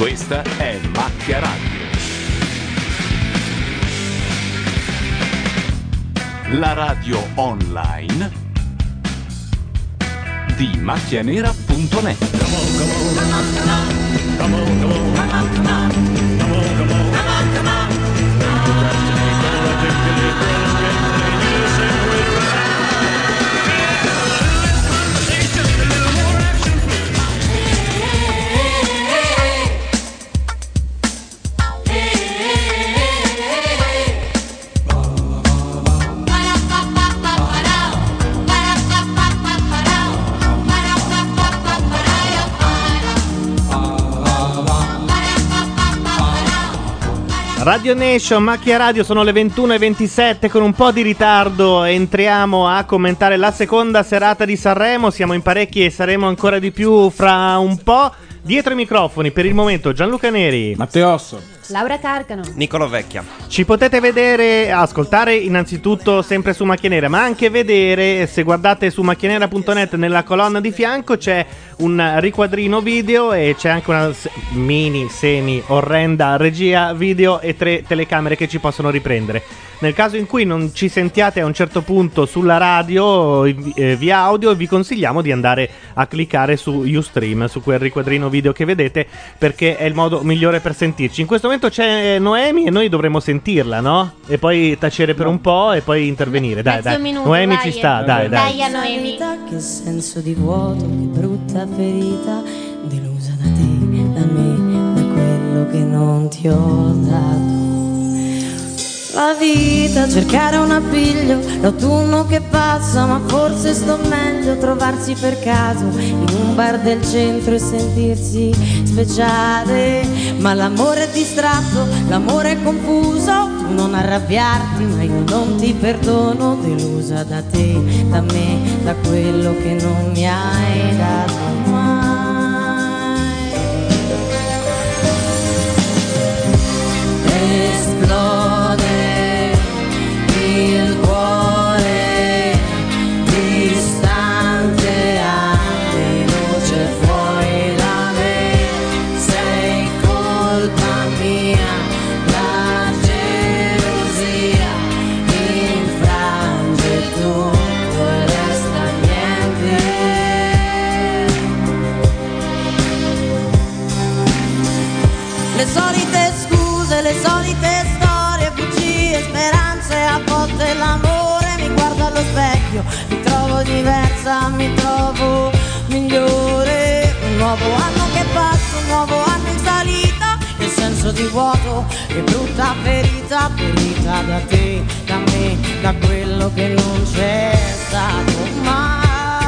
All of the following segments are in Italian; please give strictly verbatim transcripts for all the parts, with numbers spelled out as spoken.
Questa è Macchia Radio. La radio online di macchianera punto net. Radio Nation, Macchia Radio, sono le ventuno e ventisette. Con un po' di ritardo entriamo a commentare la seconda serata di Sanremo. Siamo in parecchi e saremo ancora di più fra un po'. Dietro i microfoni per il momento Gianluca Neri, Matteo Osso, Laura Carcano, Niccolò Vecchia. Ci potete vedere, ascoltare innanzitutto sempre su Macchia Nera, ma anche vedere, se guardate su macchianera punto net nella colonna di fianco c'è un riquadrino video e c'è anche una mini, semi orrenda regia video e tre telecamere che ci possono riprendere. Nel caso in cui non ci sentiate a un certo punto sulla radio eh, via audio, vi consigliamo di andare a cliccare su Ustream, su quel riquadrino video che vedete, perché è il modo migliore per sentirci. In questo momento c'è Noemi e noi dovremo sentirla, no? E poi tacere per un po' e poi intervenire. Dai, Mezzo dai. minuto, Noemi vai. ci sta, dai, dai. Dai a Noemi. Che senso di vuoto, che brutta ferita, delusa da te, da me, da quello che non ti ho dato. La vita, cercare un appiglio, l'autunno che passa, ma forse sto meglio trovarsi per caso in un bar del centro e sentirsi speciale. Ma l'amore è distratto, l'amore è confuso, tu non arrabbiarti, ma io non ti perdono, delusa da te, da me, da quello che non mi hai dato mai. Esplode il cuore, distante anni luce fuori da me, sei colpa mia, la gelosia infrange tutto e resta niente. Le solite scuse, le solite storie, bugie, speranze, a volte l'amore mi guarda allo specchio, mi trovo diversa, mi trovo migliore. Un nuovo anno che passa, un nuovo anno in salita, il senso di vuoto, che brutta ferita, ferita da te, da me, da quello che non c'è stato mai.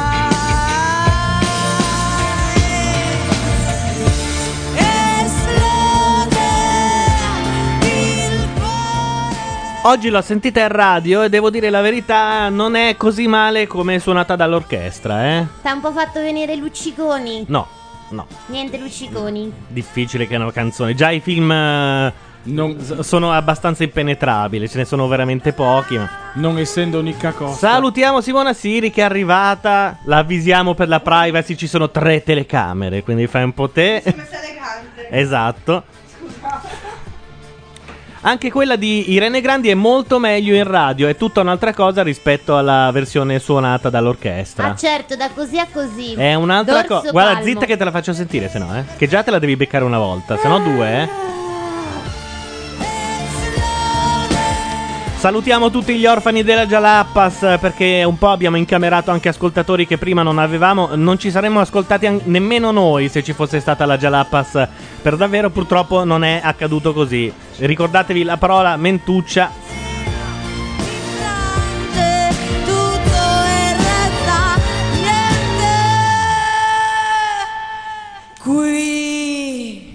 Oggi l'ho sentita in radio e devo dire la verità, non è così male come è suonata dall'orchestra, eh? T'ha un po' fatto venire lucciconi. No, no, Niente lucciconi. difficile che è una canzone. Già i film eh, non, s- sono abbastanza impenetrabili, ce ne sono veramente pochi. Ma... non essendo Nicca Costa. Salutiamo Simona Siri che è arrivata, la avvisiamo per la privacy, ci sono tre telecamere, quindi fai un po' te. Esatto. Anche quella di Irene Grandi è molto meglio in radio, è tutta un'altra cosa rispetto alla versione suonata dall'orchestra. Ah certo, da così a così. È un'altra Dorso cosa. Guarda, palmo. zitta che te la faccio sentire, se no, eh. Che già te la devi beccare una volta, se no due, eh. Salutiamo tutti gli orfani della Jalapas, perché un po' abbiamo incamerato anche ascoltatori che prima non avevamo. Non ci saremmo ascoltati an- nemmeno noi se ci fosse stata la Jalapas per davvero. Purtroppo non è accaduto così. Ricordatevi la parola mentuccia. Tutto e resta niente qui.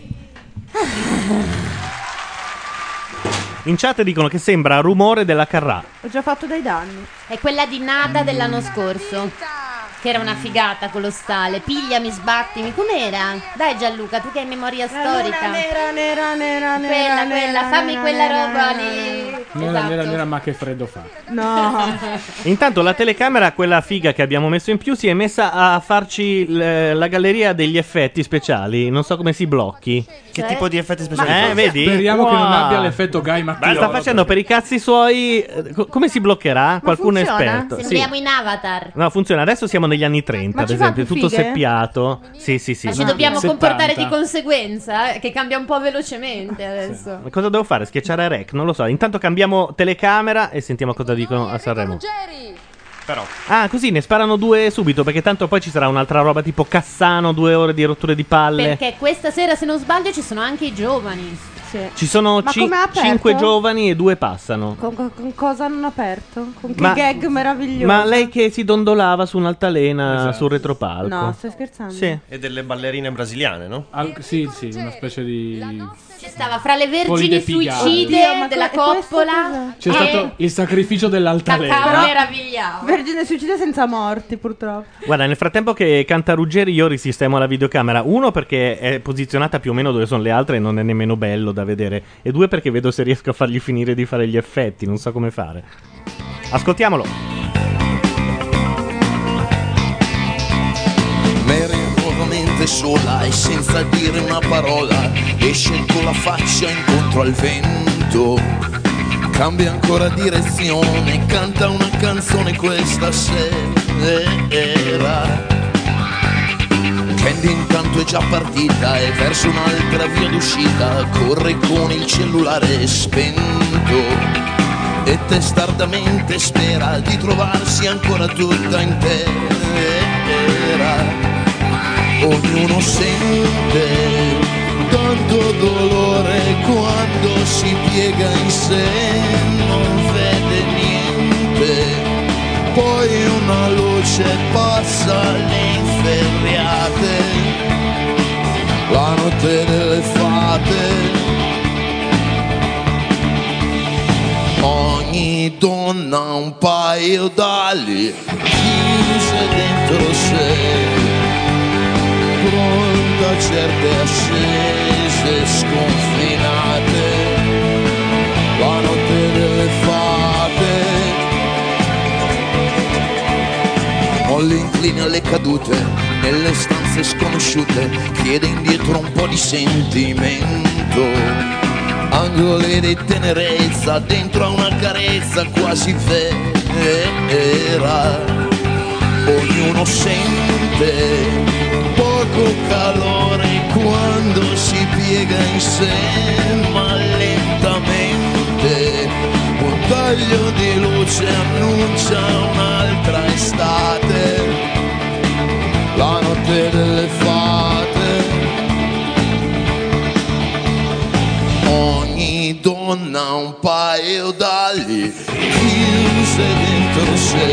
In chat dicono che sembra rumore della Carrà. Ho già fatto dei danni. È quella di Nata dell'anno scorso, che era una figata colossale. Pigliami, sbattimi. Com'era? Dai Gianluca, tu che hai memoria storica. Nera, nera, nera, nera, Quella, nera, quella, fammi nera, quella nera, roba nera, lì. Nera, Esatto. nera, nera, ma che freddo fa. No. Intanto la telecamera, quella figa che abbiamo messo in più, si è messa a farci l- la galleria degli effetti speciali. Non so come si blocchi. Che tipo di effetti speciali? Eh, fa? vedi? Speriamo che non Wow. abbia l'effetto Guy Matteo. Sta facendo per i cazzi suoi. eh, co- Come si bloccherà? Qualcuno è funziona? esperto. Sì. Sembriamo in Avatar. No, funziona. Adesso siamo negli anni trenta, Ma ad ci fa esempio, più tutto fighe? seppiato. Sì, sì, sì. Ma ci No. dobbiamo settanta. comportare di conseguenza, eh, che cambia un po' velocemente adesso. Ma cosa devo fare? Schiacciare rec? Non lo so. Intanto cambiamo telecamera e sentiamo cosa dicono a Sanremo. Però. Ah, così ne sparano due subito, perché tanto poi ci sarà un'altra roba tipo Cassano, due ore di rotture di palle. Perché questa sera, se non sbaglio, ci sono anche i giovani. Sì. Ci sono Ma cin- come ha aperto? cinque giovani e due passano. Con, con- con cosa hanno aperto? Con che Ma- gag meraviglioso. Ma lei che si dondolava su un'altalena Esatto. sul retropalco. No, stai scherzando? Sì. E delle ballerine brasiliane, no? Al- sì, sì, una specie di... Ci stava fra le vergini Polide pigate. suicide Oddio, ma della que- e questo coppola. C'è e stato il sacrificio dell'altalena. Cacao meravigliavo. Vergine suicide senza morti, purtroppo. Guarda, nel frattempo che canta Ruggeri io risistemo la videocamera. Uno perché è posizionata più o meno dove sono le altre e non è nemmeno bello da vedere. E due perché vedo se riesco a fargli finire di fare gli effetti. Non so come fare. Ascoltiamolo. Mary nuovamente sola e senza dire una parola esce con la faccia incontro al vento, cambia ancora direzione, canta una canzone questa sera. Candy intanto è già partita e verso un'altra via d'uscita corre con il cellulare spento e testardamente spera di trovarsi ancora tutta intera. Ognuno sente tanto dolore quando si piega in sé, non vede niente. Poi una luce passa alle inferriate, la notte delle fate. Ogni donna ha un paio d'ali chiuse dentro sé, pronta a certe ascese sconfinate, la notte delle fate. Molli inclini alle cadute, nelle stanze sconosciute, chiede indietro un po' di sentimento, angoli di tenerezza, dentro a una carezza quasi vera. Ognuno sente poco calore quando si piega in sé, ma lentamente un taglio di luce annuncia un'altra estate, la notte delle fate. Ogni donna ha un paio d'ali chiuse dentro sé,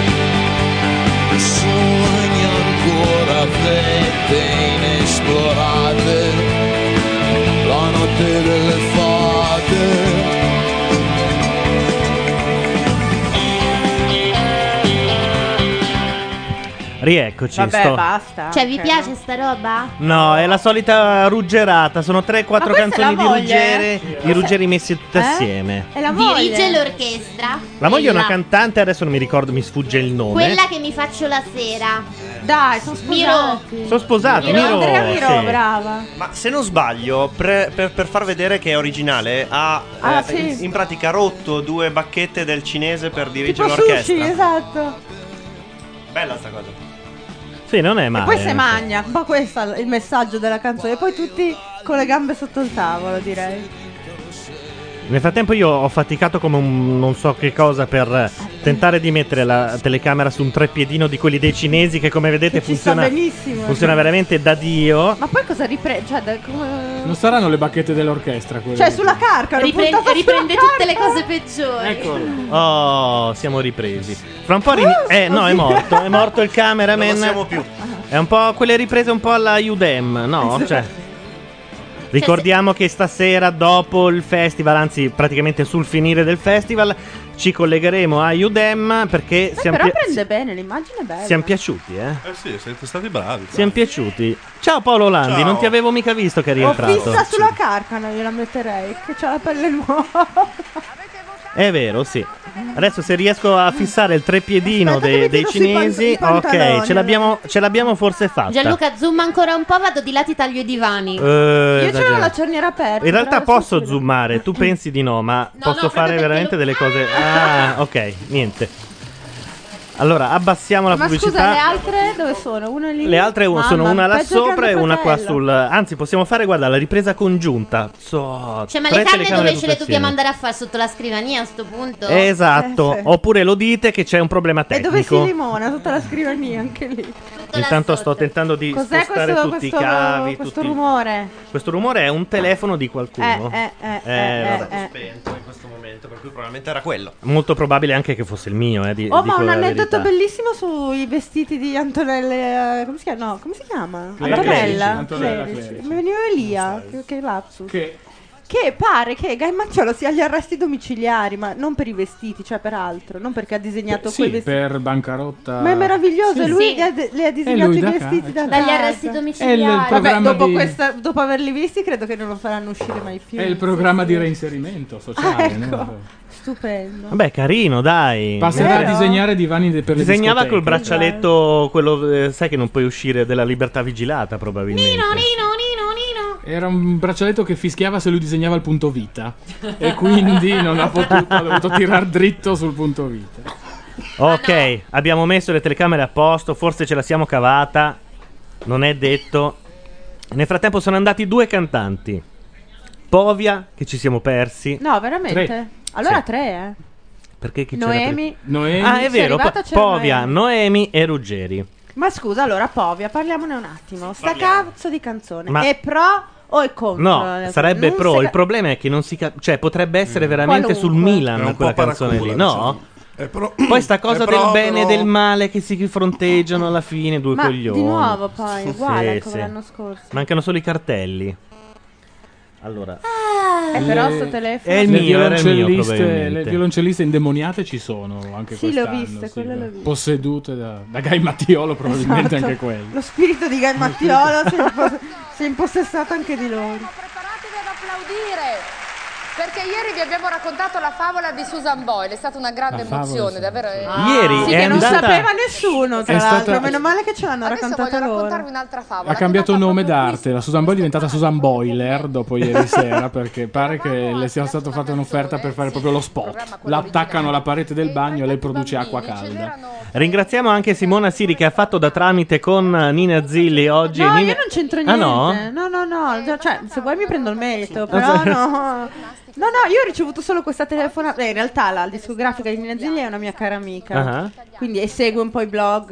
sogna ancora vette inesplorate, la notte delle fate. Rieccoci. Vabbè, sto- basta. Cioè, vi Cioè, piace no. sta roba? No, è la solita ruggerata. Sono tre quattro Ma questa è canzoni la di moglie? Ruggere, di Ruggeri messi tutte Eh? assieme. È la moglie. Dirige l'orchestra. La moglie è una Quella- cantante, adesso non mi ricordo, mi sfugge il nome. Quella che mi faccio la sera. Dai, sono sposati. Sono sposato, Miro. Miro. Andrea Miro, sì. brava. Ma se non sbaglio, pre- per, per far vedere che è originale, ha Ah, eh, sì. in, in pratica rotto due bacchette del cinese per dirigere Tipo l'orchestra. sushi, esatto. Bella sta cosa. Sì, non è E male. poi se magna, un po' questo è il messaggio della canzone. E poi tutti con le gambe sotto il tavolo, direi. Nel frattempo io ho faticato come un non so che cosa per tentare di mettere la telecamera su un treppiedino di quelli dei cinesi che come vedete Che ci sta funziona, benissimo. funziona veramente da Dio. Ma poi cosa riprende? Cioè, da- come... Non saranno le bacchette dell'orchestra quelle. cioè sulla carca. l'ho Riprende, puntata riprende sulla tutte le carca. cose peggiori. Eccolo. Oh, siamo ripresi. Fra un po' rini- eh no, è morto, è morto il cameraman. Non lo siamo più. È un po' quelle riprese un po' alla Udem, no? Cioè ricordiamo che stasera dopo il festival, anzi praticamente sul finire del festival, ci collegheremo a Udem perché Beh, siamo, però pi- prende bene, l'immagine è bella. siamo piaciuti, eh? Eh sì, siete stati bravi. Siamo piaciuti. Ciao Paolo Landi, Ciao. non ti avevo mica visto che eri Ho entrato. fissa sulla carcana, gliela metterei, che c'ha la pelle nuova. È vero, sì. Adesso se riesco a fissare il trepiedino Aspetta dei, che mi dei tiro sui cinesi, pan- i pantaloni, ok, ce l'abbiamo, ce l'abbiamo forse fatta. Gianluca, zoom ancora un po', vado di là, ti taglio i divani. Eh, Io ce l'ho esagerato. la cerniera aperta. In realtà però posso adesso- zoomare, tu pensi di no, ma No, posso no, fare proprio veramente perché delle cose. Ah, ok, niente. Allora, abbassiamo la Ma pubblicità. scusa, le altre dove sono? Una lì? Le altre un- Mamma, sono una là peggio il sopra Grande e una qua Fratello. sul. Anzi, possiamo fare, guarda, la ripresa congiunta. So, Cioè, ma tre le canne telecamere dove ce tutte le dobbiamo assieme. andare a fare sotto la scrivania a sto punto? Esatto. Eh, sì. Oppure lo dite che c'è un problema E dove si tecnico. limona? Tutta la scrivania anche lì. Tutta là Intanto sotto. sto tentando di Cos'è spostare questo, tutti questo, i cavi. questo tutti- rumore? Questo rumore è un telefono di qualcuno. Eh, eh, eh, Eh, eh, vabbè. eh. spento in questo momento, per cui probabilmente era quello. Molto probabile anche che fosse il mio. Eh, di, Oh, dico ma un la aneddoto verità. bellissimo sui vestiti di Antonella. eh, Come si chiama? No, come si chiama? Clerici. Antonella. Antonella Clerici. Clerici. Mi veniva Elia. Che, che lapsus. Che Che pare che Guy Mattiolo sia agli arresti domiciliari, ma non per i vestiti, cioè per altro. Non perché ha disegnato sì, quei vestiti. per bancarotta. Ma è meraviglioso, Sì. lui Sì. le ha, le ha disegnato lui i da vestiti casa, da certo. Dagli casa. arresti È il domiciliari. Vabbè, programma dopo, di- questa, dopo averli visti, credo che non lo faranno uscire mai più. È il programma di reinserimento Ah, sociale. ecco. no? Stupendo. Vabbè, carino, dai. Passerà Vero? a disegnare divani de- per le Disegnava discoteche. col braccialetto, quello, eh, sai che non puoi uscire della libertà vigilata, probabilmente. Nino, Nino, Nino, Nino. Era un braccialetto che fischiava se lui disegnava il punto vita. E quindi non ha potuto, ha dovuto tirar dritto sul punto vita. Ok, abbiamo messo le telecamere a posto, forse ce la siamo cavata, non è detto. Nel frattempo sono andati due cantanti. Povia, che ci siamo persi. No, veramente? Tre. Allora Sì. tre, eh. Perché chi c'era Noemi. Noemi. prima? Ah, è Sei vero, arrivata, Po- c'era Povia, Noemi. Noemi e Ruggeri. Ma scusa, allora, Povia, parliamone un attimo. Sta Parliamo. cazzo di canzone. Ma- È pro o è contro? No, sarebbe Non pro. si Il ca- problema è che non si capisce. Cioè, potrebbe essere veramente sul Qualunque. È Milan un quella po' canzone lì, paracula, no? diciamo. È pro- Poi sta cosa è del pro, bene e però- del male che si fronteggiano alla fine, due Ma coglioni. di nuovo poi, Sì, uguale come sì. l'anno scorso. Mancano solo i cartelli. Allora, È però Le- sto telefono. È il Le mio, era il mio, violoncelliste, probabilmente. le violoncelliste indemoniate ci sono anche Sì, l'ho quest'anno. viste, quelle l'ho viste. Possedute da, da Guy Mattiolo, probabilmente Esatto. anche quelle. Lo spirito di Guy Mattiolo si, è impos- si è impossessato anche di loro. Preparatevi ad applaudire perché ieri vi abbiamo raccontato la favola di Susan Boyle, è stata una grande La favola emozione, di davvero. Ieri Sì, è che non andata- sapeva nessuno, tra È stata- l'altro. Meno male che ce l'hanno Adesso raccontata voglio loro. raccontarvi un'altra favola. Ha cambiato che è nata nome proprio d'arte, la Susan Boyle è diventata Susan Boiler dopo ieri sera perché pare che le sia stata fatta un'offerta per fare proprio lo spot. L'attaccano alla parete del bagno e lei produce acqua calda. ringraziamo anche Simona Siri che ha fatto da tramite con Nina Zilli oggi. No, Nina- io non c'entro Ah, niente. no? no, no, no. Cioè, se vuoi mi prendo il merito, però no. No, no, io ho ricevuto solo questa telefonata. Eh, in realtà la discografica di Nina Zilli è una mia cara amica. Ah. Quindi e segue un po' i blog.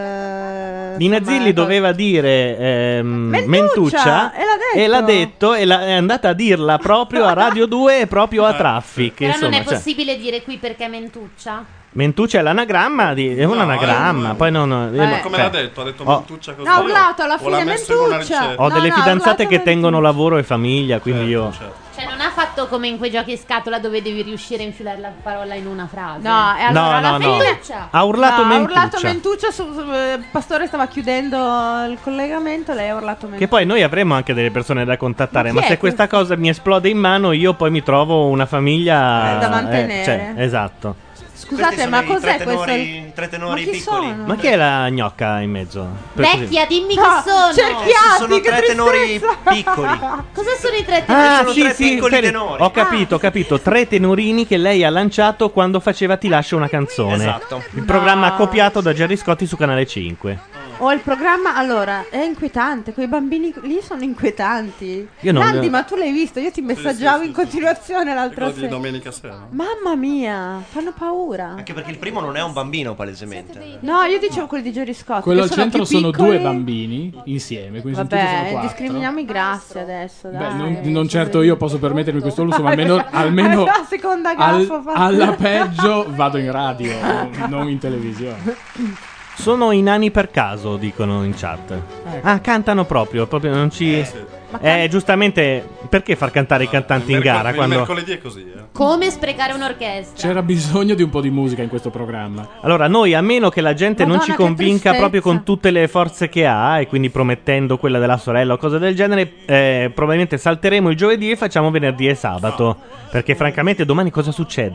eh, Nina insomma, Zilli co- doveva dire ehm, Mentuccia, Mentuccia e l'ha detto. e l'ha detto e la- è andata a dirla proprio a Radio due e proprio a Traffic. Però non insomma, è cioè, possibile dire qui perché è Mentuccia? Mentuccia è l'anagramma di, è un No, anagramma, è un- poi non eh, Ma come cioè, l'ha detto? Ha detto ho- Mentuccia così? No, ha urlato alla O l'ha fine messo in una Mentuccia. ricetta? Ho No, delle no, fidanzate urlato che Mentuccia. tengono lavoro e famiglia, quindi Certo, io certo. Cioè non ha fatto come in quei giochi scatola dove devi riuscire a infilare la parola in una frase. No, e allora No, alla no, no. fine Ha urlato no, Mentuccia. Ha urlato Mentuccia. Su, su- eh, Pastore stava chiudendo il collegamento. Lei ha urlato Mentuccia. che poi noi avremmo anche delle persone da contattare, Ma ma chi se è questa cosa mi esplode in mano, io poi mi trovo una famiglia Eh, da mantenere. cioè, esatto. Scusate, Questi ma sono i cos'è tre questo? tenori- i tre tenori Ma chi piccoli. sono? Ma chi è la gnocca in mezzo? Per così- Vecchia, dimmi No, chi sono. cerchiati, Sono che tre tenori tristezza. piccoli. Cosa sono i tre tenori? Ah, sono sì, tre sì, piccoli Fede, tenori. ho capito, ho capito. Tre tenorini che lei ha lanciato quando faceva Ti lascio una canzone. Esatto. Il programma copiato da Gerry Scotti su Canale cinque. O il programma, allora, è inquietante, quei bambini lì sono inquietanti. Io non- Nandi, ma tu l'hai visto? Io ti messaggiavo sì, in sì, continuazione È l'altra quello di sera. domenica sera. Mamma mia, fanno paura. Anche perché il primo non è un bambino, palesemente. No, io dicevo quelli di Jerry Scott. Quello che al sono centro più sono piccoli. due bambini insieme, quindi in tutto sono Vabbè, quattro. discriminiamo i grassi adesso, dai. Beh, non, non certo io posso permettermi questo lusso, ma almeno, almeno La seconda al- gaffa fatta. alla peggio vado in radio, non- non in televisione. Sono i nani per caso, dicono in chat. Ah, cantano proprio, proprio non ci... Eh, giustamente, perché far cantare i cantanti in Il mercol- gara il quando... mercoledì è così, eh. Come sprecare un'orchestra? C'era bisogno di un po' di musica in questo programma. Allora, noi a meno che la gente non Madonna, ci che convinca tristezza. proprio con tutte le forze che ha, e quindi promettendo quella della sorella o cose del genere, eh, probabilmente salteremo il giovedì e facciamo venerdì e sabato. Perché francamente domani cosa succede?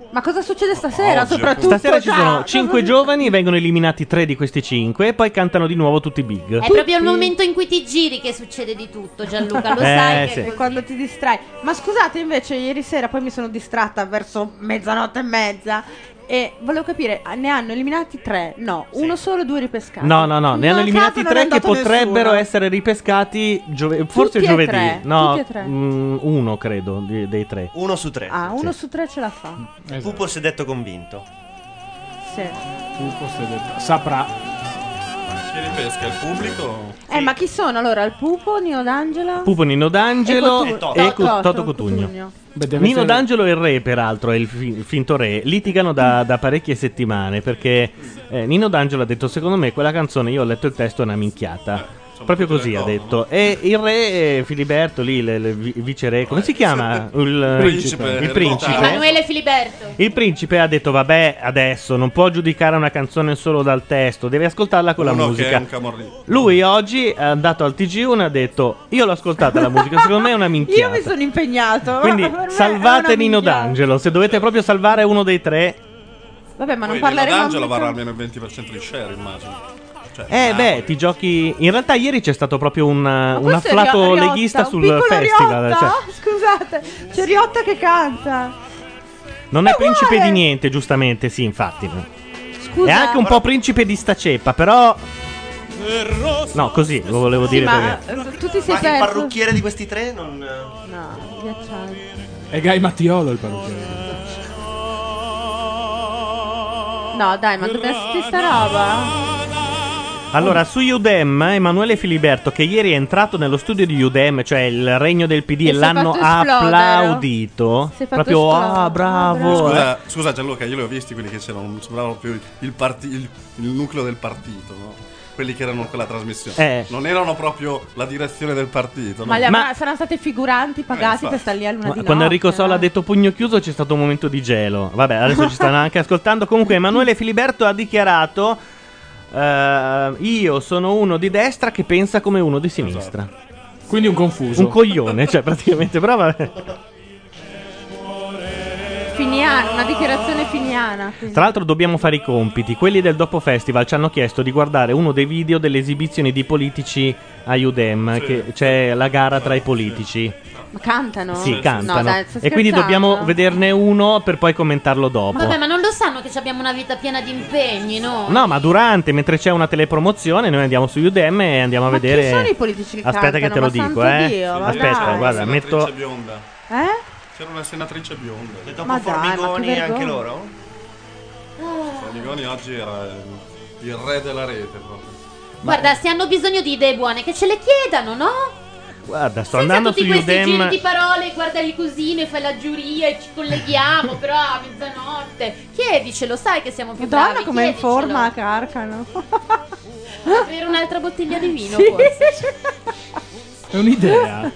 Ma cosa succede stasera? Oggi, soprattutto Stasera ci già? sono cinque giovani, vengono eliminati tre di questi cinque e poi cantano di nuovo tutti big. È proprio il momento in cui ti giri che succede di tutto, Gianluca, lo Eh, sai sì. che È quando ti distrai. Ma scusate, invece, ieri sera poi mi sono distratta verso mezzanotte e mezza. E volevo capire, ne hanno eliminati tre? No, uno solo, due ripescati. No, no, no, ne hanno a eliminati caso non è tre che andato potrebbero nessuno. essere ripescati giove- forse Tutti e giovedì. tre, No, tutti e tre. mm, uno credo di- dei tre. Uno su tre. Ah, uno Sì. su tre ce la fa. Pupo si è detto convinto. Sì. Pupo si è detto- saprà. Chi ripesca il pubblico? Eh, ma chi sono allora? Il Pupo, Nino D'Angelo? Pupo, Nino D'Angelo E e, Cotu- Co- Toto Toto Cotugno. Cotugno. Beh, deve Nino essere- D'Angelo e il re, peraltro, è il, fi- il finto re, litigano da, da parecchie settimane perché eh, Nino D'Angelo ha detto: secondo me quella canzone, io ho letto il testo, è una minchiata. Proprio così ha detto. E il re eh, Filiberto, lì, le- le vi- viceré, come si chiama? Il Principe. il principe. Emanuele Filiberto. Il principe ha detto: vabbè, adesso non può giudicare una canzone solo dal testo, deve ascoltarla con la Uno che è musica. un camorrino. Lui oggi è andato al T G uno e ha detto: io l'ho ascoltata la musica, secondo me è una Io minchiata. mi sono impegnato. Quindi Per me è salvate una Nino minchiata. D'Angelo. Se dovete proprio salvare uno dei tre, Vabbè, ma non Poi Nino parleremo D'Angelo mica- varrà almeno il venti per cento di share, immagino. Cioè, eh ah, beh, ti giochi. In realtà, ieri c'è stato proprio un, un Questo è afflato Rio- Riotta, leghista un sul piccolo festival. Riotta? Cioè, Scusate, c'è Riotta che canta. non è principe uguale. di niente, giustamente, sì, infatti. Scusa. È anche un po' principe di sta ceppa, però. No, così lo volevo Sì, dire ma perché. eh, tu ti sei Ma il perso. parrucchiere di questi tre non. No, ghiacciante. È Gai Mattiolo il parrucchiere. No, dai, ma dove sti sta roba? Allora, su Udem, Emanuele Filiberto, che ieri è entrato nello studio di Udem, cioè il regno del P D, E e si è l'hanno fatto esplodere. applaudito. Si è fatto Proprio, esplodere. ah, bravo. Scusa, scusa Gianluca, io li ho visti quelli che c'erano, non sembravano più il, parti- il, il nucleo del partito, no? Quelli che erano in quella trasmissione. Eh. Non erano proprio la direzione del partito, no? Ma, gli avrà- saranno stati figuranti pagati infatti. per stare lì a luna Ma di Quando notte, Enrico Sola eh. ha detto pugno chiuso c'è stato un momento di gelo. Vabbè, adesso ci stanno anche ascoltando. Comunque Emanuele Filiberto ha dichiarato: eh, io sono uno di destra che pensa come uno di sinistra. Quindi un confuso. Un coglione, cioè praticamente. Però vabbè. Finiana, una dichiarazione finiana. quindi. Tra l'altro dobbiamo fare i compiti. Quelli del Dopo Festival ci hanno chiesto di guardare uno dei video delle esibizioni di politici a Udem, che c'è la gara tra i politici. Ma cantano? Sì, cantano. No, dai, stai e quindi scherzando? dobbiamo vederne uno per poi commentarlo dopo. Vabbè, ma non lo sanno che abbiamo una vita piena di impegni, no? No, ma durante, mentre c'è una telepromozione, noi andiamo su Udem e andiamo a Ma vedere. chi sono i politici che Aspetta che cantano? te lo Ma dico, santo eh. Dio, ma Aspetta, dai. guarda, Una metto. senatrice bionda. Eh? C'era una senatrice bionda. E dopo Ma dai, ma che Formigoni anche vergogna. loro? Formigoni oggi era il, il re della rete proprio. Guarda, se hanno bisogno di idee buone, che ce le chiedano, no? Guarda, sto Senza andando tutti su questi giri Udem. di parole, guardali così, noi fai la giuria e ci colleghiamo, però a mezzanotte. Chiedicelo, sai che siamo più Madonna, bravi. come in chiedicelo. forma carcano. Avere un'altra bottiglia di vino, Sì. forse. È un'idea.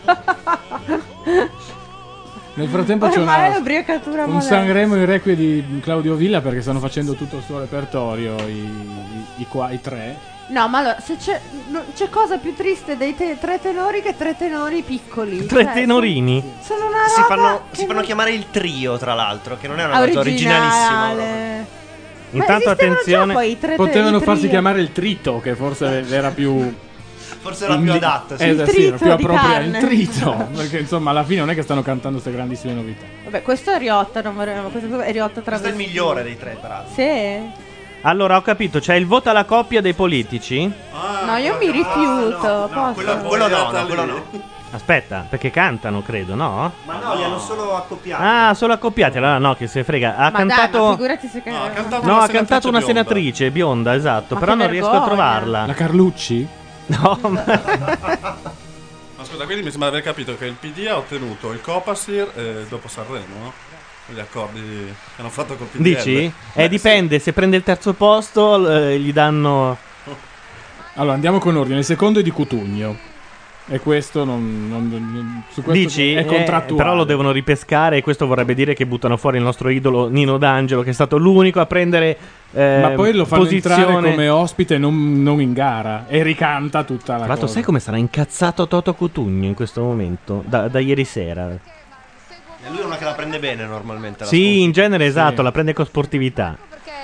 Nel frattempo c'è Ormai è una, ubriacatura un moderna. Sanremo in requie di Claudio Villa perché stanno facendo tutto il suo repertorio, i, i, i, qua, i tre. No, ma allora, se c'è, no, c'è cosa più triste dei te- tre tenori che tre tenori piccoli. Tre Cioè, tenorini. Sono, sono una Si roba fanno, che si fanno non- chiamare il trio, tra l'altro, che non è una cosa originalissima. originale. Intanto Ma esistevano attenzione. già poi i tre- Potevano i farsi trio. chiamare il trito, che forse era più. Forse era più indi- adatta. Sì. Eh, Il sì, era trito più di appropriato. carne. Il trito. Perché insomma, alla fine non è che stanno cantando queste grandissime novità. Vabbè, questo è Riotta, non vorrei, ma questo è Riotta Questo è il travestito. migliore dei tre, peraltro. Sì. Allora, ho capito, c'è il voto alla coppia dei politici. No, io mi rifiuto. posso? Quello, quello no, no, quello no. Aspetta, perché cantano, credo, no? Ma no, li hanno solo accoppiati. Ah, solo accoppiati. Allora, no, che se frega. Ha Ma dai, ma cantato. figurati se No, ha cantato No, una ha cantato una bionda. senatrice bionda, esatto. Ma Però che non riesco a vergogna. trovarla. La Carlucci? No, ma- Ma scusa, quindi mi sembra aver capito che il P D ha ottenuto il Copasir eh, dopo Sanremo, no? Gli accordi che hanno fatto col P D L. dici? Beh, Eh, dipende. Se prende il terzo posto, eh, gli danno. Allora andiamo con ordine. Il secondo è di Cutugno. E questo non. non- non- su questo Dici? è Eh, contrattuale. però lo devono ripescare. E questo vorrebbe dire che buttano fuori il nostro idolo Nino D'Angelo, che è stato l'unico a prendere. eh, Ma poi lo fanno posizione. entrare come ospite, non, non in gara. E ricanta tutta la Tra l'altro, cosa. sai come sarà incazzato Toto Cutugno in questo momento? Da, da ieri sera. E lui è una che la prende bene normalmente. La Sì, in genere esatto, la prende con sportività.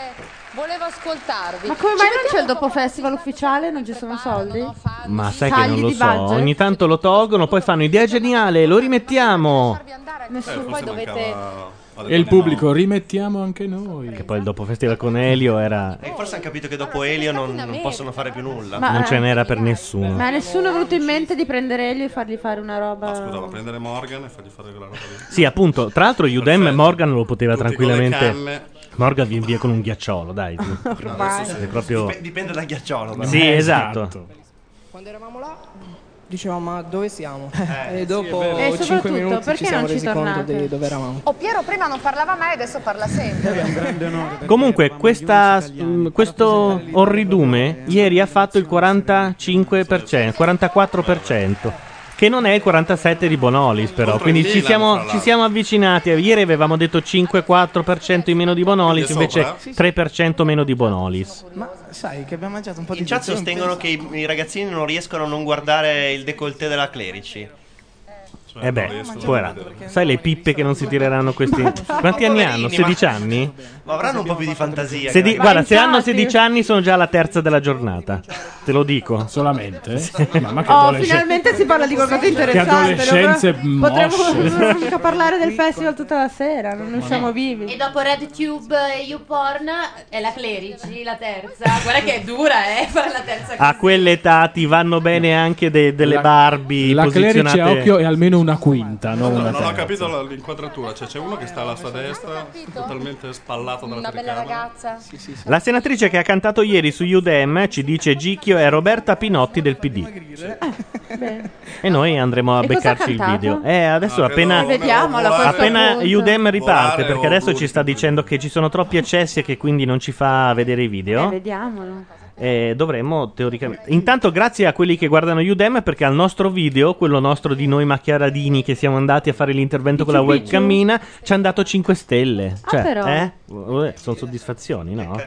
Volevo ascoltarvi. Ma come mai non c'è il dopo festival ufficiale? Non ci sono soldi? Ma sai che Tagli non lo di so, budget? ogni tanto lo tolgono, poi fanno idea geniale, lo rimettiamo. Nessuno. Poi dovete. E il pubblico, rimettiamo anche noi. Che poi il dopo festival con Elio era... E forse hanno capito che dopo Elio non, non possono fare più nulla. Ma- non ce n'era per nessuno. Ma a nessuno è venuto in mente di prendere Elio e fargli fare una roba. Scusa, ma prendere Morgan e fargli fare quella roba lì. Sì, appunto, tra l'altro Udem Morgan lo poteva Tutti con le tranquillamente... canne. Morgan viene via con un ghiacciolo, dai. tu. Ormai. È proprio... Dip- dipende dal ghiacciolo. però. Sì, esatto. Quando eravamo là, dicevamo ma dove siamo? Eh, e dopo vero. E cinque soprattutto, minuti perché ci siamo non ci resi conto tornate? di dove eravamo. Oh, Piero prima non parlava mai, adesso parla sempre. Comunque, questa, mh, questo orridume ieri ha fatto il quarantacinque per cento, quarantaquattro per cento. Che non è il quarantasette per cento di Bonolis, però. Contro il Quindi ci Milan, siamo, tra ci l'altro. siamo avvicinati. Ieri avevamo detto cinque quattro per cento in meno di Bonolis, Quindi invece sopra? tre per cento meno di Bonolis. Ma sai che abbiamo mangiato un po' di In chat zucchero, sostengono che i, i ragazzini non riescono a non guardare il décolleté della Clerici. Cioè, Eh non beh, riescono a poverà. vedere. Sai le pippe che non si tireranno questi... Quanti anni hanno? poverini, sedici ma- anni? Ma avranno un po' più di fantasia. Sedi- che- guarda, se infatti- hanno sedici anni sono già alla terza della giornata. Te lo dico. Solamente? Mamma che Oh, adolescenza. finalmente si parla di qualcosa di interessante. adolescenze no? Potremmo mosce. mica parlare del festival tutta la sera, non ne usciamo E vivi. dopo RedTube e YouPorn è la Clerici, la terza. Guarda che è dura, eh, fare la terza A così. quell'età ti vanno bene anche de- delle La- Barbie La Clerici posizionate... a occhio è almeno una quinta, non No, una non ho terza. capito la- l'inquadratura. Cioè, c'è uno che sta alla sua destra, totalmente spallato dalla Una bella telecamera. ragazza. La senatrice che ha cantato ieri su Udem, ci dice Gicchio, è Roberta Pinotti del P D. Bene. E noi andremo a E cosa ha beccarci il cantato? video. Eh, adesso No, appena... credo- Vediamola, a questo Appena punto. Udem riparte, Volare perché o adesso Blue, ci sta dicendo che ci sono troppi accessi e che quindi non ci fa vedere i Eh, video. vediamolo. E dovremmo teoricamente. Intanto, grazie a quelli che guardano Udem, perché al nostro video, quello nostro di noi macchiaradini che siamo andati a fare l'intervento con la Picciu picciu. webcammina, ci hanno dato cinque stelle. Ah, Cioè, però. eh? Eh, Sono soddisfazioni, no?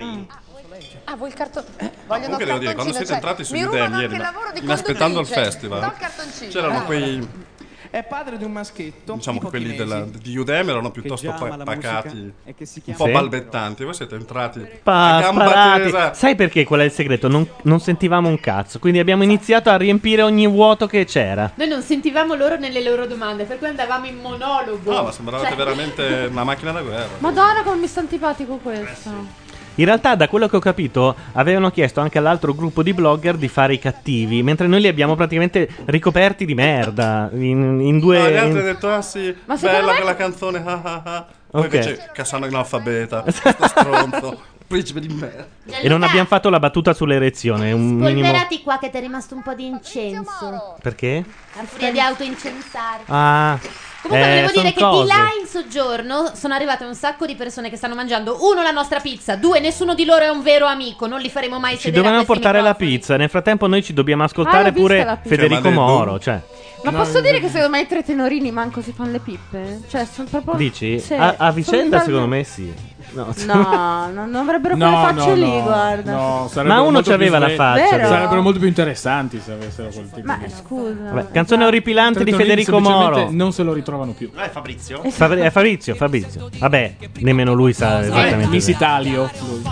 Ah, vuoi il cartone? Vogliono Comunque il devo dire, quando cartoncino, siete cioè, entrati su mi Udem rubano ieri, anche il no? lavoro di Inaspettando il conduttrice. festival, Do il cartoncino. c'erano Ah. quei, È padre di un maschietto. diciamo, di pochi quelli mesi. della, di Udem erano piuttosto Che già ama pa- la pacati, musica e che si un chiama- po' Sì. balbettanti. Voi siete entrati a Pa- gamba sparati. tesa. Sai perché qual è il segreto? Non, non sentivamo un cazzo. Quindi abbiamo iniziato a riempire ogni vuoto che c'era. Noi non sentivamo loro nelle loro domande, per cui andavamo in monologo. No, ma sembravate Cioè- veramente una macchina da guerra. Madonna, come mi sta antipatico questo. In realtà, da quello che ho capito, avevano chiesto anche all'altro gruppo di blogger di fare i cattivi, mentre noi li abbiamo praticamente ricoperti di merda. In, in due. No, gli altri in- hanno detto, ah sì, Ma secondo bella me- quella canzone, ah ah ah. Poi Ok. invece Cassano analfabeta, questo stronzo, principe di merda. E non abbiamo fatto la battuta sull'erezione. Un minimo. Spolverati qua che ti è rimasto un po' di incenso. Perché? A furia di autoincensare. Ah. Comunque eh, volevo son dire che cose. di là in soggiorno sono arrivate un sacco di persone che stanno mangiando. Uno, la nostra pizza. Due, nessuno di loro è un vero amico. Non li faremo mai Ci sedere dovevano a questi portare la microfoni. pizza. Nel frattempo, noi ci dobbiamo Ah, ascoltare l'ho vista pure la pizza. Federico Cioè, ma dei Moro. due. Cioè, Ma posso dire che secondo me i tre tenorini manco si fanno le pippe? Cioè, sono proprio. dici? Sì, a, a sono vicenda, in- secondo me, sì. No, No, non avrebbero quelle No, facce no, lì, no, guarda. no, sarebbero Ma uno molto c'aveva più la sve- faccia. Vero? Sarebbero molto più interessanti se avessero quel tipo Ma di... scusa. Vabbè, canzone orripilante di Trentonini Federico Moro. semplicemente non se lo ritrovano più. No, è Fabrizio? Fabri- è Fabrizio, Fabrizio. Vabbè, nemmeno lui sa esattamente. Miss Italio.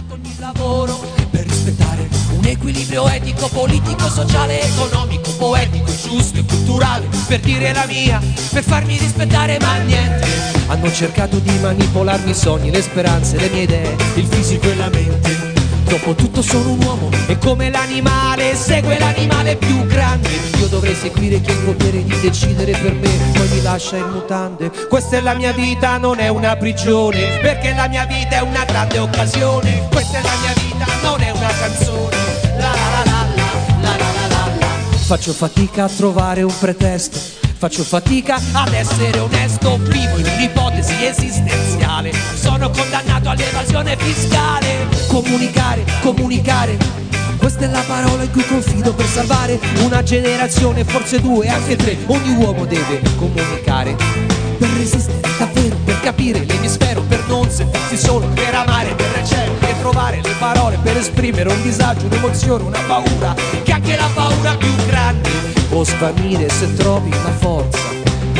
lavoro per rispettare un equilibrio etico, politico, sociale, economico, poetico, giusto e culturale, per dire la mia, per farmi rispettare, ma niente. Hanno cercato di manipolarmi i sogni, le speranze, le mie idee, il fisico e la mente. Dopo tutto sono un uomo e come l'animale segue l'animale più grande. Io dovrei seguire chi ha il potere di decidere per me, poi mi lascia in mutande. Questa è la mia vita, non è una prigione, perché la mia vita è una grande occasione. Questa è la mia vita, non è una canzone. La la la la la la la la la. Faccio fatica a trovare un pretesto, faccio fatica ad essere onesto. Vivo in un'ipotesi esistenziale, sono condannato all'evasione fiscale. Comunicare, comunicare, questa è la parola in cui confido per salvare una generazione, forse due, anche tre. Ogni uomo deve comunicare per resistere davvero, per capire l'emisfero, per non sentirsi solo, per amare, per ricevere, per trovare le parole, per esprimere un disagio, un'emozione, una paura, che anche la paura più grande può svanire se trovi la forza di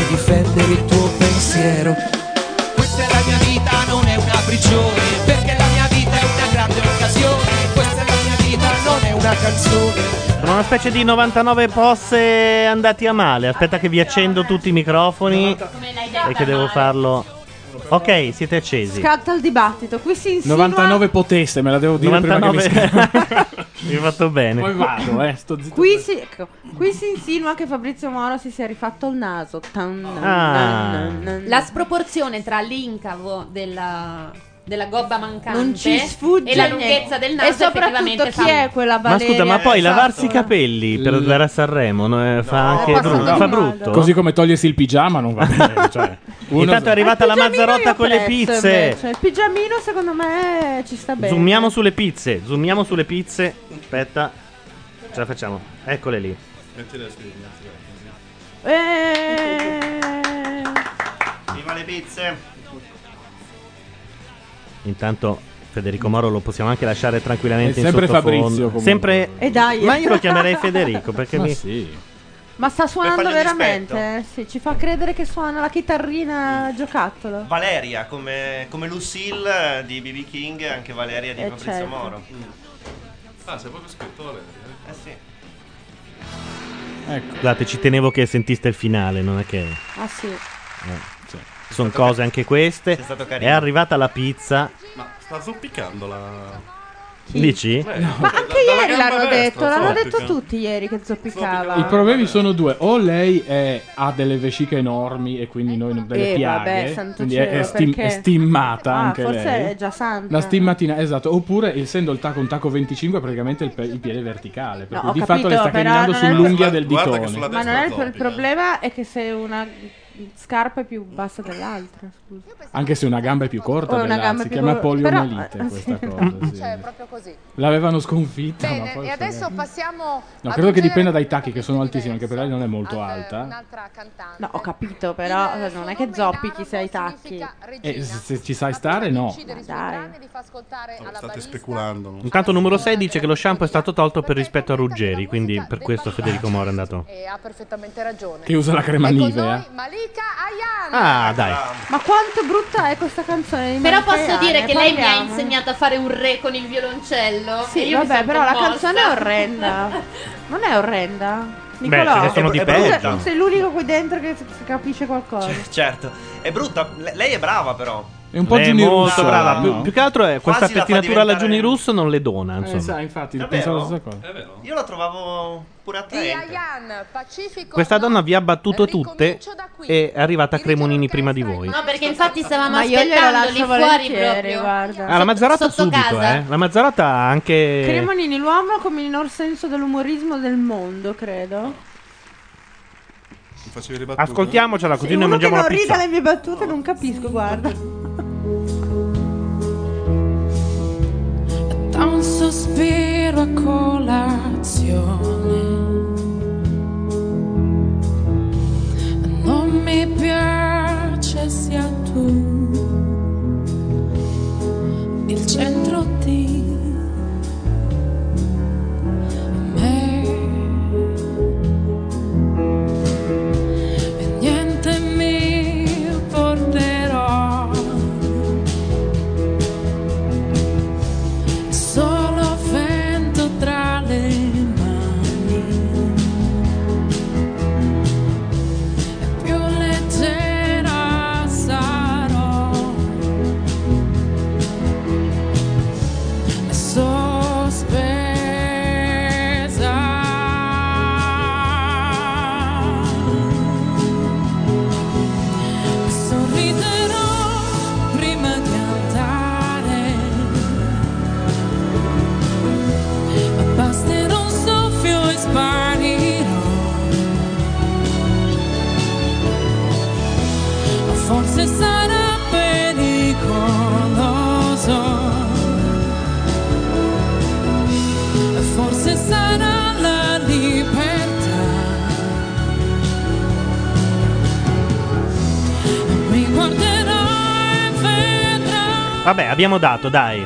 difendere il tuo pensiero. Questa è la mia vita, non è una prigione, perché la mia vita è una grande occasione. Questa è la mia vita, non è una canzone. Sono una specie di novantanove posse andati a male. Aspetta che vi accendo tutti i microfoni e che devo farlo. Ok, siete accesi. Scatta il dibattito. Qui si insinua. novantanove potesse, me la devo dire novantanove prima che mi scriva. Mi hai fatto bene. Poi vado, eh, sto zitto. Qui si, ecco, qui si insinua che Fabrizio Moro si sia rifatto il naso. Tan, nan, Ah. nan, nan. La sproporzione tra l'incavo della, della gobba mancante Non ci sfugge e la niente. lunghezza del naso E soprattutto effettivamente chi fa- è quella Ma Valeria? scusa, ma poi Esatto. lavarsi i capelli per andare a Sanremo no, eh, fa anche passa brutto. di Fa moda. brutto. Così come togliersi il pigiama non va bene. Cioè, uno- Intanto è arrivata la Il pigiamino Mazzarotta io con le apprezzo, pizze. invece. Il pigiamino secondo me ci sta bene. Zoomiamo sulle pizze. Zoomiamo sulle pizze. Aspetta, ce la facciamo. Eccole lì. Mettile su, mettile. Eh... Viva le pizze! Intanto Federico Moro lo possiamo anche lasciare tranquillamente È in sempre sottofondo. Fabrizio, comunque. Sempre. E dai. Ma io lo chiamerei Federico perché Ma mi. sì. Ma sta suonando fargli un veramente? Sì, ci fa credere che suona la chitarrina giocattolo. Valeria, come, come Lucille di B B King, anche Valeria di Eh, Fabrizio certo. Moro. Ah, sei proprio scritto Valeria. Eh sì. Ecco. Scusate, ci tenevo che sentiste il finale, non è che. Ah sì. Eh, sono cose anche queste. Sei stato È carino. arrivata la pizza. Ma sta zoppicando la... Dici? Eh, Ma anche dalla ieri gamba l'hanno destra, detto, l'hanno zoppica. detto tutti ieri che zoppicava. I problemi sono due: o lei è- ha delle vesciche enormi e quindi noi non delle Eh, piaghe, vabbè, santo quindi è, è cielo, stim- perché? è stimmata Ah, anche forse lei. è già santa. La stimmatina, esatto. Oppure, essendo il tacco un tacco venticinque, praticamente il, pe- il piede verticale. Per No, cui ho di capito, fatto le sta però camminando non è- sull'unghia del Guarda che ditone. sulla Ma destra non è il, zoppica. il problema è che se una scarpa è più bassa dell'altra, scusa. Anche se una gamba è più corta, O una dell'altra, gamba si più chiama cor- poliomelite però- questa sì. cosa. Sì. Cioè, proprio così. L'avevano sconfitta, ma Bene, poi e adesso passiamo. No, ad credo un che dipenda genere dai tacchi che sono altissimi, anche per lei non è molto alta. Un'altra cantante. No, ho capito, però eh, non è che zoppichi se hai tacchi. E se, se ci sai stare, no. Uccidere i suoi dai. brani, li fa ascoltare alla State barista. speculando. non so. Intanto numero sei dice che lo shampoo è stato tolto per rispetto a Ruggeri, quindi per questo Federico Moro è andato. E ha perfettamente ragione. Che usa la crema È con Nivea. noi Malika Ayan. Ah, dai. Ma quanto brutta è questa canzone di Però Malika posso Ayan, dire ne che lei mi ha parliamo? insegnato a fare un re con il violoncello. e Sì, io mi vabbè, son però la commossa. canzone è orrenda. Non è orrenda? Nicolò, ce ne sono di è peggio. brutta. sei l'unico qui dentro che s- capisce qualcosa. Certo, è brutta. Le- lei è brava però. È un po' Lei è Giuni molto Russo, brava. no? Più, più che altro è questa Quasi la fa pettinatura alla diventare- Giuni Russo non le dona, Eh, insomma. sa, infatti, Davvero? pensavo la stessa cosa. È vero? Io la trovavo pure Di attraente. Ayan, Pacifico. Questa donna vi ha battuto Ricomincio tutte da qui. e è arrivata a Dirige Cremonini prima di l'orchestra voi. No, perché infatti stavamo Ma io glielo aspettando lì lascio fuori volentieri, proprio. guarda. Ah, la Mazzarotta Sotto subito, casa. eh. La Mazzarotta ha anche. Cremonini, l'uomo con il minor senso dell'umorismo del mondo, credo. Mi facevi le battute? Ascoltiamocela così Sì, noi uno che mangiamo non la ride pizza. alle mie battute non capisco, guarda. Da un sospiro a colazione non mi piace sia tu il centro di me e niente mi porterò. Solo vento tra le mani e più leggera sarò e sospesa. Sorriderò prima di andare. Basterà un soffio e sparirò. Ma forse sarà pericoloso. E forse sarà la libertà. Mi guarderò e vedrò. Vabbè, abbiamo dato, dai.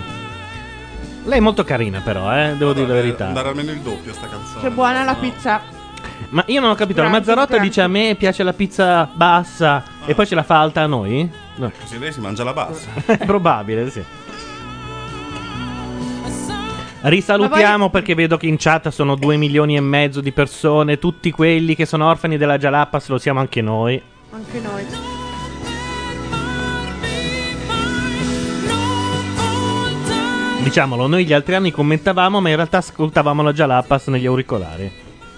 Lei è molto carina, però, eh. Devo dire la verità. Andare almeno il doppio sta canzone. Che buona la pizza. Ma io non ho capito, la Grazie, Mazzarotta grazie. dice a me piace la pizza bassa e poi ce la fa alta a noi? No. Così lei si mangia la bassa. È probabile, sì. Risalutiamo perché vedo che in chat sono due milioni e mezzo di persone, tutti quelli che sono orfani della Jalapas, lo siamo anche noi. Anche noi. Diciamolo, noi gli altri anni commentavamo, ma in realtà ascoltavamo la Jalapas negli auricolari.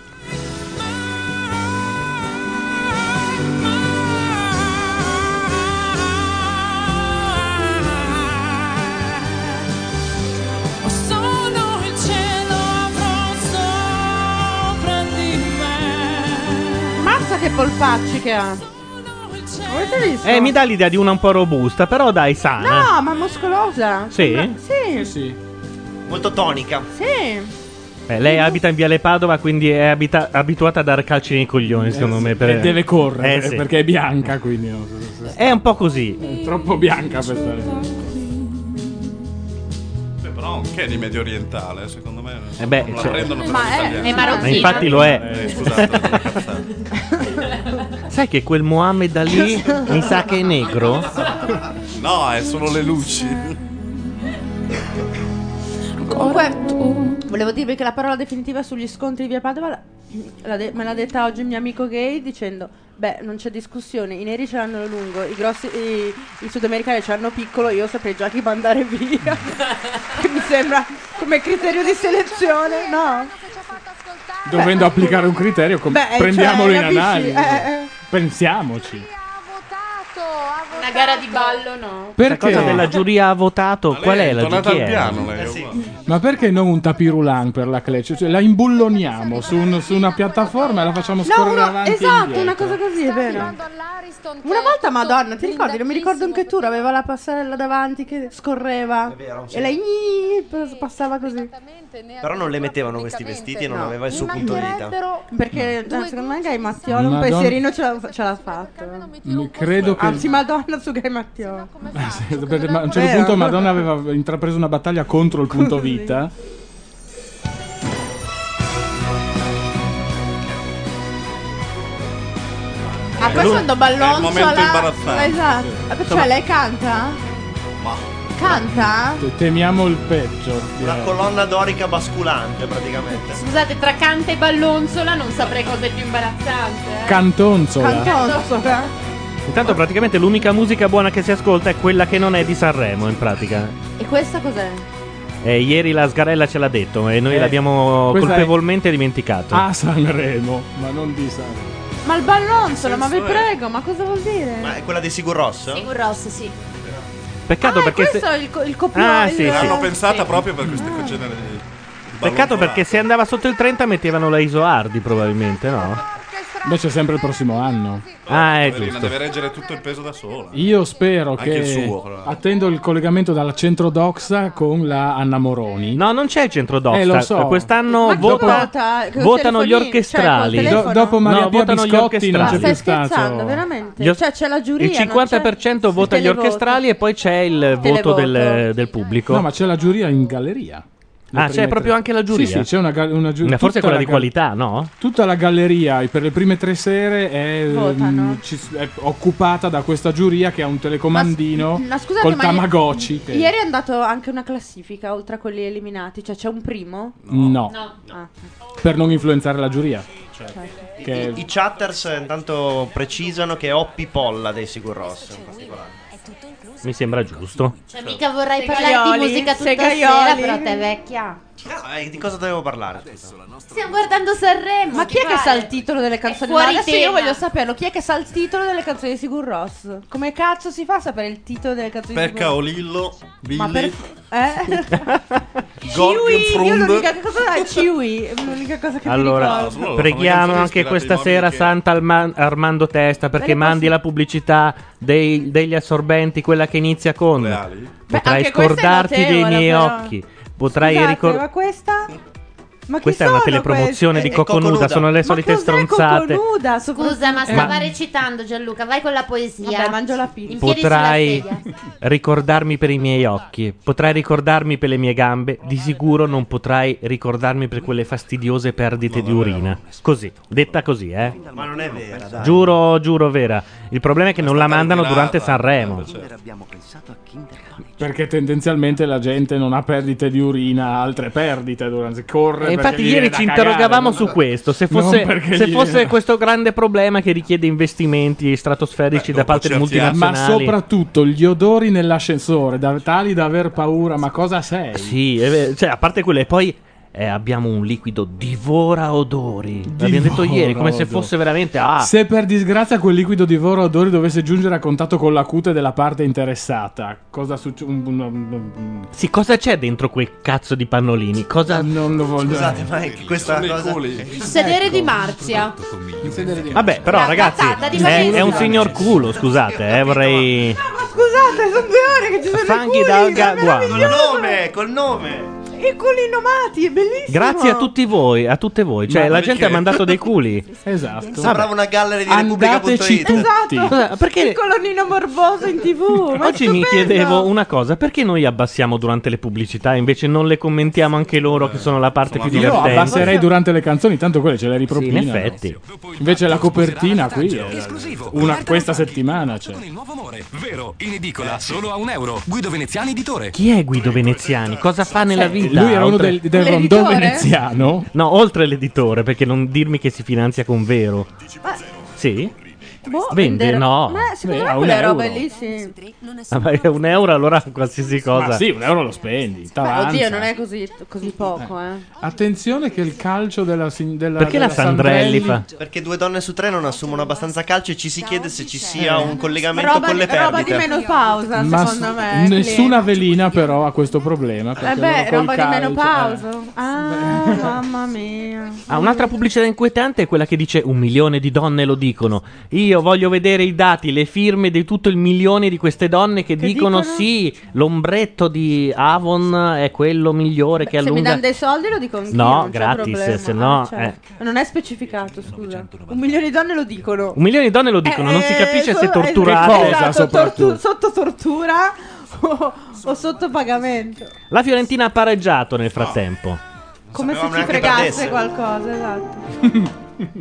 Sono il cielo avrò sopra di me. Mazza che polpacci che ha. Avete visto? Eh, mi dà l'idea di una un po' robusta, però dai, sana. No, ma muscolosa. Sì? Sì. Sì. Molto tonica. Sì. Eh, lei abita in Viale Padova, quindi è abita- abituata a dare calci nei coglioni, secondo me. Per... E deve correre Eh, sì. perché è bianca, quindi no, È un po' così. è troppo bianca per stare. Beh, però che è di medio orientale, secondo me. Eh beh, non la cioè- prendono per Ma un è- italiano. è marocchino. Ma infatti lo è. Eh, scusate, le cazzate. Sai che quel Mohammed Ali mi sa che è negro? No, è solo le luci. Comunque, volevo dirvi che la parola definitiva sugli scontri di Via Padova la- l'ha de- me l'ha detta oggi un mio amico gay dicendo: beh, non c'è discussione, i neri ce l'hanno lungo, i grossi, i, i sudamericani ce l'hanno piccolo, io saprei già chi mandare via. Che mi sembra come criterio di selezione, no? Dovendo applicare un criterio, com- Beh, prendiamolo cioè, in capisci? analisi. Eh, eh. Pensiamoci. Una gara di ballo, no. Questa cosa della giuria ha votato, qual è la tornata al chi è? piano, lei. Eh sì. Ma perché non un tapirulan per la Cleccio? Cioè, la imbulloniamo su, un- su una piattaforma e la facciamo No, scorrere uno- avanti e esatto, indietro. una cosa così, è vero. Una volta, Madonna, ti ricordi? Non mi ricordo in che tour aveva la passerella davanti che scorreva. È vero, sì. E lei gni, passava così. Però non le mettevano questi vestiti e non aveva il suo punto vita. Perché cioè, secondo me Gai Mattiolo un Madonna- pensierino ce l'ha, ce l'ha fatto. Mi credo che Anzi, Madonna su Gai Mattiolo. Sì, perché a un certo Vero. punto Madonna aveva intrapreso una battaglia contro il punto vita. Ah, poi quando È il ballonzola. momento imbarazzante. Esatto. Ah, Cioè, Insomma- lei canta? Ma Canta? Te- Temiamo il peggio. Una direi. colonna dorica basculante praticamente. Scusate, tra canta e ballonzola non saprei cosa è più imbarazzante. eh. Cantonzola. Cantonzola. Intanto praticamente l'unica musica buona che si ascolta è quella che non è di Sanremo, in pratica. E questa cos'è? Eh, ieri la Sgarella ce l'ha detto e noi Eh, l'abbiamo questa è- colpevolmente dimenticato. A Sanremo, ma non di Sanremo. Ma il ballonzola, ma vi senso è? prego, ma cosa vuol dire? Ma è quella di Sigur Rós? Sigur Rós, sì. Peccato Ah, è perché questo se... è il, co- il copione. Ah, sì, il- sì. l'hanno pensata sì. proprio per questo genere di, di Peccato ballonzolate. perché se andava sotto il trenta mettevano la Isoardi probabilmente, no? Invece è sempre il prossimo anno. Ah, è Poverina, giusto. deve reggere tutto il peso da sola. Io spero Anche che il suo, però. attendo il collegamento dalla Centrodoxa con la Anna Moroni. No, non c'è il centro doxa. Eh, lo so. Quest'anno Ma chi vota- vota? Col votano gli telefonino? orchestrali. Cioè, col Do- telefono? dopo Maria No, Pia votano gli Biscotti non Ma c'è orchestrali. più stai scherzando, stato. veramente? Gli or- Cioè, c'è la giuria. Il cinquanta per cento non c'è vota il gli televoto. orchestrali e poi c'è il voto Televoto. del, del pubblico. No, ma c'è la giuria in galleria. Le Ah, prime c'è proprio tre. anche la giuria? Sì, sì, c'è una, ga- una giuria. Ma forse tutta quella la di ga- qualità, no? Tutta la galleria per le prime tre sere è, Votano. mm, ci- è occupata da questa giuria che ha un telecomandino Ma scusate, col ma Tamagotchi. che- Ieri è andato anche una classifica oltre a quelli eliminati. Cioè, c'è un primo? No, Ah. per non influenzare la giuria. I, i chatters intanto precisano che è Oppi Polla dei Sigur Rós in particolare. Mi sembra giusto. Cioè, mica vorrei Segaioli, parlare di musica tutta segaioli. sera, però te è vecchia. No, eh, di cosa dovevo parlare? Stiamo guardando Sanremo. Ma chi è che pare? sa il titolo delle canzoni? fuori No, adesso io tema. voglio saperlo. Chi è che sa il titolo delle canzoni di Sigur Rós? Come cazzo si fa a sapere il titolo delle canzoni di Sigur Pecca Rós? Olillo, Ma per... Billy, Eh? Gorgon Ciui! Io l'unica Frund. cosa è Ciui. È l'unica cosa che Allora, mi ricordo. preghiamo anche questa sera Santa Alma- Armando Testa perché Beh, mandi posso- la pubblicità dei- degli assorbenti, quella che inizia con Leali. potrai anche questa è scordarti dei notevole, miei però. occhi, potrai Scusate, ricordare ma questa? Ma chi Questa è una sono telepromozione questi? di Coco Nuda, sono le solite stronzate. Nuda, Scusa, ma stava recitando Gianluca, vai con la poesia. Vabbè, mangio la pizza. In piedi Potrai sulla sedia. ricordarmi per i miei occhi, potrai ricordarmi per le mie gambe, di sicuro non potrai ricordarmi per quelle fastidiose perdite di urina. Così, detta così, eh. Ma non è vera, dai. Giuro, giuro, vera. Il problema è che non la mandano durante Sanremo. Perché tendenzialmente la gente non ha perdite di urina, altre perdite durante corre. E infatti perché gli ieri viene ci da interrogavamo cagare, su non- questo, se non fosse, perché se gli fosse viene- questo grande problema che richiede investimenti stratosferici da parte di Ma multinazionali. soprattutto gli odori nell'ascensore, da, tali da aver paura, ma cosa sei? Sì, è ver- cioè a parte quello e poi eh, abbiamo un liquido divora odori. L'abbiamo detto ieri, come se odori. fosse veramente ah. Se per disgrazia quel liquido divora odori dovesse giungere a contatto con la cute della parte interessata, cosa succede? Sì, cosa c'è dentro quei cazzo di pannolini? Cosa non lo voglio. Scusate, ma è che questa Sono i cosa culi. Il sedere di Marzia. Vabbè, però La ragazzi, patata di è, Marzia. è un signor culo, scusate, eh, vorrei Ma scusate, sono due ore che ci sono Fanghi i culi, da è Ga- Guam. Col meraviglioso. nome, col nome. I culi nomati, è bellissimo. Grazie a tutti voi, a tutte voi. Cioè, Ma la perché? gente ha mandato dei culi. Esatto. Sembrava una gallery di Repubblica punto Andateci it. tutti. Esatto. Perché Il colonnino morboso in tv. Ma è oggi mi stupendo. chiedevo una cosa, perché noi abbassiamo durante le pubblicità e invece non le commentiamo anche loro che sono la parte più Io divertente? abbasserei durante le canzoni, tanto quelle ce le Sì, ripropinano. in effetti. Invece la copertina qui è una questa settimana c'è. Vero, in edicola solo a un euro. Guido Veneziani editore. Chi è Guido Veneziani? Cosa fa nella vita? Lui era uno Oltre- del, del rondò veneziano. No, oltre l'editore, perché non dirmi che si finanzia con Vero. Sì? Boh, Vende? vendere- No. Ma secondo Beh, me a un quelle euro. robe lì sì. Ah, ma è un euro allora qualsiasi cosa. Ma sì, un euro lo spendi. Beh, t'avanza. oddio, non è così, così poco, eh. Attenzione che il calcio della, sin- della Perché la della Sandrelli fa? Perché due donne su tre non assumono abbastanza calcio e ci si chiede se ci sia un collegamento Roba, con le di- roba di perdite. menopausa, Ma secondo s- me. nessuna velina però ha questo problema. Eh perché beh, loro col roba di calcio, menopausa. eh. Ah, mamma mia. Ah, un'altra pubblicità inquietante è quella che dice un milione di donne lo dicono. Io voglio vedere i dati, le firme di tutto il milione di queste donne che, Che dicono, dicono? sì, l'ombretto di Avon è quello migliore che Se mi allunga. danno dei soldi lo dico anch'io. No, non c'è gratis, problema. se no, Ah, cioè, eh. Non è specificato, scusa. Un milione di donne lo dicono. Un milione di donne lo dicono, non si Eh, capisce so- se eh, torturate. esatto, tortu- sotto tortura o, o sotto pagamento. La Fiorentina ha pareggiato nel frattempo. Come se Sapevamo ci neanche fregasse perdesse. qualcosa, esatto.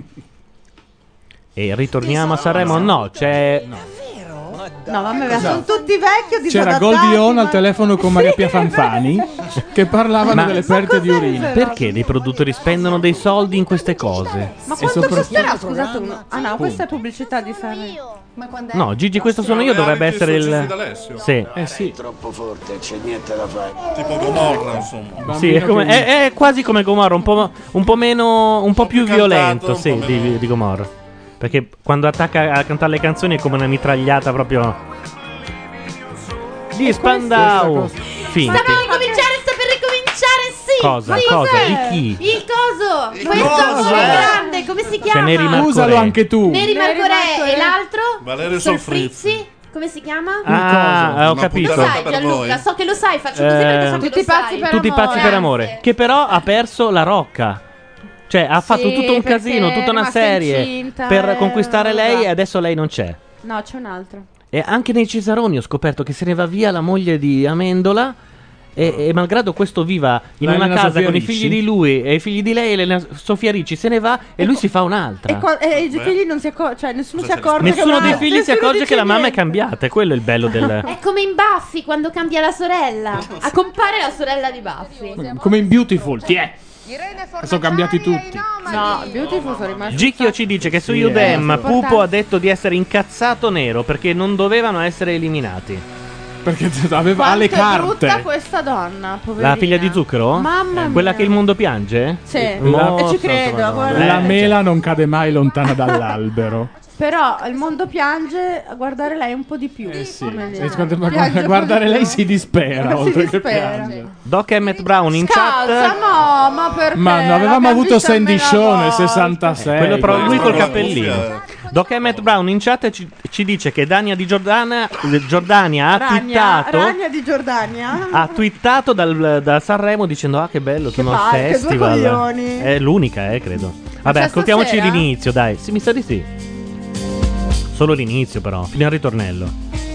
E ritorniamo a Sanremo? No, c'è. No, vabbè, sono tutti vecchi o C'era disadattati. Goldion ma- al telefono con Maria Pia Fanfani che parlavano Ma- delle perdite di urina. Perché dei produttori spendono dei soldi in queste cose? Ma E quanto soprattutto- costerà? Scusate uno. Ah no, questa è pubblicità di Sanremo. Ma quando No, Gigi, questo sono io, dovrebbe essere su Gigi il. D'Alessio. Sì. Eh sì. Troppo forte, c'è niente da fare. Tipo Gomorra, insomma. Sì, è, come- è- è quasi come Gomorra, un po', un po' meno. un po' più più cantato, violento, un sì, po' meno- di, di Gomorra. Perché quando attacca a cantare le canzoni è come una mitragliata proprio. Di Spandau. Finti. Sta per ricominciare, sta per ricominciare, sì. Cosa? Sì. Cosa? Cos'è? Di chi? Il coso. Il Questo coso, è eh. grande, come si chiama? Neri Marco Usalo Re. anche tu. Neri Neri Marcorè Marcorè. e l'altro? Valerio Solfrizzi. Come si chiama? Ah, ho Una capito. Lo puntata sai per Gianluca, voi. so che lo sai, faccio così Eh, perché so che Tutti lo pazzi sai. per Tutti amore. pazzi per amore. Che però ha perso la Rocca. Cioè, ha fatto Sì, tutto un perché casino, è tutta una rimasta serie incinta per e- conquistare lei e adesso lei non c'è. No, c'è un altro. E anche nei Cesaroni ho scoperto che se ne va via la moglie di Amendola. E, e malgrado questo viva in La una Elena casa Sofia con i Ricci. figli di lui e i figli di lei, Elena Sofia Ricci se ne va e lui si fa un'altra. E, qua- e i figli non si accorge, cioè nessuno si Cosa c'è accorge. Nessuno che dei va- figli si nessuno accorge dice che la mamma è niente. cambiata. Quello è il bello del. È come in Buffy quando cambia la sorella. A compare la sorella di Buffy. Come in Beautiful, ti è. Irene Sono cambiati tutti. No, Beautiful sono rimasti. Gicchio ci dice che su Sì, Udem eh. Pupo ha detto di essere incazzato nero perché non dovevano essere eliminati. Perché aveva Quanto le è brutta carte. questa donna, poverina. La figlia di Zucchero? Mamma mia. Quella che il mondo piange? Sì, Mo- e ci credo. Madonna. guarda. La Eh, mela non cade mai lontana dall'albero. Però il mondo piange, a guardare lei un po' di più. Eh sì. come dire. E quando- ma Piange a guardare un po' di lei più. si dispera, Si oltre che dispera. piangere. Doc Emmett Brown in Scalza, chat. no, ma perché? Ma no, avevamo L'abbiamo avuto vista Sandy almeno Shaw una nel volta. sessantasei. Quello però lui questo. col cappellino. Doc Emmett Brown in chat ci, ci dice che Dania di Giordana, Giordania ha Ragna, twittato Ragna di Giordania. ha twittato dal, da Sanremo dicendo ah che bello sono al palle, che due festival. coglioni. È l'unica eh credo. Vabbè, c'è ascoltiamoci stasera? l'inizio dai. Sì, mi sa di sì. Solo l'inizio però, fino al ritornello.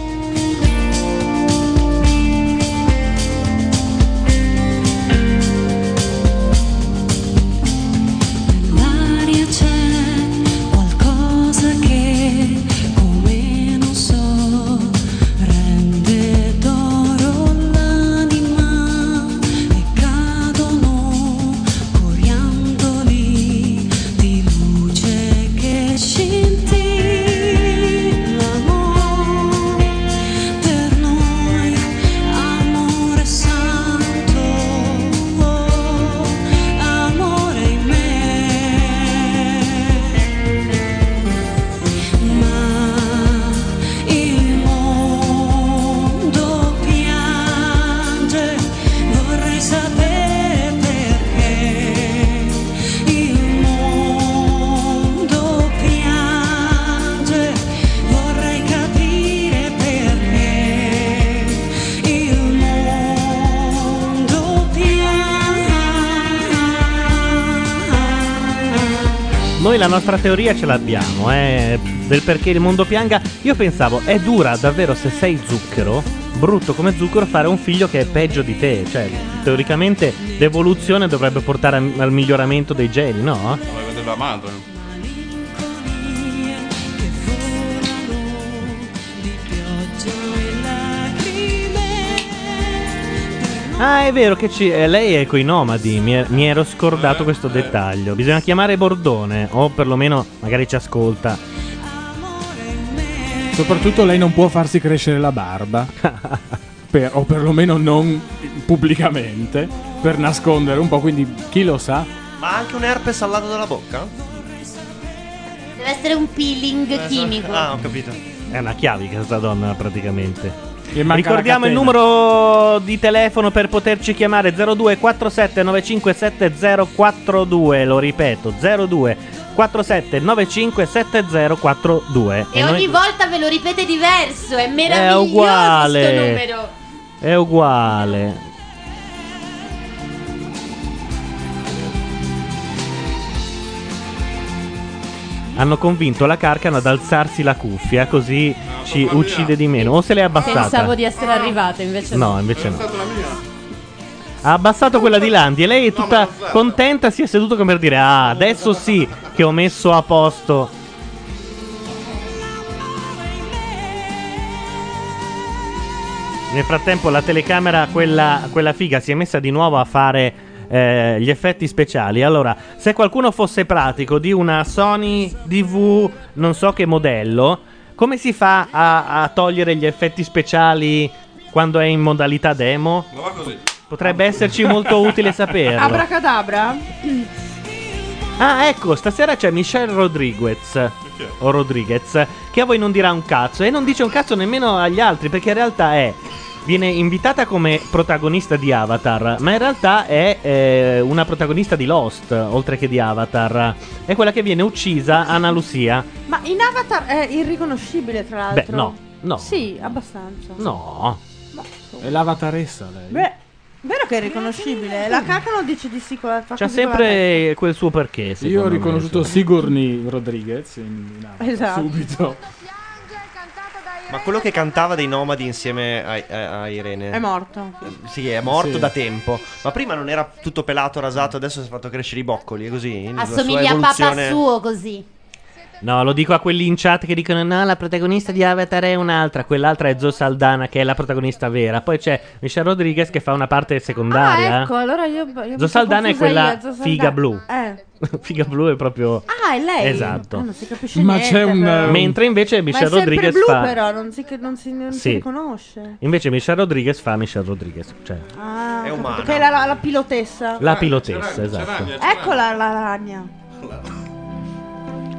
Nell'aria c'è qualcosa che, come non so, rende d'oro l'anima e cadono coriandoli di luce che scintillano. Per noi amore santo, amore in me, ma il mondo piange, vorrei sapere perché. Il mondo piange, vorrei capire perché. Il mondo Noi la nostra teoria ce l'abbiamo, eh, del perché il mondo pianga. Io pensavo, è dura davvero se sei zucchero, brutto come zucchero, fare un figlio che è peggio di te. Cioè, teoricamente l'evoluzione dovrebbe portare al, al miglioramento dei geni, no? Ma vedere la madre. Ah, è vero che ci, eh, lei è coi nomadi. Mi, mi ero scordato questo dettaglio. Bisogna chiamare Bordone, o perlomeno magari ci ascolta. Soprattutto lei non può farsi crescere la barba. Per- o perlomeno non pubblicamente, per nascondere un po', quindi chi lo sa. Ma anche un herpes al lato della bocca? Deve essere un peeling chimico. Ah, ho capito. È una chiavica sta donna praticamente. Gli manca Ricordiamo la il catena. numero di telefono per poterci chiamare zero due quattro sette nove cinque sette zero quattro due. Lo ripeto, zero due quattro sette nove cinque sette zero quattro due. E ogni volta ve lo ripete diverso, è è meraviglioso sto uguale. numero. È uguale. Hanno convinto la Carcano ad alzarsi la cuffia, così ci uccide di meno. O se l'è abbassata? Pensavo di essere arrivata, invece no. No, invece no. Ha abbassato quella di Landi e lei è tutta contenta, si è seduta come per dire ah, adesso sì che ho messo a posto. Nel frattempo la telecamera, quella, quella figa, si è messa di nuovo a fare eh, gli effetti speciali. Allora, se qualcuno fosse pratico di una Sony D V, non so che modello, come si fa a, a togliere gli effetti speciali quando è in modalità demo? Ma va così. Potrebbe esserci molto utile saperlo. Abracadabra. Ah, ecco, stasera c'è Michelle Rodriguez. O Rodriguez, che a voi non dirà un cazzo. E non dice un cazzo nemmeno agli altri, perché in realtà è. Viene invitata come protagonista di Avatar, ma in realtà è eh, una protagonista di Lost, oltre che di Avatar. È quella che viene uccisa, Ana Lucia. Ma in Avatar è irriconoscibile, tra l'altro. Beh, no, no. Sì, abbastanza. No. È l'avataressa lei. Beh, vero che è riconoscibile. La Cacano dice di sì con la fa C'ha così con la sempre quel suo perché. Io secondo ho me, riconosciuto insomma. Sigourney Rodriguez in, in Avatar, Esatto. subito. Ma quello che cantava dei nomadi insieme a, a- a Irene È morto. Sì, è morto Sì. da tempo. Ma prima non era tutto pelato, rasato, adesso si è fatto crescere i boccoli, è così. La sua Assomiglia a papà evoluzione- suo così. No, lo dico a quelli in chat che dicono no, la protagonista di Avatar è un'altra, quell'altra è Zoe Saldana che è la protagonista vera. Poi c'è Michelle Rodriguez che fa una parte secondaria. Ah, ecco, allora io, io mi sono Zoe Saldana è confusa quella io, Zoe Saldana. figa blu. Eh. Figa blu è proprio Ah, è lei. Esatto. Ah, non si capisce Ma niente. c'è un, però. eh, Mentre invece Ma è Michelle sempre Rodriguez blu, fa però non si, non si, non si Sì. riconosce. Invece Michelle Rodriguez fa Michelle Rodriguez, cioè Ah, È ho capito, umana. che è la, la, la pilotessa. la pilotessa, esatto. Eccola la ragna.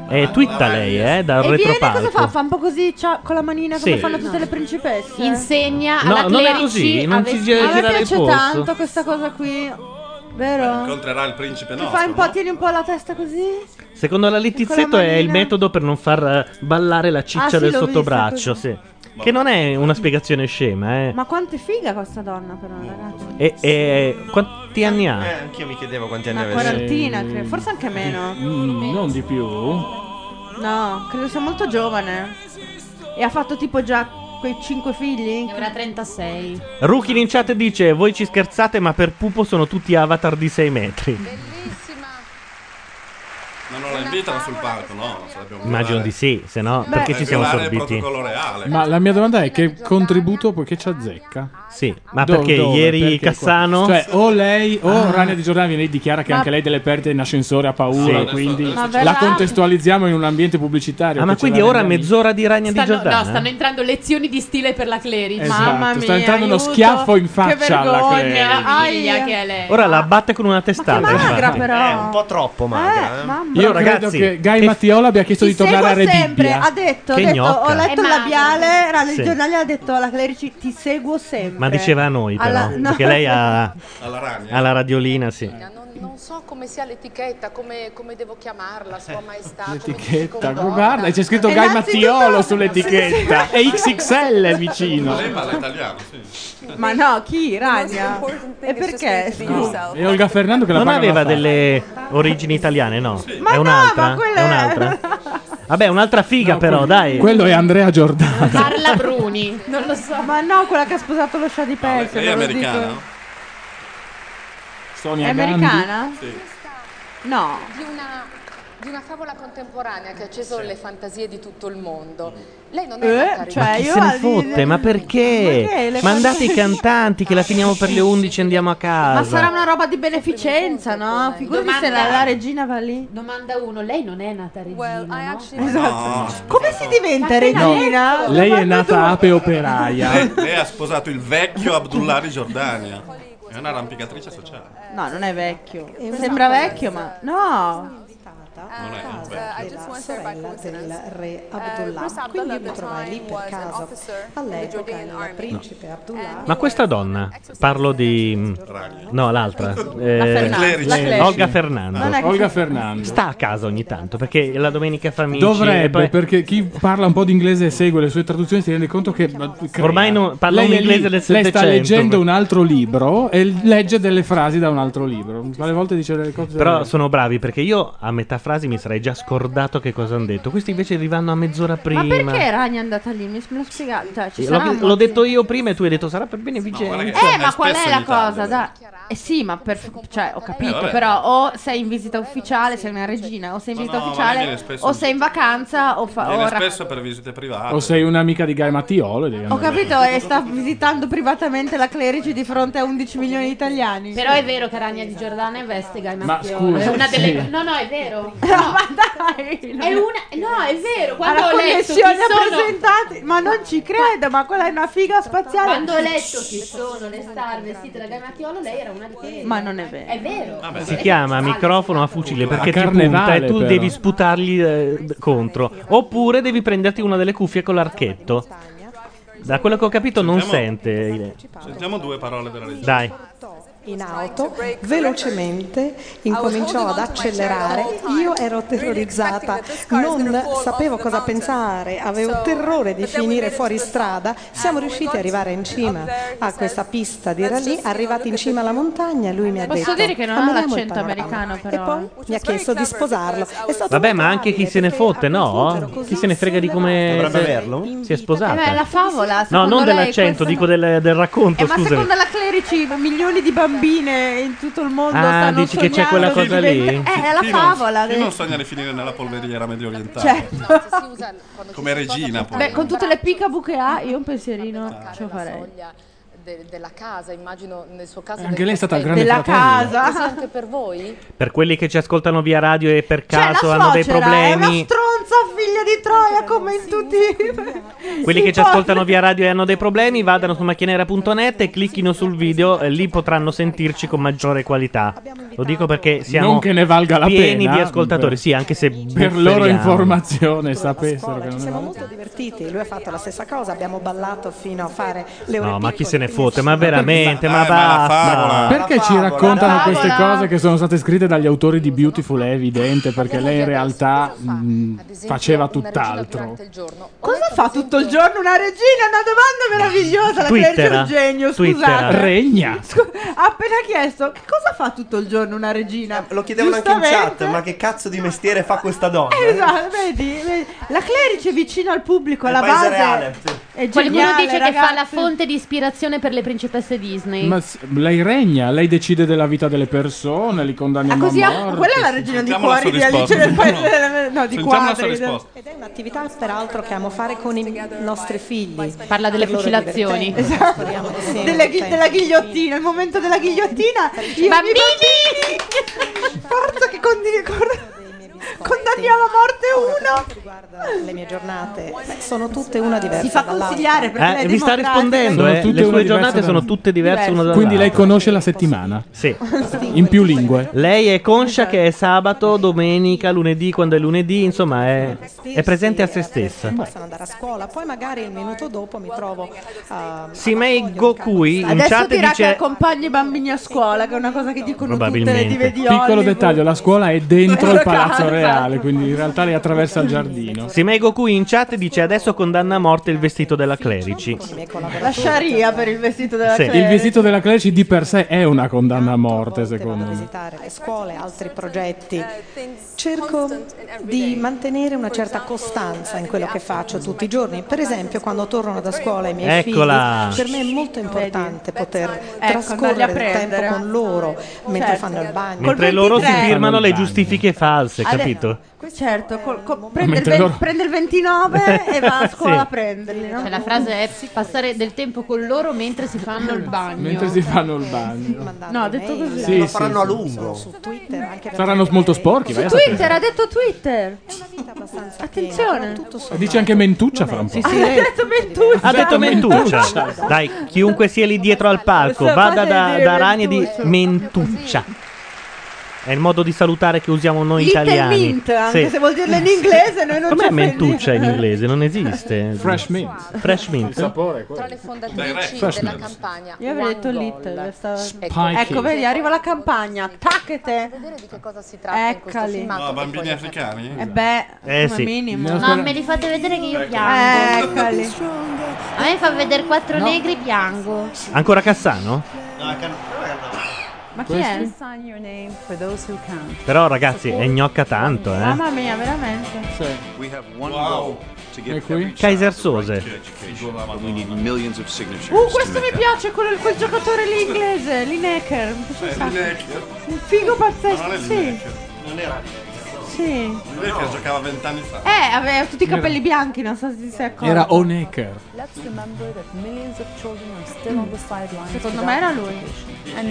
È twitta lei, eh, dal E viene retropalco. cosa fa? Fa un po' così ciao, con la manina come Sì. fanno tutte le principesse. Insegna No, alla non è Clerici così, non a si vestire- gira- A me girare il piace polso. tanto questa cosa qui. Vero? Incontrerà il principe Ti nostro. fai un po', no? tieni un po' la testa così. Secondo la Litizzetto Con la è il manina. metodo per non far eh, ballare la ciccia Ah, sì, del l'ho sottobraccio, vista sì. Che non è una spiegazione scema, eh. Ma quanto è figa questa donna però, ragazzi. E, e quanti anni ha? Eh, anch'io mi chiedevo quanti anni Una avesse. quarantina, credo. Forse anche meno. Mm, non di più. No, credo sia molto giovane. E ha fatto tipo già quei cinque figli. Ne avrà trentasei. Rukin in chat dice: voi ci scherzate, ma per Pupo sono tutti avatar di sei metri. Ma non la invitano sul palco, no? Sarebbe un Immagino di sì, se no, Beh, perché ci siamo violare il sorbiti? protocollo reale. Ma la mia domanda è: che contributo poiché ci azzecca? Sì, ma Do- perché dove? ieri Perché Cassano? qua? Cioè, o lei o Ah. Rania Di Giordano viene e dichiara che Ma- anche lei delle perdite in ascensore ha paura, Sì. quindi Ma la ve la- contestualizziamo in un ambiente pubblicitario. Ah, ma che ce quindi la ora rendiamo- mezz'ora di Ragna di Stanno, Giordana? no, stanno entrando lezioni di stile per la Clerici. Esatto, Mamma sta mia, entrando uno aiuto. schiaffo in faccia che alla vergogna, Clerici. figlia Aia. che è lei. Ora la batte con una testata. magra infatti. però. È un po' troppo magra. eh. mamma. Io Però, credo ragazzi, che Guy che- Mattiola abbia chiesto Ti di tornare a seguo sempre, Rebibbia. ha detto, ha Che detto gnocca. ho letto È il magro. labiale, Radio Sì. Giornale ha detto alla Clerici ti seguo sempre. Ma diceva a noi, però. Alla- no. Perché lei ha, Alla Ragna. ha la radiolina, sì. Non, non so come sia l'etichetta, come, come devo chiamarla, Sua Maestà. come ci si L'etichetta, comporta. guarda, c'è scritto E Guy innanzitutto- Mattiolo sull'etichetta. E X X L vicino. Lei parla italiano, sì. Ma no, chi? Ragna? E perché? Scusa. E Olga Fernando che la Non paga aveva la fa. delle origini italiane, no? Ma è no, un'altra? ma quella È è- un'altra? Vabbè, un'altra figa, però, dai. Quello è Andrea Giordano. Carla Bruni, non lo so. Ma no, quella che ha sposato lo scià di Persia. Lei è ve lo dico. americana? Sonia È Gandhi. americana? Sì. No. Di una, di una favola contemporanea che ha acceso le fantasie di tutto il mondo. Lei non è Eh, una cioè, Ma chi io se ne al- fotte? Ma perché? Ma che? Le Mandate i fantasie- cantanti che la finiamo per le undici e andiamo a casa. Ma sarà una roba di beneficenza, no? Figurati se la, la regina va lì. Domanda uno, lei non è nata regina, no? Esatto. Come si diventa regina? Lei è nata ape operaia. Lei, lei ha sposato il vecchio Abdullah di Giordania. È un'arrampicatrice sociale. No, non è vecchio. Sembra vecchio, ma no. Non è un vecchio. della sorella del re Abdullah. Quindi io mi trovai lì per caso. All'epoca il principe Abdullah. Ma questa donna, parlo di... No, l'altra. Eh, La Fernando. La Clerici. Olga Fernando. Non è che- Olga Fernando. Sta a casa ogni tanto, perché la domenica fa amici. e Dovrebbe, poi- perché chi parla un po' di inglese e segue le sue traduzioni si rende conto che ma, crea. Ormai no- parla Lei un è inglese lì, del Lei sta Settecento. leggendo un altro libro e legge delle frasi da un altro libro. Alle volte dice delle cose. Però sono bravi, perché io a metà frasi mi sarei già scordato che cosa hanno detto. Questi invece arrivano a mezz'ora prima. Ma perché Ragna è andata lì? Mi me lo spiegate? Cioè, ci L'ho, sarà un l'ho motivo. detto io prima e tu hai detto sarà per beneficenza. Eh, ma qual è la cosa? Dai. Eh sì, ma per, cioè, ho capito, Eh, vabbè. però o sei in visita ufficiale, sei una regina, o sei in Ma visita no, ma ufficiale, lei viene spesso- o sei in vacanza, o fa... Viene o ra- spesso per visite private. O sei un'amica di Guy Mattiolo. e devi Ho andare- capito, e sta visitando privatamente la Clerici di fronte a undici milioni di italiani. Però è vero che Ragna di Giordana veste Guy Ma Mattiolo. scusa, È una delle... sì. No, no, è vero. No, ma dai! È una... No, è vero. Quando Alla ho letto chi connessione sono... presentati, ma non ci credo, ma quella è una figa spaziale. Quando ho letto chi sono le star vestite da Guy Mattiolo, lei era una di quelle. Ma non è vero. È vero. Si chiama microfono a fucile perché A ti punta carnevale, e tu però. devi sputargli eh, d- contro. Oppure devi prenderti una delle cuffie con l'archetto. Da quello che ho capito non Sentiamo- sente. il- Sentiamo due parole della regina. Dai. In auto, velocemente incominciò ad accelerare. Io ero terrorizzata, non sapevo cosa pensare, avevo terrore di finire fuori strada. Siamo riusciti ad arrivare in cima a questa pista di rallye. Arrivati in cima alla montagna, lui mi ha Posso detto: dire che non ha "Ammiriamo il l'accento panorama". americano, però. E poi mi ha chiesto di sposarlo. È stato Vabbè, ma anche chi se ne fotte, no? Chi se ne frega di come Dovrebbe se- averlo? si è sposata. Eh, la favola. No, secondo non lei dell'accento, questa- dico del, del racconto, Eh, ma scusami. secondo la Clerici milioni di bambine in tutto il mondo Ah, stanno dici che c'è sognando quella di cosa diventare- lì? Eh, è la Chi non- favola. Chi de- non sogna di finire nella polveriera medio orientale? Certo. Come regina poi. Beh, con tutte le peekaboo che ha, io un pensierino ce lo farei. de- della casa, immagino nel suo caso Anche del lei è stata il cospetto. grande Della fratello. casa. Così anche per voi? Per quelli che ci ascoltano via radio e per Cioè, caso la hanno dei suocera è una problemi, stronza figlia di Troia come in tutti quelli che ci ascoltano via radio e hanno dei problemi, vadano su macchinera punto net e clicchino sul video, e lì potranno sentirci con maggiore qualità. Lo dico perché siamo Non che ne valga la pieni pena, di ascoltatori, per- sì, anche se per loro bufferiamo. informazione sapessero che Ci non ne siamo vale. molto divertiti, lui ha fatto la stessa cosa, abbiamo ballato fino a fare le ore No, ma chi piccole, se ne quindi fotte? Ma veramente, Eh, ma ma la favola. basta. Perché ci raccontano queste cose che sono state scritte dagli autori di Beautiful? È evidente, perché lei in realtà mh, faceva tutt'altro. Cosa fa tutto il giorno una regina? Una domanda meravigliosa. La Claire Twittera. Eugenio, Twittera. scusate. Regna. Scu- ha appena chiesto che cosa fa tutto il giorno una regina. Lo chiedevano anche in Giustamente. chat, ma che cazzo di mestiere fa questa donna? Esatto, vedi, vedi? La Clerice è vicino al pubblico, alla Nel paese base. reale, sì. È Qualcuno geniale, dice che fa la ragazzi. fonte di ispirazione per le principesse Disney. Ma s- lei regna, lei decide della vita delle persone, li Ah, condanniamo così a a- morte. quella è la regina di Sentiamo la cuori sua di Alice risposta. nel paese delle- no, di Sentiamo la sua quadri. risposta. Ed è un'attività peraltro che amo fare con i nostri figli. Parla delle Per loro fucilazioni. divertente, Esatto. speriamo che sia Della, ghi- divertente. della ghigliottina, il momento della ghigliottina. Io- Bambini! Forza che condi- cor- condanniamo a morte uno. Riguarda le mie giornate, beh, sono tutte una diversa. Si fa dall'altra. consigliare perché lei Eh, è vi sta democratica. rispondendo, Sono eh. tutte Le una sue diversa giornate da- sono tutte diverse una dall'altra. Quindi lei conosce la settimana? Sì. In più lingue? Lei è conscia che è sabato, domenica, lunedì, quando è lunedì, insomma è, è presente a se stessa. Possono andare a scuola, poi magari il minuto dopo mi trovo a Simei Gokui in Adesso chat dirà che dice accompagni i bambini a scuola, che è una cosa che dicono tutte le Probabilmente. dive di Piccolo Hollywood. dettaglio, la scuola è dentro il palazzo Esatto. reale, quindi in realtà lei attraversa il giardino. Simei Gokui in chat dice adesso condanna a morte il vestito della Clerici. La Sharia per il vestito della Sì. Il Claire. vestito della Clerici di per sé è una condanna a morte, secondo me. visitare le scuole, altri progetti. Cerco di mantenere una certa costanza in quello che faccio tutti i giorni. Per esempio, quando tornano da scuola i miei Eccola. figli, per me è molto importante poter andarli a trascorrere del prendere. tempo con loro mentre Certo. fanno il bagno. Mentre loro si ventitré. firmano le Fanno il giustifiche false, Ade- capito? Certo, col- col- prende, il Mentre ven- loro- prende il ventinove e va a scuola Sì. a prenderli, no? Cioè, la frase è passare del tempo con loro mentre si fanno il bagno. Mentre si fanno il bagno. No, ha detto così. Sì, Lo sì, faranno a sì. lungo. Su Twitter, anche perché Saranno molto sporchi, vai a Twitter, sapere. ha detto Twitter. abbastanza Attenzione. E dice anche Mentuccia fra un po'. Ha detto Mentuccia. Ha detto Mentuccia. Dai, chiunque sia lì dietro al palco, vada da, da Rani e di Mentuccia. È il modo di salutare che usiamo noi Little italiani. Mint, anche Sì. se vuol dirlo in inglese, noi non Com'è ci offendiamo. Mentuccia in inglese? Non esiste. Fresh mint. Fresh mint. Il sapore è Tra quello. le fondatrici Fresh della mint. campagna Io avevo One detto Goal. Little. stava- Spikey. Ecco, vedi, arriva la campagna. Tacchete. Vedere di che cosa si tratta in questo Eccoli. filmato. No, che bambini poi- africani? E beh, Eh, come sì. minimo. No, No, me li fate vedere che io piango. Eccoli. A me fa vedere quattro negri piango. Ancora Cassano? No, can- Ma chi è? Però ragazzi, è gnocca tanto, eh. Mamma mia, veramente. Wow. E qui? Kaiser Sose. Uh, questo mi piace, quel, quel giocatore lì inglese, Lineker. Mi piace un sacco. Un figo Ma non pazzesco, è sì. Lineker. non era Sì. Lineker giocava vent'anni fa. Eh, aveva tutti i capelli bianchi, non so se ti sei accorto. Era Oneker. Secondo me era lui.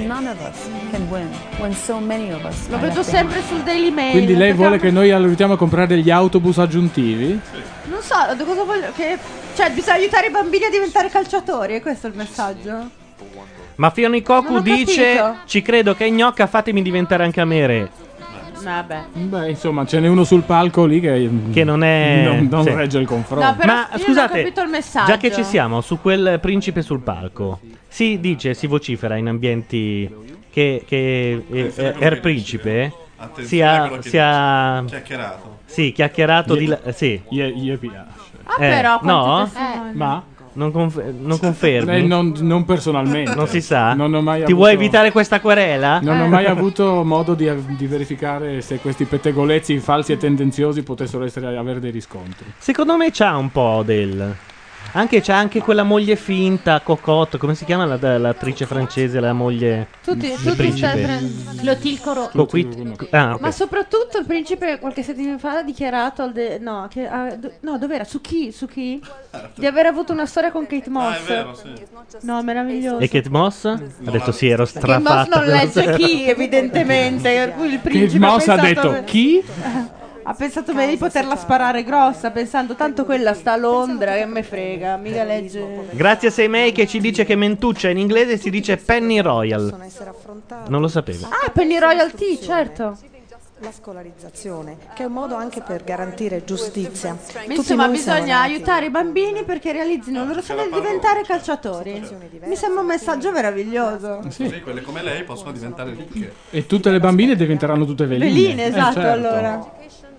Lo vedo sempre sul Daily Mail. Quindi lei perché- vuole che noi aiutiamo a comprare degli autobus aggiuntivi? Non so, cosa voglio. Che... Cioè, bisogna aiutare i bambini a diventare calciatori, è questo il messaggio? Ma Fiona Koku Non ho dice: capito. ci credo che è gnocca, fatemi diventare anche a me re. Vabbè. Beh, insomma, ce n'è uno sul palco lì che, Che non è- non, non sì. regge il confronto. No, però Ma io non ho scusate, capito il messaggio. già che ci siamo su quel principe sul palco, si dice, si vocifera in ambienti che, che eh, eh, Er Principe Attenzione a sia, quello che sia Chiacchierato. sì, chiacchierato Gli- di la- sì. Gli, gli piace. Ah, Eh, però, no? quanti testimoni. Ma? Non, conf- non confermi? Lei non, non personalmente. Non si sa? Non ho mai Ti avuto- vuoi evitare questa querela? Non ho mai avuto modo di, di verificare se questi pettegolezzi falsi e tendenziosi potessero essere, avere dei riscontri. Secondo me c'ha un po' del... Anche c'ha anche quella moglie finta, Cocotte, come si chiama la- l'attrice francese, la moglie Tutti, del tutti principe? stai prendendo. Clotilde Coro. Coquit- ah, ok. Ma soprattutto il principe qualche settimana fa ha dichiarato al de- no, che, ah, do- no, dov'era? Su chi? Su chi? Di aver avuto una storia con Kate Moss. Ah, è vero, sì. No, meraviglioso. E Kate Moss? Ha detto sì, ero Kate Moss strafatta. non legge chi, evidentemente. Per cui il principe Kate Moss ha pensato detto che- chi? Ha Ha pensato bene di poterla sparare grossa, pensando tanto quella sta a Londra, che me frega, mica legge. Grazie a Seimei che ci dice che mentuccia in inglese si dice Penny Royal. Non lo sapevo. Ah, Penny Royal Tea, certo. La scolarizzazione, che è un modo anche per garantire giustizia. Tutti Insomma, noi siamo bisogna nati- aiutare i bambini perché realizzino il loro sogno di diventare calciatori. Mi sembra un messaggio meraviglioso. Così quelle come lei possono diventare ricche. E tutte le bambine diventeranno tutte veline. Veline, Eh, esatto, certo. allora.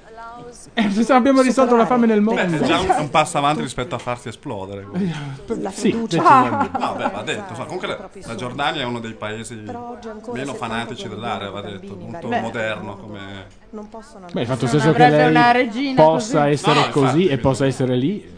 Eh, se abbiamo risolto la fame nel mondo. Beh, è già un, un passo avanti rispetto a farsi esplodere. La Sì, fiducia. decisamente. No, beh, va detto. Insomma, comunque la, la Giordania è uno dei paesi meno fanatici dell'area, va detto. Molto Beh. moderno come... Non possono Beh, il fatto Non stesso che avrebbe una lei regina possa così. essere No, così infatti. e possa essere lì.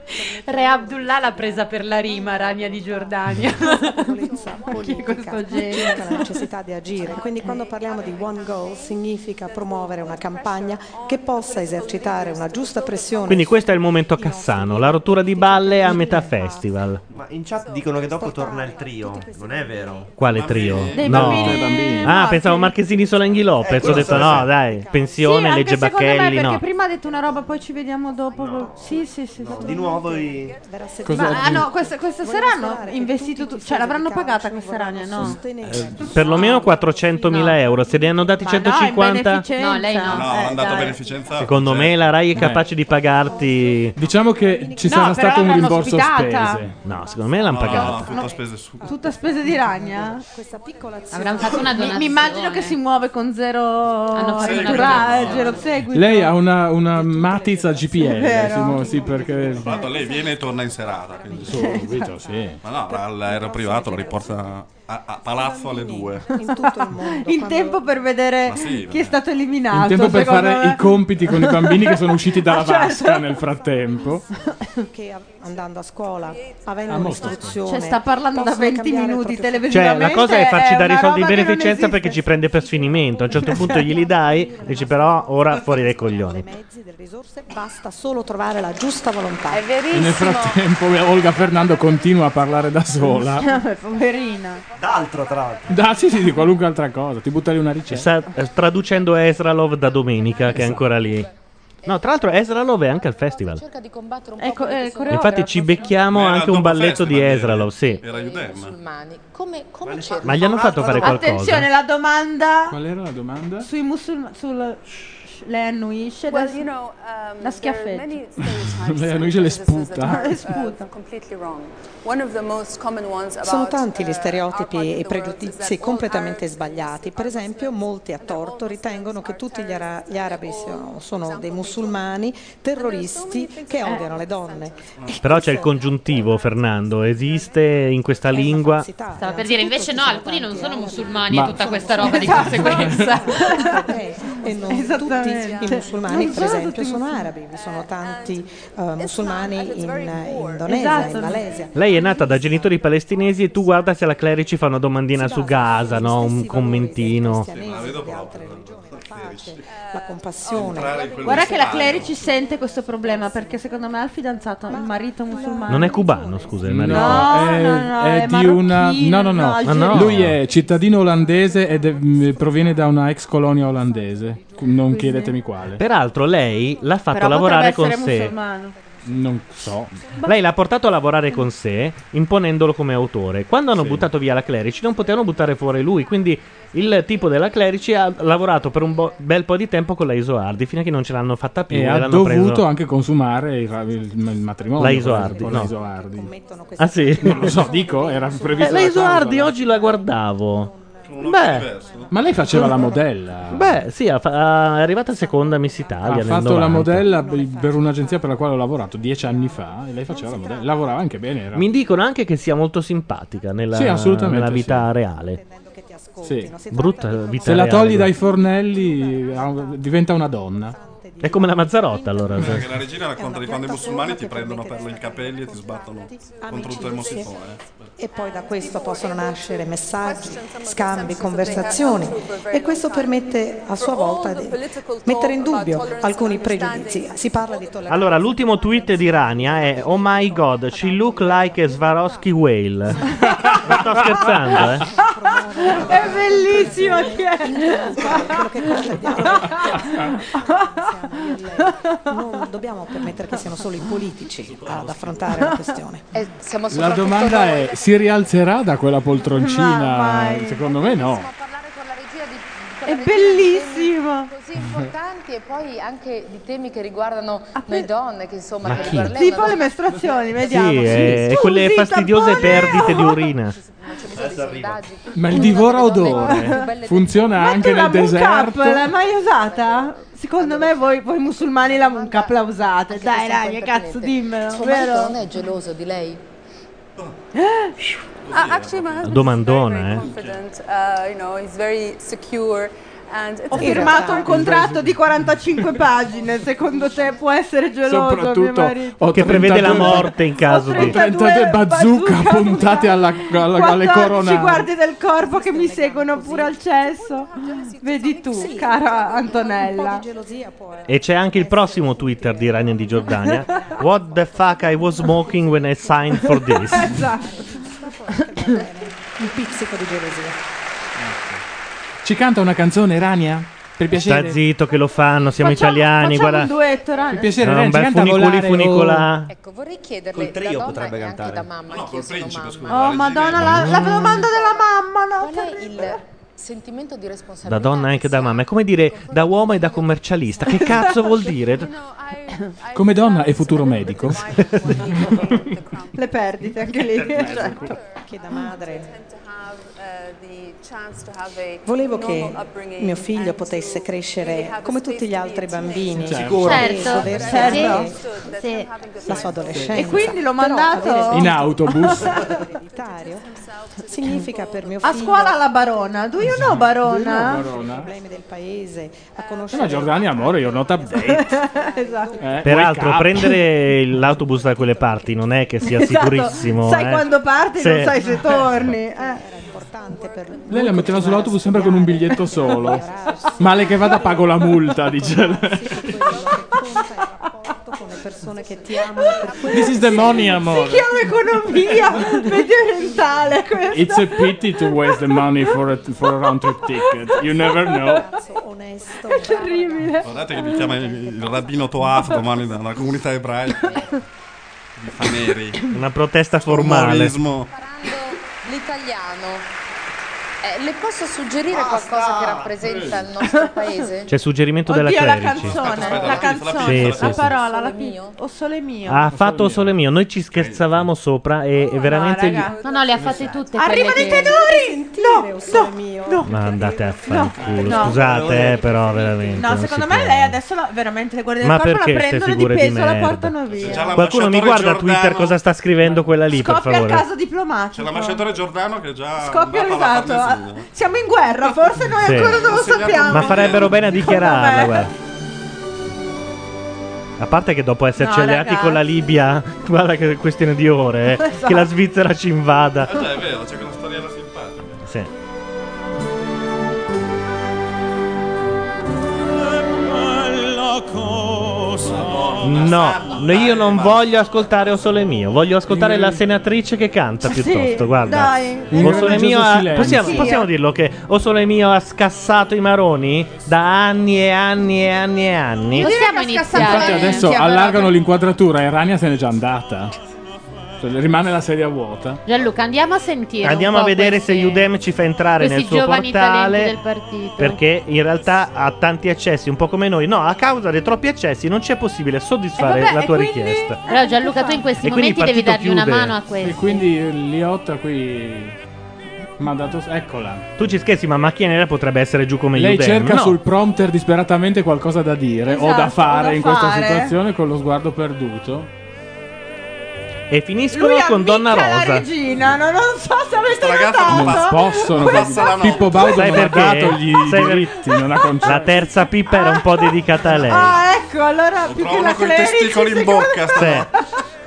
Re Abdullah l'ha presa per la rima, Rania di Giordania. consapevolezza politica questo genere? circa la necessità di agire. Quindi quando parliamo di one goal significa promuovere una campagna che possa esercitare una giusta pressione. Quindi questo è il momento Cassano, la rottura di balle a metà festival. Ma in chat dicono che dopo torna il trio. Non è vero? Quale trio? Dei No. bambini bambini. Ah, morti. pensavo Marchesini Solenghi Lopez. Eh, Ho quello detto so, no, sì. dai, pensione, Sì, anche legge secondo me, Bacchelli, perché no. prima ha detto una roba, poi ci vediamo dopo. Sì, sì, sì. No, di nuovo i... Cosa Ma ah, no, questa, questa sera hanno investito tu- cioè l'avranno pagata questa ragna, no? Eh, perlomeno quattrocentomila euro. Se ne hanno dati Ma no, in centocinquanta. beneficenza. No, lei no. No, Eh, hanno dato dai. beneficenza. Secondo cioè, me la Rai è Eh. capace di pagarti. Diciamo che ci No, sarà però stato un l'avranno rimborso ospitata. spese. No, secondo me l'hanno No, pagata. no, tutto a spese su. Tutta spese di ragna? Questa piccola azione. Avranno fatto una Mi, donazione. mi immagino che si muove con zero Hanno fatto una struttura, donazione. zero seguito. Lei ha una, una Matiz a G P L, Vero. Simo, sì, perché... Tra l'altro lei viene e torna in serata. Quindi... Subito, sì. Ma no, l'aereo privato lo riporta a, a palazzo alle due. In tutto il mondo. In quando- tempo per vedere Ma sì, chi è stato In eliminato. tempo per secondo fare me. i compiti con i bambini che sono usciti dalla Certo. vasca nel frattempo. che a- andando a scuola, avendo Ah, molto. un'istruzione, Cioè, sta parlando da possono venti cambiare il minuti proprio Cioè, televisivamente. la cosa è farci dare i una soldi di roba che non beneficenza perché esiste. ci prende per sfinimento. A un certo punto glieli dai e dici però ora fuori dai coglioni. dei mezzi, delle risorse, basta solo trovare la giusta volontà. È E nel verissimo. frattempo Olga Fernando continua a parlare da sola. Vabbè, poverina. D'altro, tra l'altro. Da, sì, sì, di qualunque altra cosa. Ti buttare una ricetta. Sta eh, traducendo Esralov da domenica, che è ancora lì. No, tra l'altro Esralov è anche al festival. Cerca di combattere un po' Ecco, quelli eh, che sono coreografo. Infatti ci becchiamo Ma era anche un dopo balletto di festival, Esralov, sì. Era i Udem. musulmani. Come, come cercano? Ma gli hanno fatto fare qualcosa. Attenzione, la domanda Qual era la domanda? sui musulmani. Sul. Le annuisce. Well, adesso- you know, um, La there are schiaffetta. many stereotypes Lei and annuisce le prejudices that sputa. are, Le uh, sputa. completely wrong. One of the most common ones about, Sono tanti gli uh, stereotipi our part of e the world is pregiudizi that all completamente Arabs sbagliati. Per esempio, molti a torto ritengono che tutti gli, ara- gli arabi siano, sono dei musulmani terroristi che odiano le donne. Però c'è il congiuntivo, Fernando. Esiste in questa lingua. Stava per dire, invece no, alcuni non sono musulmani Ma- e tutta questa roba di Esatto. conseguenza. E non Esattamente. tutti i musulmani, Non per sono esempio, tutti sono musulmani. arabi. Vi sono tanti eh, musulmani in, in Indonesia, Esatto. in Malesia. Lei è nata da genitori palestinesi e tu guarda se la clerici fa una domandina su Gaza, no? Un commentino. Sì, ma la vedo proprio. La compassione. Guarda che la Clerici sente questo problema perché secondo me ha il fidanzato, il marito musulmano. Non è cubano, scusa, il marito. No, è, no, no, è è di una. marocchino, No, no, no. no, algerino. Lui è cittadino olandese ed è- mh, proviene da una ex colonia olandese. Non chiedetemi quale. Peraltro lei l'ha fatto Però lavorare con potrebbe essere sé. musulmano. Non so. Lei l'ha portato a lavorare con sé, imponendolo come autore. Quando hanno buttato via la Clerici, non potevano buttare fuori lui. Quindi il tipo della Clerici ha lavorato per un bo- bel po' di tempo con la Isoardi, fino a che non ce l'hanno fatta più. E e ha l'hanno dovuto preso. anche consumare il, il- il matrimonio La con- Isoardi, con no. la Isoardi. Ah sì? Non lo so, dico, era Eh, previsto. la la Isoardi clausola. oggi la guardavo. Beh, Ma lei faceva la modella. beh, sì, ha fa- è arrivata seconda Miss Italia. Ha nel fatto la novanta. modella b- per un'agenzia per la quale ho lavorato dieci anni fa e lei faceva la modella. Lavorava anche bene. Era... Mi dicono anche che sia molto simpatica nella, Sì, assolutamente nella vita sì. reale. Sì. Brutta vita Se la reale. togli dai fornelli ha- diventa una donna. È come la Mazzarotta allora. Perché la regina racconta di quando i musulmani ti prendono per i capelli e ti sbattono contro tutto il mosifone. E poi da questo possono nascere messaggi, scambi, conversazioni e questo permette a sua volta di mettere in dubbio alcuni pregiudizi. Si parla di tolleranza. Allora, l'ultimo tweet di Rania è: Oh my god, she look like a Swarovski whale. Non sto scherzando, eh. È bellissimo chi è? Non dobbiamo permettere che siano solo i politici ad affrontare la questione. Eh, siamo La soprattutto domanda noi. è: si rialzerà da quella poltroncina? Ma mai. Secondo me no. È bellissimo. Così importanti e poi anche di temi che riguardano noi donne, che insomma Ma che chi? riguardano lei Tipo le mestruazioni, Sì, vediamo. è, Scusi, quelle fastidiose tampone! perdite di urina. Ma il divora odore funziona Ma anche tu la nel Moon Cup deserto? l'hai mai usata? Secondo me voi, voi musulmani la Moon Cup la usate. Dai, dai, cazzo, dimmelo, Suo marito vero? non è geloso di lei? Uh, actually, my husband Domandona, is very, very eh. confident. Uh, you know, he's very secure. And it's Ho firmato un contratto di quarantacinque pagine. Secondo te può essere geloso mio Soprattutto marito? ho Che prevede la trentadue morte in caso di... trentadue bazooka puntate alla, alla, alle quattordici coronate. guardie del corpo che mi seguono pure al cesso. Vedi tu, cara Antonella. E c'è anche il prossimo Twitter di Rania di Giordania. What the fuck I was smoking when I signed for this. Esatto. Un pizzico di gelosia. Ci canta una canzone, Rania? Per piacere. Sta zitto che lo fanno, siamo Facciamo- italiani, facciamo guarda. un duetto, Rania. Per piacere, No, Rania, un ci bel canta funiculi volare, funicola. Ecco, vorrei chiederle Col trio da donna potrebbe e cantare. anche da mamma. No, anche col io sono principe, mamma. scusa. Oh, madonna, la, la domanda della mamma, no? Qual è il sentimento di responsabilità? Da donna e anche da mamma. È come dire da uomo e da commercialista. Che cazzo vuol dire? Come donna e futuro medico. Le perdite anche lì. Cioè. Che da madre. uh, Volevo che mio figlio potesse crescere come tutti gli altri bambini. Sicuro. Certo, Godersi certo. anche Sì. la sua adolescenza. E quindi l'ho Però mandato avere In autobus. ereditario significa per mio a figlio scuola alla Barona. Do you know Barona? i Barona. problemi del paese, a Ma conoscere Giordania, amore, you're not update. Esatto. Eh, Peraltro, wake up. prendere l'autobus da quelle parti non è che sia Esatto. sicurissimo. Sai eh. quando parti, Sì. non sai se torni. Eh. era importante per lui. Lei la metteva sull'autobus sempre con un biglietto solo. Migliorarsi. Male che vada pago la multa, dice lei. Quello che conta è il rapporto con le persone che ti amano per quello This is the money, Si amore. chiama economia mediorientale questo. It's a pity to waste the money for a, for a round trip ticket. You never know. onesto. È terribile. Guardate che mi chiama il, il rabbino Toaf domani dalla comunità ebraica di Faneri. Una protesta formale. Umorismo. Imparando l'italiano. Eh, le posso suggerire qualcosa che rappresenta il nostro paese? C'è suggerimento della Oddio, la Clerici. canzone, Aspetta, la la canzone, Sì, la sì, sì. parola, la Sole pi- mio? o sole mio. Ha fatto solo mio. Noi ci scherzavamo sopra e, e veramente. gli- raga. No, no, le ha fatte tutte. Arrivano i quelle che- tenori! No, o sole no, mio. no. Ma andate a fare il culo. No. Scusate, eh, però veramente. No, non secondo si me può. lei adesso la- veramente le guardie del Ma corpo la perché ste prendono di figure di peso e la merda? portano C'è via. già Qualcuno mi l'ambasciatore guarda a Twitter Giordano. cosa sta scrivendo quella lì, per Scoppia il favore. caso C'è diplomatico. l'ambasciatore Giordano che è già Scoppia andato alla esatto. Farnesina. Siamo in guerra, forse noi Sì. ancora non lo Consegnato- sappiamo. Ma farebbero bene a dichiararla, me. guarda. A parte che dopo esserci No, alleati ragazzi. con la Libia, guarda che è questione di ore, eh, Esatto. che la Svizzera ci invada. Eh già, è vero, c'è quella storiella simpatica. Sì. No, no, io non voglio ascoltare O Sole Mio, voglio ascoltare la senatrice che canta Sì, piuttosto, guarda. dai. O Sole Mio ha- Silenzio. possiamo, Sì, possiamo io- dirlo che O Sole Mio ha scassato i maroni da anni e anni e anni e anni. Io direi Possiamo che ha scassato iniziare? Infatti la adesso minchia, allargano però. l'inquadratura e Rania se n'è già andata. Cioè, rimane la sedia vuota. Gianluca, andiamo a sentire. Andiamo un a po' vedere questi- se Udem ci fa entrare nel questi suo giovani portale. talenti del partito. Perché in realtà ha tanti accessi, un po' come noi. No, a causa dei troppi accessi non c'è possibile soddisfare E vabbè, la e tua quindi- richiesta. Però Gianluca, tu in questi E quindi il momenti devi partito dargli una chiude. mano a questi. E quindi Liotta qui mi ha dato. Eccola. Tu ci scherzi, ma Macchia Nera potrebbe essere giù come Lei Udem. cerca No. sul prompter disperatamente qualcosa da dire o Esatto, da fare da in questa fare. situazione con lo sguardo perduto. E finiscono Lui con Donna ammicca la Rosa. regina, no, non so se avete ragazza notato. Non possono. Passa la Pippo notte. Baudo Sai non ha perché? dato gli Sai per- diritti, non ha concesso. La terza pippa era un po' dedicata a lei. Ah, ecco, allora più che Trovano la con i Clerici, testicoli in secondo- bocca. Sì. stanotte.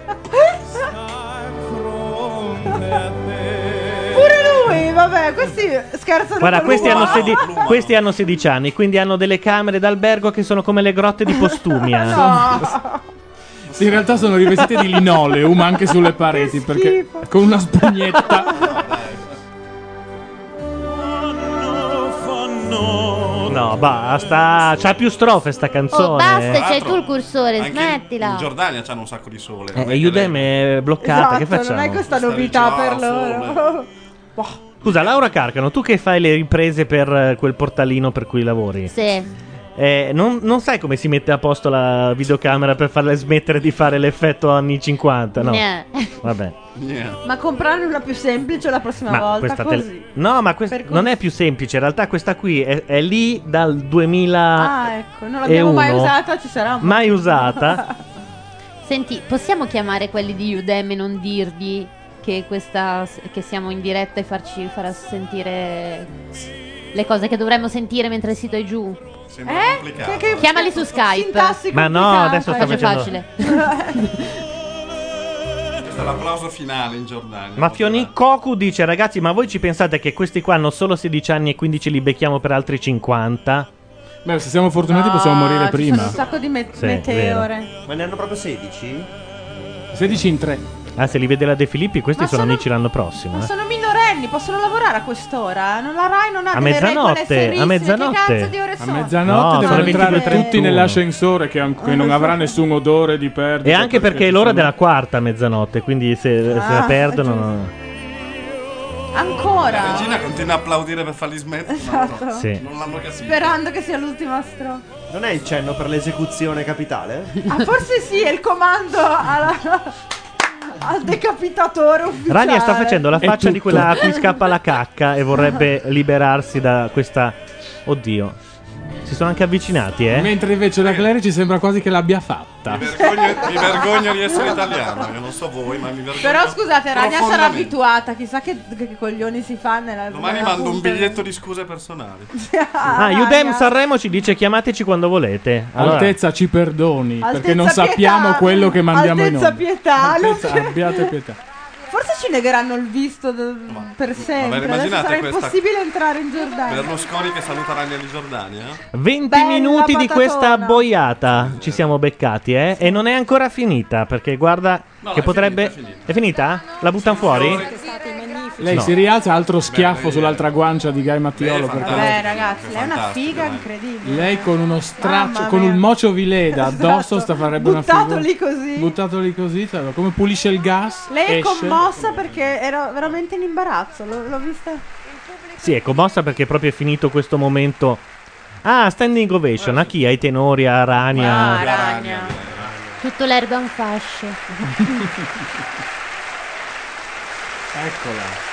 Pure lui, vabbè, questi scherzano Guarda, con questi l'uomo. hanno, sedi- questi hanno sedici anni, quindi hanno delle camere d'albergo che sono come le grotte di Postumia. No. Sì, in realtà sono rivestite di linoleum anche sulle pareti perché con una spugnetta. No, basta. C'ha più strofe sta canzone. Oh, basta, Tra c'hai l'altro, tu il cursore, anche smettila. In Giordania c'hanno un sacco di sole. Eh, non è e che Udem è bloccata, che Esatto, facciamo? non è questa Sta novità vicino per a loro. Scusa, Laura Carcano, tu che fai le riprese per eh, quel portalino per cui lavori? Sì. Eh, non, non sai come si mette a posto la videocamera per farle smettere di fare l'effetto anni cinquanta, no? Gnà. Vabbè. Ma comprarne una più semplice la prossima Ma volta, questa così. tele- No, ma quest- Per non è più semplice. In realtà questa qui è, è lì dal duemila. Ah, ecco, non l'abbiamo mai usata, ci sarà un po'. Mai usata. Senti, possiamo chiamare quelli di Udemy e non dirgli che, questa, che siamo in diretta e farci far sentire le cose che dovremmo sentire mentre il sito è giù? Sembra Eh? complicato. Che- che- Chiamali su Skype. Sintassi Ma no, complicata. adesso sta Faccio facendo. facile. Questo è l'applauso finale in Giordania. Ma Fioni Koku dice: ragazzi, ma voi ci pensate che questi qua hanno solo sedici anni e quindici li becchiamo per altri cinquanta? Beh, se siamo fortunati No, possiamo morire ci prima. sono un sacco di me- Sì, meteore. Ma ne hanno proprio sedici? sedici in tre. Ah, se li vede la De Filippi, questi Ma sono, sono- amici l'anno prossimo. Ma eh. sono minorenni, possono lavorare a quest'ora? Non la Rai non ha A delle mezzanotte, regole serissime. a mezzanotte. Che cazzo di ore A sono? mezzanotte No, devono sono le entrare ventidue e tutti trentuno. nell'ascensore che, an- che non avrà nessun odore di perdita. E anche perché ci l'ora sono- della quarta a mezzanotte, quindi se, se la Ah, perdono. no. Ancora? La regina continua a applaudire per farli smettere. ma Esatto. no, Sì. Non l'hanno capito. Sperando che sia l'ultima strofa. Non è il cenno per l'esecuzione capitale? Ah, forse sì, è il comando alla- al decapitatore ufficiale. Rania sta facendo la È faccia di tutto. quella a cui scappa la cacca e vorrebbe liberarsi da questa. Oddio. Si sono anche avvicinati, eh? Mentre invece la Clerici sembra quasi che l'abbia fatta. Mi vergogno, mi vergogno di essere italiano. Io non so voi, ma mi vergogno. Però scusate, Rania sarà profondamente. abituata, chissà che, che coglioni si fa nella Domani nella mando un punta. biglietto di scuse personali. Ah, Udem Sanremo ci dice chiamateci quando volete. Allora, Altezza, ci perdoni, Altezza, perché non pietà. sappiamo quello che mandiamo in Altezza, onda. pietà, non Altezza, c'è- abbiate pietà. Forse ci negheranno il visto d- per sempre. Adesso immaginate sarà questa- impossibile entrare in Giordania. Berlusconi che saluta Rania di Giordania. venti Bella minuti di patatona. questa boiata ci siamo beccati, eh? E non è ancora finita, perché guarda No, che è potrebbe. finita, è finita. È finita? La buttano fuori? Lei No. si rialza, altro schiaffo sull'altra guancia di Guy Mattiolo. perché Vabbè, ragazzi, lei è una fantastico, figa eh. incredibile. lei con uno straccio, Mamma con mia. un mocio vileda addosso sta farebbe una Buttato figura. lì così. Buttato lì così, sai, come pulisce il gas. Lei è esce. commossa perché era veramente in imbarazzo. L'ho, l'ho vista. Sì, è commossa perché proprio è finito questo momento. Ah, standing ovation. A chi? Ai tenori, a Rania. Ah, Ragna. Tutto l'Erdogan fascio. Eccola.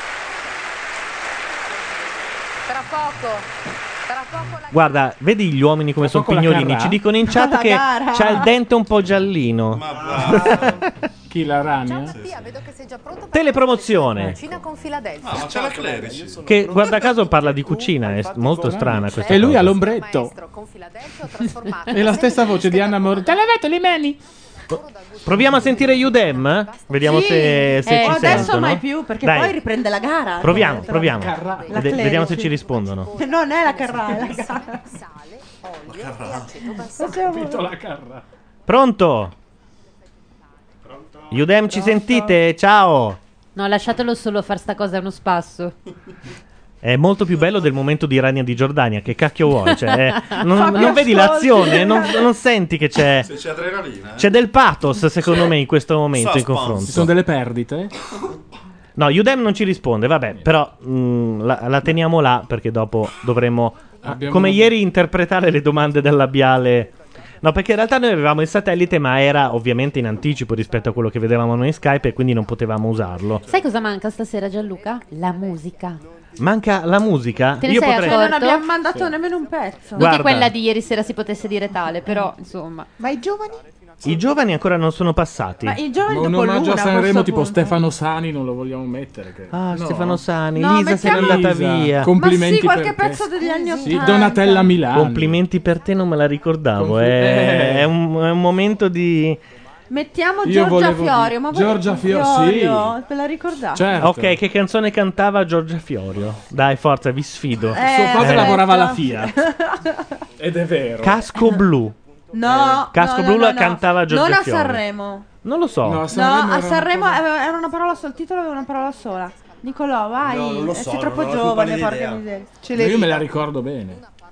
Tra poco, tra poco la... Guarda, vedi gli uomini come sono poco la pignolini. Carrà? Ci dicono in chat La che gara. c'ha il dente un po' giallino. Chi, la Rania? Mattia, vedo che sei già pronto per Telepromozione. cucina con Filadelfia. Ah, ma c'è la Clerici. Che guarda caso parla di cucina. È molto strana questa E lui cosa. ha l'ombretto. Maestro con Filadelfia ho trasformato E la stessa voce di Anna Mor. Te le avete le mani? Proviamo a sentire Udem? Vediamo Sì. se, se Eh, ci adesso sentono. mai più perché Dai, poi riprende la gara. Proviamo, proviamo. La Vede- Clerici. vediamo se ci rispondono. Non è la Carrà, è la gara. Capito la Carrà. Pronto? Udem, ci sentite? Ciao. No, lasciatelo solo far sta cosa, è uno spasso. È molto più bello del momento di Rania di Giordania. Che cacchio vuoi? Cioè, eh, non, Fa più non vedi ascolti. l'azione? Non, non senti che c'è. Se c'è adrenalina. eh. C'è del pathos, secondo me, in questo momento in Suspense. confronto. Ci sono delle perdite? No, Udem non ci risponde. Vabbè, però mh, la, la teniamo là perché dopo dovremo, Abbiamo- come ieri, interpretare le domande del labiale. No, perché in realtà noi avevamo il satellite, ma era ovviamente in anticipo rispetto a quello che vedevamo noi in Skype e quindi non potevamo usarlo. Sai cosa manca stasera, Gianluca? La musica. Manca la musica? Te ne Io sei potrei. accorto? Non abbiamo mandato nemmeno un pezzo. Non Guarda. che quella di ieri sera si potesse dire tale, però insomma. Ma i giovani? I giovani ancora non sono passati. Ma i giovani Ma un dopo omaggio a l'una, Sanremo questo tipo punto. Stefano Sani non lo vogliamo mettere. Che... Ah, No. Stefano Sani. No, Lisa se n'è mettiamo- andata Lisa, via. complimenti Ma sì, qualche perché- pezzo degli anni Sì, ottanta. Donatella Milano. Complimenti per te, non me la ricordavo. Compli- È, eh. è un, è un momento di. Mettiamo Io Giorgia volevo Fiorio. dire- Ma Giorgia Fio- Fiorio, sì. ve la ricordate? Certo. Ok, che canzone cantava Giorgia Fiorio? Dai, forza, vi sfido. Eh, Suo padre Eh. lavorava alla Fiat. Ed è vero. Casco blu. No, Casco no, blu no, la no. cantava Giorgia Non a Fiorio. Sanremo. Non lo so. No, a No, Sanremo a era una Sanremo cosa- aveva- era una parola sola, il titolo aveva una parola sola. Nicolò, vai, No, non lo eh, so, sei troppo non ho la più giovane, pallida porca idea. miseria. Ce Ma l'hai io me lì. la ricordo bene.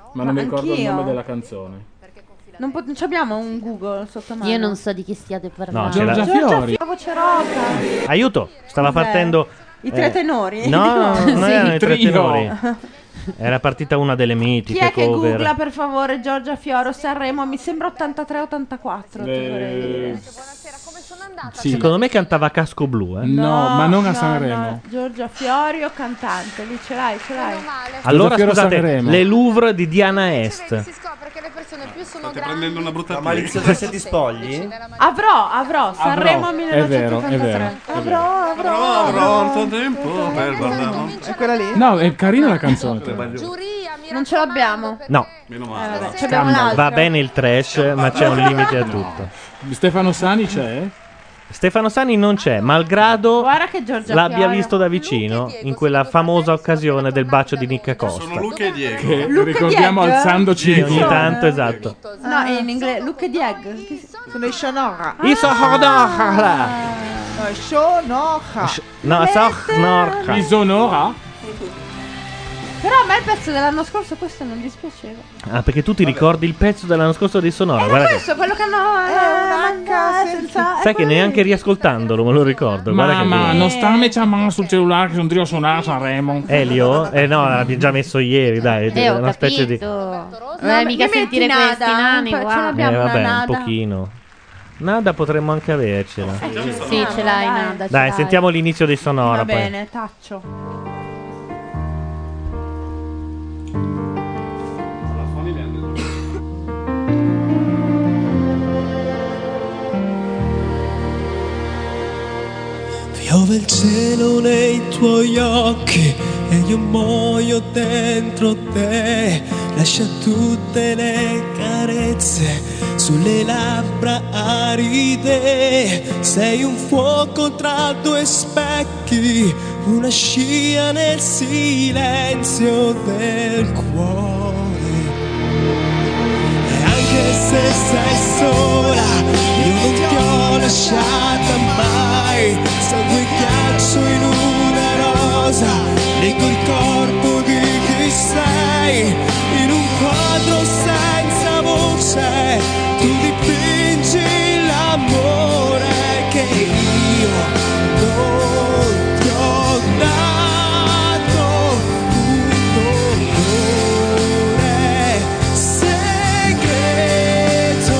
Ma non mi ricordo il anch'io. nome della canzone. Non, po- non ci abbiamo un Google sotto mano. Io non so di chi stiate parlando. No, c'era- Giorgia Fiori. La voce roca. Aiuto, stava Cos'è? partendo. I tre eh, tenori? No, non Sì. erano i tre Trio. tenori. Era partita una delle Chi mitiche è che cover. googla per favore Giorgia Fioro Sanremo? Mi sembra ottantatré ottantaquattro. ti vorrei dire. Sì. Secondo me cantava Casco Blu, eh. No, ma non a no, Sanremo. no. Giorgia Fiori o cantante? Lì ce l'hai, ce l'hai. Allora Fiore scusate, Sanremo. le Louvre di Diana Est. State prendendo una brutta La maliziosa se ti spogli? Avrò, avrò, Sanremo Avrò. È vero, è vero, millenovecentoottantatré. è Avrò, avrò, Avrò avrò. tanto tempo per guardarlo. È quella lì? No, è carina la canzone. Non ce l'abbiamo. No, Meno Eh, male. vabbè, ci abbiamo Scandalo. l'altra. va bene il trash, ma c'è un limite a tutto. Stefano Sani c'è? Stefano Sani non c'è, malgrado Guarda che Giorgia l'abbia Fiori. visto da vicino in quella famosa occasione del bacio di Nicca Sono Costa. Luca e Diego. Che Luca ricordiamo Dieg? alzandoci. Sì, ogni tanto, esatto. No, in inglese Luke e Dieg. Sono i Shonora. I Sohornorra. No, Shonora. No, Sohornorra. Isonora? Però a me il pezzo dell'anno scorso questo non dispiaceva. Ah, perché tu ti ricordi il pezzo dell'anno scorso di Sonora? Era Guarda che, questo, quello che hanno eh, manca senza... sai che neanche riascoltandolo me lo ricordo. Guarda che Mamma, bello. non stammi chiamando sul cellulare che sono trio suonare a Sanremo. Elio? Eh no, l'abbiamo già messo ieri, dai. Eh, è ho una specie di. capito. Non No, è mi mica metti sentire nada, questi nani poi ce qua. Eh l'abbiamo una vabbè, un nada. pochino. Nada potremmo anche avercela. Sì, ce l'hai, Dai. Nada. ce Dai, l'hai. sentiamo l'inizio dei Sonora Va poi. bene, taccio. Piove il cielo nei tuoi occhi e io muoio dentro te. Lascia tutte le carezze sulle labbra aride. Sei un fuoco tra due specchi, una scia nel silenzio del cuore. E anche se sei sola, io non ti ho lasciata mai. Sangue e ghiaccio in una rosa, leggo il corpo di chi sei. In un quadro senza voce, tu dipingi l'amore che io non ti ho dato. Un dolore segreto.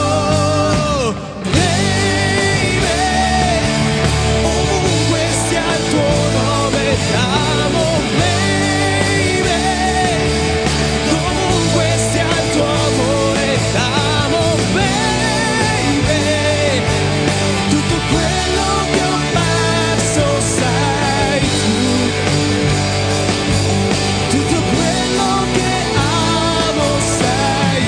Ovunque sia il tuo nome, t'amo, baby. Dovunque sia il tuo amore, t'amo, baby. Tutto quello che ho perso sei tu. Tutto quello che amo sei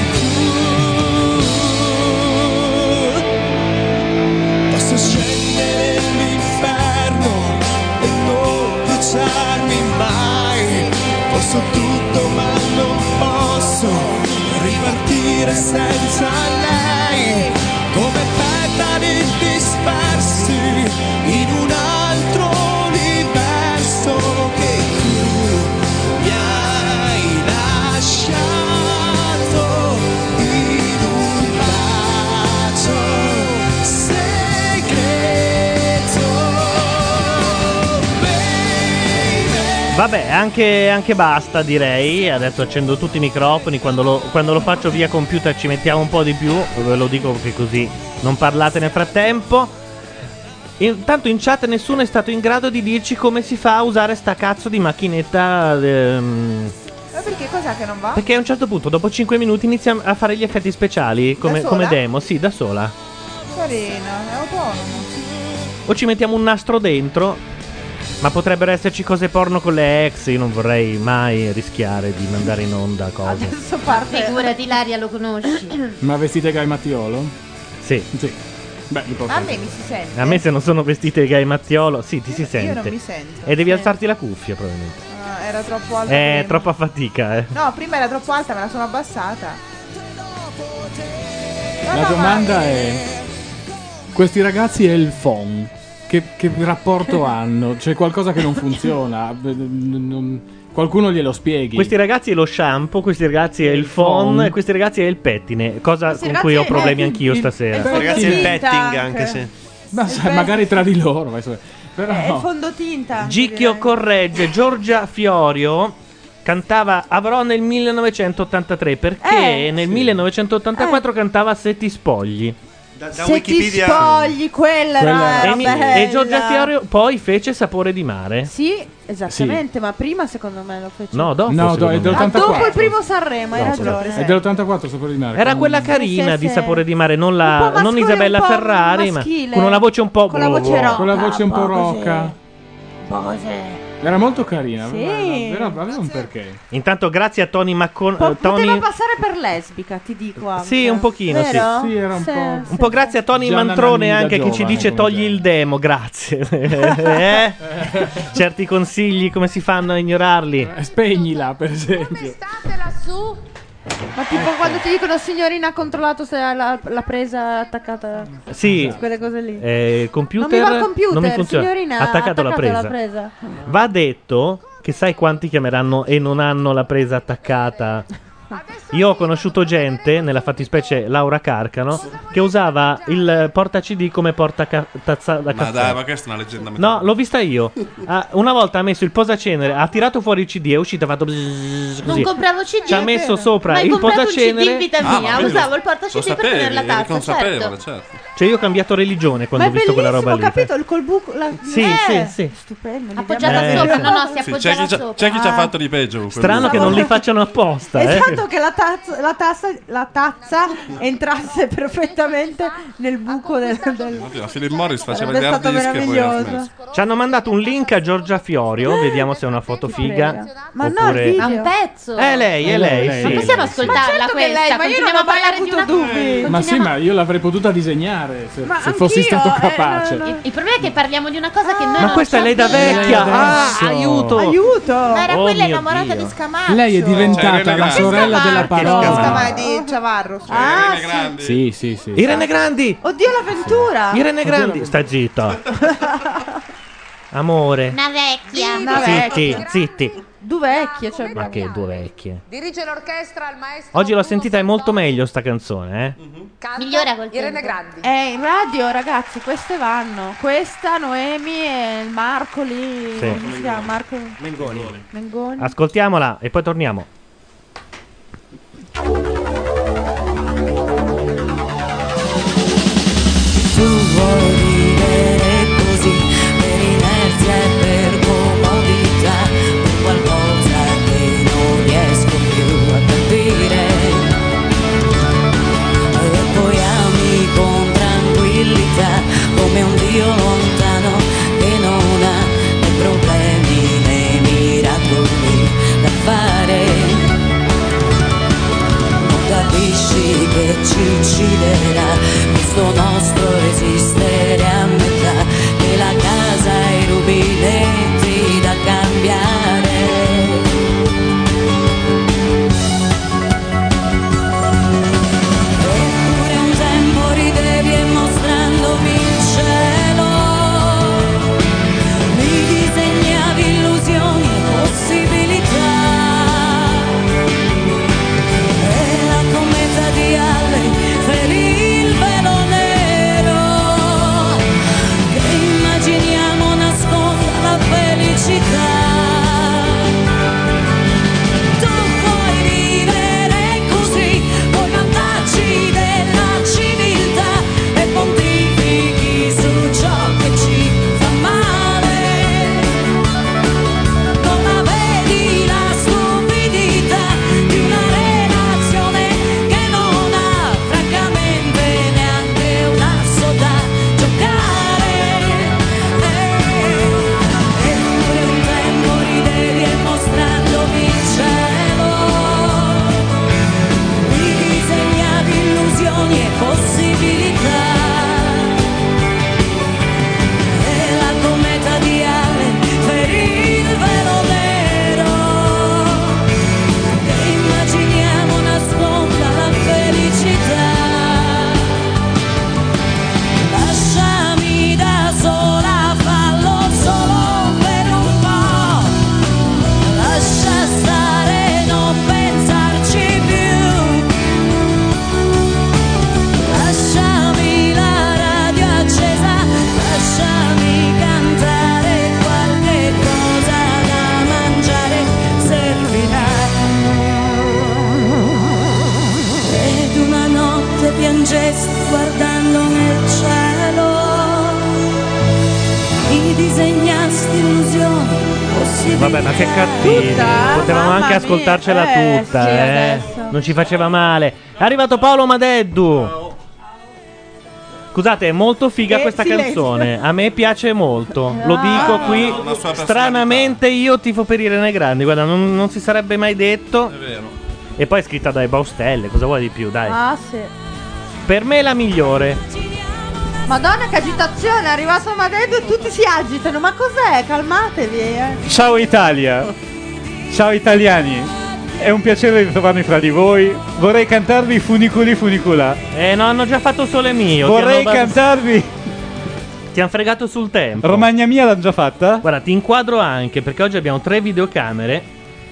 tu. Posso scendere nell'inferno e non bruciarmi mai. Posso tutto ma non posso ripartire senza lei. Come petali dispersi in un altro universo che tu mi hai lasciato in un bacio segreto, baby. Vabbè, anche, anche basta direi. Adesso accendo tutti i microfoni. Quando lo, quando lo faccio via computer ci mettiamo un po' di più. Ve lo dico perché così non parlate nel frattempo. Intanto in chat nessuno è stato in grado di dirci come si fa a usare sta cazzo di macchinetta. ehm, Ma perché cos'è che non va? Perché a un certo punto, dopo cinque minuti, inizia a fare gli effetti speciali come, Da come sola? demo. Sì, da sola. Carina, è autonomo. O ci mettiamo un nastro dentro. Ma potrebbero esserci cose porno con le ex. Io non vorrei mai rischiare di mandare in onda cose. Adesso parte. Figurati, Ilaria lo conosci. Ma vestite Gai Mattiolo? Sì. Sì. Beh, mi Ma a me mi si sente. A me se non sono vestite Gai Mattiolo, sì, ti si sente. Io non mi sento. E devi alzarti la cuffia, probabilmente. Ah, era troppo alta. È prima. troppa fatica, eh. No, prima era troppo alta, me la sono abbassata. No, La no, domanda ma- è: questi ragazzi e il phon, che, che rapporto hanno? C'è qualcosa che non funziona? Non- non- Qualcuno glielo spieghi. Questi ragazzi è lo shampoo, questi ragazzi è il phon, phon. e questi ragazzi è il pettine. Cosa Questi con cui ho ragazzi è problemi il- anch'io il- stasera. il Ragazzi, il fondotinta petting anche. anche se. Ma sai, magari tra di loro. vai, Però... È il fondotinta. anche, Gicchio direi. corregge, Giorgia Fiorio cantava Avrò nel millenovecentottantatré perché Eh, nel sì. millenovecentottantaquattro cantava Se ti spogli. Da, da Se Wikipedia. ti spogli, quella, Quella- era e, mi- bella. e Giorgia Fiorio poi fece Sapore di mare. Sì, esattamente, ma prima secondo me lo fece. No, dopo. No, do- secondo è me. del Ah, dopo ottantaquattro. il primo Sanremo, hai Dopo. ragione. È dell'ottantaquattro, Sapore di mare. Era Con- quella carina Sì, di sì. Sapore di mare, non, Un la, po' non mascolo- Isabella un po' Ferrari, ma maschile. con una voce un po'. Con la voce roca. Con la voce un po' un po' così. rocca. Un po' così. Era molto carina. Sì. Aveva, aveva- aveva un perché. Intanto, grazie a Tony Maccon. Po- eh, Tony. Poteva passare per lesbica, ti dico anche. Sì, un pochino, sì. Vero? Sì, era un po'. Un po' grazie a Tony Gianna Mantrone Nannini da anche che ci giovane, dice come togli il demo, grazie. Eh? Certi consigli come si fanno a ignorarli? Eh, Spegnila, per esempio. State lassù. Ma tipo quando ti dicono signorina ha controllato se ha la, la presa attaccata. Sì. Quelle cose lì. Eh, il computer non mi va il computer, non mi funziona. signorina Ha attaccato la presa. presa. Va detto che sai quanti chiameranno e non hanno la presa attaccata? Io ho conosciuto gente, nella fattispecie Laura Carcano, che usava il porta C D come porta ca- tazza da Ma caffè. dai, ma questa è una leggenda. No, l'ho vista io. Ah, una volta ha messo il posacenere, ha tirato fuori il C D, è uscito, ha fatto bzzz, Non così. compravo C D. Ci ha messo sopra Ma hai il comprato un C D posacenere. in vita Ah, ma mia. quindi Usavo lo- il porta C lo D per sapevi, tenere la eri tazza, consapevole, certo. certo. Cioè, io ho cambiato religione quando Ma ho è visto quella roba bellissimo, lì. capito? Il col buco. La... Sì, eh, sì, sì. Stupendo. Appoggiata Eh. sopra, no, no, si Sì, c'è appoggiava chi, c'ha, sopra. c'è chi ci ha Ah. fatto di peggio. con quel Strano che video. non li facciano apposta. Eh. Esatto, che la tazza, la, tazza, la tazza entrasse perfettamente nel buco del. del... Infatti, la Philip Morris faceva Sarebbe gli hard stato disk e poi ha meraviglioso. smesso. Ci hanno mandato un link a Giorgia Fiorio, vediamo se è una foto figa. Ma no, oppure... il Ma video. un pezzo. È lei, è lei, Ma sì. possiamo Ma ascoltarla certo che questa? lei, ma io non Continuiamo ho a mai parlare di avuto una dubbi. Ma sì, ma io l'avrei potuta disegnare se, Ma se fossi anch'io, stato eh, capace. no, no. Il, il problema è che parliamo di una cosa che noi Ma non questa è lei da sappiamo. vecchia. Lei Ah, adesso. aiuto. Aiuto! Ma era Oh quella mio innamorata Dio. di Scamaccio. Lei è diventata Cioè, la Irene sorella Grandi. della Che parola. Scamaccio di Ciavarro. Ah, Ah, Irene Grandi. Sì, sì, sì. Irene Grandi. oddio l'avventura! Irene Grandi. Sta zitto. Amore. Una vecchia. Una Zitti, vecchia. zitti. Due vecchie, cioè. Ma che due vecchie. Dirige l'orchestra il maestro. Oggi l'ho sentita, è molto meglio sta canzone, eh. Canta Migliora col Irene tempo. Grandi. Eh, in radio, ragazzi, queste vanno. Questa, Noemi e il Marco lì. Sì. Come si chiama? Marco Mengoni. Mengoni. Ascoltiamola e poi torniamo. Tu vuoi vivere così per inerzia e per comodità, per qualcosa che non riesco più a capire, e poi ami con tranquillità come un Dio lontano che non ha né problemi né miracoli da fare. se piangesti guardando nel cielo, mi disegnasti illusioni possibili. Vabbè, ma che cattivi. Tutta? Potevamo Mamma anche mia. ascoltarcela Eh, tutta, sì, eh. adesso. Non ci faceva male. È arrivato Paolo Madeddu. Scusate, è molto figa Eh, questa silenzio. canzone. A me piace molto. Lo dico qui. Una sua personalità. Stranamente io tifo per Irene Grandi. Guarda, non, non si sarebbe mai detto. È vero. E poi è scritta dai Baustelle. Cosa vuoi di più, dai? Ah, sì. Per me è la migliore. Madonna, che agitazione! È arrivato Madeddu e tutti si agitano. Ma cos'è? Calmatevi, eh. Ciao Italia, ciao italiani, è un piacere ritrovarmi fra di voi. Vorrei cantarvi Funiculi Funicula. Eh, no, hanno già fatto sole mio. Vorrei Ti hanno- cantarvi Ti hanno fregato sul tempo. Romagna Mia, l'hanno già fatta? Guarda, ti inquadro anche perché oggi abbiamo tre videocamere.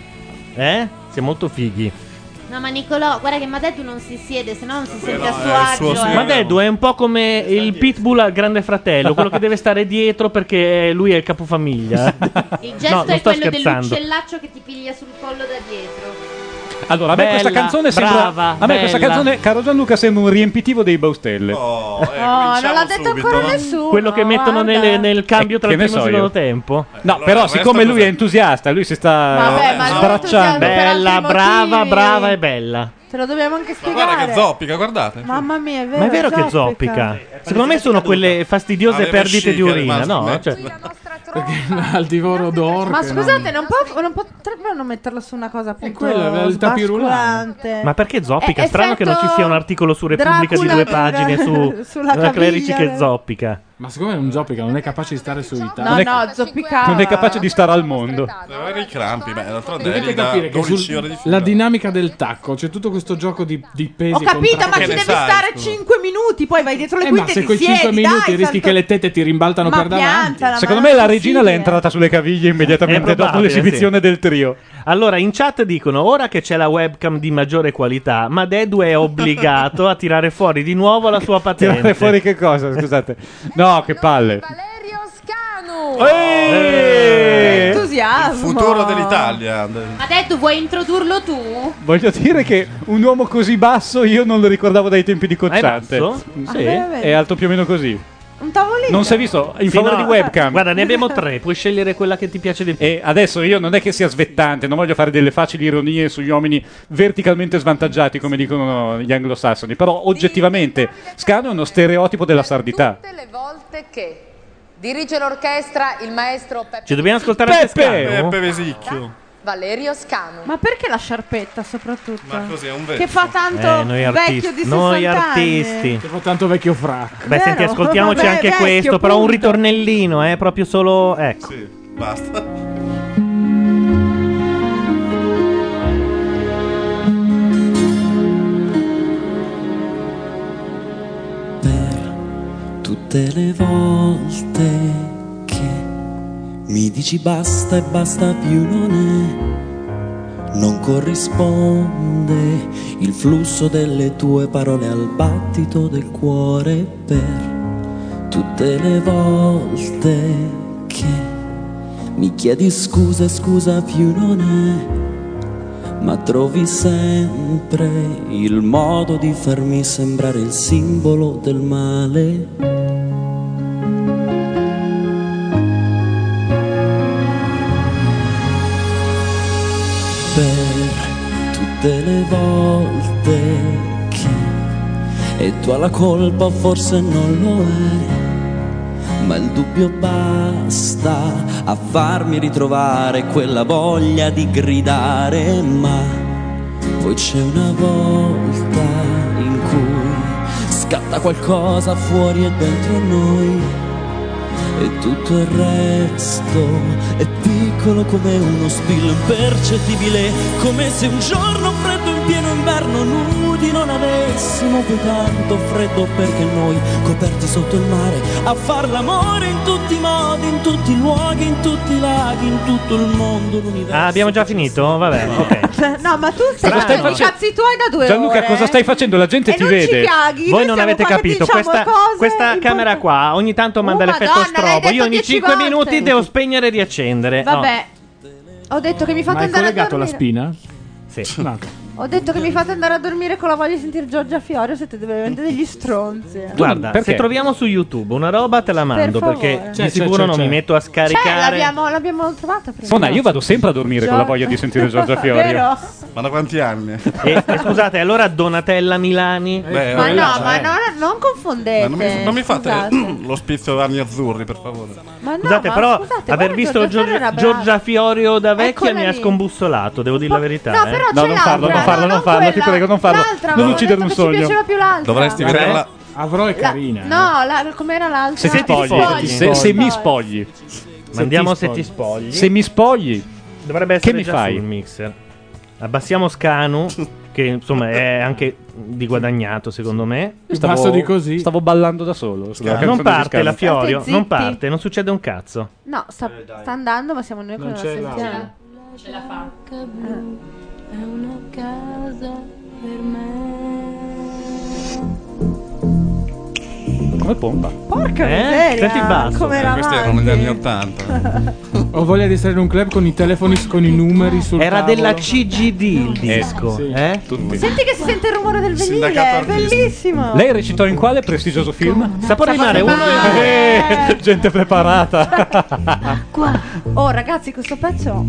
Eh? Siamo molto fighi. No, ma Nicolò, guarda che Madeddu non si siede, se no non si sente no, a suo è il suo agio. eh. Ma Deddu è un po' come il pitbull al grande fratello, quello che deve stare dietro perché lui è il capofamiglia. Il gesto No, non è sto quello scherzando. dell'uccellaccio che ti piglia sul collo da dietro. Allora, a me questa Bella, canzone sembra. brava, a me questa bella. canzone, caro Gianluca, sembra un riempitivo dei Baustelle. Oh, Oh, non l'ha detto ancora nessuno. Quello che mettono guarda. nelle- nel cambio tra che il ne primo e so il secondo io. tempo. No, allora, però, il resto siccome lui cos'è? è entusiasta, lui si sta Vabbè, ma lui è sbracciando. entusiasta. Bella, altri brava, motivi. brava e bella. Te lo dobbiamo anche Ma spiegare. guarda che zoppica, guardate. Mamma mia, è vero. Ma è vero che zoppica? Secondo me sono quelle fastidiose Aveva perdite di chic, è urina, rimasto no? me. Cioè, Perché al divoro d'oro. Ma che scusate, non, può, non potrebbero metterlo su una cosa appunto quello, il sbasculante? ma perché zoppica? È Strano che non ci sia un articolo su Repubblica di due Dracula pagine su sulla la Clerici caviglia. che zoppica. Ma siccome è un zoppica, non è capace di stare su No, Italia. no, zoppicava. Non è capace di stare al mondo. Deve avere i crampi, beh, d'altronde Dovete eri da capire che dodici sul- ore di fila. la dinamica del tacco, c'è tutto questo gioco di, di pesi. Ho capito, ma contratti. ci devi stare cinque minuti, poi vai dietro le Eh, ma quinte se e ti quei siedi, cinque minuti dai, rischi santo- che le tette ti rimbaltano Ma per davanti. piantala, ma Secondo non me è la regina possibile. l'è entrata sulle caviglie immediatamente È dopo probabile, l'esibizione sì. del trio. Allora, in chat dicono: ora che c'è la webcam di maggiore qualità, Madeddu è obbligato a tirare fuori di nuovo la sua patente. Tirare fuori che cosa? Scusate. No, che palle. Che entusiasmo. Il futuro dell'Italia. Madeddu, vuoi introdurlo tu? Voglio dire che un uomo così basso io non lo ricordavo dai tempi di Cocciante. È basso? Sì, Ah, beh, vedi. è alto più o meno così. Un tavolino. Non si è visto in Fino favore a- di webcam. Guarda, ne abbiamo tre, puoi scegliere quella che ti piace di più. E adesso io non è che sia svettante, non voglio fare delle facili ironie sugli uomini verticalmente svantaggiati, come dicono gli anglosassoni, però oggettivamente Scano è uno stereotipo della sardità. Tutte le volte che dirige l'orchestra il maestro Peppe, Ci dobbiamo ascoltare anche Peppe! Scano? Peppe Vesicchio. Valerio Scanu. Ma perché la sciarpetta soprattutto? Ma così è un vezzo. Che fa tanto Eh, noi vecchio artisti, di sessanta noi anni. artisti. Che fa tanto vecchio frac. Beh, senti, Vero? ascoltiamoci Vabbè, anche vecchio, questo, però un punto. ritornellino, eh, proprio solo, ecco. Sì, basta. Tutte le volte che mi dici basta e basta più non è, non corrisponde il flusso delle tue parole al battito del cuore. Per tutte le volte che mi chiedi scusa e scusa più non è, ma trovi sempre il modo di farmi sembrare il simbolo del male. Per tutte le volte che e tu hai la colpa o forse non lo è, ma il dubbio basta a farmi ritrovare quella voglia di gridare. Ma poi c'è una volta in cui scatta qualcosa fuori e dentro noi, e tutto il resto è piccolo come uno spillo impercettibile, come se un giorno freddo in pieno inverno nudi non avessimo poi tanto freddo, perché noi coperti sotto il mare a far l'amore in tutti i modi, in tutti i luoghi, in tutti i laghi, in tutto il mondo, l'universo. Ah, abbiamo già finito? Vabbè, ok. No, ma tu stai Cosa stai facendo i facendo? cazzi tuoi da due Gianluca, ore. cosa stai facendo? La gente E ti non ci vede. piaghi, Voi noi non siamo avete qua che capito, diciamo questa, cose questa importanti. camera qua ogni tanto manda Oh, l'effetto Madonna, l'hai strobo. Io detto ogni dieci cinque volte. minuti devo spegnere e riaccendere. No. Vabbè, ho detto che mi fate Ma hai andare a collegato la dormire. spina? Sì. No. Ho detto che mi fate andare a dormire con la voglia di sentire Giorgia Fiorio, siete veramente degli stronzi. eh. Guarda, Perché? se troviamo su YouTube una roba te la mando, Per perché favore. di C'è, c'è, sicuro c'è, non c'è. mi metto a Cioè, scaricare. l'abbiamo, l'abbiamo trovata prima. Mona, io vado sempre a dormire con la voglia di sentire Giorgia Fiorio. Vero? Ma da quanti anni? E, e scusate, allora Donatella Milani. Beh, Ma eh, no, cioè, ma non, non confondete. ma non mi, non mi fate scusate. lo spizio anni azzurri, per favore. Ma no, Scusate, ma però scusate, aver guarda, visto Giorgia Fiorio Giorgia, era brava. Giorgia Fiorio da vecchia Eccola mi ha lì. scombussolato, devo dire la verità. No, eh. però No, c'è non farlo, l'altra, non farlo, no, non farlo, ti quella. prego, non farlo. L'altra, Non avevo uccidere detto un che sogno. Ci piaceva più l'altra. Dovresti Cioè? vederla. Avrò è La- carina. No, la, com'era l'altra? Se ti spogli, se, se mi spogli, Mandiamo se se ti ti spogli. se mi spogli, Dovrebbe essere che mi già fai? sul mixer. Abbassiamo Scanu, che insomma è anche di guadagnato secondo me. Stavo- Basso di così. Stavo ballando da solo. sulla canzone Non di parte Scanu. la Fiorio, State non zitti. parte, non succede un cazzo. No, sta, sta andando, ma siamo noi che Non non la c'è sentiamo. Ce la fa. È una casa per me. Come pompa. Porca Eh? miseria, Senti il basso. come Eh, era questi erano negli anni ottanta. Ho voglia di stare in un club con i telefoni con i numeri sul Era tavolo. della C G D il disco, sì. eh? Tutti. Senti che si sente il rumore del Sindacato vinile, artisti. bellissimo. Lei recitò in quale prestigioso film? Sapore di mare, uno Eh, gente preparata. Qua, Oh ragazzi, questo pezzo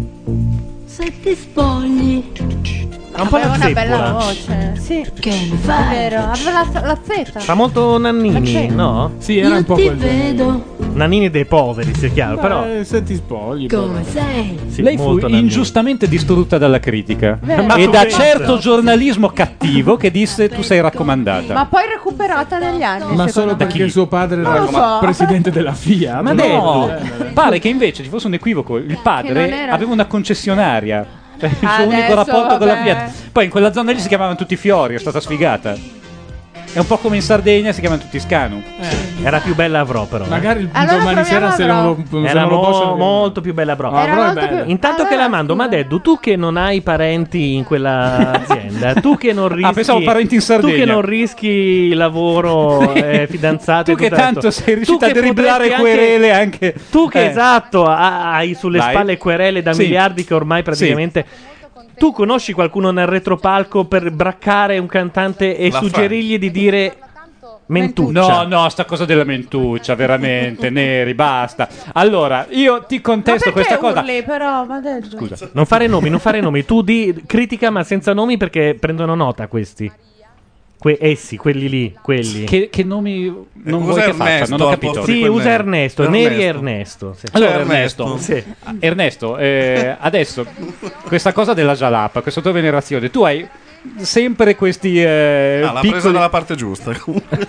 se ti spogli, ha un po' aveva la una bella zeppola. voce. Sì, che mi è fai? vero, aveva la, la Z. Fa molto Nannini, Ok. no? Sì, era un Io po' ti quel genere. vedo Nannini dei poveri, sia chiaro, però Eh, se ti spogli. come però. sei. sì, Lei fu molto Nannini. ingiustamente distrutta dalla critica Vero. Ma e tu da pensa? certo giornalismo cattivo che disse tu sei raccomandata. Ma poi recuperata negli anni. Ma secondo solo me. perché suo padre Non era lo so. presidente della Fiat. Ma no, no, pare che invece ci fosse un equivoco. Il non padre era- aveva una concessionaria. Cioè, il suo Adesso, unico rapporto con la vabbè. Fiat. Poi in quella zona lì si chiamavano tutti Fiori, è stata sfigata. È un po' come in Sardegna si chiamano tutti Scanu. Era più bella Avrò, però. eh. Magari il Allora domani proviamo sera se Avrò. non lo, se Era non lo mo- posso molto più bella Avrò. No, Era Avrò è molto bella. più- Intanto che Allora, la mando, ma scusa. Deddu, tu che non hai parenti in quella azienda, tu che non rischi. Ah, pensavo parenti in Tu che Sardegna. non rischi lavoro, eh, fidanzato. Tu e che tutto il resto. tanto sei Tu riuscito a che dribblare potresti querele anche. Tu che Eh. esatto, ha- hai sulle Vai. spalle querele da Sì. miliardi che ormai praticamente. Tu conosci qualcuno nel retropalco per braccare un cantante e La suggerirgli di dire mentuccia? No, no, sta cosa della mentuccia, veramente, Neri, basta. Allora, io ti Ma contesto perché questa cosa. urli, però, ma detto. Scusa. Non fare nomi, non fare nomi. Tu di critica ma senza nomi perché prendono nota questi. Que- essi, quelli lì, quelli. Che, che nomi non Usa vuoi che Ernesto faccia? Non ho al capito. posto di Sì, quel usa nero. Ernesto, Neri e Ernesto. sì. Allora, C'è Ernesto, Ernesto. Sì. Ernesto, eh, adesso questa cosa della Jalapa, questa tua venerazione, tu hai sempre questi eh, Ah, l'ha piccoli... presa dalla parte giusta. comunque.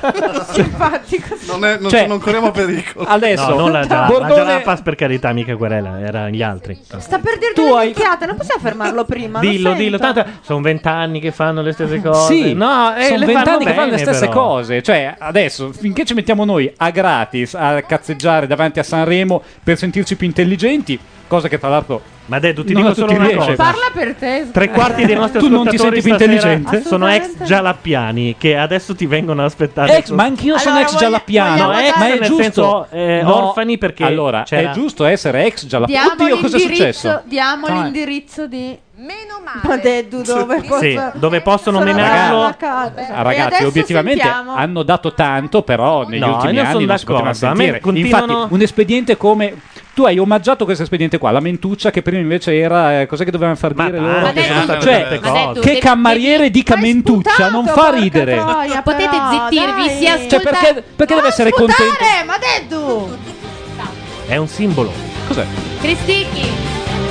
Simpatico. non, è, non, Cioè, non corriamo pericolo. Adesso, No, non la Jalapa. Bordone- La Jalapa, per carità, mica querela, erano gli altri. Sta per dire Tu delle hai- minchiate, non possiamo fermarlo prima. lo Dillo, sento. dillo, tanto sono vent'anni che fanno le stesse cose. Sì, no, eh, sono le vent'anni che fanno le bene, stesse però. cose. Cioè, adesso, finché ci mettiamo noi a gratis a cazzeggiare davanti a Sanremo per sentirci più intelligenti, cosa che tra l'altro Ma Deddu, ti non dico a solo tutti una riesce. cosa. Parla per te. Tre quarti dei nostri Tu non ti ascoltatori senti più stasera intelligente? sono ex Assolutamente. gialappiani che adesso ti vengono a aspettare. Ex, ma anch'io sono Allora, ex voglia- giallappiano. vogliamo No, ex ma è nel giusto. senso, eh, No, orfani perché allora c'era- è giusto essere ex giallappiano. Diamo Oddio, cosa è l'indirizzo, successo? diamo Dai. l'indirizzo di Meno Ma male. Deddu dove posso... Sì, dove possono sono menarlo. alla casa. Ah, E ragazzi, adesso obiettivamente sentiamo- hanno dato tanto, però negli No, ultimi io sono anni non si poteva d'accordo. A me sentire. continuano- Infatti, un espediente come tu hai omaggiato questo espediente qua, la mentuccia che prima invece era eh, cos'è che dovevano far dire loro? Ma Che- Deddu- Ma cioè, Deddu, che Deddu, devi- cameriere dica mentuccia non fa ridere. Troia, Potete però, zittirvi, dai. si ascolta- Cioè, perché, perché deve essere contento? Sputare, ma Deddu! È un simbolo. Cos'è? Cristicchi.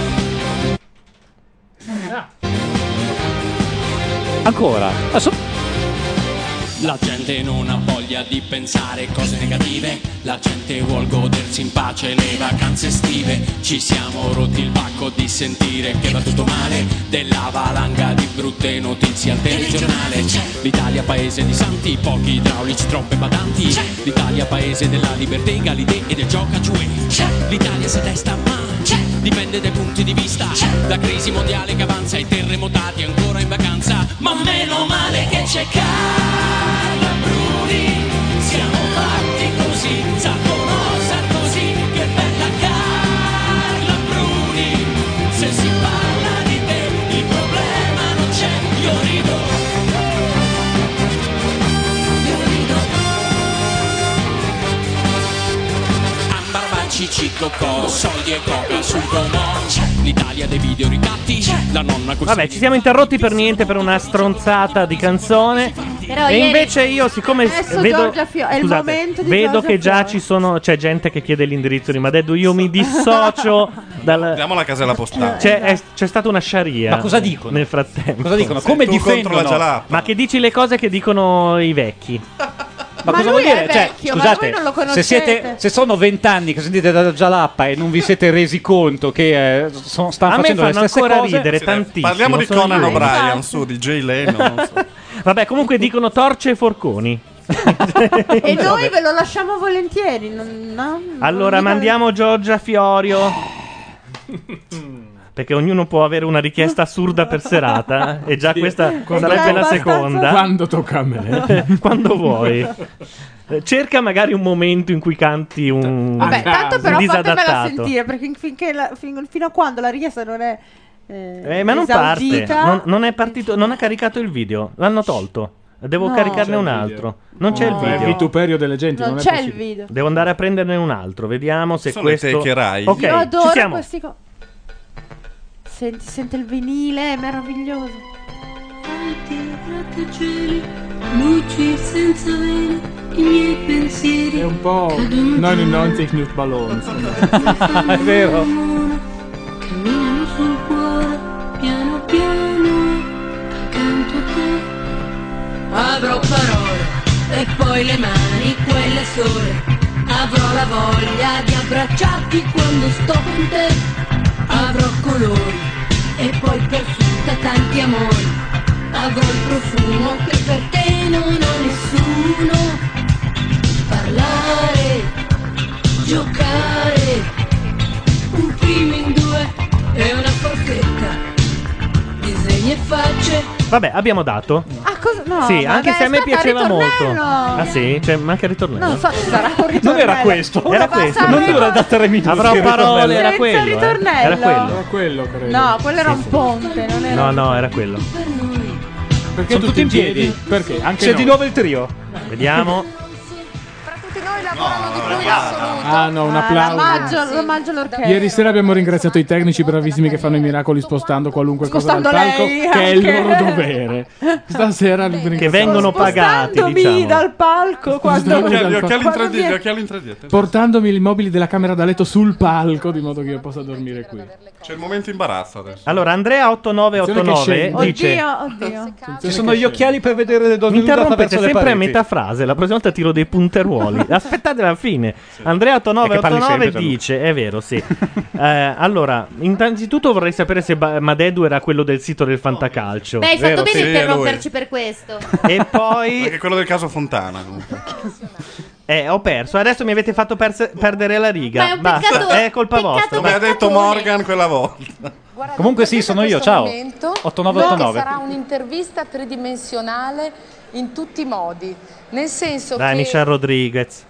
Ancora? Adesso- La gente non ha voglia di pensare cose negative, la gente vuol godersi in pace le vacanze estive. Ci siamo rotti il bacco di sentire che va tutto male, della valanga di brutte notizie al telegiornale. L'Italia paese di santi, pochi idraulici, troppe badanti. L'Italia paese della libertà, egalità e del gioca giù. L'Italia si testa ma dipende dai punti di vista. La crisi mondiale che avanza, i terremotati ancora in vacanza. Ma meno male che c'è Carla Bruni, siamo fatti così, Sarkozy, Sarkozy, che bella Carla Bruni. Se si parla di te, il problema non Medici, cocò, soldi e coca sul comò. C'è l'Italia dei video ritratti, la nonna col Vabbè, ci siamo interrotti per niente per una stronzata di canzone. Però e ieri- invece io, siccome Adesso vedo, Giorgia Fio- è il scusate, momento di vedo Giorgia che già Fiore. ci sono, c'è gente che chiede l'indirizzo di Madeddu, io mi dissocio dal. Andiamo alla casella postale. C'è, è- c'è stata una sciaria. Ma cosa dicono? Nel frattempo. Cosa dicono? Come tu contro difendono? la jalappa. Ma che dici le cose che dicono i vecchi? Ma, Ma cosa lui vuol dire? è Cioè, vecchio, ma scusate, voi non lo se, conoscete. siete, se sono vent'anni che sentite da Jalappa e non vi siete resi conto che eh, sono, stanno A me facendo le fanno stesse ancora cose, ridere Sì, dai, tantissimo. parliamo di sono Conan io. O'Brien, su di Jay Leno. Non so. Vabbè, comunque dicono torce e forconi. E noi ve lo lasciamo volentieri. Non, no, Allora non mica- mandiamo Giorgia Fiorio. Perché ognuno può avere una richiesta assurda per serata. E già questa Quando sarebbe la tocca- seconda. Quando tocca a me. Quando vuoi. Eh, Cerca magari un momento in cui canti un, Vabbè, tanto un però fatemela disadattato. sentire, perché finché la- fin- fino a quando la richiesta non è eh, Eh, ma non parte. esaudita, Non, non è partito, non ha caricato il video. L'hanno tolto. Devo No. caricarne C'è un il altro. Non c'è il No, è il video. vituperio delle genti. non Non, è c'è il possibile. video. Devo andare a prenderne un altro. Vediamo se Sono i questo. takerai. Ok, Io ci adoro siamo. questi co- Senti, sente il vinile, è meraviglioso. Luci senza vele, i miei pensieri. È un po' novantanove Luftballons. È vero. Camminano sul cuore, piano piano, accanto a te. Avrò parole e poi le mani, quelle sole. Avrò la voglia di abbracciarti quando sto con te. Avrò colori e poi perfumata tanti amori. Avrò il profumo che per te non ha nessuno. Parlare, giocare, un film in due e una forchetta, disegni e facce. Vabbè, abbiamo dato. Ah, cosa? No, sì, ma anche che- se a me aspetta, piaceva molto. ritornello! Ah, sì? Cioè, manca il ritornello. Non so se sarà un ritornello. Non era questo. Una Era questo. bassa- Non dura da tre minuti. Avrò il parole, ritornello. era Senza quello. eh. ritornello. Era quello. Era quello, credo. No, quello era Sì, un sì. ponte, non era. No, no, era quello. Perché Sono tutti in piedi? Perché? Anche C'è noi. di nuovo il trio. Vediamo. Tutti noi lavorano di più in assoluto. Ah no, un Ah, applauso. l'omaggio, l'omaggio all'orchestra. Ieri sera abbiamo ringraziato i tecnici bravissimi che fanno i miracoli spostando qualunque cosa dal Spostando palco, lei, che è il anche. loro dovere. Stasera li ringraziamo. Che vengono pagati, Spostandomi diciamo. dal palco quando, Spostandomi Gli dal occhiali in quando tre D, gli viene- occhiali in tre D. portandomi i mobili della camera da letto sul palco di modo che io possa dormire qui. C'è il momento imbarazzo adesso. Allora, Andrea ottantanove ottantanove Attenzione che dice: Oddio, oddio. Ci sono gli occhiali per vedere le donne Mi nude interrompete attraverso le sempre a pareti. metà frase. La prossima volta tiro dei punteruoli. Aspettate la fine. Andrea ottantanove È che parli ottantanove sempre, Gianluca. dice: è vero, sì. Eh, allora, innanzitutto vorrei sapere se Ba- Madeddu era quello del sito del Fantacalcio. Beh, hai fatto Vero, bene sì, a è interromperci per questo. E poi Anche quello del caso Fontana. Comunque. eh, ho perso. Adesso mi avete fatto perse- perdere la riga. Ma è un Basta, peccato- è colpa peccato vostra. Come ha detto Morgan quella volta. Guarda, Comunque non sì, perdete sono io, questo ciao. momento, ottantanove perché ottantanove. sarà un'intervista tridimensionale in tutti i modi. Nel senso Dai, che Michelle Rodriguez.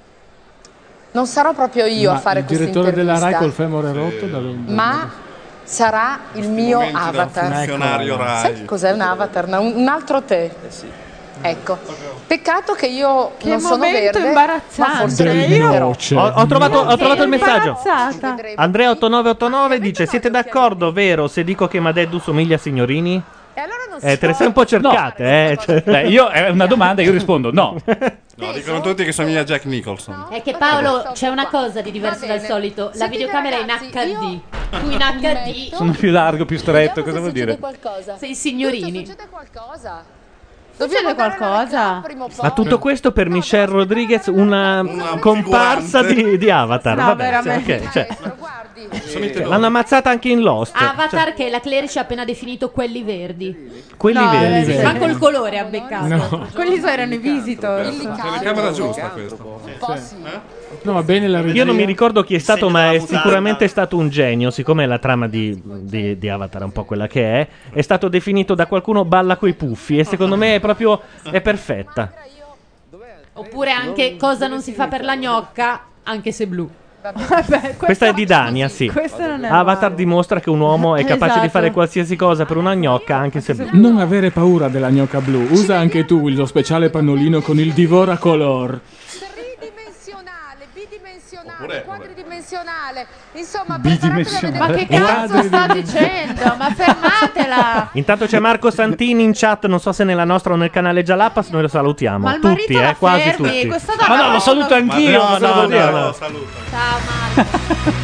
non sarò proprio io Ma a fare il questa direttore della intervista, Rai col femore rotto da- da- ma sarà il mio Momenti da avatar. funzionario Ecco. Sai Rai. che cos'è un avatar? No, Un un altro te. Ecco. Peccato che io Che non sono momento verde, imbarazzante. ma forse Del lo diventerò. noce. Ho, ho trovato, ho trovato il Che messaggio. imbarazzata. Andrea ottantanove ottantanove dice: siete d'accordo, vero, se dico che Madeddu somiglia a Signorini? E allora non si Eh, te le può- sei un po' cercate, eh. cioè- Beh, io è una domanda, io rispondo no. No, dicono tutti che somiglia a Jack Nicholson. È che Paolo c'è una cosa di diverso Va dal bene. solito. La Sentite, videocamera è in ragazzi, H D. io Tu in H D metto- Sono più largo, più stretto, Vediamo cosa se vuol succede dire? qualcosa. sei signorini. Succede qualcosa. Succede Dobbiamo dare la qualcosa? reclame prima o poi. Ma tutto questo per Michelle Rodriguez, una, Una comparsa figurante. di, di Avatar. No, Vabbè, veramente. ok, cioè, Maestro, guardi. Sono i l'hanno ammazzata anche in Lost. Avatar che la Claire ci ha appena definito quelli verdi. Quelli No, verdi. eh, Ma col colore ha beccato. No. Quelli erano i visitor. È la telecamera giusta questo. Un po' sì. No, va bene la regia. Io non mi ricordo chi è stato, ma è sicuramente stato un genio. Siccome la trama di, di- di Avatar è un po' quella che è, è stato definito da qualcuno balla coi puffi. E secondo me è proprio è perfetta. Oppure anche cosa non si fa per la gnocca, anche se blu. Vabbè, Questa è di Dania, sì. Questo non è Avatar male. dimostra che un uomo è capace di Esatto. fare qualsiasi cosa per una gnocca, anche se blu. Non avere paura della gnocca blu. Usa anche tu lo speciale pannolino con il Divora Color. Tridimensionale, bidimensionale. quadridimensionale. Insomma, Bidimensionale. Ma che cazzo sta dicendo? Ma fermatela! Intanto c'è Marco Santini in chat, non so se nella nostra o nel canale Jalapas, noi lo salutiamo. Ma il tutti, marito la eh, quasi fermi, tutti. questa Ma donna- no, lo saluto anch'io. Ma cosa no, devo no, dire? no, saluto. Ciao Marco.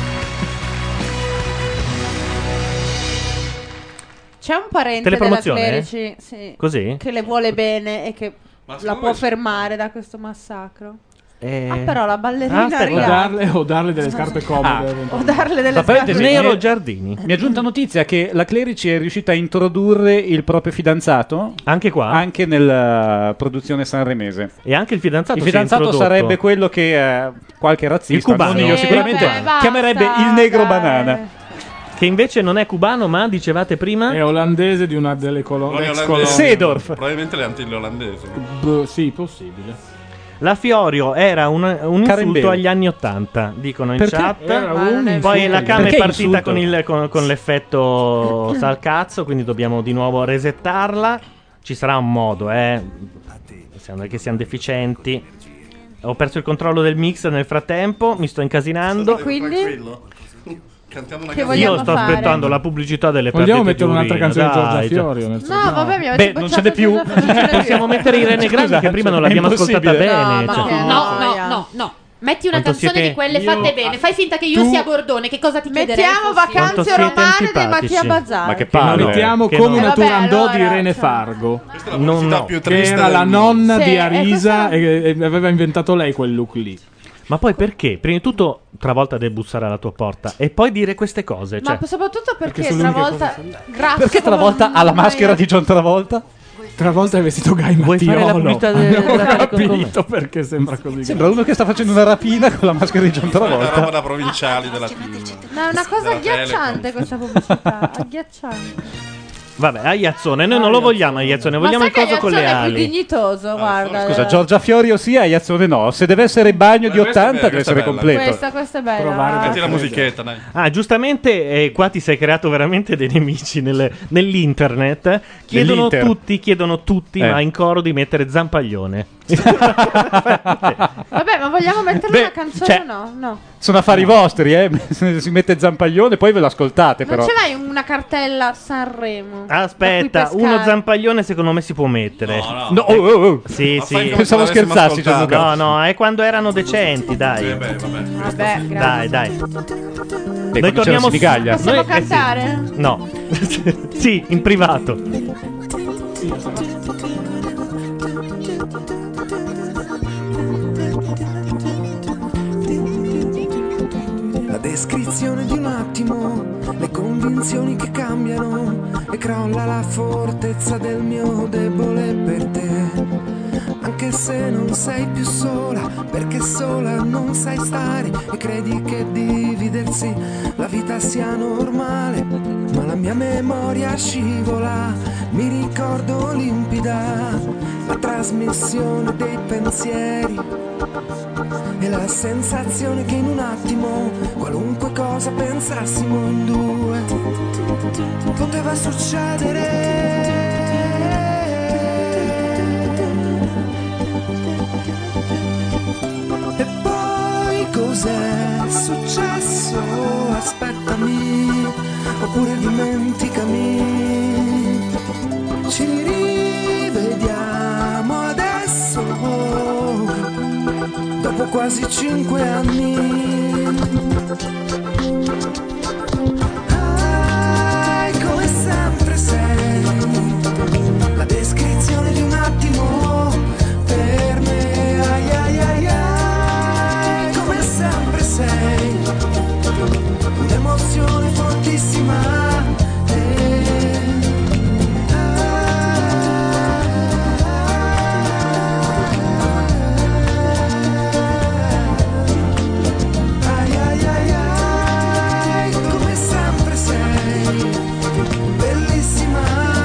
C'è un parente della Telepromozione, Clerici eh? sì, Così? che le vuole bene e che Ma la secondo può me- fermare da questo massacro. Eh... Ah, però la ballerina Ah, aspetta. O Ria- darle, o darle delle scarpe comode. o darle delle Ma scarpe mi- Nero mi- Giardini. Mi è giunta notizia che la Clerici è riuscita a introdurre il proprio fidanzato Anche qua? anche nella produzione sanremese. E anche il fidanzato Il si è fidanzato introdotto. sarebbe quello che eh, qualche razzista, Il cubano. non io Sì, sicuramente, vabbè, basta, chiamerebbe il negro banana. Che invece non è cubano, ma dicevate prima? È olandese di una delle colonie. Colonie ex olandesi. colonie. Sedorf. Probabilmente le Antille olandesi. B- sì, possibile. La Fiorio era un, un Carembeo. insulto agli anni Ottanta, dicono in Perché? chat. Era un Poi insulto. la cam è Perché partita insulto? con, il- con- con l'effetto sal cazzo, quindi dobbiamo di nuovo resettarla. Ci sarà un modo, eh. Non è che siamo deficienti. Ho perso il controllo del mix nel frattempo, mi sto incasinando. E quindi? Tranquillo. Cantiamo una Che canzone. Io vogliamo sto fare? aspettando la pubblicità delle Vogliamo perdite mettere un'altra di canzone di urina, Giorgia dai, cioè. Fiorio? Nel No, vabbè, mi avete Beh, non ce n'è più. Possiamo mettere Irene Grandi che prima non l'abbiamo È ascoltata impossibile. bene. No, cioè. ma che No, no, no, no. Metti una Quanto canzone siete- di quelle Io- fatte bene. Fai finta che io Tu- sia Bordone. Che cosa ti chiederei? Mettiamo fossi- Quanto Vacanze siete romane di antipatici. Mattia Bazzar. Ma che La palle. mettiamo Che come non- una Eh, vabbè, Turandot di allora, Irene cioè- Fargo, Questa è la Non- pubblicità no. più che triste era la del mondo. nonna Sì, di e Arisa questa- e, e aveva inventato lei quel look lì. Ma poi perché? Prima di tutto, travolta deve bussare alla tua porta e poi dire queste cose. Cioè, Ma soprattutto perché, Perché sono l'unica travolta cosa che grasso Perché come travolta un ha la maschera maiale. di John Travolta? Travolta è vestito Guy Vuoi fare la Mattiolo. pubblicità Non del- ho della Telecom con me? capito perché sembra così. Sembra uno che sta facendo una rapina con la maschera di John Una roba Travolta. da provinciali della film. Ma è una cosa Della agghiacciante questa pubblicità, agghiacciante. vabbè, Aiazzone, noi non lo vogliamo Aiazzone, vogliamo Ma il sai che coso con le Iazzone è più ali. dignitoso, guarda. Scusa, Giorgia Fiorio sì, Aiazzone no. Se deve essere bagno di Ma questa è ottanta bella, deve questa è essere bella. completo. Questa, questa è bella. Provare Metti la musichetta, dai. Ah, giustamente, eh, qua ti sei creato veramente dei nemici nelle- nell'internet. Chiedono Nell'inter. tutti, chiedono tutti, Eh. ma in coro di mettere Zampaglione. Vabbè, ma vogliamo mettere Beh, una canzone cioè- o no? No. Sono affari vostri, eh. Si mette Zampaglione, poi ve lo ascoltate, Non però. ce l'hai una cartella Sanremo? Aspetta, da cui uno pescare? Zampaglione secondo me si può mettere. No, no. No, oh, oh, oh. Sì, Ma sì. fai come Pensavo se l'avessimo scherzassi, ascoltato. Gianluca. No, no, è quando erano decenti, dai. Eh, beh, vabbè. Vabbè, grazie. Dai, dai. Beh, Noi quando c'era torniamo Sinigaglia. Possiamo Noi- eh, sì. cantare? No. Sì, in privato. La descrizione di un attimo, le convinzioni che cambiano e crolla la fortezza del mio debole per te. Anche se non sei più sola, perché sola non sai stare e credi che dividersi la vita sia normale. Ma la mia memoria scivola, mi ricordo limpida la trasmissione dei pensieri e la sensazione che in un attimo qualunque cosa pensassimo in due poteva succedere. E poi cos'è successo? Aspettami, oppure dimenticami. Ci rivediamo adesso, dopo quasi cinque anni. Ah, come sempre sei la descrizione di un attimo per me. Ai ai ai ai, come sempre sei un'emozione fortissima. Ai ai ai ai, come sempre sei bellissima.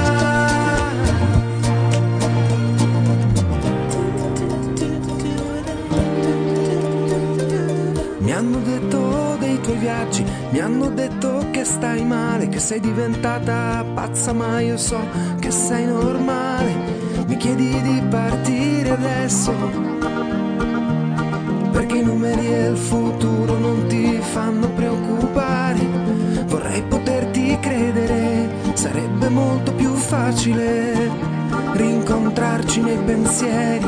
Mi hanno detto dei tuoi viaggi, mi hanno detto che stai male, che sei diventata pazza, ma io so che sei normale. Mi chiedi di partire adesso perché i numeri del futuro non ti fanno preoccupare. Vorrei poterti credere, sarebbe molto più facile rincontrarci nei pensieri,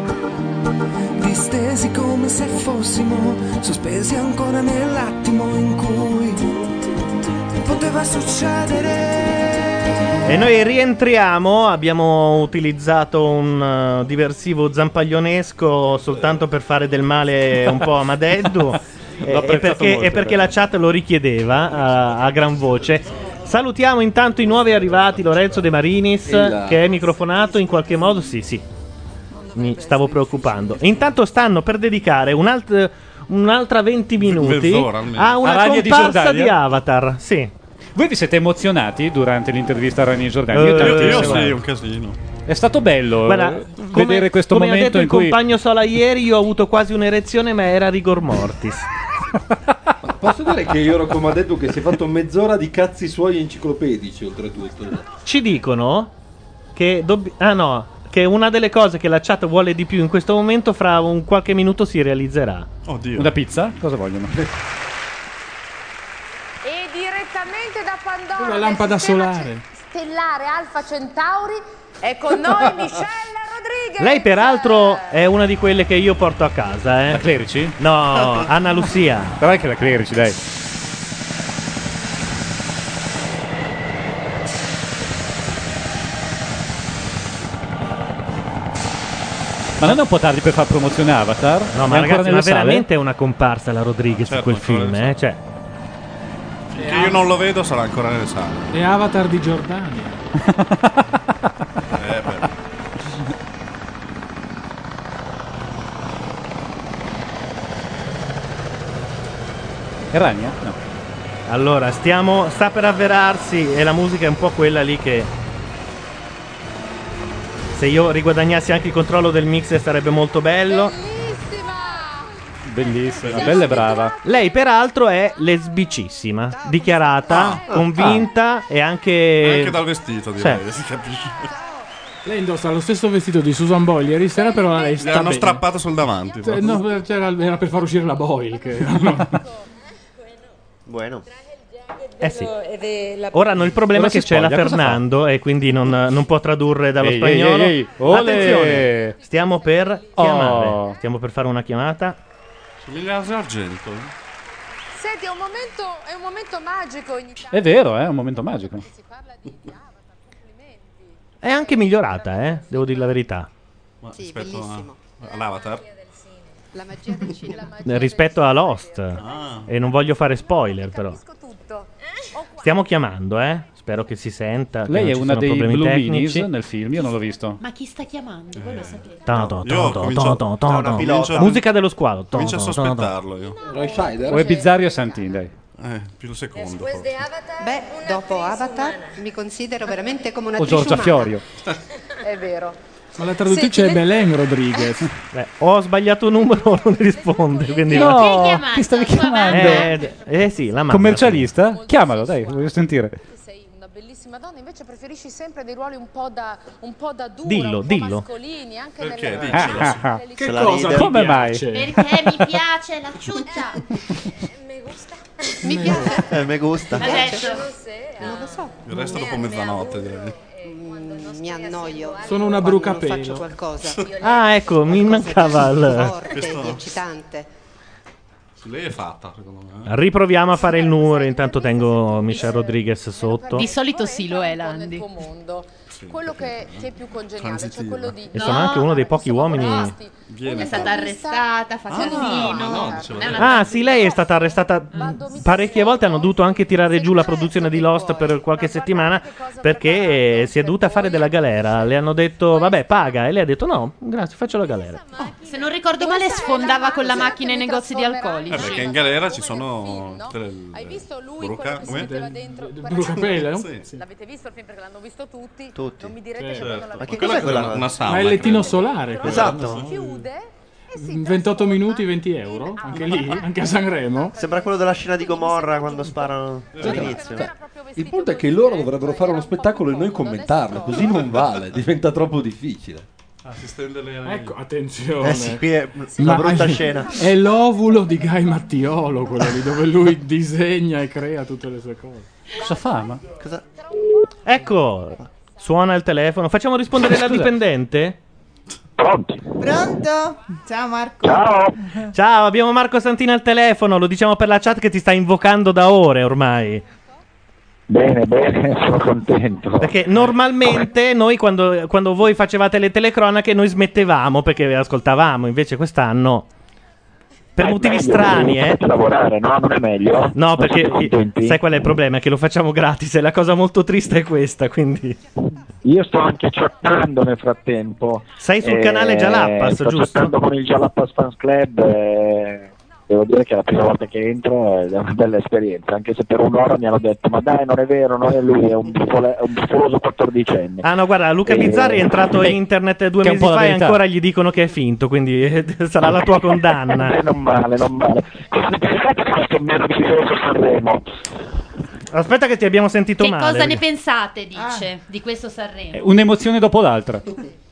distesi come se fossimo sospesi ancora nell'attimo in cui poteva succedere. E noi rientriamo, abbiamo utilizzato un uh, diversivo zampaglionesco soltanto per fare del male un po' a Madeddu e, e, perché, molto, e perché la chat lo richiedeva a, a gran voce. Salutiamo intanto i nuovi arrivati, Lorenzo De Marinis, Ehi che è microfonato in qualche modo, sì sì, mi stavo preoccupando. E intanto stanno per dedicare un alt- un'altra venti minuti a una A Rania di comparsa Giordania? di Avatar, sì. Voi vi siete emozionati durante l'intervista a Rania Giordani? Eh, Io, Io, tantissimo. sì, un casino. È stato bello Guarda, eh, come, vedere questo come ha momento detto in il cui compagno Sola ieri, io ho avuto quasi un'erezione, ma era rigor mortis. Posso dire che io ero come ha detto che si è fatto mezz'ora di cazzi suoi enciclopedici oltretutto. Ci dicono che dobbi- ah no, che una delle cose che la chat vuole di più in questo momento fra un qualche minuto si realizzerà. Oddio. Una pizza? Cosa vogliono? E direttamente da Pandora, Una del lampada sistema solare. stellare Alfa Centauri, è con noi Michelle Rodriguez. Lei peraltro è una di quelle che io porto a casa, eh. La Clerici? No, Anna Lucia. Però anche la Clerici, dai. Ma non è un po' tardi per far promozione a Avatar? No, È ma ancora ragazzi, nelle ma sale? veramente è una comparsa la Rodriguez in Certo, quel ancora film, nelle eh. Cioè, Finché io non lo vedo sarà ancora nelle sale. È Avatar di Giordania. Eh, beh. È Rania? No. allora, stiamo sta per avverarsi e la musica è un po' quella lì che se io riguadagnassi anche il controllo del mix sarebbe molto bello. Bellissima, bella e brava. Lei peraltro è lesbicissima, dichiarata, Ah. convinta e anche Anche dal vestito, direi, Sì. si capisce. Lei indossa lo stesso vestito di Susan Boyle ieri sera, però lei Gli sta hanno bene. strappato sul davanti. Cioè, proprio. no, c'era- era per far uscire la Boyle. Che... Bueno. Eh sì. Ora hanno il problema Ora che si c'è la spoglia, cosa Fernando e quindi non, non può tradurre dallo Ehi, spagnolo. ehi, ehi, ole! Attenzione, stiamo per Oh. chiamare. Stiamo per fare una chiamata. Somiglia a Sargento. Senti, è un momento, è un momento magico in Italia. È vero, è un momento magico. È anche migliorata, eh? Devo dire la verità. Ma Sì, rispetto bellissimo. a, all'Avatar? La magia del cinema. Rispetto a Lost. Ah. E non voglio fare spoiler, però. Stiamo chiamando, eh? Spero che si senta. che Lei non è ci una siano dei problemi Blue tecnici. Minis nel film, io non l'ho visto. Ma chi sta chiamando? Voi lo sapete. Ta- to- Io to- to- comincio- to- to- da una to- pilota. Musica dello squalo. To- Comincio a to- to- to- sospettarlo io. Roy Scheider? O è Bizarri o Santin, dai. Eh, più il secondo. Beh, dopo Avatar mi considero veramente come O un'attrice Giorgia umana. Fiorio. È vero. Ma la traduttrice Senti, è Belen Rodriguez. Beh, ho sbagliato un numero, non risponde. Quindi No, Chi hai chiamato? chi stavi Tua chiamando? Eh, eh sì, la mamma. Commercialista? Chiamalo, dai, voglio sentire. Sei una bellissima donna, invece preferisci sempre dei ruoli un po' da, un po' da dura, Dillo, un po' dillo. mascolini, anche Perché? nelle... Diccelo. Ah, ah, ah. Che Se la cosa ride. ti Come mai? piace? Perché mi piace la ciuccia. Mi piace. Eh, me gusta. Ha detto. Non lo so. Il resto dopo mezzanotte, direi. Mm, mi annoio. Sono una quando non brucapelo. faccio qualcosa. Ah, ecco, mi mancava il... Forte, Questo- di eccitante. Lei è fatta, secondo me. Riproviamo a fare il numero. Intanto tengo Michelle Rodriguez sotto. Di solito sì lo è nel Landi. tuo mondo. Quello che ti è più congeniale, cioè Transitiva. quello di... E sono anche uno dei pochi uomini. Viene È stata arrestata, fa casino. no, diceva Non è lei. una Ah, sì, lei è stata arrestata mh, parecchie volte. Hanno dovuto anche tirare giù la produzione di Lost per qualche settimana perché eh, si è dovuta fare della galera. Le hanno detto, vabbè, paga. E lei ha detto, no, grazie, faccio la galera. Se non ricordo male sfondava con la macchina i negozi di Eh, alcolici. perché in galera ci sono tutte le... Hai visto lui Bruca- quello che si come? metteva dentro? Brucapelo? Sì, sì. L'avete visto il film perché l'hanno visto tutti? Tutti. Non mi direte Certo. che non Ma l'avete che visto. cos'è quella? Una sauna, Ma è il lettino credo. solare. quello. Esatto. Chiude e si ventotto minuti, venti euro. Anche lì, anche a Sanremo. Sembra quello della scena di Gomorra quando sparano all'inizio. Il punto è che loro dovrebbero fare uno spettacolo e noi commentarlo, così non vale, diventa troppo difficile. Ah, si stende le Ecco, attenzione. Eh sì, qui è una brutta scena. È l'ovulo di Guy Mattiolo, quello lì, dove lui disegna e crea tutte le sue cose. Cosa fa? Ma? Cosa... Ecco, suona il telefono. Facciamo rispondere la Scusa. dipendente? Pronto? Ciao Marco. Ciao. Ciao, abbiamo Marco Santini al telefono. Lo diciamo per la chat che ti sta invocando da ore ormai. Bene, bene, sono contento. Perché normalmente noi quando, quando voi facevate le telecronache noi smettevamo perché ascoltavamo, invece quest'anno per È motivi meglio, strani, perché eh. faccio lavorare, no? Non è meglio? No, Non perché siete contenti? sai qual è il problema? Che lo facciamo gratis e la cosa molto triste è questa, quindi Io sto anche chattando nel frattempo. Sei sul Eh, canale Jalappas, sto giusto? chattando con il Jalappas Fans Club. eh, Devo dire che è la prima volta che entro ed è una bella esperienza, anche se per un'ora mi hanno detto ma dai non è vero, non è lui, è un, buffole- è un buffoloso quattordicenne. Ah no, guarda, Luca Eh, Bizzarri è entrato in internet due che è un mesi po' la fa e verità. ancora gli dicono che è finto, quindi eh, sarà la tua condanna. Eh, non male, non male. Cosa ne pensate di questo meraviglioso Sanremo? Aspetta che ti abbiamo sentito Che male. cosa ne pensate, dice, di questo Sanremo? Un'emozione dopo l'altra.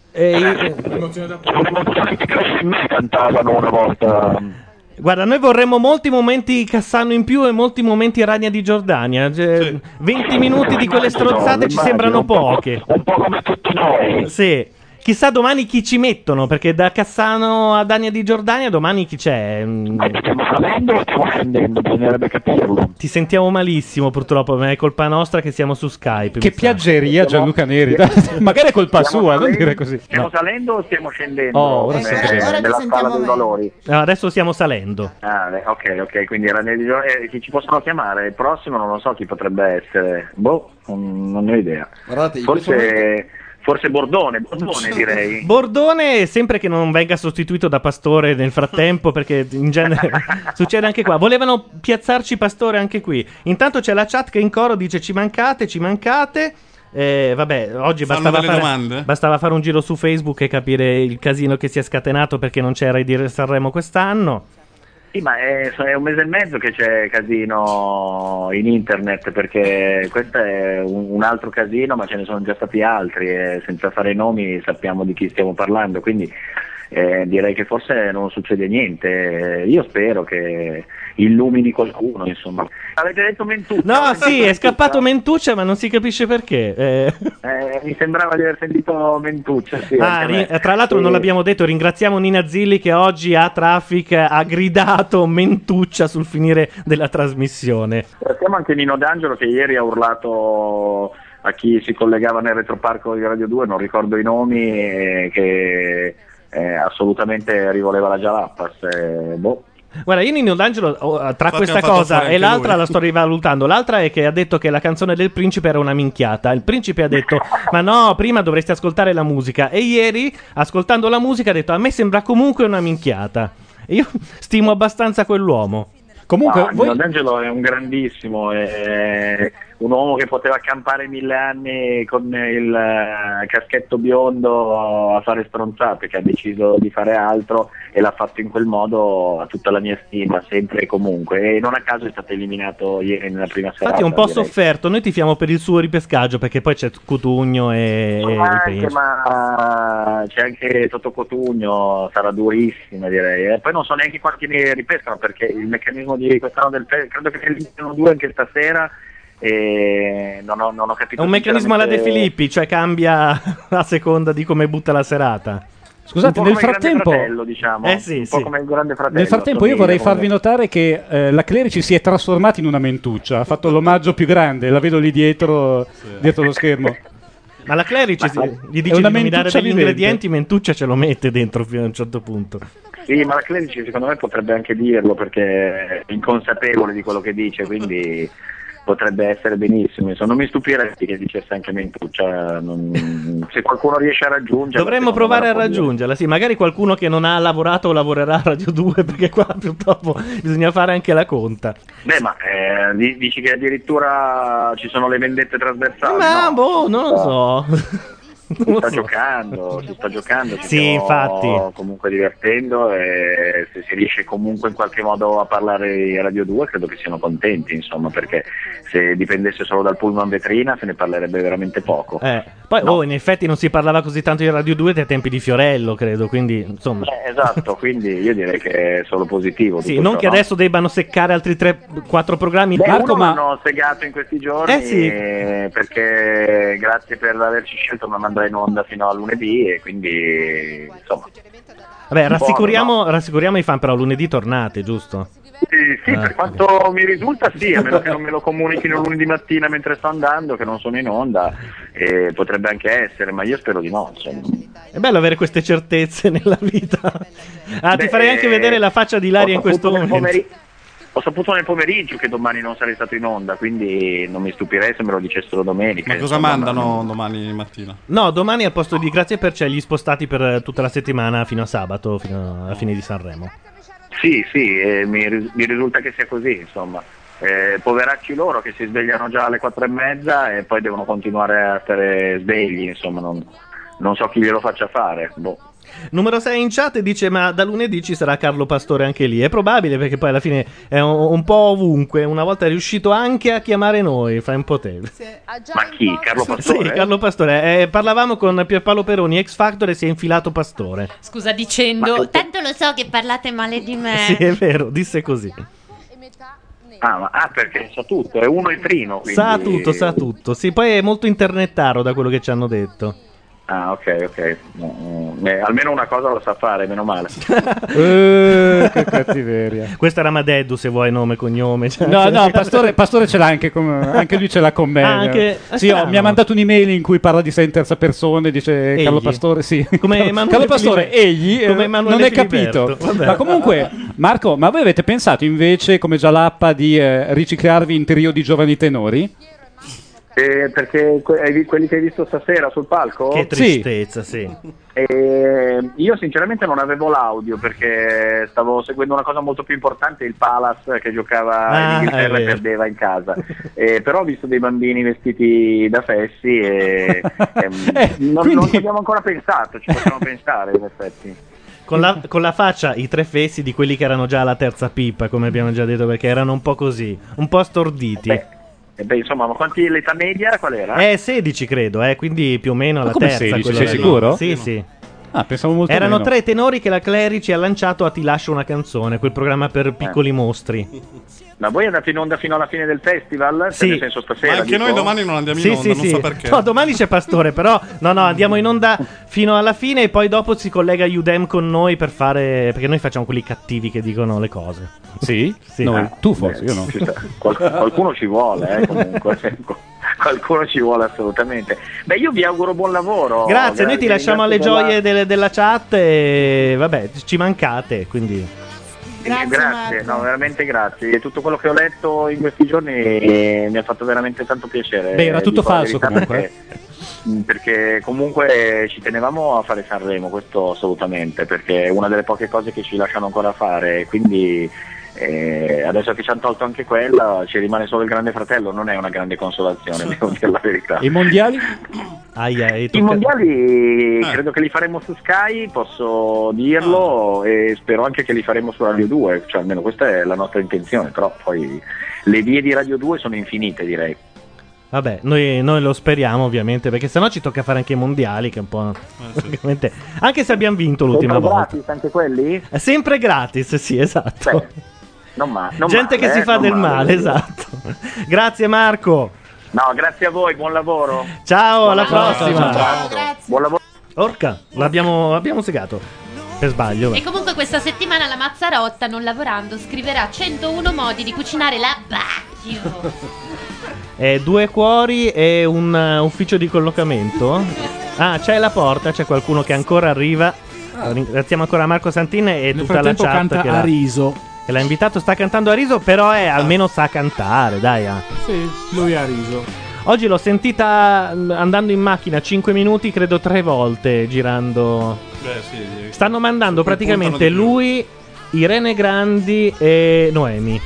Eh, Un'emozione che cresce in me, cantavano una volta. Guarda, noi vorremmo molti momenti Cassano in più e molti momenti Ragna di Giordania. Cioè, venti minuti di quelle strozzate ci immagino, sembrano un po'- poche. Un po' come tutti noi. Sì. Chissà domani chi ci mettono, perché da Cassano a Ragna di Giordania domani chi c'è? Mm. Stiamo salendo o stiamo scendendo? Bisognerebbe capirlo. Ti sentiamo malissimo purtroppo, ma è colpa nostra che siamo su Skype. Che mi sa. piaggeria Gianluca Neri. Magari è colpa sua, non dire così. Stiamo No. salendo o stiamo scendendo? Oh, ora Eh, si sente bene. nella Ora ti scala sentiamo dei meglio. valori. No, adesso stiamo salendo. Ah, beh, ok, ok, quindi era nel- eh, chi ci possono chiamare? Il prossimo non lo so chi potrebbe essere. Boh, non, non ne ho idea. Guardate, in questo Forse, forse Bordone, Bordone direi. Bordone, sempre che non venga sostituito da Pastore nel frattempo, perché in genere succede anche qua. Volevano piazzarci Pastore anche qui. Intanto c'è la chat che in coro dice ci mancate, ci mancate. Eh, vabbè, oggi Fanno bastava delle fare, domande? bastava fare un giro su Facebook e capire il casino che si è scatenato perché non c'era il Sanremo quest'anno. Sì, ma è, è un mese e mezzo che c'è casino in internet, perché questo è un, un altro casino, ma ce ne sono già stati altri e senza fare nomi sappiamo di chi stiamo parlando, quindi eh, direi che forse non succede niente. Io spero che illumini qualcuno, insomma. Avete detto Mentuccia? No, sì, è Mentuccia? scappato Mentuccia, ma non si capisce perché. Eh. Eh, mi sembrava di aver sentito Mentuccia, sì, Ah, anche a me. ri- tra l'altro non E- l'abbiamo detto, ringraziamo Nina Zilli che oggi a Traffic ha gridato Mentuccia sul finire della trasmissione. Ringraziamo anche Nino D'Angelo che ieri ha urlato a chi si collegava nel retroparco di Radio due, non ricordo i nomi, eh, che eh, assolutamente rivoleva la Jalappas. Eh, boh. Guarda, io Nino D'Angelo oh, tra Infatti questa ha fatto cosa fare e anche l'altra lui. la sto rivalutando. L'altra è che ha detto che la canzone del principe era una minchiata. Il principe ha detto ma no, prima dovresti ascoltare la musica. E ieri, ascoltando la musica, ha detto a me sembra comunque una minchiata. E io stimo abbastanza quell'uomo. Comunque, Ah, Nino D'Angelo è un grandissimo, è un uomo che poteva campare mille anni con il eh, caschetto biondo a fare stronzate, che ha deciso di fare altro e l'ha fatto in quel modo, a tutta la mia stima, sempre e comunque, e non a caso è stato eliminato ieri nella prima serata. Infatti è un po' direi. sofferto. Noi tifiamo per il suo ripescaggio perché poi c'è Cutugno e, e il Anche, Principe. ma c'è anche Toto Cotugno, sarà durissima direi, e poi non so neanche quanti ne ripescano, perché il meccanismo di quest'anno del pe- credo che ne eliminino due anche stasera, e non ho, non ho capito È un meccanismo alla De sinceramente- Filippi, cioè cambia a seconda di come butta la serata. Scusate, un po' nel come il Grande frattempo, Fratello, diciamo, Eh sì, un po' sì. come il Grande Fratello. nel frattempo io assomiglia vorrei come- farvi notare che eh, la Clerici si è trasformata in una mentuccia. Ha fatto l'omaggio più grande, la vedo lì dietro, dietro lo schermo. Ma la Clerici Ma- si- gli è dice di una nominare mentuccia degli vivente. ingredienti, Mentuccia ce lo mette dentro fino a un certo punto. Sì, ma la Clerici secondo me potrebbe anche dirlo, perché è inconsapevole di quello che dice, quindi potrebbe essere benissimo. Insomma, non mi stupirei che dicesse anche Mentuccia. Non- Se qualcuno riesce a raggiungerla, Dovremmo secondo me provare a la può dire. raggiungerla, sì, magari qualcuno che non ha lavorato o lavorerà a Radio due, perché qua purtroppo bisogna fare anche la conta. Beh, ma eh, di- dici che addirittura ci sono le vendette trasversali? Ma no? boh, non lo so. Si sta giocando, si sta giocando, ci Sì, stiamo infatti. comunque divertendo e se si riesce comunque in qualche modo a parlare in Radio due credo che siano contenti, insomma, perché se dipendesse solo dal pullman vetrina se ne parlerebbe veramente poco. Eh, poi, oh, in effetti non si parlava così tanto di Radio due dai tempi di Fiorello, credo, quindi, insomma... Eh, esatto, quindi io direi che è solo positivo. Sì, tutto non ciò, che no? adesso debbano seccare altri tre quattro programmi. Beh, Marco, uno ma... l'hanno segato in questi giorni Eh, sì. eh, perché grazie per averci scelto non andrà in onda fino a lunedì e quindi insomma Vabbè, un po', rassicuriamo, rassicuriamo i fan, però lunedì tornate, giusto? Sì, sì, Ah, per quanto mi risulta sì, a meno che non me lo comunichino lunedì mattina mentre sto andando, che non sono in onda, eh, potrebbe anche essere, ma io spero di no, insomma. È bello avere queste certezze nella vita. Ah, ti Beh, farei anche vedere la faccia di Ilaria in ho questo saputo nel momento. pomeri- Ho saputo nel pomeriggio che domani non sarei stato in onda, quindi non mi stupirei se me lo dicessero domenica. Ma cosa insomma, mandano domani mattina? No, domani al posto di Grazie per c'è gli spostati per tutta la settimana fino a sabato, fino alla fine di Sanremo. Sì, sì, eh, mi, ris- mi risulta che sia così, insomma. Eh, poveracci loro che si svegliano già alle quattro e mezza e poi devono continuare a stare svegli, insomma, non, non so chi glielo faccia fare. Boh. Numero sei in chat dice: ma da lunedì ci sarà Carlo Pastore anche lì. È probabile, perché poi alla fine è un, un po' ovunque. Una volta è riuscito anche a chiamare noi, fai un po' te. Ma chi? Carlo Pastore? Sì, Carlo Pastore. Eh, parlavamo con Pierpaolo Peroni, X Factor, e si è infilato Pastore. Scusa, dicendo, tanto lo so che parlate male di me. Sì, è vero, disse così. Ah, ma, ah, perché sa tutto, è uno e trino. Quindi... Sa tutto, sa tutto. Sì, poi è molto internettaro da quello che ci hanno detto. Ah, ok, ok. Mm, eh, almeno una cosa lo sa fare, meno male. Eh, che cattiveria. Questo era Madeddu, se vuoi nome, cognome. Cioè, No, no, Pastore, Pastore ce l'ha anche con, anche lui ce l'ha con me. Ah, anche- Sì, oh, mi ha mandato un'email in cui parla di sé in terza persona e dice Egli. Carlo Pastore, sì. Come Carlo, Emanuele Carlo Pastore, Filiberto. egli, eh, Come Emanuele non è Filiberto. capito. Vabbè. Ma comunque, Marco, ma voi avete pensato invece, come Gialappa, di eh, riciclarvi in trio di giovani tenori? Eh, perché que- hai vi- quelli che hai visto stasera sul palco? Che tristezza, sì. Eh, io sinceramente non avevo l'audio perché stavo seguendo una cosa molto più importante, il Palace che giocava Ah, in è Inghilterra e vero. perdeva in casa. Eh, però ho visto dei bambini vestiti da fessi e ehm, non, quindi- non ci abbiamo ancora pensato, ci possiamo pensare in effetti. Con la, con la faccia, i tre fessi di quelli che erano già alla terza pippa, come abbiamo già detto, perché erano un po' così, un po' storditi. Beh, E beh, insomma, ma quanti l'età media qual era? Eh, sedici credo, eh, quindi più o meno alla come terza. sedici, quello sei lì. sicuro? Sì, sì. Ah, pensavo molto Erano meno. tre tenori che la Clerici ha lanciato a Ti lascio una canzone, quel programma per piccoli mostri. Ma voi andate in onda fino alla fine del festival? Cioè, Sì. nel senso stasera, Ma anche dico? noi domani non andiamo in Sì, onda, sì, non sì. so perché. No, domani c'è Pastore, però no, no, andiamo in onda fino alla fine e poi dopo si collega Udem con noi per fare, perché noi facciamo quelli cattivi che dicono le cose. Sì? Sì. Noi? Ah. Tu forse, io no. Ci sta- qual- qualcuno ci vuole, eh, comunque. Qualcuno ci vuole assolutamente. Beh, io vi auguro buon lavoro. Grazie, noi ti vi lasciamo alle ringrazio gioie della- delle- della chat e vabbè, ci mancate, quindi... Grazie, no, veramente grazie. E tutto quello che ho letto in questi giorni eh, mi ha fatto veramente tanto piacere. Beh, era tutto dico la falso verità, comunque. Perché, perché comunque ci tenevamo a fare Sanremo, questo assolutamente, perché è una delle poche cose che ci lasciano ancora fare. Quindi eh, adesso che ci hanno tolto anche quella, ci rimane solo il Grande Fratello. Non è una grande consolazione, devo dire la verità. E i mondiali? Aia, e I tocca- mondiali Eh. credo che li faremo su Sky, posso dirlo, e spero anche che li faremo su Radio due, cioè almeno questa è la nostra intenzione, però poi le vie di Radio due sono infinite, direi. Vabbè, noi, noi lo speriamo ovviamente, perché sennò ci tocca fare anche i mondiali, che è un po'... praticamente- anche se abbiamo vinto l'ultima Sempre volta. gratis anche quelli? È sempre gratis, sì, esatto. Non ma- non Gente male, che si eh, fa non del male, male. esatto. Grazie Marco. No, grazie a voi, buon lavoro. Ciao, alla Buon lavoro. prossima. Ciao, ciao. Buon lavoro. Orca, l'abbiamo abbiamo segato. Per sbaglio. E comunque questa settimana la Mazzarotta, non lavorando, scriverà centouno modi di cucinare la barbecue. Eh, due cuori e un uh, ufficio di collocamento. Ah, c'è la porta, c'è qualcuno che ancora arriva. Ringraziamo ancora Marco Santin e Nel tutta la frattempo chat canta che l'ha- Ariso. che l'ha invitato. Sta cantando a riso, però è, almeno sa cantare, dai. ah. Sì, lui ha riso. Oggi l'ho sentita mh, andando in macchina cinque minuti, credo tre volte, girando. Beh, sì, Stanno mandando Poi praticamente puntano di più. lui, Irene Grandi e Noemi.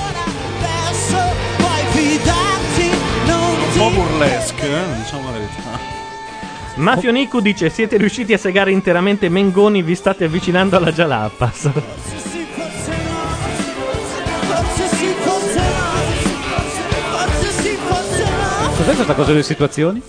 Un po' burlesque, eh, diciamo la verità. Mafio Niku dice: siete riusciti a segare interamente Mengoni, vi state avvicinando alla Jalapas. Cos'è questa cosa delle situazioni?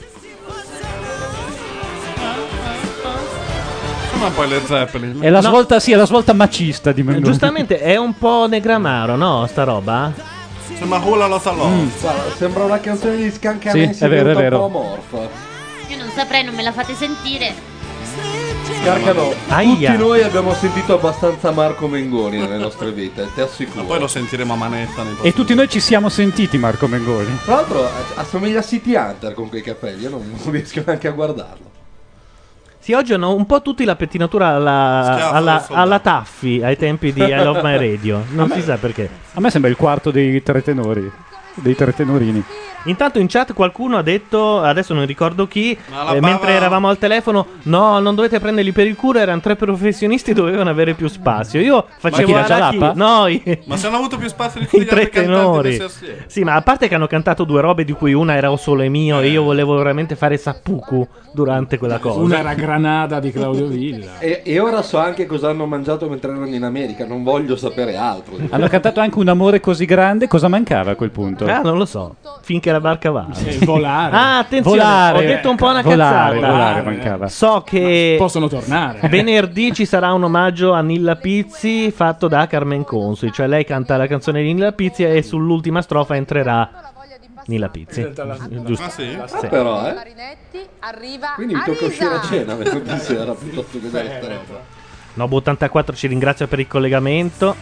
Insomma, un po' le Zeppelin. È la No. svolta, sì, è la svolta macista di Mengoni. Giustamente è un po' negramaro, no? Sta roba? Sembra Hula lo salò. Mm, guarda, sembra una canzone di Scancanesi. Sì, è vero, è vero. Un po' amorfa. Io non saprei, non me la fate sentire. Scarcano, Aia. tutti noi abbiamo sentito abbastanza Marco Mengoni nelle nostre vite, ti assicuro. Ma poi lo sentiremo a manetta nei E tutti noi ci siamo sentiti Marco Mengoni. Tra l'altro assomiglia a City Hunter con quei capelli, io non, non riesco neanche a guardarlo. Sì, oggi hanno un po' tutti la pettinatura alla, Schiaffo alla, del soldato. alla Taffi ai tempi di I Love My Radio. Non si sa perché. A me sembra il quarto dei tre tenori. Dei tre tenorini. Intanto in chat qualcuno ha detto, adesso non ricordo chi, Ma la eh, bava- mentre eravamo al telefono, no, non dovete prenderli per il culo, erano tre professionisti, dovevano avere più spazio. Io facevo chi, la Araki- Jalapa? no, i, Ma se hanno avuto più spazio di tutti i gli tre altri cantanti tenori. messi assieme. Sì, ma a parte che hanno cantato due robe di cui una era O Sole Mio e io volevo veramente fare Sappuku durante quella cosa. Una era Granada di Claudio Villa. E, e ora so anche cosa hanno mangiato mentre erano in America, non voglio sapere altro. Hanno cantato anche Un amore così grande, cosa mancava a quel punto? Ah, non lo so. Finché la barca va. volare. Ah, attenzione, Volare. ho detto un po' una Volare, cazzata. volare mancava. So che possono tornare. venerdì ci sarà un omaggio a Nilla Pizzi fatto da Carmen Consoli, cioè lei canta la canzone di Nilla Pizzi e sull'ultima strofa entrerà Nilla Pizzi. Giusto? Ah, sì? Ah, però, eh. Arriva Quindi mi tocca Arisa. uscire a cena venerdì sera piuttosto che dare sta roba. Nobu ottantaquattro ci ringrazia per il collegamento.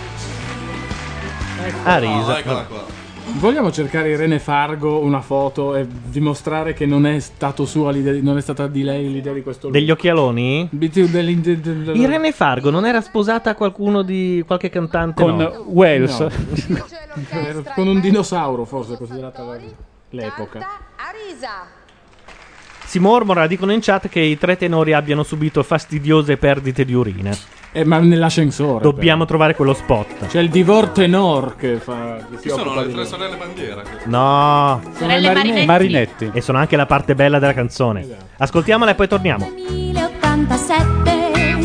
Arisa. eccola qua. Vogliamo cercare Irene Fargo una foto e dimostrare che non è stato sua l'idea, non è stata di lei l'idea di questo look. Degli occhialoni? Irene Irene Fargo non era sposata a qualcuno di qualche cantante? Con no? Wells. No. Con un dinosauro forse considerata la- l'epoca. Arisa. Si mormora, dicono in chat che i tre tenori abbiano subito fastidiose perdite di urina. Eh, ma nell'ascensore. Dobbiamo trovare quello spot. però. C'è il Divor Tenor che fa. Che si Chi sono occupa le di tre loro. sorelle bandiera? No, Sono i Marinetti. Marinetti. e sono anche la parte bella della canzone. Ascoltiamola e poi torniamo. duemilaottantasette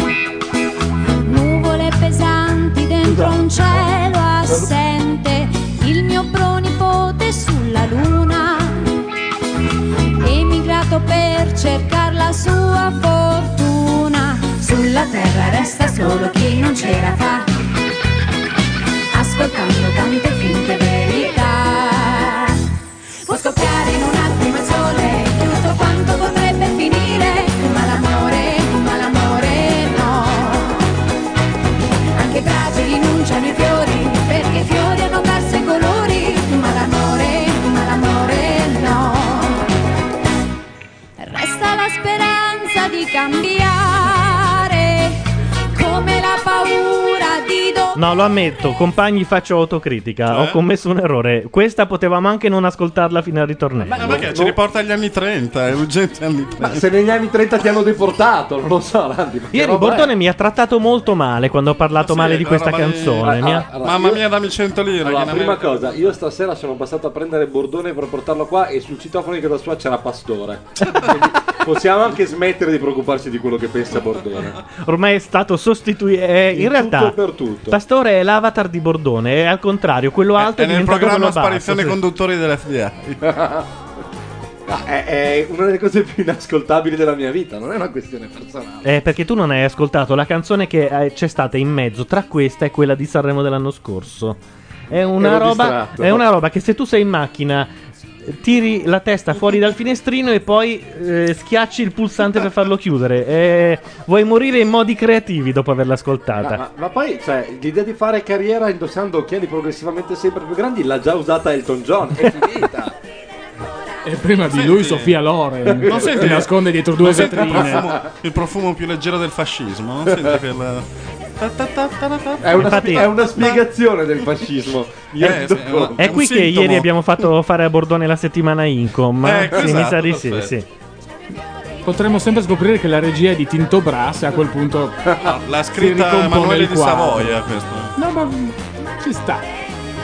nuvole pesanti dentro un cielo assente, il mio pronipote sulla luna, emigrato per cercare la sua fortuna. Sulla terra resta solo chi non c'era fa, ascoltando tante finte verità. Può scoppiare in un attimo il sole, tutto quanto potrebbe finire, ma l'amore, ma l'amore no. Anche i bracci rinunciano ai fiori, perché i fiori hanno perso i colori, ma l'amore, ma l'amore no. Resta la speranza di cambiare, come la paura di dover. No, lo ammetto, compagni, faccio autocritica. Cioè? Ho commesso un errore. Questa potevamo anche non ascoltarla fino al ritornello. Ma perché ci riporta agli anni trenta, è urgente anni trenta. Ma se negli anni trenta ti hanno deportato, non lo so, Randy. ma che Ieri roba è? Bordone mi ha trattato molto male quando ho parlato Sì, male di quella questa roba lì. canzone. Mi ha- Allora, Mamma io- mia, dammi cento lire. Allora, che in prima America- cosa, io stasera sono passato a prendere Bordone per portarlo qua e sul citofono di casa sua c'era Pastore. Quindi possiamo anche smettere di preoccuparci di quello che pensa Bordone. Ormai è stato sostituito. In, In realtà, tutto e per tutto. Pastore è l'avatar di Bordone. E al contrario, quello alto È è, nel diventato programma quello basso. Sparizione sì. conduttori dell'F D I. Ah, è, è una delle cose più inascoltabili della mia vita, non è una questione personale. Eh, perché tu non hai ascoltato la canzone che eh, c'è stata in mezzo tra questa e quella di Sanremo dell'anno scorso. È una, Ero roba, distratto. è una roba che se tu sei in macchina tiri la testa fuori dal finestrino e poi eh, schiacci il pulsante per farlo chiudere. Eh, vuoi morire in modi creativi dopo averla ascoltata. Ma, ma- ma poi, cioè, l'idea di fare carriera indossando occhiali progressivamente sempre più grandi l'ha già usata Elton John, è finita. E prima di lui Sofia Loren Non senti- si nasconde dietro due non senti il vetrine. profumo, il profumo più leggero del fascismo? Non senti quel... È una, Infatti- spie- è una spiegazione del fascismo. Io Eh, mi sì, do è conto. una- È un qui che sintomo. ieri abbiamo fatto fare a Bordone la settimana Incom. Ecco, sì, mi esatto, sa di sì, perfetto. sì. Potremmo sempre scoprire che la regia è di Tinto Brass e a quel punto No, l'ha si scritta ricompone Emanuele il di quadro. Savoia questo. No, ma ci sta.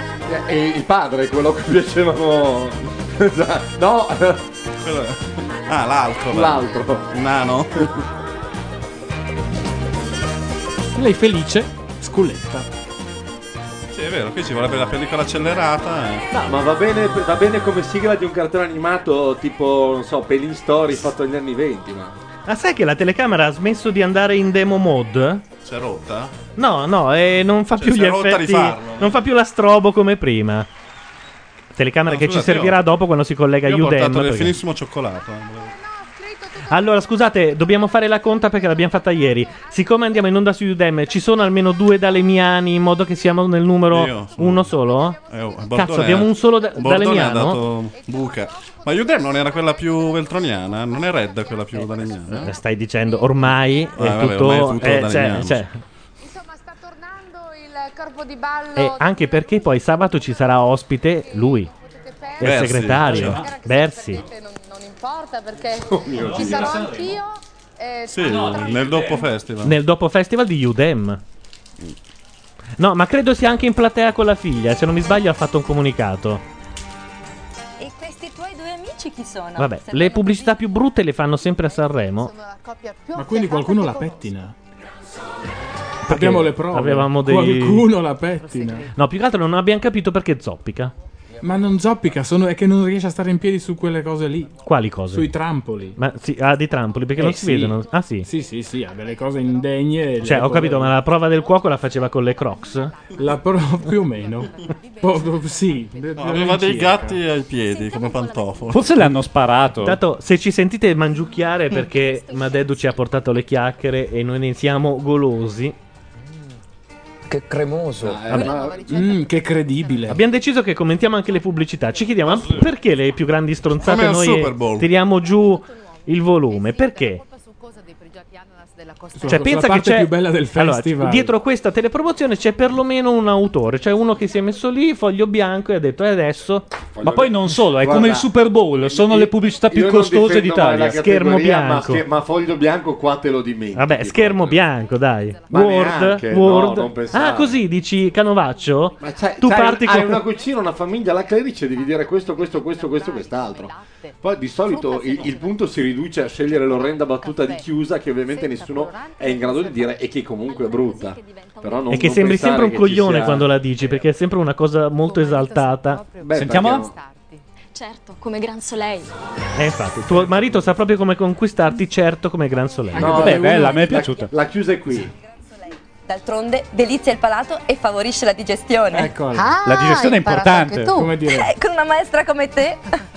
E il padre, quello che piacevano. Esatto. No, Quello- Ah, l'altro. L'altro. Nano. Lei felice, sculletta. Sì, è vero, qui ci vorrebbe la pellicola accelerata. eh. No, ma va bene, va bene come sigla di un cartone animato tipo, non so, Pelin Story fatto negli anni venti, ma... Ma sai che la telecamera ha smesso di andare in demo mode? Si è rotta? No, no, e non fa Cioè, più si gli è rotta a effetti. rifarlo, Non fa più la strobo come prima. Telecamera No, che scusate, ci servirà io- dopo quando si collega a Io ho Udem. portato del perché- finissimo cioccolato. eh. Allora, scusate, dobbiamo fare la conta perché l'abbiamo fatta ieri. Siccome andiamo in onda su Udem, ci sono almeno due Dalemiani in modo che siamo nel numero Io sono- uno solo? Eh, oh, Bordone Cazzo, abbiamo un solo da- Bordone Dalemiano? ha dato buca. Ma Udem non era quella più veltroniana? Non è Red quella più dalemiana? Eh, Stai dicendo ormai è vabbè, tutto. ormai è tutto eh, dalemiano. cioè, cioè. Il corpo di ballo. E anche perché poi sabato ci sarà ospite lui, il Bersi, segretario, cioè. Bersi. Non importa perché Oh mio ci Dio. sarò anch'io. eh, Sì, nel dopo festival. Nel dopo festival di Udem. No, ma credo sia anche in platea con la figlia. Se non mi sbaglio, ha fatto un comunicato. E questi tuoi due amici chi sono? Vabbè, le pubblicità più brutte le fanno sempre a Sanremo. Ma quindi qualcuno la pettina? Abbiamo le prove. Avevamo dei. Qualcuno la pettina. No, più che altro non abbiamo capito perché zoppica. Ma non zoppica, sono, è che non riesce a stare in piedi su quelle cose lì. Quali cose? Sui trampoli. Ma sì, ha dei trampoli perché Eh, non si sì. vedono. Ah, sì. Sì, sì, sì, ha delle cose indegne. Cioè, ho capito, ma la prova del cuoco la faceva con le Crocs? La prova più o meno. Po- sì. No, aveva dei gatti ai piedi come pantofolo. Forse l'hanno sparato. Intanto, se ci sentite mangiucchiare è perché Madedu ci ha portato le chiacchiere e noi ne siamo golosi. Che cremoso. Vabbè. Mm, che credibile. Abbiamo deciso che commentiamo anche le pubblicità. Ci chiediamo ma perché le più grandi stronzate Come al noi Super Bowl. tiriamo giù il volume? Perché? Cioè, Sulla pensa che parte c'è più bella del Allora, festival. dietro questa telepromozione c'è perlomeno un autore, cioè uno che si è messo lì, foglio bianco, e ha detto: e adesso. Ma poi non solo, è Guarda, come il Super Bowl, sono le pubblicità più Io non costose difendo mai d'Italia. la Schermo categoria, ma, bianco. scher- ma foglio bianco qua te lo dimentichi. Vabbè, schermo bianco, dai. Ma Word, neanche, Word. no, non pensare. Ah, così dici Canovaccio? Ma c'hai, tu c'hai- parti hai con una cucina, una famiglia, la Clerice, devi dire questo, questo, questo, questo, quest'altro. Poi di solito il, il punto si riduce a scegliere l'orrenda battuta di chiusa che ovviamente nessuno è in grado di dire e che comunque è brutta. Però non, E che non sembri pensare sempre un che coglione ci sia- quando la dici, perché è sempre una cosa molto esaltata. Beh, Sentiamola? perché Certo, come Gran Soleil. Eh, infatti, tuo marito sa proprio come conquistarti, certo, come Gran Soleil. No, Beh, uno- bella, a me è la- piaciuta. La chiusa è qui. D'altronde delizia il palato e favorisce la digestione. Eccola. Ah, La digestione è hai imparato importante. anche tu. Come dire. Eh, con una maestra come te.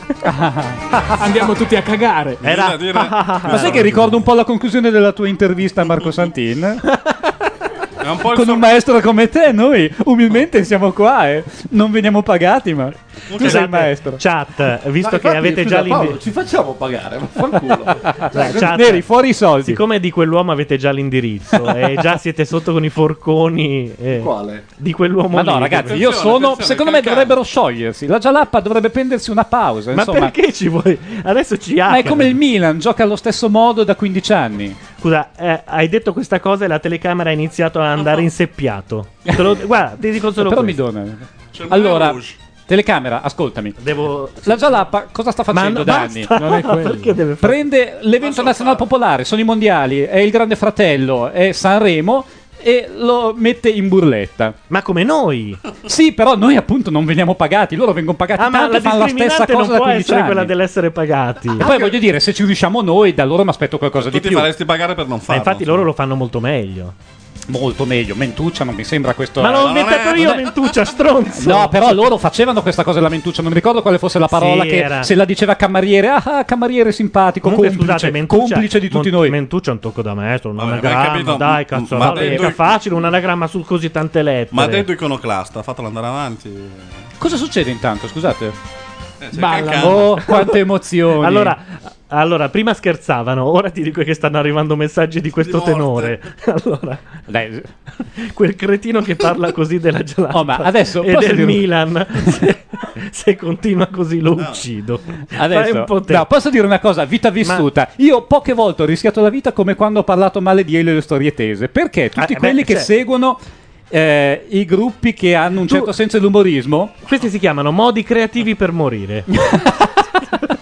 Andiamo tutti a cagare. Era... Ma sai che ricordo un po' la conclusione della tua intervista a Marco Santin? È un po' il Con so- un maestro come te, noi umilmente siamo qua e non veniamo pagati, ma tu sei il maestro. Chat, visto Ma che infatti, avete scusa, già Paolo, l'indirizzo. ci facciamo pagare, ma fanculo. Dai, chat, Neri, fuori i soldi. Siccome di quell'uomo avete già l'indirizzo e già siete sotto con i forconi eh, Quale? di quell'uomo Ma no, lì. ragazzi, io sono. Secondo me dovrebbero sciogliersi. La Jalappa dovrebbe prendersi una pausa. Ma Insomma. perché ci vuoi? Adesso ci ha. Ma è come il Milan, gioca allo stesso modo da quindici anni. Scusa, eh, hai detto questa cosa e la telecamera ha iniziato a andare in seppiato. Te lo- guarda, ti dico solo Però mi questo. dona. Allora, telecamera, ascoltami. Devo. La Jalappa cosa sta facendo Ma da basta, anni? non è quello. Perché deve fare- Prende l'evento nazionale popolare, sono i mondiali, è il Grande Fratello, è Sanremo e lo mette in burletta. Ma come noi? Sì, però noi appunto non veniamo pagati, loro vengono pagati Ah, ma tanto la e fanno la stessa discriminante cosa non da può quindici essere anni. quella dell'essere pagati. E poi voglio dire, se ci riusciamo noi, da loro mi aspetto qualcosa Tu di ti più. faresti pagare per non Ma farlo. infatti loro lo fanno molto meglio. Molto meglio, Mentuccia non mi sembra questo. Ma l'ho non inventato è- io, non è- Mentuccia, stronzo. No, però loro facevano questa cosa della Mentuccia, non mi ricordo quale fosse la parola Sì, che era- se la diceva Camariere, ah, Camariere simpatico, Comunque, complice, scusate, Mentuccia, complice di tutti Mon- noi. Mentuccia è un tocco da maestro, un Vabbè, anagramma, abbiamo capito. dai, M- cazzo, ma no, Deddu- mica facile, un anagramma su così tante lettere. Ma Deddu iconoclasta, fatelo andare avanti. Cosa succede intanto, scusate? Eh, c'è Balla. Cancan. Oh, quante emozioni. Allora, allora, prima scherzavano, ora ti dico che stanno arrivando messaggi di questo Di morte. tenore. Allora, Dai. quel cretino che parla così della Jalappa Oh, ma adesso e posso del dire- Milan, se, se continua così lo uccido. Fai Adesso, un po' te. no, posso dire una cosa, vita vissuta. Io poche volte ho rischiato la vita come quando ho parlato male di Elio e le storie tese. Perché tutti Eh, beh, quelli che cioè- seguono eh, i gruppi che hanno un Tu- certo senso dell'umorismo, Questi si chiamano modi creativi per morire.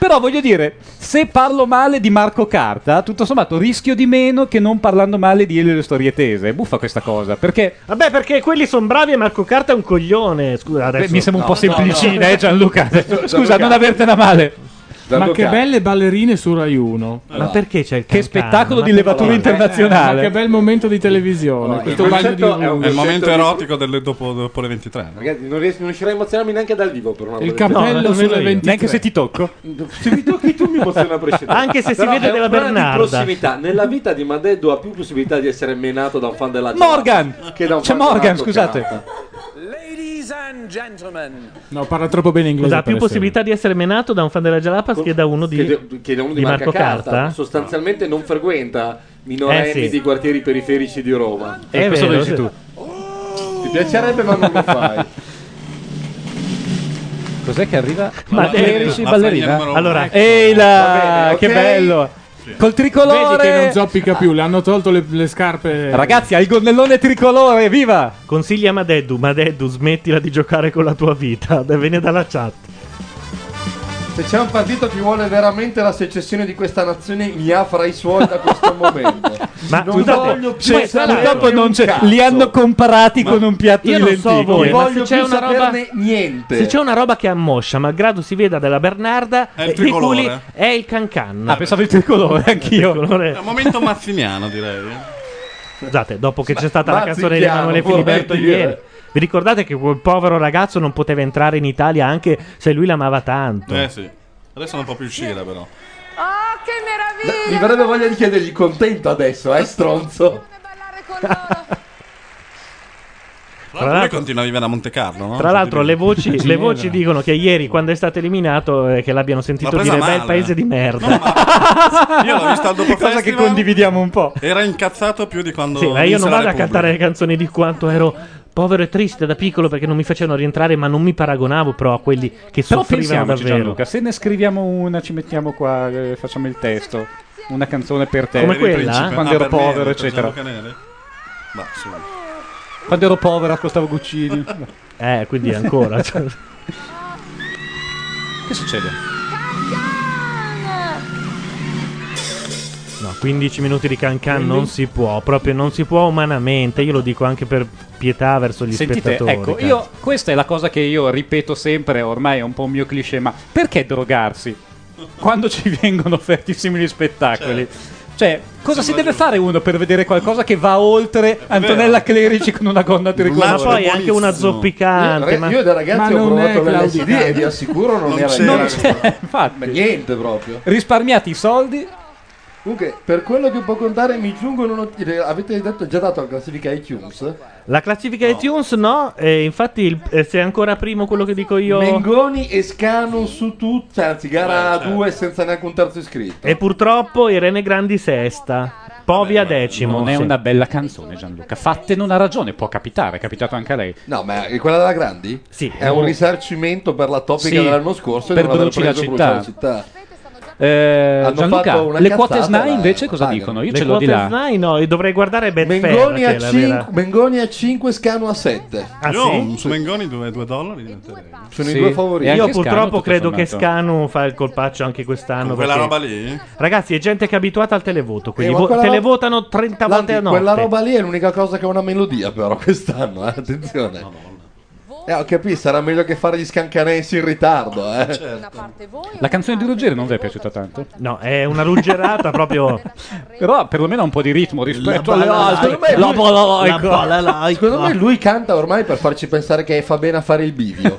Però voglio dire, se parlo male di Marco Carta, tutto sommato rischio di meno che non parlando male di Elio e le storie tese. È buffa questa cosa, perché... Vabbè, perché quelli sono bravi e Marco Carta è un coglione. Scusa, adesso... Beh, mi sembra un No, po' semplicina, no, no. eh, Gianluca. Scusa, Gianluca. non avertela male. Ma che belle ballerine su Rai uno. Ma perché c'è il Che Cancano? spettacolo Ma di perché? levatura internazionale. Ma che bel momento di televisione. questo bagno di È il uno. momento erotico delle dopo, dopo le ventitré. no? Ragazzi, non, ries- non riuscirei a emozionarmi neanche dal vivo per una Il volta. cappello No, sulle nemmeno io. ventitré. Neanche se ti tocco. Se mi tocchi tu mi emoziona a prescindere. Anche se si Però vede è della un problema Bernarda. di prossimità. Nella vita di Madeddu ha più possibilità di essere menato da un fan della Morgan! che da un C'è fan di Morgan, Marco scusate. Carta. Ladies and gentlemen. No, parla troppo bene inglese. Scusa, ha per più essere. possibilità di essere menato da un fan della Jalapas che da uno di, Che, de- che da uno di, Marco Marca Carta. Sostanzialmente non frequenta minorenni Eh sì. di quartieri periferici di Roma. È Questo vero, lo dici sì. tu. Ti piacerebbe ma non lo fai. Cos'è che arriva? Ma Ma Clerici, ma ballerina? fai il Allora, ehi là, Va bene, che ok. bello. Col tricolore. Vedi che non zoppica più, le hanno tolto le, le scarpe. Ragazzi, ha il gonnellone tricolore, viva! Consiglia a Madeddu, Madeddu, smettila di giocare con la tua vita. Viene dalla chat. Se c'è un partito che vuole veramente la secessione di questa nazione, mi affra i suoi da questo momento. Ma non scusate, voglio più cioè, saperne purtroppo un non c'è- cazzo. Li hanno comparati con un piatto Io di non so lenticchie. voi, Non ma voglio se c'è più una roba saperne niente. Se c'è una roba che ammoscia, malgrado si veda della Bernarda, È il eh, di tricolore. culi, è il Cancan. Ah, pensavo il tricolore, anch'io. È un momento mazziniano, direi. Scusate, dopo che c'è stata la Mazzichiano, canzone di Emanuele vorrei Filiberto dire. ieri, vi ricordate che quel povero ragazzo non poteva entrare in Italia anche se lui l'amava tanto? Eh sì. Adesso non può più uscire, però. Oh, che meraviglia! Mi verrebbe voglia di chiedergli contento adesso, eh, stronzo. Tra l'altro, lui continua a vivere a Monte Carlo, no? Tra l'altro le voci, le Ginevra. voci dicono che ieri quando è stato eliminato eh, che l'abbiano sentito L'ha presa dire bel male. paese di merda. Io l'ho visto al dopo Cosa che festival, condividiamo un po'. Era incazzato più di quando Sì, ma io vinse non la vado a Repubblica. cantare le canzoni di quanto ero povero e triste da piccolo perché non mi facevano rientrare, ma non mi paragonavo però a quelli che Però soffrivano pensiamoci, davvero. Gianluca, se ne scriviamo una, ci mettiamo qua, eh, facciamo il testo. Una canzone per te. Come quella? Principe. Quando Ah, ero per povero, Nere, per eccetera. Gianluca Nere? Ma, sì. Quando ero povero accostavo Guccini. Eh, quindi ancora. cioè. Che succede? No, quindici minuti di Cancan non si può, proprio non si può umanamente. Io lo dico anche per pietà verso gli Sentite, spettatori. ecco, cazzo. io questa è la cosa che io ripeto sempre, ormai è un po' un mio cliché, ma perché drogarsi quando ci vengono offerti simili spettacoli? Cioè, cosa si deve fare uno per vedere qualcosa che va oltre Antonella Clerici con una gonna Ma tricolore? poi anche una zoppicante. Io, ma... io da ragazzi Ma ho non è provato l'L S D Claudia. e vi assicuro non, Non era c'è. niente. Non c'è, infatti. Ma niente proprio. Risparmiati i soldi. Comunque, per quello che può contare, mi giungono notizie. Avete detto, già dato la classifica iTunes? La classifica iTunes no, e infatti il- eh, se è ancora primo quello che dico io. Mengoni e Scanu su tutto, cioè, anzi, gara Eh, certo. due senza neanche un terzo iscritto. E purtroppo Irene Grandi sesta, Povia decimo. Non è sì. una bella canzone, Gianluca. Fatte non ha ragione, può capitare, è capitato anche a lei. No, ma è quella della Grandi? Sì. È un risarcimento per la topica Sì, dell'anno scorso e per non aver Bruci la preso città. Bruci la città. Eh, Hanno Gianluca, fatto una le cazzata, quote S N A I la- invece cosa pagano. dicono? Io Le ce l'ho di quote là. S N A I no, e dovrei guardare Betfair. Mengoni che a, è la cin- vera- Mengoni a cinque, Scanu a sette. Ah, Io sì? su Mengoni due, due dollari diventerei. Sono Sì. i due E favoriti. anche Io Scanu, purtroppo tutto credo che sommato. Scanu fa il colpaccio anche quest'anno. Con quella perché- roba lì? Ragazzi, è gente che è abituata al televoto, quindi Eh, ma vo- quella televotano roba- trenta Landi, volte a notte. quella roba lì è l'unica cosa che ha una melodia, però, quest'anno, eh, attenzione. Eh, ho capito, sarà meglio che fare gli scancanensi in ritardo, eh. La canzone di Ruggeri non vi è piaciuta tanto? No, è una ruggerata proprio. Però perlomeno ha un po' di ritmo rispetto La alle balalaika. altre. Secondo me La lui- balalaika. la balalaika. Secondo me lui canta ormai per farci pensare che fa bene a fare il bivio.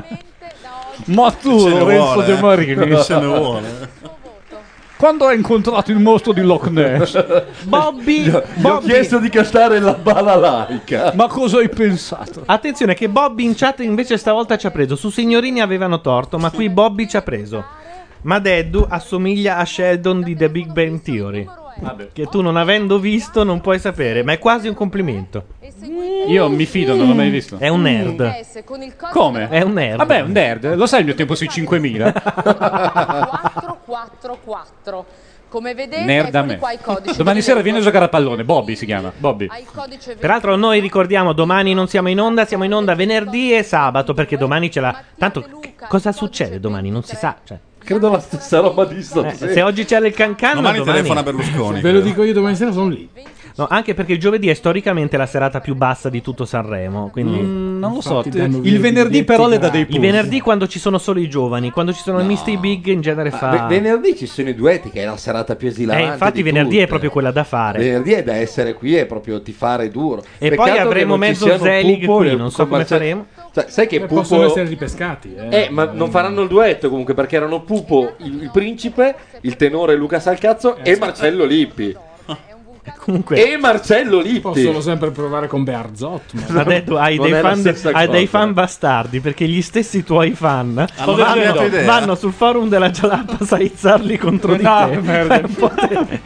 Ma tu, Ce ne Lorenzo vuole, De eh. Marini, Ce ne vuole. Quando hai incontrato il mostro di Loch Ness? Bobby, Gli ho Bobby. chiesto di cantare la balalaika. Ma cosa hai pensato? Attenzione che Bobby in chat invece stavolta ci ha preso. Su Signorini avevano torto, ma qui Bobby ci ha preso. Madeddu assomiglia a Sheldon di The Big Bang Theory. Che tu non avendo visto non puoi sapere, ma è quasi un complimento. Io mi fido, non l'ho mai visto. È un nerd. Come? È un nerd. Vabbè, è un nerd. Lo sai il mio tempo sui cinquemila? quattro quattro quattro. Come vedete, Nerd a eccoli me. qua i codici. Domani sera viene a giocare a pallone. Bobby si chiama. Bobby. Hai il codice Peraltro noi ricordiamo domani non siamo in onda, siamo in onda venerdì e sabato perché domani c'è la... Tanto c- cosa succede domani? Non si sa. Cioè, Credo la stessa roba di sto. Eh, se oggi c'è il cancan, Domani telefona Berlusconi. Ve lo dico io, domani sera sono lì. No, anche perché il giovedì è storicamente la serata più bassa di tutto Sanremo. Quindi Mm, non lo so. Infatti danno via Il i venerdì biglietti però le dà gratis. dei il punti. venerdì quando ci sono solo i giovani, quando ci sono i misti big in genere Ah, fa... ve- venerdì ci sono i duetti, che è la serata più esilante. Eh, infatti di venerdì tutte. è proprio quella da fare. Venerdì è da essere qui, è proprio tifare duro. E Peccato poi che avremo non ci mezzo siano Zelig Pupo qui, e- non so con come Marcello- faremo. Cioè, sai che Eh, Pupo... possono essere ripescati. Eh, Eh, ma non faranno il duetto comunque, perché erano Pupo, il, il principe, il tenore Luca Salcazzo e Marcello Lippi. Comunque, E Marcello Lippi. Possono sempre provare con Bearzot. Ma Ma detto, hai, Non dei è la fan, stessa hai dei cosa. fan bastardi perché gli stessi tuoi fan Hanno vanno, cambiato idea. vanno sul forum della Jalapas a izzarli contro di No, te. merda. È un po' te-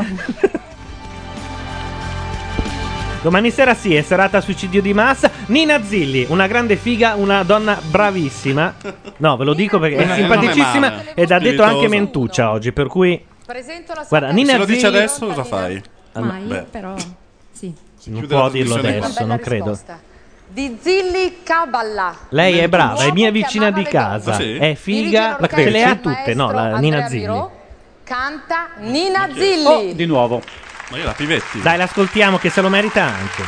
Domani sera sì, è serata suicidio di massa. Nina Zilli, una grande figa, una donna bravissima. No, ve lo dico perché Eh, è non è simpaticissima male. ed ha detto anche Spiritoso. Mentuccia oggi, per cui Presento la guarda, sua Nina Se lo dice Zilli adesso cosa fai? Mai, Beh. però sì. non chiude può la dirlo trasmissione adesso, Una non bella credo. risposta. Di Zilli Caballa. Lei è brava, è Uomo mia che vicina di amava le casa, donne. Ah, sì? è Dirige figa, l'orchestra ce le ha il tutte, no, maestro la Nina Andrea Zilli. Miró, canta Nina che- Zilli. Oh, di nuovo. Ma io la Pivetti. Dai, l'ascoltiamo che se lo merita anche.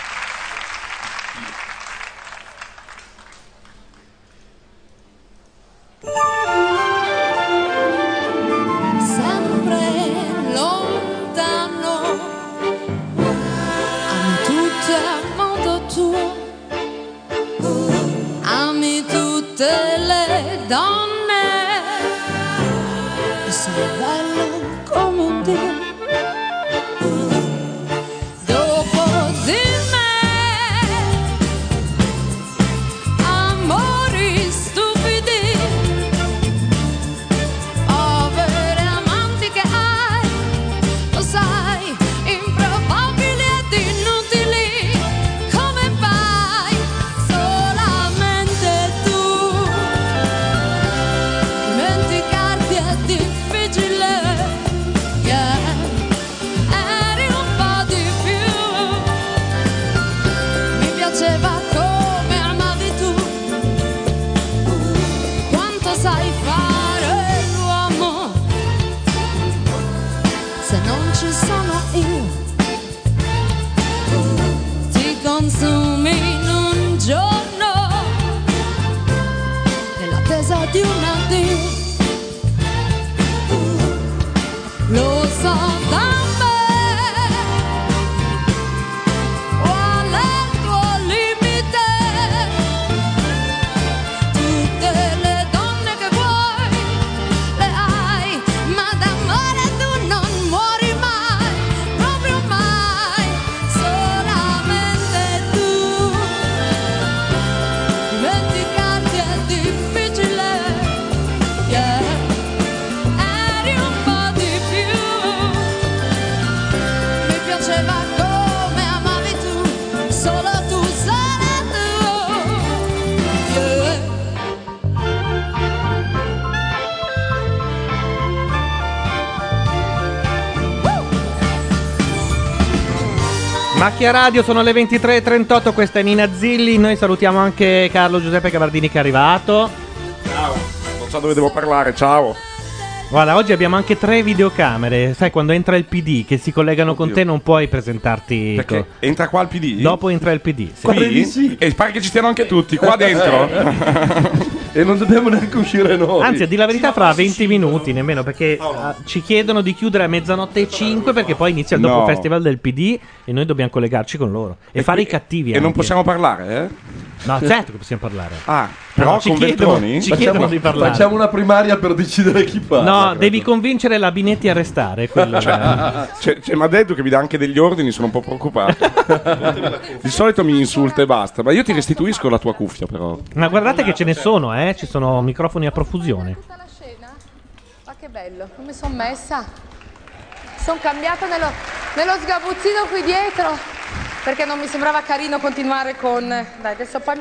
Sempre lontano, ami tutte a modo tuo, ami tutte le donne, e sei bello come un dio. Dopo di me, amori stupidi, povere amanti che hai, lo sai, improbabili ed inutili, come fai? Solamente tu, dimenticarti è difficile, yeah, eri un po' di più, mi piaceva come amavi tu, quanto sai fare l'uomo, se non ci sono io, ti consumi in un giorno, nell'attesa di un addio, lo so da me, qual è il tuo limite, tutte le donne che vuoi le hai, ma d'amore tu non muori mai, proprio mai, solamente tu, dimenticarti è difficile, yeah, eri un po' di più, mi piaceva come amavi tu, solo tu, solo tu, yeah. Macchia Radio, sono le ventitré e trentotto, questa è Nina Zilli. Noi salutiamo anche Carlo Giuseppe Cavardini che è arrivato. Ciao, non so dove devo parlare, ciao. Guarda, oggi abbiamo anche tre videocamere. Sai, quando entra il P D che si collegano con te non puoi presentarti. Perché co- entra qua il P D? Dopo entra il P D. sì. Qui? E pare che ci stiano anche tutti, qua dentro. E non dobbiamo neanche uscire noi. Anzi, a dire la verità, fra venti minuti nemmeno, perché ah, ci chiedono di chiudere a mezzanotte e cinque perché poi inizia il dopo No. festival del P D e noi dobbiamo collegarci con loro e, fare qui- i cattivi. E non anche. possiamo parlare, eh? No, certo che possiamo parlare. Ah, però No, ci con chiedono- Veltroni? ci chiedono di parlare. Facciamo una primaria per decidere chi parla. No, credo. devi convincere la Binetti a restare. quello è- Cioè, cioè, mi ha detto che mi dà anche degli ordini, sono un po' preoccupato. Di solito mi insulta e basta, ma io ti restituisco la tua cuffia, però. Ma guardate che ce ne sono, eh? Ci sono microfoni a profusione. Ma che bello, come sono messa? Sono cambiata nello, nello sgabuzzino qui dietro perché non mi sembrava carino continuare con... Dai, adesso poi mi,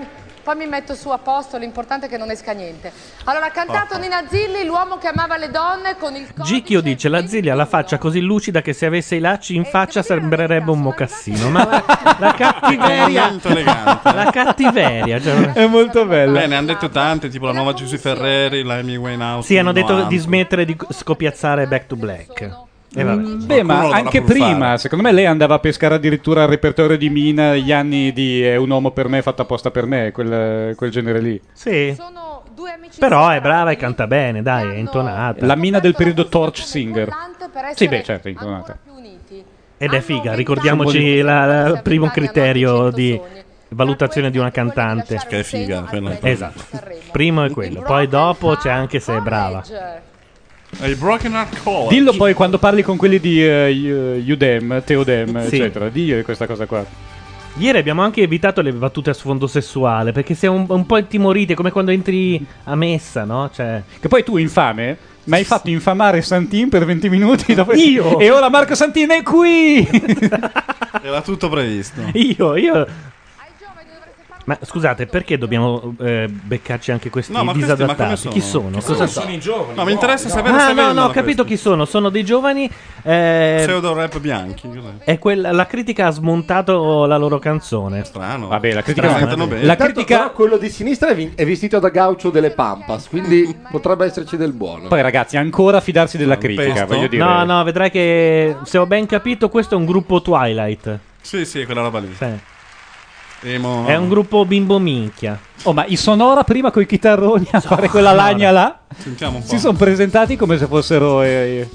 poi mi metto su a posto, l'importante è che non esca niente. Allora, ha cantato Nina Zilli, l'uomo che amava le donne con il Gicchio dice: la Zilli ha la faccia così lucida che se avesse i lacci in faccia sembrerebbe un mocassino. Ma la, la cattiveria, Molto elegante. la cattiveria, cioè- È molto bello. Beh, ne hanno detto tante, tipo la nuova Giusy Ferreri, la Amy Winehouse. Sì, hanno detto novanta. di smettere di scopiazzare Back to Black. E vabbè. Mm, Beh, ma Qualcuno lo anche dovrà pur prima, fare. secondo me lei andava a pescare addirittura il repertorio di Mina, gli anni di È un uomo per me, fatto apposta per me, quel, quel genere lì. Sì. Però è brava e canta bene, dai, è intonata. La Mina del periodo Torch Singer. Sì, beh, certo, è intonata. Ed è figa, ricordiamoci la- il primo criterio di valutazione di una cantante. Che è figa, quello è Esatto. Primo è quello, poi dopo c'è anche se è brava. È il Broken Heart College. Dillo poi quando parli con quelli di uh, Udem, Teodem, Sì. eccetera. Digli questa cosa qua. Ieri abbiamo anche evitato le battute a sfondo sessuale perché siamo un, un po' intimoriti, è come quando entri a messa, no? Cioè... Che poi tu, infame, mi hai fatto infamare Santin per venti minuti. Dopo... Io? E ora Marco Santin è qui! Era tutto previsto. Io, io... Ma scusate, perché dobbiamo eh, beccarci anche questi No, ma questi, ma come disadattati? sono? Chi sono? Chi Cosa sono? sono? i giovani. No, mi interessa sapere Ah, se no, vendono no, ho capito questi. chi sono. Sono dei giovani. Eh, Pseudo rap bianchi. Cos'è? è quella, la critica ha smontato la loro canzone. Strano. Vabbè, la critica- Si sentono bene. La Intanto, critica... però, quello di sinistra è, vi- è vestito da gaucho delle Pampas, quindi potrebbe esserci del buono. Poi ragazzi, ancora fidarsi della critica, pesto? voglio dire. No, no, vedrai che se ho ben capito, questo è un gruppo Twilight. Sì, sì, quella roba lì. Sì. Emo... È un gruppo bimbo minchia. Oh, ma i Sonora prima coi chitarroni a fare quella lagna là Sentiamo un po'. si sono presentati come se fossero... eh,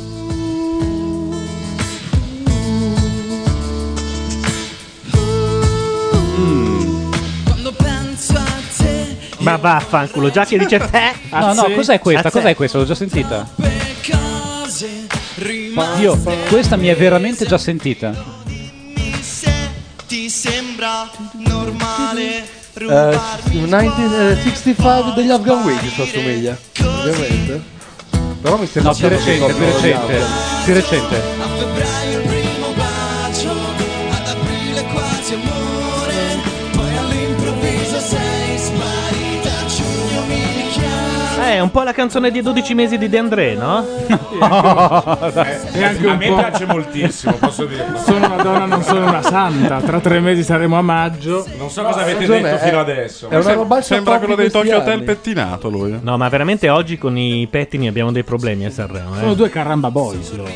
Quando penso a te, Ma vaffanculo, già che dice te. No, no, cos'è questa? A te. Cos'è questa? L'ho già sentita. cose rimane. Io, questa mi è veramente già sentita. Se ti sembra normale Eh, rubarmi millenovecentosessantacinque degli Afghan Wigs assomiglia, ovviamente. Però mi sembra No, più recente, più recente. Più recente. a febbraio il primo bacio, ad aprile quasi amore, poi all'improvviso sei sparita, a giugno mi chiami. Eh, è un po' la canzone di dodici mesi di De André, no? E anche a un me po'... piace moltissimo, posso dirlo. Sono una donna, non sono una santa. Tra tre mesi saremo a maggio. Non so cosa avete ragione, detto è- fino adesso. È una roba Sembra quello dei Tokyo Hotel pettinato lui. No, ma veramente oggi con i pettini abbiamo dei problemi a Sanremo. Sono Eh. due Caramba Boys loro.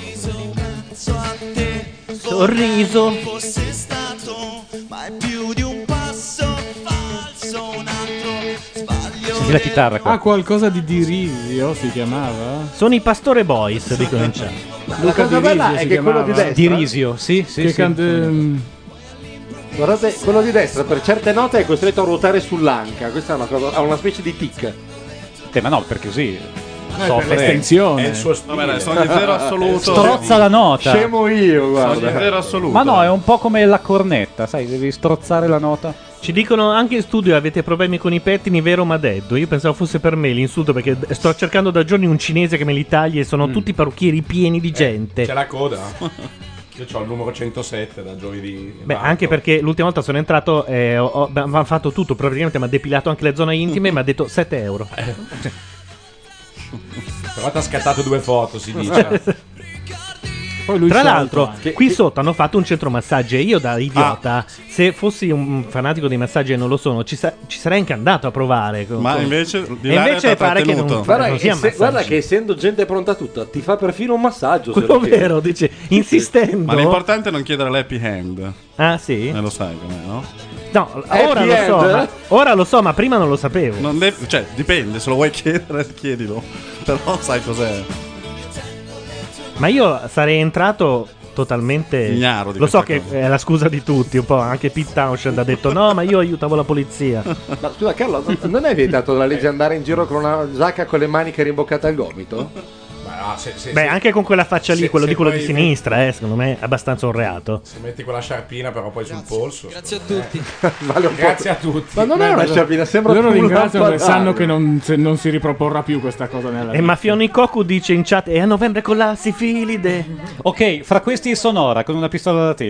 Sorriso. Fosse stato mai più di un passo falso, un altro sbaglio. Senti la chitarra qua. Ah, qualcosa di Dirisio si chiamava? Sono i Pastore Boys, dicono in chat. Luca Dirisio bella è si che quello di chiamava. destra, Dirisio, sì, sì, Che sì. canta- ehm, guardate, quello di destra per certe note è costretto a ruotare sull'anca. Questa è una cosa, ha una specie di tic. Eh, ma no, perché così no, è per soffre. l'estensione. È il suo stile. Vabbè, dai, sono di zero assoluto. Strozza la nota. Scemo io, Sono di guarda. zero assoluto. Ma no, è un po' come la cornetta, sai, devi strozzare la nota. Ci dicono anche in studio avete problemi con i pettini, vero Madeddo? Io pensavo fosse per me l'insulto perché sto cercando da giorni un cinese che me li tagli e sono Mm. tutti parrucchieri pieni di gente. C'è la coda. Io ho il numero centosette da giovedì. Beh, Marco. anche perché l'ultima volta sono entrato e ho, ho, mi hanno fatto tutto, praticamente mi ha depilato anche le zone intime e mi ha detto sette euro. Però ti ha scattato due foto, si dice. Poi lui Tra sciolto l'altro, anche. qui sotto hanno fatto un centro massaggi e io da idiota, se fossi un fanatico dei massaggi e non lo sono, ci, sa- ci sarei anche andato a provare. con- Ma con- invece di E là invece t'ha pare che trattenuto. non, Guarda, non che sia se- massaggi. guarda che essendo gente pronta a tutto, ti fa perfino un massaggio. se Quello lo chiedi. vero, dice, insistendo. Ma l'importante è non chiedere l'happy hand. Ah, sì? Eh, lo sai com'è, no? No, Happy ora lo, so, end? ma, ora lo so, ma prima non lo sapevo. Non devi- cioè, dipende, se lo vuoi chiedere, chiedilo. Però sai cos'è. Ma io sarei entrato totalmente Ignaro di lo so questa che è la scusa di tutti, un po'. Anche Pete Townshend ha detto no, ma io aiutavo la polizia. Ma scusa Carlo, non- non è vietato dalla legge andare in giro con una giacca con le maniche rimboccate al gomito? Ma no, se, se- Beh, se- anche con quella faccia lì, se- quello se di quello poi di sinistra, eh, secondo me è abbastanza un reato. Se metti quella sciarpina però poi sul polso. Grazie a tutti. Vale un po'. Grazie a tutti. Ma non è una sciarpina, sembra Loro un ringraziano perché lampadario. sanno che non, se- non si riproporrà più questa cosa nella E vita. Mafioni Cocu dice in chat: e a novembre con la sifilide. Ok, fra questi i Sonora con una pistola alla tempia.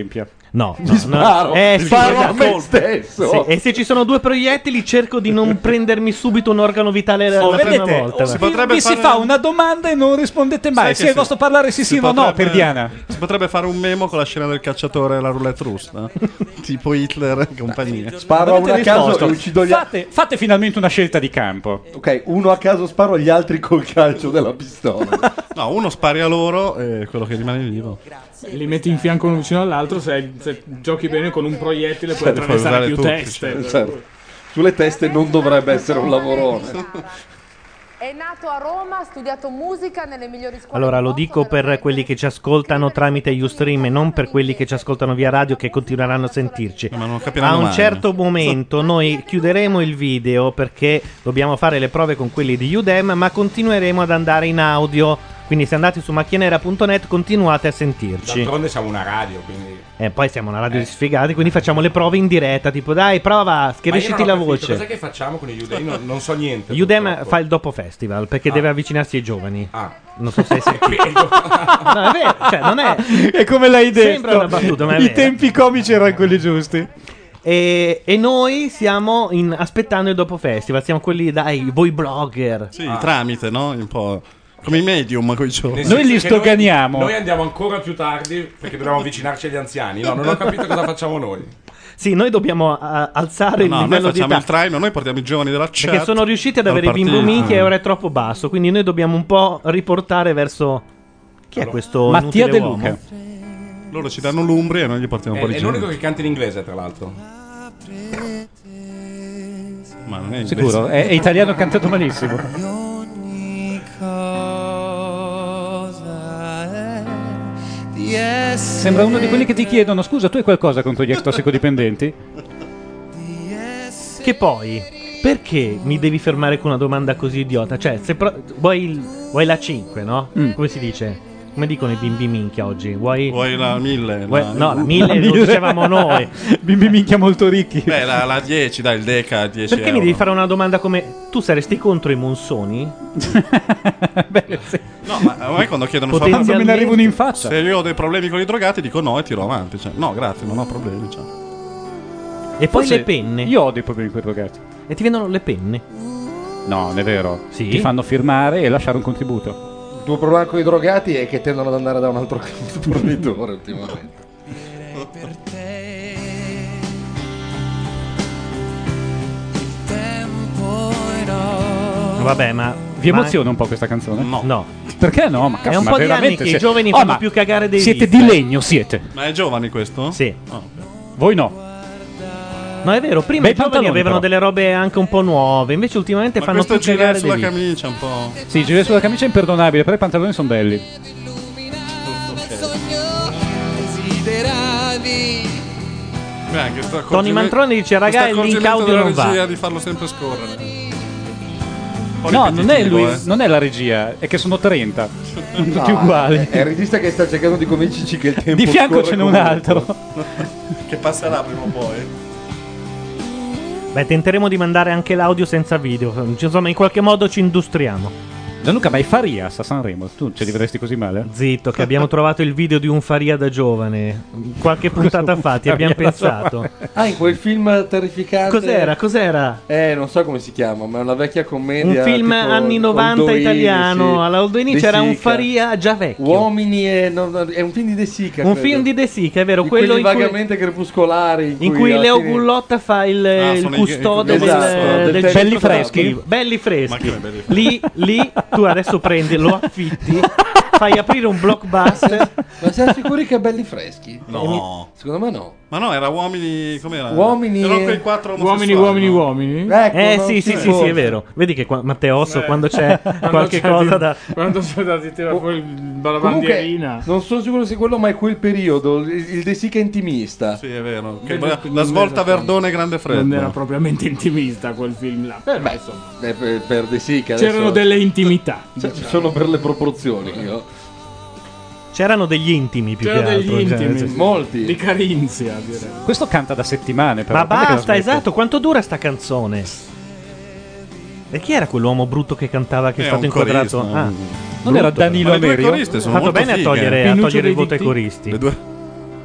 No, Mi no, sparo, no. Eh, mi sì, sparo a esatto. me stesso. Sì, e se ci sono due proiettili cerco di non prendermi subito un organo vitale la, Oh, la vedete, prima volta. o si, vi si fa una domanda e non rispondete mai. Sai Se che è il vostro parlare sì si sì o no, potrebbe- per Diana. Si potrebbe fare un memo con la scena del cacciatore e la roulette russa. Tipo Hitler e compagnia. Sparo a uno a caso e uccido gli altri. Fate, fate finalmente una scelta di campo. Ok, uno a caso sparo gli altri col calcio della pistola. No, uno spari a loro e quello che rimane vivo. Li metti in fianco uno vicino all'altro. Se, se giochi bene con un proiettile puoi Certo, attraversare più puoi usare teste. tutti, certo. Sulle teste non dovrebbe essere un lavorone. È nato a Roma, ha studiato musica nelle migliori scuole. Allora lo dico per quelli che ci ascoltano tramite Ustream e non per quelli che ci ascoltano via radio che continueranno a sentirci. Ma non A capiranno un mai. certo momento noi chiuderemo il video perché dobbiamo fare le prove con quelli di Udem, ma continueremo ad andare in audio. Quindi se andate su macchianera punto net continuate a sentirci. D'altronde siamo una radio, quindi. E poi siamo una radio di sfigati, quindi facciamo le prove in diretta, tipo dai prova, schiarisciti la voce. Cos'è che facciamo con gli Udem? Non, non so niente. Udem purtroppo. fa il dopo festival perché Ah. deve avvicinarsi ai giovani. Ah. Non so se hai sentito. No, è vero, cioè non è. È come l'hai detto. Sembra una battuta, ma è I vera. tempi comici erano quelli giusti. E, e noi stiamo in- aspettando il dopo festival. Siamo quelli, dai, voi blogger. Sì, tramite, no? Un po' come i medium coi giovani. Nel senso che Noi, noi andiamo ancora più tardi perché dobbiamo avvicinarci agli anziani. No, non ho capito cosa facciamo noi. Sì, noi dobbiamo a- alzare il No, noi livello di facciamo età. il time, noi portiamo i giovani della chat. Perché sono riusciti ad al avere i bimbo partito. minchia e ora è troppo basso. Quindi noi dobbiamo un po' riportare verso. Chi è questo? Mattia inutile De uomo? Luca. Loro ci danno l'Umbria e noi gli portiamo un È, po' di è gente. l'unico che canta in inglese, tra l'altro. Ma non è Sicuro? È, è italiano cantato malissimo. Sembra uno di quelli che ti chiedono: scusa, tu hai qualcosa contro gli ex tossicodipendenti? Che poi, perché mi devi fermare con una domanda così idiota? Cioè, se pro- vuoi, il- vuoi la cinque, no? Mm. Come si dice? Come dicono i bimbi minchia oggi? Vuoi, Vuoi la mille? vuoi- la- no, la mille lo dicevamo noi. Bimbi minchia molto ricchi. Beh, la, la dieci, dai, il Deca, dieci Perché mi euro. devi fare una domanda come: tu saresti contro i monsoni? No, ma a me quando chiedono Potenzialmente- quando me ne arrivano in faccia. Se io ho dei problemi con i drogati, dico no e tiro avanti. Cioè, no, grazie, non ho problemi. Cioè. E poi Forse le penne. Io ho dei problemi con i drogati. E ti vendono le penne? No, non è vero. Sì? Ti fanno firmare e lasciare un contributo. Il tuo problema con i drogati è che tendono ad andare da un altro fornitore ultimamente. Vabbè, ma. Vi ma- emoziona un po' questa canzone? No. No. Perché no? Ma È cazzo, un ma po' di anni veramente che i siete- giovani Oh, fanno ma più cagare dei Siete vista, di eh. legno, siete. Ma è giovani questo? Sì. Oh. Voi no. No, è vero, prima Bei i giovani pantaloni, avevano però. delle robe anche un po' nuove, invece ultimamente Ma fanno questo più girare cagare dei sulla vista. camicia un po'. Sì, il girare sulla camicia è imperdonabile, però i pantaloni sono belli. Beh, anche sto Tony accorgimento- Mantroni dice: raga, questo il link accorgimento audio della non va. regia di farlo sempre scorrere. Un po' No, non è ripetitivo, lui, eh. non è la regia, è che sono trenta. Tutti No, uguali. È il regista che sta cercando di convincerci che il tempo Di fianco scorre ce n'è un comunque. altro. Che passerà prima o poi. Beh, tenteremo di mandare anche l'audio senza video. Insomma, in qualche modo ci industriamo. Gianluca, ma è Farias a Sanremo? Tu ce li vedresti così male? Zitto, che abbiamo trovato il video di un Faria da giovane. Qualche puntata fa ti abbiamo Faria da pensato. Ah, in quel film terrificante. Cos'era? Cos'era? Eh, non so come si chiama, ma è una vecchia commedia. Un film tipo anni novanta Oldoini, italiano. sì. Alla Oldoini De c'era un Sica. Faria già vecchio. Uomini e. no, no, è un film di De Sica. Un credo. film di De Sica, è vero? Di Quello quelli in cui, vagamente crepuscolari. in cui alla Leo fine- Gullotta fa il, Ah, il sono i- custode del, esatto, del del testo belli stato. freschi. Belli Ma freschi. che belli freschi. Lì, lì tu adesso prendi, lo affitti, fai aprire un blockbuster. Ma siamo sicuri che è belli freschi? No. Secondo me no. Ma no, era uomini. Com'era? Uomini- Erano quei quattro Uomini, omosessuali, uomini, no? uomini. Ecco, Eh no, sì, sì, sì, forse. sì, è vero. Vedi che qua, Matteosso, Eh, quando c'è quando qualche c'è cosa di- da. Quando c'è da ti tira fuori il- la bandierina. Comunque, non sono sicuro se quello, ma è quel periodo. Il, il De Sica intimista. Sì, è vero. Che Vedi, voleva- non la svolta era- Verdone grande freddo. Non era propriamente intimista quel film là. Però, Beh, insomma, eh, per, per De Sica. c'erano adesso- delle intimità. Cioè, sono per le proporzioni. Io. C'erano degli intimi più C'erano che altro. degli cioè, intimi. sì. Molti. Di Carinzia, direi. Questo canta da settimane, però. Ma Quando è che la basta, smette? esatto. Quanto dura sta canzone? E chi era quell'uomo brutto che cantava che è, È stato un inquadrato? corista, Ah, un- Non era brutto, Danilo Ma le due Amerio? coriste Ha sono fatto molto bene a fighe. togliere, a Pinuccio togliere il dei voto ai D T. coristi. Le due. Ma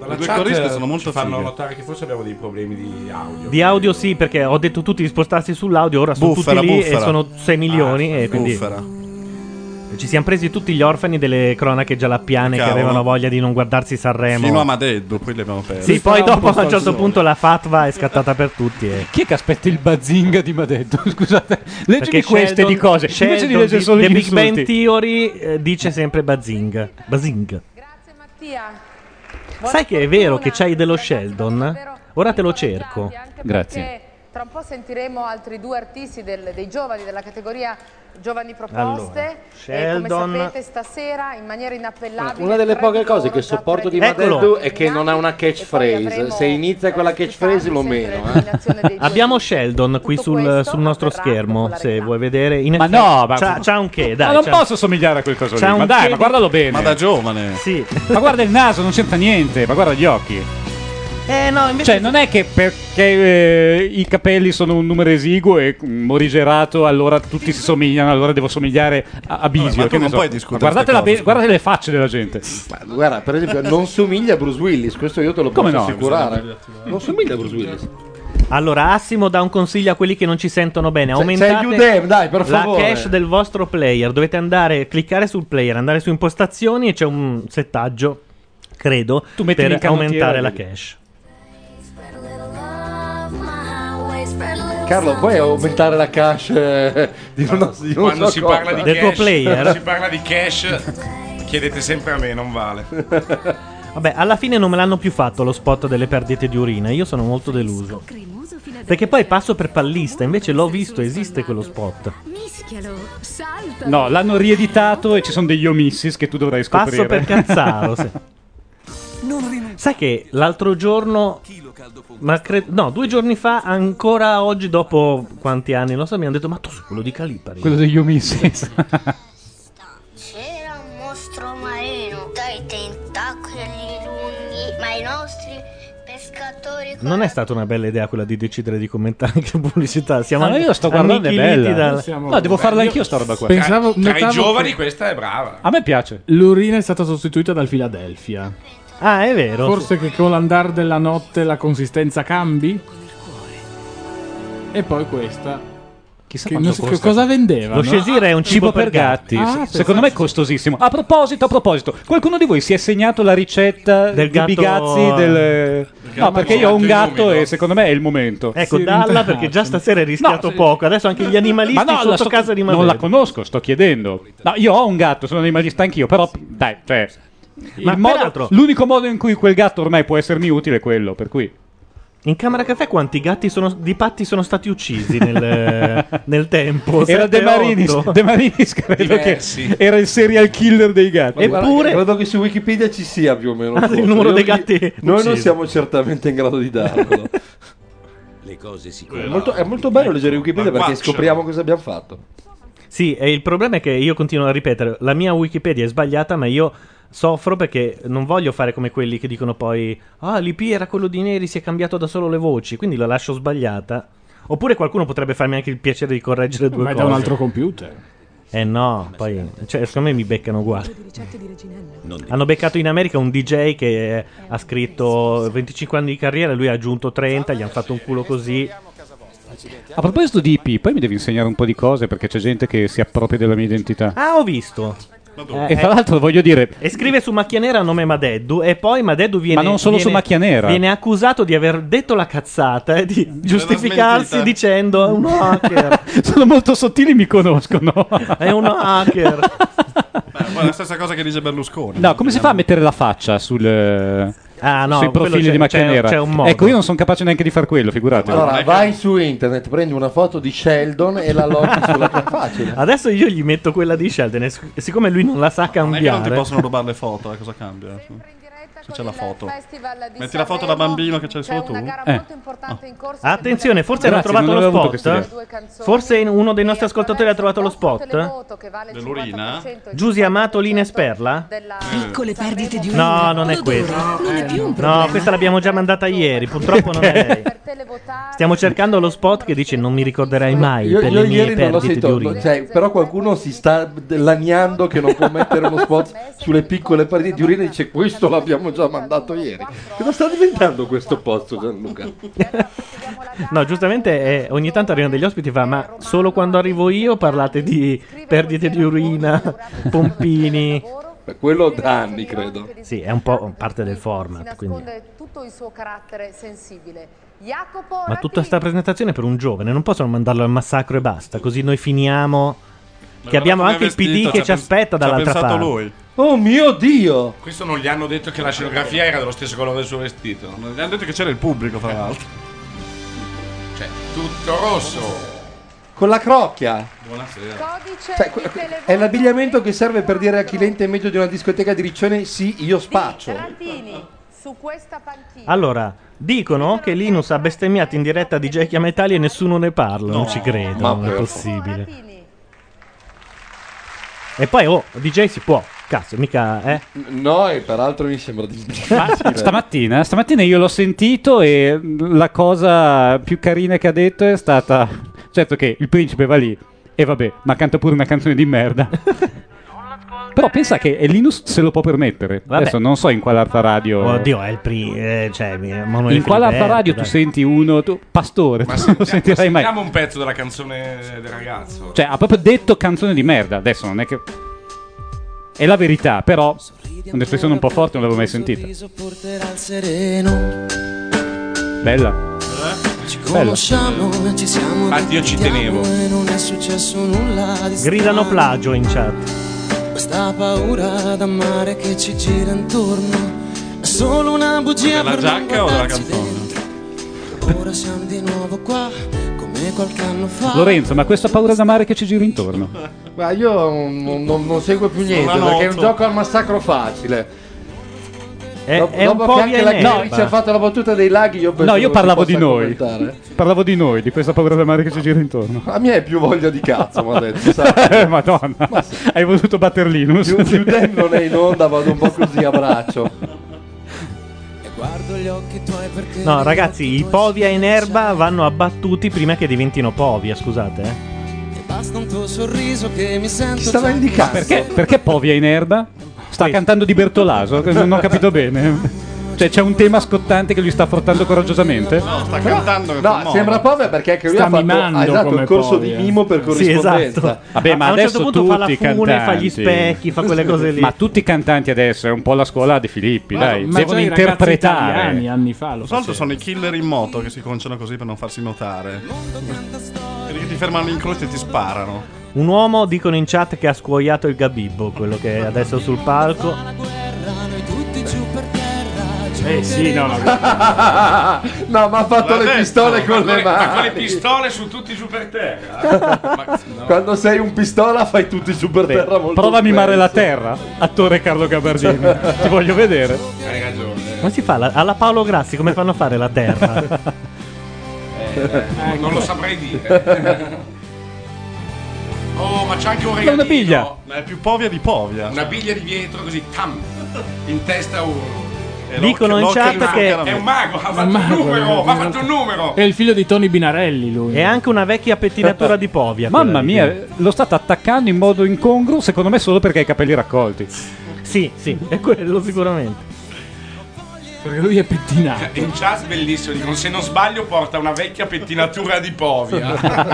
La due chat coriste sono molto ci fanno fighe. notare che forse abbiamo dei problemi di audio. Di audio sì, perché ho detto tutti di spostarsi sull'audio, ora sono Buffera, tutti lì buffera. e sono sei milioni Ah, e quindi buffera. ci siamo presi tutti gli orfani delle cronache gialappiane che Cavolo. avevano voglia di non guardarsi Sanremo. Fino a Madeddu, poi li abbiamo persi. Sì, poi dopo a un certo punto la fatwa è scattata per tutti. E... Chi è che aspetta il Bazinga di Madeddu? Scusate, leggimi Perché queste Sheldon- di cose. Invece di Sheldon leggere solo The gli Big Bang insulti. Theory eh, dice sempre Bazing. Bazing. Mattia. Sai che è vero che c'hai dello Sheldon? Ora te lo cerco. Perché tra un po' sentiremo altri due artisti del- dei giovani della categoria Giovani Proposte. Allora, e Sheldon- come sapete stasera in maniera inappellabile Una delle tre poche di cose loro che già sopporto di tre Madeddu è che non ha una catchphrase. Se inizia con la catchphrase lo meno. Eh. Abbiamo Sheldon qui sul, sul nostro schermo, se vuoi vedere. In Ma effetti- no, ma- c'ha, c'ha un che, dai. ma non c'ha- posso somigliare a quel coso lì. c'ha un Ma dai, che ma di- guardalo bene. Ma da giovane. Sì. Ma guarda il naso, non c'entra niente. Ma guarda gli occhi. Eh no, invece Cioè, non è che perché eh, i capelli sono un numero esiguo e mm, morigerato, allora tutti si somigliano, allora devo somigliare a, a Bisio. Vabbè, ma tu che ne non so. puoi discutere Ma guardate, ste la cose, be- guardate le facce della gente. Ma guarda, per esempio, non somiglia a Bruce Willis. Questo io te lo Come posso no? assicurare. Non somiglia a Bruce Willis. Allora, Assimo dà un consiglio a quelli che non ci sentono bene. C'è- Aumentate c'è il Udem, dai, per la favore. cache del vostro player. Dovete andare, cliccare sul player, andare su impostazioni e c'è un settaggio, credo, Tu metti in per canottiera aumentare e la vedi. cache. Carlo, puoi aumentare la cash eh, di uno, di non Quando so si cosa? parla di Del cash, tuo player? quando si parla di cash, chiedete sempre a me, non vale. Vabbè, alla fine non me l'hanno più fatto lo spot delle perdite di urina. Io sono molto deluso. Perché poi passo per pallista, invece l'ho visto, esiste quello spot. Mischialo, salta. No, l'hanno rieditato e ci sono degli omissis che tu dovrai scoprire. Passo per Cazzaro. sì. Sai che l'altro giorno, ma cre- no, due giorni fa, ancora oggi, dopo quanti anni, non so, mi hanno detto: ma tu sei quello di Calipari. Quello degli omissis. C'era un mostro marino dai tentacoli lunghi, ma i nostri pescatori. Non è stata una bella idea quella di decidere di commentare anche pubblicità. Siamo Ah, ma anche io sto guardando, è annichiliti bella. dal- Siamo- No, devo farla anch'io sta roba qua. Pensavo, Tra i notavo giovani che questa è brava. A me piace. l'urina è stata sostituita dal Philadelphia. Ah, è vero. Forse che con l'andar della notte la consistenza cambi? E poi questa. Chissà Che quanto non so- che costa. cosa vendeva? Lo Scesire è un cibo, per gatti. Ah, S- Secondo me è costosissimo. A proposito, a proposito, qualcuno di voi si è segnato la ricetta Del di gatto- Bigazzi del... No, perché io ho un gatto e secondo me è il momento. Ecco, Sì, dalla rintraccia. perché già stasera hai rischiato No, sì. poco. Adesso anche gli animalisti Ma no, sotto la sto- casa di non Madrid. la conosco, sto chiedendo. No, io ho un gatto, sono animalista anch'io, però dai, cioè il Ma modo- peraltro- l'unico modo in cui quel gatto ormai può essermi utile è quello, per cui In Camera Caffè quanti gatti sono, di patti sono stati uccisi nel, nel tempo? era Sette, De Marinis, otto? De Marinis credo Diversi. che era il serial killer dei gatti. Ma guarda, credo che su Wikipedia ci sia più o meno Ah, il foto. numero Io- dei gatti Noi non uccisi. siamo certamente in grado di darvelo. Le cose si È molto, è molto bello leggere Wikipedia perché Guaccio. scopriamo cosa abbiamo fatto. Sì, e il problema è che io continuo a ripetere, la mia Wikipedia è sbagliata, ma io soffro perché non voglio fare come quelli che dicono poi ah, l'I P era quello di Neri, si è cambiato da solo le voci, quindi la lascio sbagliata. Oppure qualcuno potrebbe farmi anche il piacere di correggere due Ma è cose. da un altro computer. Eh no, poi cioè, secondo me mi beccano uguali. Hanno beccato in America un D J che ha scritto venticinque anni di carriera, lui ha aggiunto trenta, gli hanno fatto un culo così. A proposito di I P, poi mi devi insegnare un po' di cose perché c'è gente che si appropria della mia identità. Ah, ho visto. E tra l'altro voglio dire, E scrive su Macchia Nera il nome Madeddu e poi Madeddu viene... Ma non solo viene- su Macchia Nera. Viene accusato di aver detto la cazzata e di giustificarsi smentita. dicendo è uno hacker. sono molto sottili, mi conoscono. È uno hacker. Beh, ma è la stessa cosa che dice Berlusconi. No, come si fa a mettere la faccia sul, eh, Ah, no, sui quello profili c'è- di Macchia c'è- Nera? c'è un modo. Ecco, io non sono capace neanche di far quello, figurati. Allora, vai su internet, prendi una foto di Sheldon e la loghi sulla tua facile. Adesso io gli metto quella di Sheldon e sic- siccome lui non la sa Non è che non cambiare. ti possono rubare le foto, eh, cosa cambia? Se c'è la foto. Metti la foto da bambino che c'hai solo tu. Eh. Attenzione, forse hanno Grazie, trovato non lo avevo avuto spot. questa Forse in- uno dei nostri ascoltatori ha trovato lo spot. Dell'urina? Giusy Amato Lines Perla? Piccole perdite di No, urina. non è L'odore questa. non è più un No, problema. questa l'abbiamo già mandata ieri. Purtroppo non è lei. Stiamo cercando lo spot che dice non mi ricorderai mai Io, per io le mie ieri non l'ho perdite di sentito, urina. cioè, però qualcuno si sta lagnando che non può mettere uno spot sulle piccole perdite di urina e dice questo l'abbiamo già mandato ieri. Cosa sta diventando questo posto, Gianluca? No, giustamente eh, ogni tanto arrivano degli ospiti e fa: ma solo quando arrivo io parlate di perdite di urina, pompini. Beh, quello da anni, credo. Sì, è un po' parte del format. Quindi. Nasconde tutto il suo carattere sensibile. Jacopo Ma tutta questa presentazione per un giovane, non possono mandarlo al massacro e basta, così noi finiamo. Ma Che abbiamo guarda anche com'è il P D vestito, che ci ci ha pens- aspetta ci ha dall'altra pensato parte. lui. Oh mio Dio! Questo non gli hanno detto che la scenografia era dello stesso colore del suo vestito. Non gli hanno detto che c'era il pubblico, fra l'altro. Cioè, tutto rosso. Con la crocchia. Buonasera. Cioè, que- que- è l'abbigliamento che serve per dire al cliente in medio di una discoteca di Riccione: sì, io spaccio. su questa panchina. Allora, dicono che Linus ha bestemmiato in diretta di J Chiama Italia e nessuno ne parla. Non ci credo, ma non è per possibile. E poi, oh, D J si può. Cazzo, mica, eh? No, e peraltro mi sembra di Ma stamattina, stamattina io l'ho sentito e la cosa più carina che ha detto è stata: certo che il principe va lì e vabbè, ma canta pure una canzone di merda. Però pensa che Linus se lo può permettere. Vabbè. Adesso non so in quale altra radio. Oddio, è il primo. Eh, cioè, Manuel in quale altra Filiberto, radio dai. tu senti uno tu, pastore? Ma tu non sentiamo, lo sentirai mai. sentiamo un pezzo della canzone del ragazzo. Cioè, ha proprio detto canzone di merda. Adesso non è che. È la verità, però. Un'espressione un po' forte, non l'avevo mai sentita. Bella. Ci Bella. conosciamo e ci siamo. Infatti io ci tenevo. E non è successo nulla di Gridano strano. plagio in chat. Questa paura d'amare che ci gira intorno è solo una bugia Della per non giacca o della guardarci canzone? dentro. Ora siamo di nuovo qua come qualche anno fa. Lorenzo, ma questa paura d'amare che ci gira intorno. Ma io non, non- non seguo più niente Sono perché è un noto. gioco al massacro facile. È, Dopo, è un dopo po' che anche via la in Chieri erba. ci ha fatto la battuta dei laghi, io penso No, io che parlavo non si di possa noi. commentare. Parlavo di noi, di questa paura d'amare che ci gira intorno. A me è più voglia di cazzo, mi ha detto. sai. Eh, Madonna, hai voluto batter Linus. Più, più tempo non è in onda, vado un po' così a braccio. E guardo gli occhi tuoi perché No, ragazzi, i povia in erba vanno abbattuti prima che diventino povia, scusate. Eh. basta un tuo sorriso che mi sento. Chi stava già indicando? Perché, perché Povia in erba? Sta cantando di Bertolaso, che non ho capito bene. Cioè c'è un tema scottante che lui sta affrontando coraggiosamente? No, sta cantando. in No, quel modo. sembra povera perché anche lui Sta ha fatto mimando ha esatto, come il corso povia. di mimo per Sì, corrispondenza. esatto. Vabbè, ma a un adesso certo punto fa la tutti i fune, fa cantanti. gli specchi, fa quelle cose lì. Ma tutti i cantanti adesso è un po' la scuola De Filippi, Ma- dai, ma devono già i ragazzi interpretare. italiani anni fa lo Di solito facevano. sono i killer in moto che si conciano così per non farsi notare. Quelli che ti fermano in croce e ti sparano. Un uomo, dicono in chat, che ha scuoiato il Gabibbo, quello che è adesso sul palco. Eh sì, no, ma No, ma ha fatto L'ha le detto, pistole con ma le Ma con le mani. pistole su tutti giù per terra. Ma- no. Quando sei un pistola fai tutti su per terra molto Prova a mimare spesso. la terra, attore Carlo Gabardini. Ti voglio vedere. Hai ragione. Come si fa? La- alla Paolo Grassi, come fanno a fare la terra? Eh, non lo saprei dire. Oh, ma c'è anche un Ma regalino. una biglia. Ma è più povia di povia. Una biglia di vetro così, tam, in testa a uno. E Dicono l'occhio- in l'occhio chat gli che- fa È un mago, ha fatto un mago, numero, eh, ha fatto un numero. è il figlio di Tony Binarelli lui. È anche una vecchia pettinatura di povia. Mamma quella lì. mia, lo state attaccando in modo incongruo, secondo me solo perché ha i capelli raccolti. Sì, sì, è quello sicuramente. Perché lui è pettinato. In chat bellissimo, dicono se non sbaglio porta una vecchia pettinatura di povia.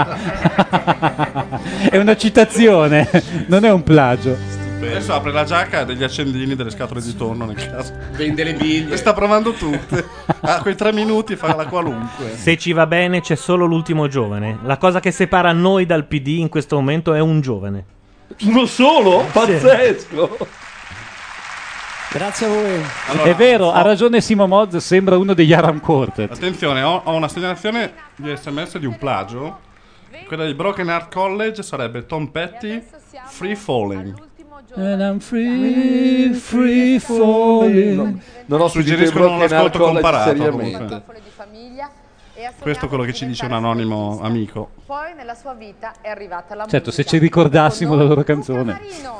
È una citazione, non è un plagio. Adesso apre la giacca e ha degli accendini, delle scatole di tonno nel caso. Vende le biglie. Le sta provando tutte. A quei tre minuti fa la qualunque. Se ci va bene c'è solo l'ultimo giovane. La cosa che separa noi dal P D in questo momento è un giovane. Uno solo? Pazzesco. Grazie a voi. Allora, È vero, ha ho- ragione Simo Moz, sembra uno degli Aram Quartet. Attenzione, ho, ho una segnalazione di sms di un plagio. Quella di Broken Heart College sarebbe Tom Petty, Free Falling. And I'm free, free falling. Non ho Suggeriscono un Broken Heart ascolto College comparato, seriamente. comunque. di famiglia e ha Questo è quello che ci dice un anonimo amico. Poi nella sua vita è arrivata la Certo, se musica. ci ricordassimo la loro canzone. Marino.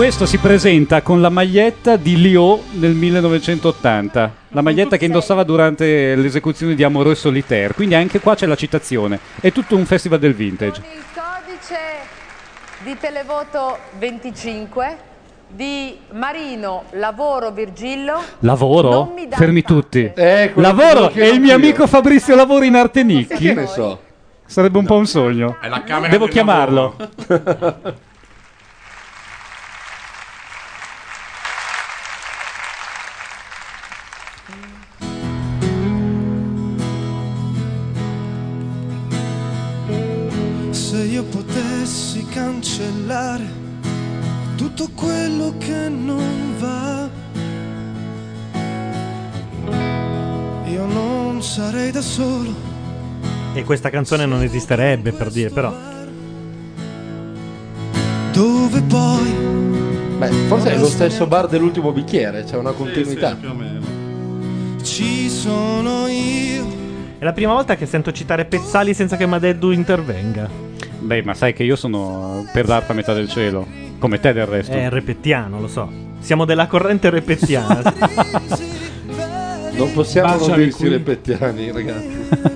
questo si presenta con la maglietta di Lio nel millenovecentottanta, la maglietta che indossava durante l'esecuzione di Amoureux Solitaire, quindi anche qua c'è la citazione, è tutto un festival del vintage. Il codice di televoto venticinque di Marino, Lavoro, Virgillo. Lavoro? mi dà Fermi tutti. Eh, quello Lavoro? che E il mio io. amico Fabrizio Lavoro in Arte Nicchi? Che ne so? Sarebbe un po' un sogno. È la camera Devo del chiamarlo. Se io potessi cancellare tutto quello che non va, io non sarei da solo. E questa canzone non esisterebbe, per dire, però. Dove poi Beh, forse è lo stesso bar dell'ultimo bicchiere, c'è una continuità. più o meno. ci sono io. È la prima volta che sento citare Pezzali senza che Madeddu intervenga. Beh, ma sai che io sono per l'altra metà del cielo, come te del resto. È repettiano, lo so. Siamo della corrente repettiana. Non possiamo non Baciami dirsi qui. repettiani, ragazzi.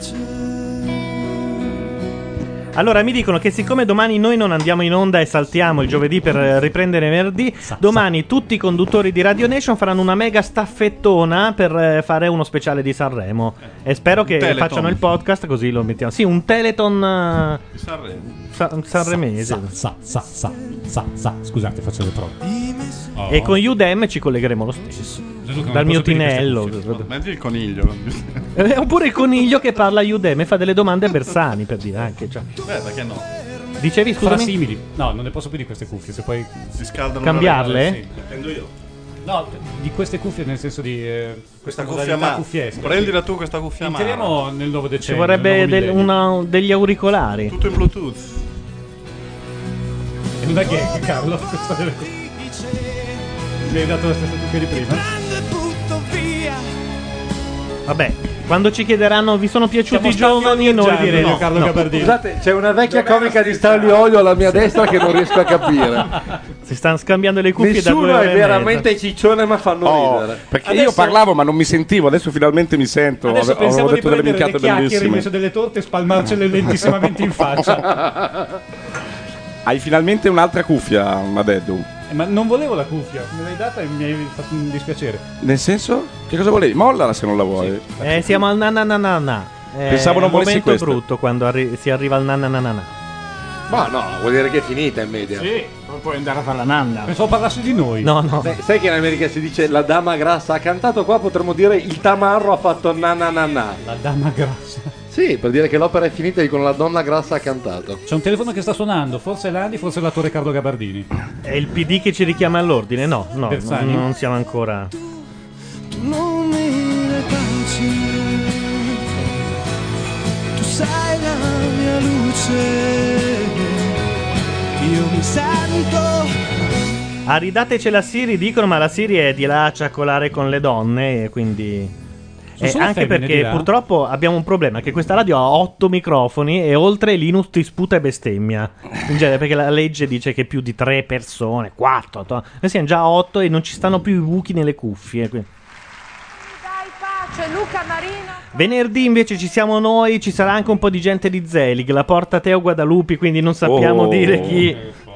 Allora, mi dicono che siccome domani noi non andiamo in onda e saltiamo il giovedì per eh, riprendere venerdì, domani tutti i conduttori di Radio Nation faranno una mega staffettona per eh, fare uno speciale di Sanremo. E spero che Teleton. facciano il podcast così lo mettiamo. Sì, un Teleton eh, Di Sanremo. sa- sanremese. Sa, sa, sa, sa, sa, sa. Scusate, faccio le prove. Oh. E con Udem ci collegheremo lo stesso. Gesù, che non Dal mio posso dire tinello. queste cuffie. Metti il coniglio. Eh, Oppure il coniglio che parla a Udem e fa delle domande a Bersani, per dire anche. Cioè. Beh, perché no? Dicevi, scusami? Fra simili. No, non ne posso più di queste cuffie. Se poi Si scaldano. Cambiarle? Sì. Prendo io. No, di queste cuffie nel senso di eh, Questa modalità cuffia ma cuffiesca. prendila tu questa cuffia ma Entriamo nel nuovo Ci decennio. vorrebbe nel nuovo del- millennio. una- degli auricolari. tutto in Bluetooth. È una gag, Carlo. Questa delle cuffie. Mi hai dato la stessa cuffia di prima? Vabbè, quando ci chiederanno vi sono piaciuti i Stiamo giovani, noi scampioneggiando, diremo no, Carlo no. Gabardini. Scusate, c'è una vecchia comica di Stanley Olio alla mia destra che non riesco a capire. Si stanno scambiando le cuffie da Nessuno due ore è e veramente mezza. ciccione, ma fanno Oh, ridere. perché Adesso- io parlavo ma non mi sentivo, adesso finalmente mi sento. Adesso Ave- pensiamo avevo di detto delle prendere le minchiate chiacchiere bellissime. invece delle torte e spalmarcele lentissimamente in faccia. Hai finalmente un'altra cuffia, Madeddu. Eh, ma non volevo la cuffia, me l'hai data e mi hai fatto un dispiacere. Nel senso? Che cosa volevi? Mollala se non la vuoi. Eh, siamo al nananana. Eh, Pensavo non è un volessi momento questa. brutto quando arri- si arriva al nananana. Ma no, vuol dire che è finita in media. Sì, poi puoi andare a fare la nanna. Pensavo parlassi di noi. No, no. Sai, sai che in America si dice la dama grassa ha cantato, qua potremmo dire il tamarro ha fatto na na na na. La dama grassa. Sì, per dire che l'opera è finita e con la donna grassa ha cantato. C'è un telefono che sta suonando, forse è Landi, forse è l'attore Carlo Gabardini. È il P D che ci richiama all'ordine? No, no, Bersani? non siamo ancora. Tu non mi dai pace, tu sei la mia luce, io mi sento. Ah, ridateci la Siri, dicono, ma la Siri è di là a ciaccolare con le donne, e quindi... Sono Eh, solo anche femmine perché di là? purtroppo abbiamo un problema, che questa radio ha otto microfoni e oltre Linus ti sputa e bestemmia. In genere, perché la legge dice che più di tre persone, quattro, to- noi siamo già a otto e non ci stanno più i buchi nelle cuffie. quindi- Dai pace, Luca Marino. Venerdì invece ci siamo noi, ci sarà anche un po' di gente di Zelig, la porta Teo Guadalupi, quindi non sappiamo Oh. dire chi.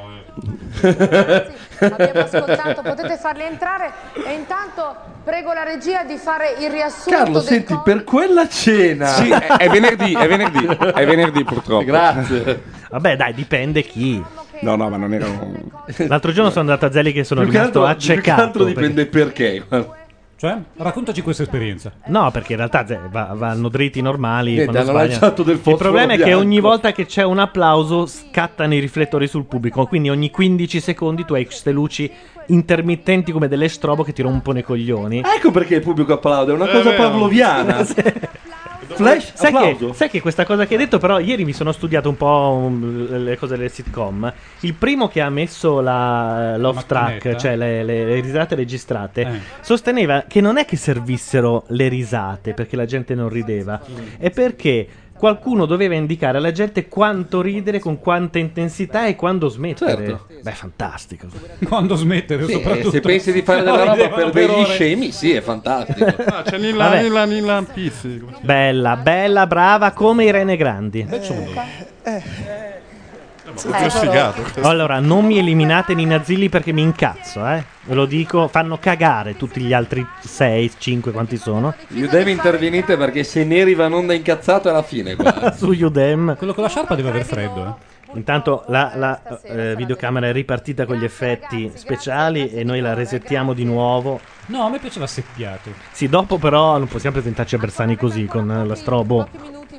Abbiamo ascoltato, potete farli entrare e intanto prego la regia di fare il riassunto Carlo, del senti, co- per quella cena. Sì, è, è venerdì, è venerdì, è venerdì purtroppo. Grazie. Vabbè, dai, dipende chi. No, no, ma non era un... L'altro giorno sono andato a Zelig e sono Più che rimasto altro- più che accecato. altro dipende perché. Cioè, raccontaci questa esperienza. No, perché in realtà ze- va- vanno dritti normali. Niente, quando hanno sbagliano. lanciato del Il fosforo problema è che bianco. ogni volta che c'è un applauso scattano i riflettori sul pubblico. Quindi ogni quindici secondi tu hai queste luci intermittenti come delle strobo che ti rompono i coglioni. Ecco perché il pubblico applaude, è una Eh, cosa vero. pavloviana. Flash, Sai che, applauso. sai che questa cosa che hai detto, però, ieri mi sono studiato un po' um, le cose delle sitcom. Il primo che ha messo la l'off track, macchinetta? cioè le, le- le risate registrate, Eh. sosteneva che non è che servissero le risate perché la gente non rideva, è perché qualcuno doveva indicare alla gente quanto ridere, con quanta intensità e quando smettere. Certo. Beh, fantastico. Quando smettere, Sì, soprattutto. se pensi di fare della roba per degli scemi, sì, è fantastico. Ah, c'è Nilla, Vabbè. Nilla, Nilla Pizzi. Bella, bella, brava come Irene Grandi. Proprio sfigato. Allora, non mi eliminate Nina Zilli perché mi incazzo, eh. Ve lo dico, fanno cagare tutti gli altri sei, cinque, quanti sono. Udem intervenite perché se Neri va in onda incazzato è la fine qua. Su Udem. Quello con la sciarpa deve aver freddo, eh. Intanto la, la, eh, videocamera è ripartita con gli effetti speciali e noi la resettiamo di nuovo. No, a me piaceva seppiato. Sì, dopo però non possiamo presentarci a Bersani così con eh, la strobo.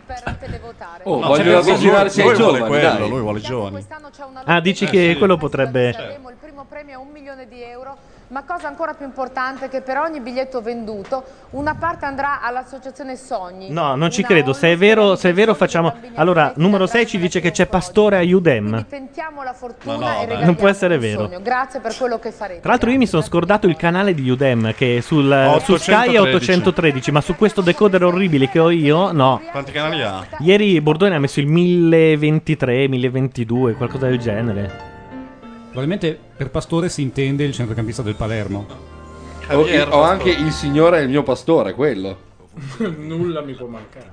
Oh, No, voglio c'è- avvicinarsi ai lui vuole giovani, quello, dai. lui vuole i giovani. Ah, dici Eh, che sì. quello potrebbe... Il primo premio è un milione di euro, ma cosa ancora più importante è che per ogni biglietto venduto una parte andrà all'associazione Sogni. No, non ci credo. Se è vero, se è vero facciamo... Allora, numero sei ci dice che c'è Pastore a Udem. Tentiamo la fortuna Ma no, e dai. regaliamo Non può essere un vero. sogno. Grazie per quello che farete. Tra l'altro io mi sono scordato il canale di Udem che sul, su Sky è ottocentotredici. ottocentotredici, ma su questo decoder orribile che ho io, no. Quanti canali ha? Ieri Bordone ha messo il mille ventitré, mille ventidue, qualcosa del genere. Probabilmente per Pastore si intende il centrocampista del Palermo. Ho, ho anche il Signore è il mio pastore, quello. Nulla mi può mancare.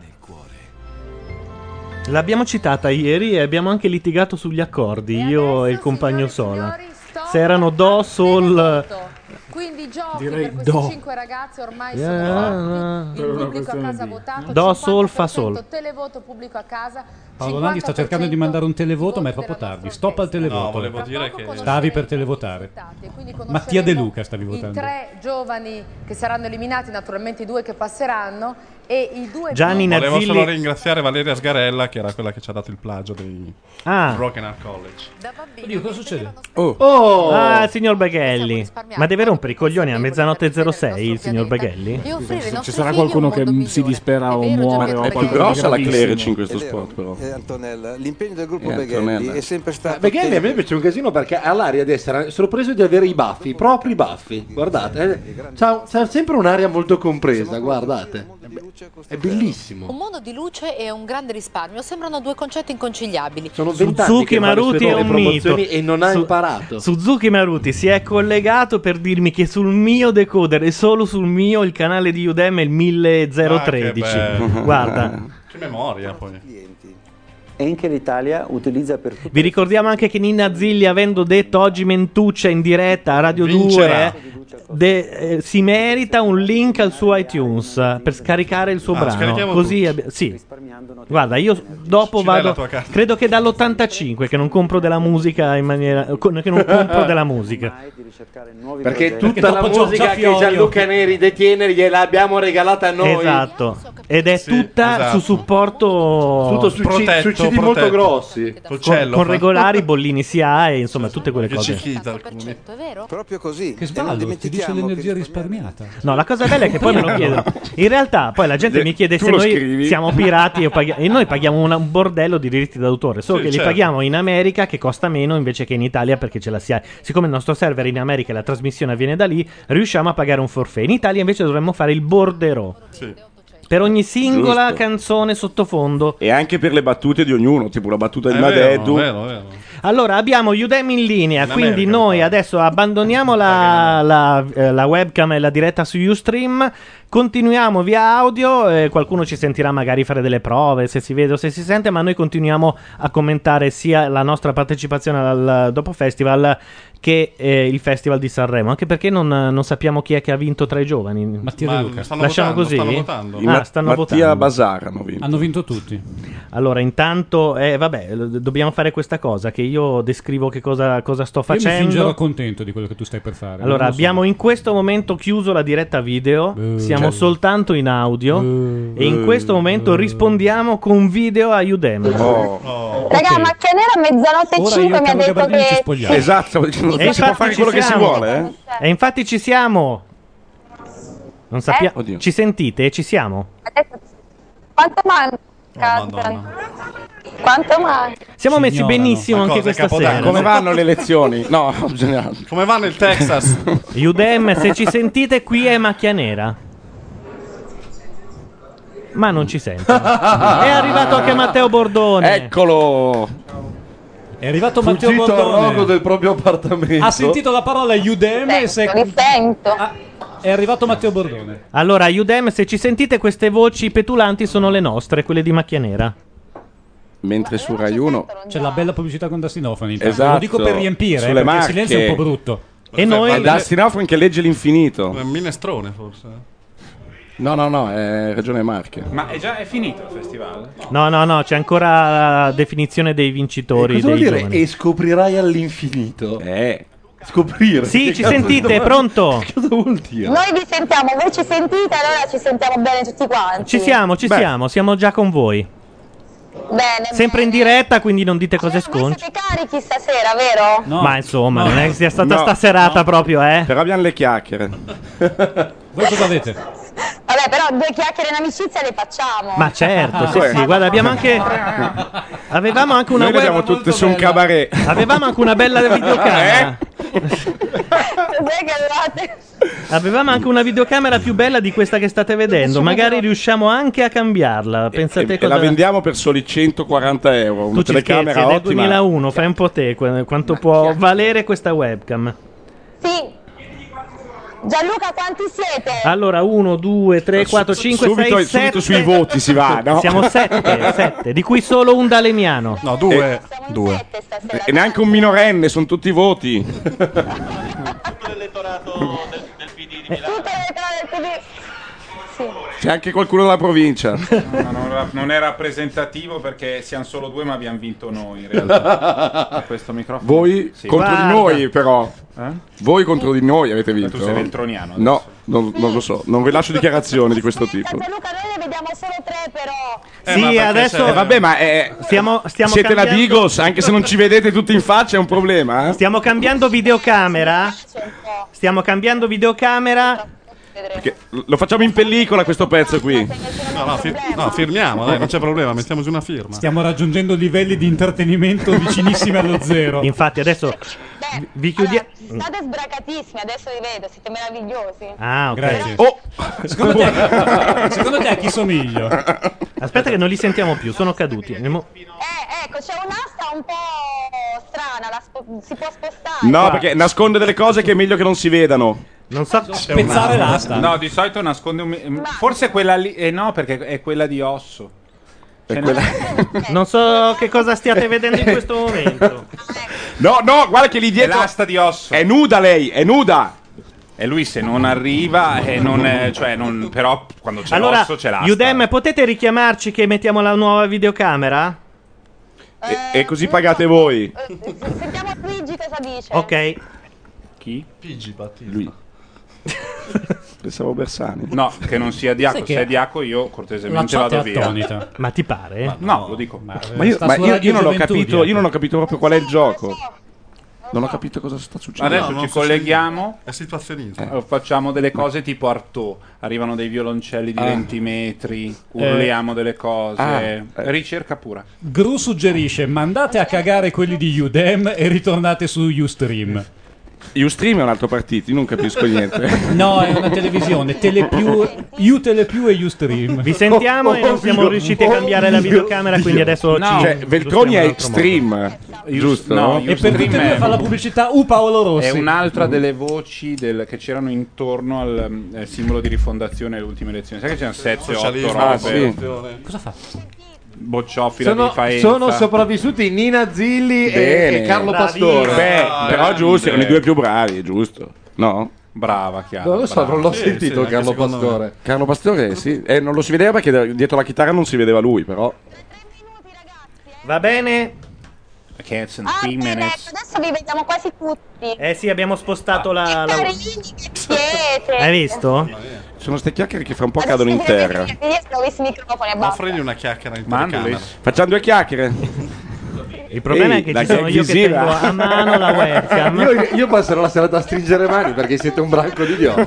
L'abbiamo citata ieri e abbiamo anche litigato sugli accordi, io e il compagno Sola. Se erano Do, Sol... Quindi i giochi Direi per questi do. cinque ragazzi ormai Yeah. sono Per il una pubblico a questione casa di- votato, Do, sol, fa, sol. cinquanta per cento televoto pubblico a casa. Paolo Landi sta cercando di mandare un televoto, ma è troppo tardi. Stop al televoto. No, volevo dire che- Stavi per televotare. Mattia De Luca stavi I votando. tre giovani che saranno eliminati, naturalmente i due che passeranno e i due Gianni più- Volevo Nazzilli- solo ringraziare Valeria Sgarella, che era quella che ci ha dato il plagio dei Ah. Broken Art College. Oddio, cosa succede? Oh. Oh. Ah, il signor Baghelli. Ma deve rompere i coglioni a mezzanotte e zero sei il signor Baghelli? Ci sarà qualcuno che si dispera o muore o È più qualcosa grossa la di Clerici in gravissimo. questo È vero. spot, però. Eh, Antonella, l'impegno del gruppo Eh, Beghelli Antonella. è sempre stato Beghelli a me piace un casino perché ha l'aria di essere sorpreso di avere i baffi, i propri baffi. Guardate, eh, c'ha, c'ha sempre un'aria molto compresa, guardate. È bellissimo. Un mondo di luce e un grande risparmio sembrano due concetti inconciliabili. Sono vent'anni Suzuki che fa le Maruti sue è nuove un mito. promozioni e non ha Su- imparato. Suzuki Maruti si è collegato per dirmi che sul mio decoder e solo sul mio il canale di Udem è il mille tredici. Ah, che bello. Guarda. Che memoria poi. E anche l'Italia utilizza per Vi ricordiamo anche che Nina Zilli, avendo detto oggi Mentuccia in diretta a Radio Vincerà. due, de- eh, si merita un link al suo iTunes eh, per scaricare il suo Ah, brano. scarichiamo Così tutto. abbi- sì. Guarda, io dopo Ci dai vado. la tua carta? Credo che dall'ottantacinque che non compro della musica in maniera. con- che non compro della musica. Perché tutta la musica che Gianluca Neri detiene gliel'abbiamo regalata a noi. Esatto. Ed è Sì, tutta esatto. su supporto. Tutto su C- su C D molto grossi. Con, con regolari, bollini si ha e insomma tutte quelle cose. proprio così. Che E non sballo, ti dice dimentichiamo l'energia che risparmiata. No, la cosa bella è che poi me lo chiedono. In realtà, poi la gente De- mi chiede tu se lo noi scrivi? siamo pirati e, paghi- e noi paghiamo una- un bordello di diritti d'autore. Solo Sì, che certo. li paghiamo in America, che costa meno invece che in Italia, perché ce la si ha. Siccome il nostro server è in America e la trasmissione avviene da lì, riusciamo a pagare un forfait. In Italia invece dovremmo fare il borderò. Per ogni singola Giusto. canzone sottofondo. E anche per le battute di ognuno, tipo la battuta di È Madeddu. vero, vero, vero. Allora, abbiamo Udemy in linea, In quindi America, noi adesso abbandoniamo la, la, eh, la webcam e la diretta su Ustream, continuiamo via audio, eh, qualcuno ci sentirà magari fare delle prove, se si vede o se si sente, ma noi continuiamo a commentare sia la nostra partecipazione al Dopo Festival che eh, il Festival di Sanremo, anche perché non, non sappiamo chi è che ha vinto tra i giovani. Mattia De Luca. stanno Lasciamo votando, così? stanno votando. Ah, Ma- stanno Mattia votando. Basara hanno vinto. Hanno vinto tutti. Allora, intanto, eh, vabbè, l- dobbiamo fare questa cosa, che io descrivo che cosa, cosa sto Io mi facendo. fingerò contento di quello che tu stai per fare. Allora, non lo so. abbiamo in questo momento chiuso la diretta video, siamo cioè- soltanto in audio e in questo momento rispondiamo con video a Udemy. Raga, Macchia Nera a mezzanotte e Ora cinque io e mi ha Carlo detto Gabardini ci che... spogliamo. Esatto, stavo dicendo, E si può infatti fare ci quello che si siamo. vuole, eh? E infatti ci siamo. Non sappiamo. Oddio. Ci sentite? Ci siamo. Quanto manca? Quanto manca? Siamo messi Signorano. benissimo Ma anche cosa, questa Capodanno? sera. Come vanno le elezioni? No, bisogna- Come va nel Texas? Udem, se ci sentite qui è Macchia Nera. ma non ci sentono. È arrivato anche Matteo Bordone. Eccolo. È arrivato Matteo Fuggito al Bordone. rogo del proprio appartamento. Ha sentito la parola Udem e se... Ah, è arrivato Matteo Bordone. Allora, Udem, se ci sentite, queste voci petulanti sono le nostre, quelle di Macchia Nera. Mentre su Rai uno c'è la bella pubblicità con Dustin Hoffman. Esatto. Lo dico per riempire, eh, Sulle perché il marche. silenzio è un po' brutto. E noi... È Dustin Hoffman che legge l'infinito. Un minestrone forse. No, no, no, è Regione Marche. Ma è già è finito il festival? No, no, no, c'è ancora la definizione dei vincitori. Cosa dei vuol dire? giovani. E scoprirai all'infinito. Eh. Scoprire. Sì, Che ci cazzo sentite, di- è pronto? Cosa vuol dire? Noi vi sentiamo, voi ci sentite, allora ci sentiamo bene tutti quanti. Ci siamo, ci Beh. siamo, siamo già con voi. Bene, Sempre in diretta, quindi non dite cose sconce. siete carichi stasera, vero? No. Ma insomma, No. non è che sia stata No. sta serata proprio, eh? Però abbiamo le chiacchiere. Voi cosa avete? Vabbè, però due chiacchiere in amicizia le facciamo. Ma certo, sì, Ah, sì, guarda, abbiamo anche. Avevamo anche una Noi le web. abbiamo tutte su un cabaret. Avevamo anche una bella videocamera. Cos'è che avevate? Avevamo anche una videocamera più bella di questa che state vedendo. Magari riusciamo anche a cambiarla. Pensate E, e cosa. la vendiamo per soli centoquaranta euro. Una Tu ci scherzi, telecamera è del ottima. duemilauno, fai un po' te qu- quanto può valere questa webcam. Sì. Gianluca, quanti siete? Allora, uno, due, tre, quattro, cinque, subito, sei, subito sette. sui voti si va, no? Siamo sette, sette, di cui solo un dalemiano. No, due. due. E neanche un minorenne, sono tutti voti. Tutto l'elettorale del P D. Sì. C'è anche qualcuno della provincia. No, non, ra- non è rappresentativo perché siamo solo due, ma abbiamo vinto noi in realtà. A questo microfono. Voi Sì. contro Guarda. di noi, però. Eh? Voi contro di noi avete vinto. tu sei veltroniano No, non, non lo so. Non vi lascio dichiarazioni di questo tipo. Gianluca, noi ne vediamo solo tre, però. Eh, ma Sì, perché adesso c'è- Eh, vabbè, ma è- stiamo, stiamo siete la cambiando- Digos, anche se non ci vedete tutti in faccia è un problema. Eh? Stiamo cambiando videocamera. Stiamo cambiando videocamera. Perché lo facciamo in pellicola questo pezzo qui. No, no, fir- no, firmiamo, dai, non c'è problema, mettiamoci una firma. Stiamo raggiungendo livelli di intrattenimento vicinissimi allo zero. Infatti, adesso vi- vi chiudiamo. State sbracatissimi, adesso vi vedo, siete meravigliosi. Ah, ok. Grazie. Oh! Secondo te, secondo te a chi somiglio? Aspetta, che non li sentiamo più, sono caduti. Andiamo- Eh, ecco, c'è un'asta un po' strana, la spo- si può spostare. No, perché nasconde delle cose che è meglio che non si vedano. Non so. Spezzare l'asta. No, di solito nasconde un. mi- Forse quella lì. Eh no, perché è quella di osso. Cioè, Non so che cosa stiate vedendo in questo momento. No, no, guarda che lì È dietro l'asta di osso. è nuda lei, è nuda. E lui se non arriva, e non è- cioè non, però quando c'è Allora, l'osso c'è l'asta. Udem, potete richiamarci che mettiamo la nuova videocamera? E, e così pagate voi. Sentiamo Luigi cosa dice. Ok. Chi? Pigi, Battista. Lui. Pensavo Bersani. No, che non sia Diaco. Sai Se che è Diaco io cortesemente Lasciate vado via. attonita. Ma ti pare? No, lo dico. Ma io, Sta ma sulla io- Radio io non ho Gioventù, capito, Diaco. io non ho capito proprio qual è il gioco. Non ho capito cosa sta succedendo. Adesso No, non ci so colleghiamo. È situazionismo. eh, Facciamo delle cose tipo Artaud. Arrivano dei violoncelli di Ah. venti metri. Urliamo delle cose. Ah, eh. Ricerca pura. Gru suggerisce: mandate a cagare quelli di Udem e ritornate su Ustream. Ustream è un altro partito, io non capisco niente. No, è una televisione. Telepiù, U Telepiù e Ustream. Vi sentiamo e non siamo Ovvio, riusciti a cambiare la ovvio, videocamera, quindi adesso No, ci Cioè, Veltroni è illustriamo in un altro modo. Stream, giusto? no, E per tutte e due fa la pubblicità U Paolo Rossi. È un'altra delle voci del- che c'erano intorno al mm, eh, simbolo di rifondazione alle ultime elezioni. Sai che c'erano sette otto Socialismo, robe? Ah, sì. Cosa fa? Bocciofila Sono, di Faenza. sono sopravvissuti Nina Zilli e, Bene. e Carlo Bravissimo. Pastore. Beh, Ah, però grande. giusto, erano i due più bravi, giusto? No? Brava, chiaro. Non lo so, brava. non l'ho Sì, sentito sì, anche Carlo secondo me. Pastore. Carlo Pastore, sì. Eh, non lo si vedeva perché da- dietro la chitarra non si vedeva lui, però. Va bene? Cats and Ah, three bene, minutes. ecco, adesso vi vediamo quasi tutti. Eh sì, abbiamo spostato la. la... Carini che siete. Hai visto? Sono ste chiacchiere che fra un po' Adesso cadono in vi vedete terra. che Io ho visto i microfoni e basta. Offrigli una chiacchiera in Mandoli. telecamera. Facciamo due chiacchiere. Il problema Ehi, è che la ci sono io che visiva. tengo a mano la webcam. Io, io passerò la serata a stringere mani perché siete un branco di idioti.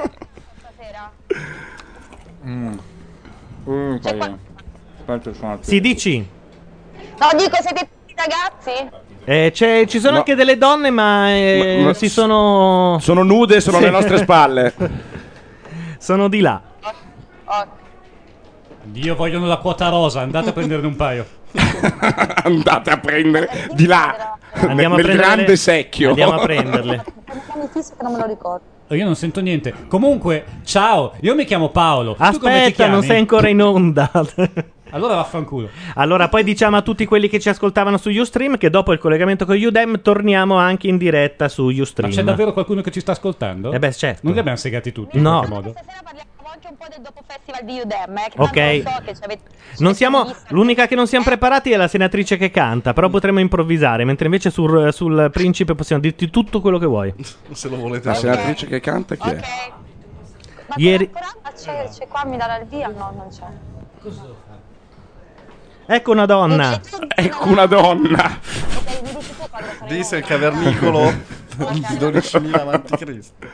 Mm. Mm, poi- Aspetta, sono- Si dici? No, dico, siete tutti ragazzi? Eh, c'è- ci sono No. anche delle donne, ma, eh, Ma- ma- si sono. Sono nude, sono Sì. alle nostre spalle. Sono di là. Oh. Dio, vogliono la quota rosa, andate a prenderne un paio. Andate a prendere di là, Andiamo a nel prendere grande le- secchio. andiamo a prenderle. Mi fisso che non me lo ricordo. Io non sento niente. Comunque, ciao, io mi chiamo Paolo. Tu come ti Aspetta, chiami? non sei ancora in onda. Allora vaffanculo. Allora, poi diciamo a tutti quelli che ci ascoltavano su Ustream che dopo il collegamento con Udem torniamo anche in diretta su Ma Ustream. c'è davvero qualcuno che ci sta ascoltando? Eh beh, certo. Non li abbiamo segati tutti No. in qualche modo. Anche un po' del dopo festival di Udem, eh, che Ok. tanto so che ci avete... Non siamo, l'unica che non siamo preparati è la senatrice che canta, però potremmo improvvisare, mentre invece sul, sul principe possiamo dirti tutto quello che vuoi. Se lo volete. La senatrice che canta chi è? Ma Ieri- Ah, c'è, c'è qua, mi dà il via? No, non c'è. Ecco una donna. Ecco una donna. Disse il cavernicolo di dodicimila avanti Cristo.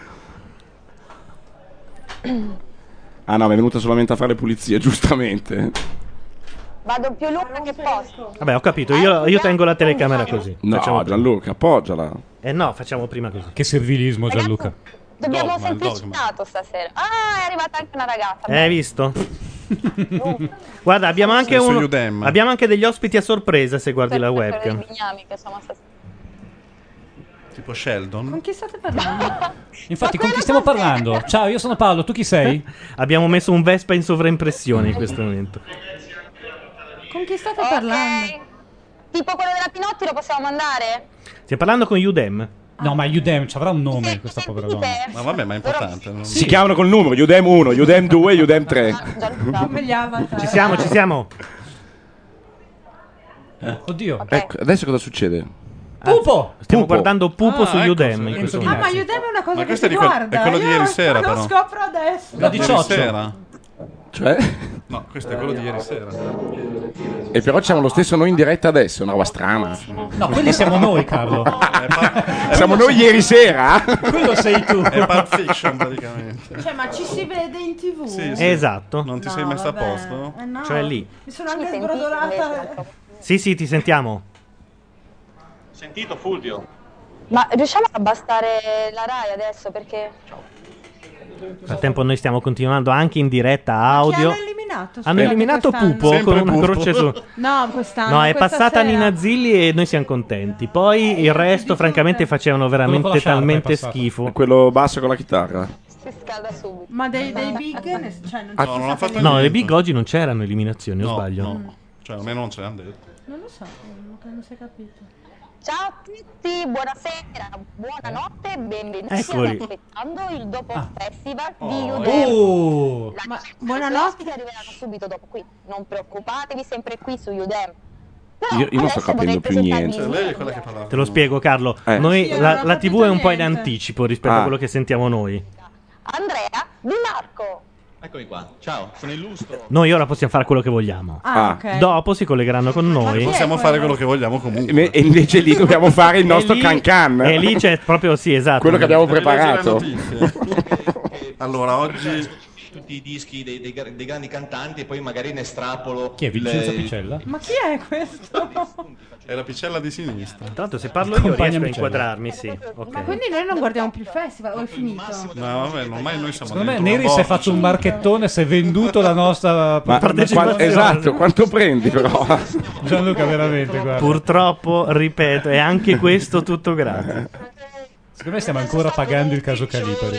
Ah no, ma è venuta solamente a fare le pulizie, giustamente. Vado più lunga che posso. Vabbè, ho capito, io, io tengo la telecamera così. No, Facciamo- Gianluca, appoggiala. Eh no, facciamo prima così. Che servilismo, Gianluca. Dobbiamo Dogma, il semplificato stasera. Ah, è arrivata anche una ragazza. Eh, hai visto? Guarda, abbiamo anche, Sei su un, Udem. abbiamo anche degli ospiti a sorpresa se guardi la Per i webcam. bignami che insomma stasera. Tipo Sheldon. Con chi state parlando? Infatti, con chi stiamo parlando? Ciao, io sono Paolo, tu chi sei? Abbiamo messo un Vespa in sovraimpressione in questo momento. Con chi state Ok. parlando? Tipo quello della Pinotti lo possiamo mandare? Stiamo parlando con Udem. No, ma Udem ci avrà un nome questa povera donna. Ma vabbè, ma è importante. non- Si chiamano col numero, Udem uno, Udem due, Udem tre. Come gli avatar. Ci siamo, ci siamo. Oddio. Ecco, adesso cosa succede? Pupo! Stiamo Pupo. guardando Pupo Ah, su ecco, Udem sì, in questo Ah, momento. ma Udem è una cosa Ma che questo si è di quel- guarda. è quello di Io ieri sera, lo però. scopro adesso. La Di diciotto. ieri sera? Cioè? No, questo è quello di ieri sera. E però siamo lo stesso noi in diretta adesso, è una roba strana. No, quelli siamo noi, Carlo. Siamo noi ieri sera? Quello sei tu. È Pulp Fiction praticamente. Cioè, ma ci si vede in tv? Sì, sì. Esatto. Non ti No, sei messa a vabbè. posto? Eh, no. Cioè lì. Mi sono anche Ci sentite sbrodolata. invece? Sì, sì, ti sentiamo. Sentito Fulvio? Ma riusciamo a abbassare la Rai adesso perché... Nel frattempo noi stiamo continuando anche in diretta Chi audio. hanno eliminato? Hanno Scusate, eliminato quest'anno? Pupo Sempre con una Pupo. croce su. No, quest'anno. No, è questa passata sera. Nina Zilli e noi siamo contenti. Poi il resto, francamente, facevano Quello con veramente la sciarpa è talmente passato. schifo. Quello basso con la chitarra. Si scalda subito. Ma dei, dei big, ne- cioè, non Ah, ci no, non sono ha fatto stati- No, le niente. big oggi non c'erano eliminazioni, o No, sbaglio? no. Cioè, almeno non ce l'hanno detto. Non lo so, non non si è capito. Ciao a tutti, buonasera, buonanotte, benvenuti Eccoli. ad aspettando il dopo Ah. festival di Oh. Udem. Oh. La Ma chat e gli buonanotte. ospiti arriveranno subito dopo qui. Non preoccupatevi, sempre qui su Udem. Però Io- io non sto adesso capendo dovrei più presentarvi niente. Cioè, il lei è mio. quella che parlava. Te lo spiego, Carlo. Eh. Noi, Sì, la, non ho la T V è un capito po' in niente. anticipo rispetto Ah. a quello che sentiamo noi. Andrea Di Marco. Eccomi qua. Ciao, sono illustro. Noi ora possiamo fare quello che vogliamo. Ah, Ah. ok. Dopo si collegheranno con noi. Possiamo fare quello che vogliamo comunque. E invece lì dobbiamo fare il nostro E lì- can can. E lì c'è proprio, sì, esatto. Quello che abbiamo Devi leggere le preparato. notizie. Allora, oggi Tutti i dischi dei, dei, dei grandi cantanti e poi magari ne estrapolo. Chi è Vincenzo le- Picella? Ma chi è questo? è la picella di sinistra. Tra l'altro, se parlo io Compagna riesco a Micella. inquadrarmi, sì. Ma Ok. quindi noi non guardiamo più il festival, o è finito? No, vabbè, ormai noi siamo Secondo me dentro Neri una si è box. fatto un marchettone, si è venduto la nostra Ma partecipazione. qua- esatto, quanto prendi però? Gianluca, veramente, guarda. Purtroppo, ripeto, è anche questo tutto gratis. Secondo me stiamo ancora pagando il caso Calipari.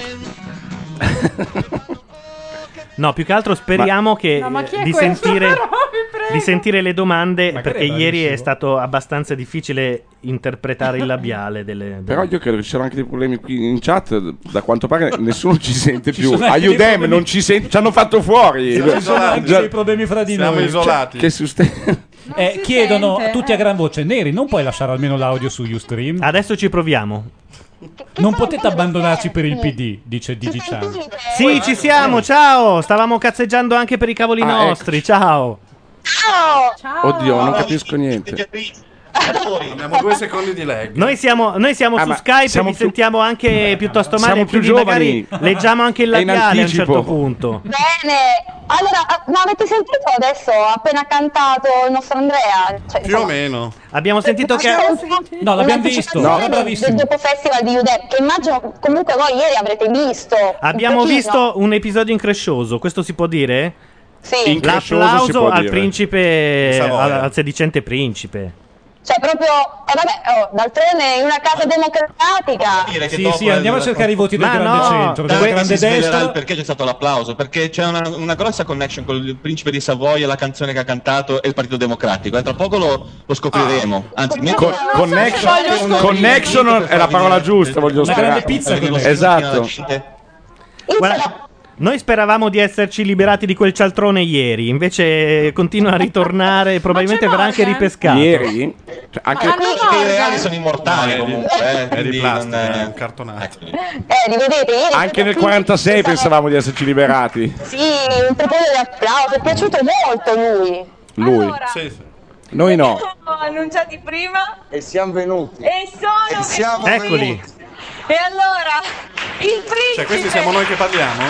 No, più che altro speriamo che No, ma chi è di questo? sentire Però, vi prego. di sentire le domande, Magari perché è ieri è bravissimo. stato abbastanza difficile interpretare il labiale delle, delle- Però io credo che ci siano anche dei problemi qui in chat. Da quanto pare nessuno ci sente Ci più. sono anche A dei Udem problemi. non ci sente. Ci hanno fatto fuori. Siamo Ci sono isolati. anche dei problemi fra di Siamo noi. isolati. Che suste- Eh, si chiedono sente, tutti eh. a gran voce: Neri, non puoi lasciare almeno l'audio su Ustream? Adesso ci proviamo. Non potete abbandonarci per il P D, dice Didi Ci Chan. sentite? Sì, ci siamo, ciao! Stavamo cazzeggiando anche per i cavoli Ah, nostri, ciao! Ciao! Ciao. Oddio, non capisco niente. Abbiamo due secondi di lag. Noi siamo, noi siamo Ah, su ma Skype siamo e vi più- sentiamo anche piuttosto male, Siamo più quindi giovani. magari leggiamo anche il È in labiale a un anticipo. certo punto. Bene, allora, ah, ma avete sentito adesso, ha appena cantato il nostro Andrea? Cioè, Più insomma, o meno. Abbiamo sentito che... No, l'abbiamo un'anticipazione visto, del- era bravissimo. del dopo festival di Udem, che immagino comunque voi ieri avrete visto. un Abbiamo pochino. visto un episodio increscioso, questo si può dire? Sì. L'applauso al dire. principe, Savoia. al, al sedicente principe. Cioè proprio, eh, vabbè, oh, d'altronde in una casa democratica. Sì, sì, andiamo a cercare i voti del Ma grande no, centro, della Dai, grande si svelerà destra. il perché c'è stato l'applauso, perché c'è una, una grossa connection con il principe di Savoia, la canzone che ha cantato e il Partito Democratico. E tra poco lo, lo scopriremo. Anzi, mentre- Co- connection, connection è la parola giusta, voglio Una sperare. grande pizza con- Esatto. Guarda, noi speravamo di esserci liberati di quel cialtrone ieri, invece continua a ritornare e probabilmente verrà anche ripescato. Ieri? Cioè, anche... i reali sono immortali comunque. Eh, È di quindi plastica, non è è- un cartonato. Eh, li vedete, ieri Anche nel quarantasei pensavamo di esserci liberati. Sì, un tripolo di applauso, è piaciuto molto lui. Lui. Sì, sì. Noi no. Annunciati prima E siamo venuti. e sono E siamo Eccoli. venuti. E allora, il principe. Cioè, questi siamo noi che parliamo?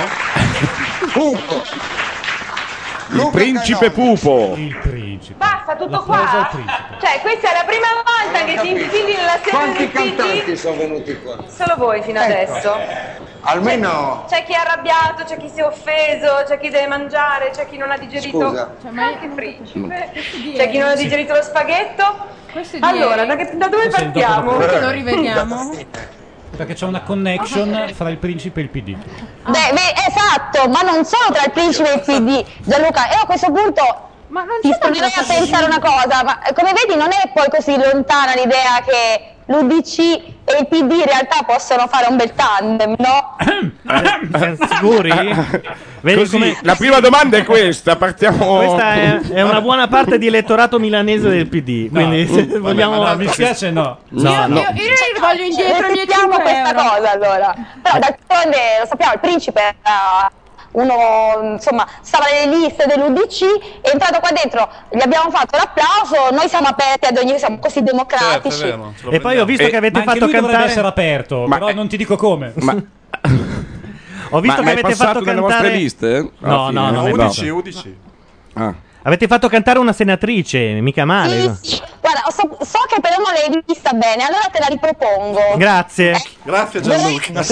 Il principe Pupo. Il principe. Basta, tutto L'applauso qua? al principe. Cioè, questa è la prima volta che ti infili nella sede Quanti del P D? cantanti sono venuti qua? Solo voi fino Ecco. adesso. Almeno C'è chi è arrabbiato, c'è chi si è offeso, c'è chi deve mangiare, c'è chi non ha digerito. Scusa. Cioè, ma anche il principe. di C'è chi non ha ieri. digerito lo spaghetto. Questo è di Allora, ieri. da, che- da dove Questo è il dopo partiamo? dopo. Lo rivediamo. Perché c'è una connection fra il principe e il P D. Beh, beh, esatto, ma non solo tra il principe e il P D, Gianluca. E a questo punto Ma non ti c'è sporgerei a tanta pensare una cosa, ma eh, come vedi non è poi così lontana l'idea che l'U D C e il P D in realtà possono fare un bel tandem, no? Siamo sicuri? Vedi Così, come- la prima domanda è questa, partiamo... Questa è, è una buona parte di elettorato milanese del P D. Quindi se Vabbè, vogliamo. ma no, mi spiace no. No, Io, no. io, io voglio indietro i miei Repetiamo cinque questa euro. cosa allora. Però d'altronde lo sappiamo, il principe era uno, insomma, stava nelle liste dell'U D C, è entrato qua dentro, gli abbiamo fatto l'applauso, noi siamo aperti ad ogni, siamo così democratici. Certo, è vero, ce lo E poi ho visto Eh, che avete Ma anche fatto lui dovrebbe cantare. essere aperto, Ma- però non ti dico come. Ma, Ho visto ma- che ma è avete passato fatto nelle cantare. vostre liste? No, Alla no, fine? non è U D C, passato. U D C. Ah. Avete fatto cantare una senatrice, mica male. Sì, guarda, so, so che però non l'hai vista bene, allora te la ripropongo. Grazie. Grazie Gianluca.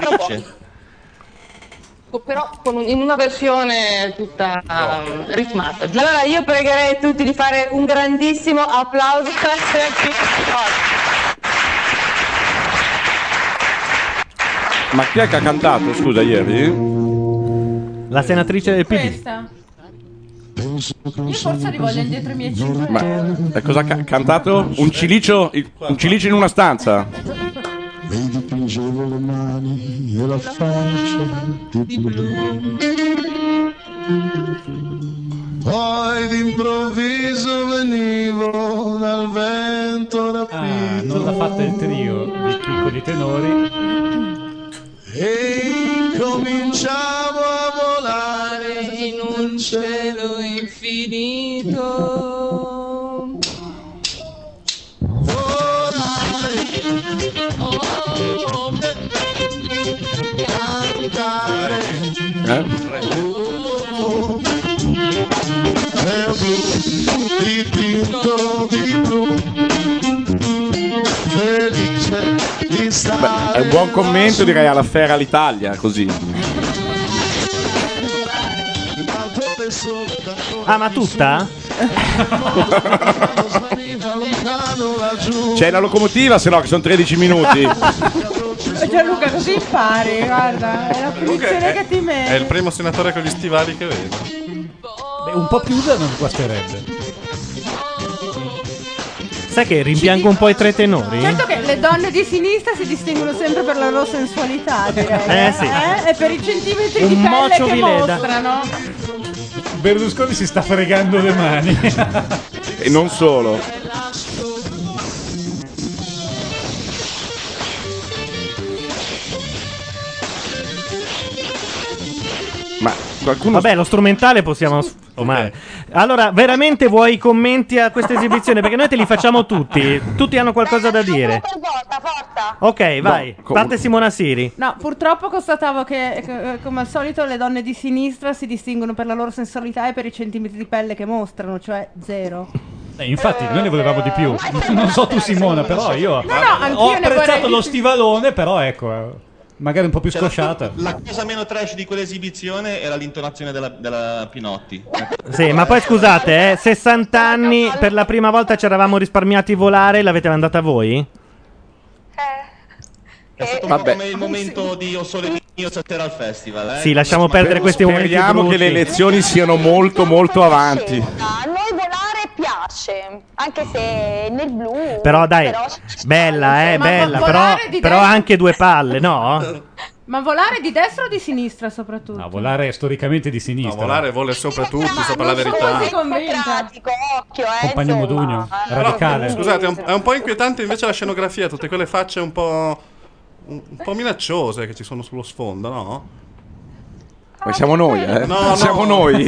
Però con un- in una versione tutta um, ritmata. Allora io pregherei tutti di fare un grandissimo applauso alla senatrice. Ma chi è che ha cantato, scusa, ieri? La senatrice del P D. Questa. Io forse rivoglio indietro i miei cinque Ma euro. e cosa ha ca- cantato? Un cilicio, un cilicio in una stanza? Vedi pingevo le mani e la faccia di blu. Poi d'improvviso venivo dal vento rapito. Ah, non l'ha fatta il trio di Chicco di tenori. E cominciamo a volare in un cielo infinito. Cantare Eh? è blu, dipinto di blu, felice di Beh, stare. è un buon commento, direi, alla Fera all'Italia, così. Ah, ma tutta? C'è la locomotiva, se no, che sono tredici minuti. Gianluca, così impari, guarda, è la Comunque punizione che è, ti è il meriti. primo senatore con gli stivali che vedo. Beh, un po' più usa non guasterebbe. Sai che rimpiango un po' i tre tenori? Certo che le donne di sinistra si distinguono sempre per la loro sensualità, direi. Eh, sì. Eh? E per i centimetri Un di pelle mocio che Vileda. mostrano. Berlusconi si sta fregando le mani. E non solo. Ma qualcuno... Vabbè, lo strumentale possiamo sfumare. Allora, veramente vuoi i commenti a questa esibizione? Perché noi te li facciamo tutti. Tutti hanno qualcosa da dire. Ok, vai. com- Parte Simona Siri. No, purtroppo constatavo che, eh, come al solito, le donne di sinistra si distinguono per la loro sensualità e per i centimetri di pelle che mostrano, cioè zero. Eh, infatti, noi ne volevamo di più. Non so tu, Simona, però io No, no, anch'io ho ne apprezzato vorrei- lo stivalone, però ecco. eh. magari un po' più Cioè, la- scosciata. La cosa meno trash di quell'esibizione era l'intonazione della, della Pinotti. Sì, ma poi scusate, eh, sessanta anni, per la prima volta ci eravamo risparmiati volare, l'avete mandata voi? È stato un po' come il momento di O Sole Mio stasera al festival. Eh? Sì, lasciamo perdere questi momenti Speriamo brutti. che le elezioni siano molto molto avanti. A noi volare piace, anche se nel blu. Però dai, però- bella, eh, Ma bella, vo- però, volare di però destra- anche due palle, no? Ma volare di destra o di sinistra soprattutto? No, volare è storicamente di sinistra. No, volare vuole sopra tutti, sopra la Non sono verità. così convinta. Occhio, eh, Compagno insomma. Modugno, Però, radicale. scusate, è un, è un po' inquietante invece la scenografia, tutte quelle facce un po'. un po' minacciose che ci sono sullo sfondo, no? Ma siamo noi, eh? No, no. Siamo noi.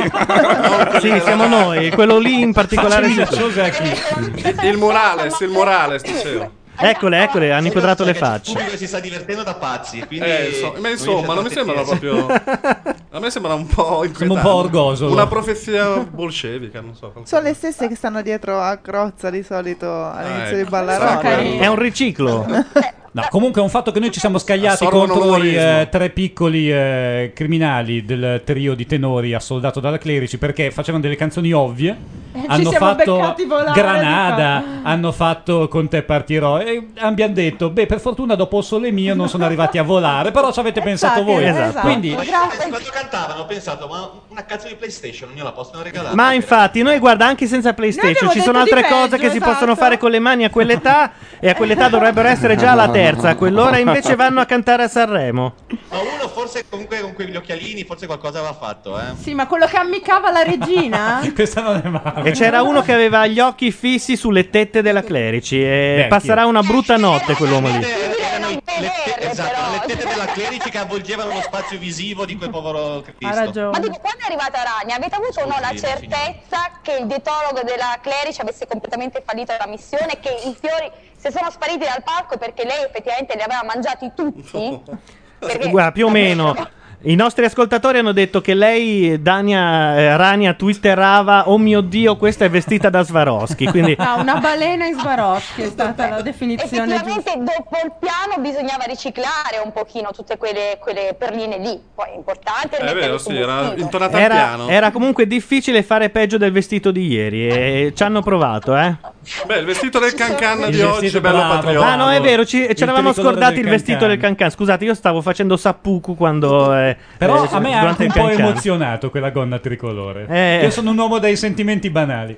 Sì, siamo noi, quello lì in particolare. Facce minacciose a chi? Il murales, il murales, dicevo. Eccole, eccole, hanno inquadrato le facce. Pubblico si sta divertendo da pazzi. Quindi Eh, so- ma insomma, non mi sembrano proprio. A me sembra un po' inquietante. Sembra un po' orgoso. Una profezia bolscevica, non so. Sono le stesse che stanno dietro a Crozza di solito all'inizio ecco. di Ballarone. È un riciclo. No, comunque è un fatto che noi ci siamo scagliati Assorbono contro i l'umorismo. eh, tre piccoli eh, criminali del trio di tenori assoldato dalla Clerici perché facevano delle canzoni ovvie. Eh, ci hanno siamo fatto beccati volare, Granada, dico. hanno fatto Con te partirò e abbiamo detto, beh, per fortuna dopo il Sole Mio non sono arrivati a volare, però ci avete pensato Esatto, voi. esatto. Quindi Grazie. Quando cantavano ho pensato, ma una cazzo di PlayStation non gliela possono regalare? Ma infatti, noi guarda, anche senza PlayStation ci sono altre detto di cose peggio, che si esatto. possono fare con le mani a quell'età e a quell'età dovrebbero essere già alla terza, a quell'ora invece vanno a cantare a Sanremo. Ma uno forse comunque con quegli occhialini forse qualcosa aveva fatto, eh? Sì, ma quello che ammiccava la regina? questa non è male. E c'era uno che aveva gli occhi fissi sulle tette della Clerici e Beh, passerà una brutta notte quell'uomo lì. Erano i- le, te- esatto, le tette della Clerici che avvolgevano lo spazio visivo di quel povero Cristo. Ha ragione. Ma dico, quando è arrivata Ragna, avete avuto o no la Sì, certezza che il dietologo della Clerici avesse completamente fallito la missione, che i fiori se sono spariti dal palco perché lei effettivamente li aveva mangiati tutti? Perché- Guarda, più o meno. I nostri ascoltatori hanno detto che lei, Dania eh, Rania, twitterava: oh mio Dio, questa è vestita da Swarovski. Quindi Ah, una balena in Swarovski è stata la definizione giusta. Effettivamente dopo il piano bisognava riciclare un pochino tutte quelle, quelle perline lì. Poi è importante È rimettere vero, su sì, era vestito. intonata al era, piano. era comunque difficile fare peggio del vestito di ieri e ci hanno provato, eh. Beh, il vestito del cancan Il di oggi vestito è bello bravo. patriota. Ah no, è vero, ci, ci eravamo tricolore scordati del il vestito Cancan. del cancan. Scusate, io stavo facendo sappuku quando eh, Però eh, a me ha durante anche un il po' Cancan. emozionato quella gonna tricolore. Eh. Io sono un uomo dai sentimenti banali.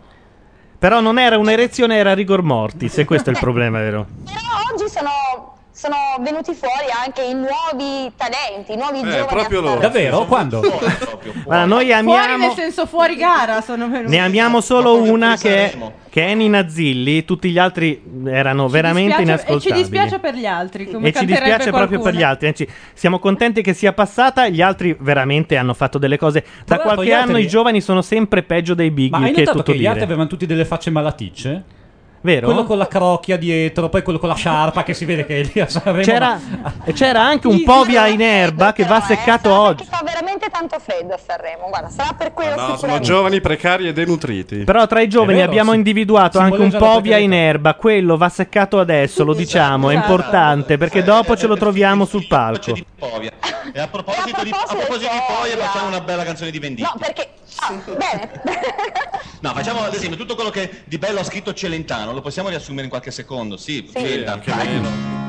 Però non era un'erezione, era rigor mortis, e questo è il problema, vero? Però oggi sono, sono venuti fuori anche i nuovi talenti, i nuovi Eh, giovani. proprio loro. Davvero? Quando? Guarda, noi Fuori amiamo, nel senso fuori gara sono venuti. ne amiamo solo proprio una fuori che è, Sanremo. che è Nina Zilli, tutti gli altri erano Ci veramente dispiace- inascoltabili. E ci dispiace per gli altri, come E ci canterebbe dispiace proprio per qualcuno. gli altri. Anzi, siamo contenti che sia passata. Gli altri veramente hanno fatto delle cose. Da Tra l'altro qualche gli anno altri- i giovani sono sempre peggio dei big. Ma hai che è notato tutto che gli dire. altri avevano tutti delle facce malaticce? Vero? Quello con la crocchia dietro, poi quello con la sciarpa che si vede che è lì a Sanremo. C'era, ma- c'era anche un povia in erba che va seccato oggi. Fa veramente tanto freddo a Sanremo, guarda, sarà per quello No, sono sicuramente. giovani, precari e denutriti. Però tra i giovani vero, abbiamo sì. individuato anche un Simboleggiano povia in precarietà. erba. Quello va seccato adesso, lo diciamo, è importante perché dopo ce lo troviamo sul palco. Povia. E a proposito, di, a proposito di Povia facciamo una bella canzone di vendita. No, perché... Ah, bene. No, facciamo ad esempio tutto quello che di bello ha scritto Celentano, lo possiamo riassumere in qualche secondo? Sì, Celentano. anche meno.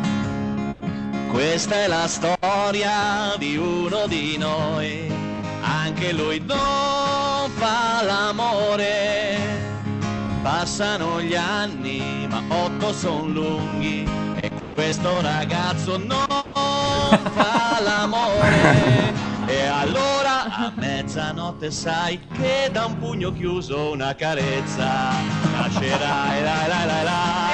Questa è la storia di uno di noi, anche lui non fa l'amore. Passano gli anni, ma otto son lunghi, e questo ragazzo non fa l'amore. E allora a mezzanotte sai che da un pugno chiuso una carezza nascerai, la la la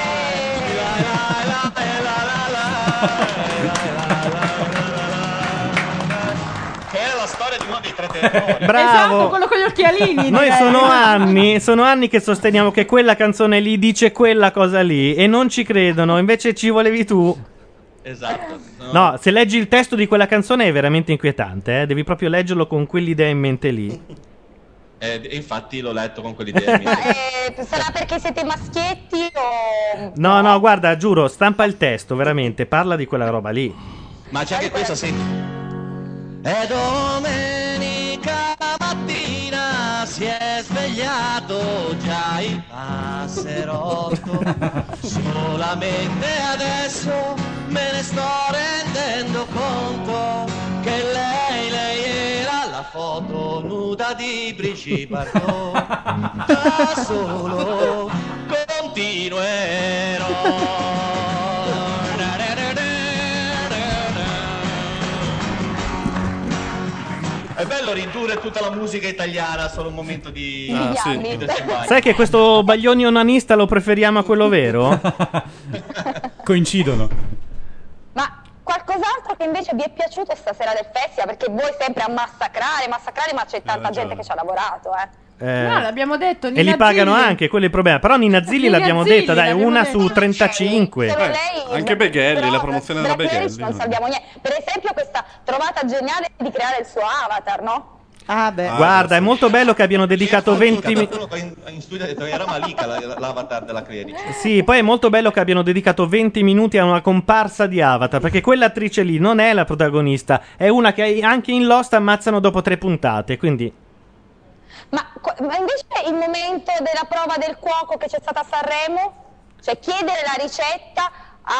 Che era la storia di uno dei tre tenori. Bravo. Esatto, quello con gli occhialini. Noi direi. sono anni, sono anni che sosteniamo che quella canzone lì dice quella cosa lì e non ci credono, invece ci volevi tu. Esatto. No, se leggi il testo di quella canzone è veramente inquietante, eh? Devi proprio leggerlo con quell'idea in mente lì. Eh, infatti l'ho letto con quell'idea. in mente. Eh, sarà perché siete maschietti o... No, no, guarda, giuro, stampa il testo, veramente, parla di quella roba lì. Ma c'è anche questa, senti. È domenica mattina, si è svegliato già il passerotto. Solamente adesso me ne sto rendendo conto che lei, lei era la foto nuda di Brigitte Bardot. Da solo continuerò. È bello ridurre tutta la musica italiana solo un momento di... Ah, sì. di testimoni. Sai che questo Baglioni onanista lo preferiamo a quello vero? Coincidono. Ma qualcos'altro che invece vi è piaciuto stasera del festival? Perché voi sempre a massacrare, massacrare, ma c'è tanta gente che ci ha lavorato, eh. Eh, No, l'abbiamo detto. e li Nina pagano Zilli. anche, quello è il problema. Però Nina Zilli Nina l'abbiamo Zilli detta, dai, l'abbiamo una detto. su trentacinque. Solo lei, Anche Beghelli, però la promozione della della Clerici Beghelli. non salviamo niente. Per esempio questa trovata geniale di creare il suo avatar, no? Ah, beh. Guarda, è molto bello che abbiano dedicato venti minuti. Qualcuno in, in studio ha detto che era Malika la- l'avatar della Clerici. Sì, poi è molto bello che abbiano dedicato venti minuti a una comparsa di Avatar, perché quell'attrice lì non è la protagonista, è una che anche in Lost ammazzano dopo tre puntate, quindi... Ma, co- ma invece il momento della prova del cuoco che c'è stata a Sanremo, cioè chiedere la ricetta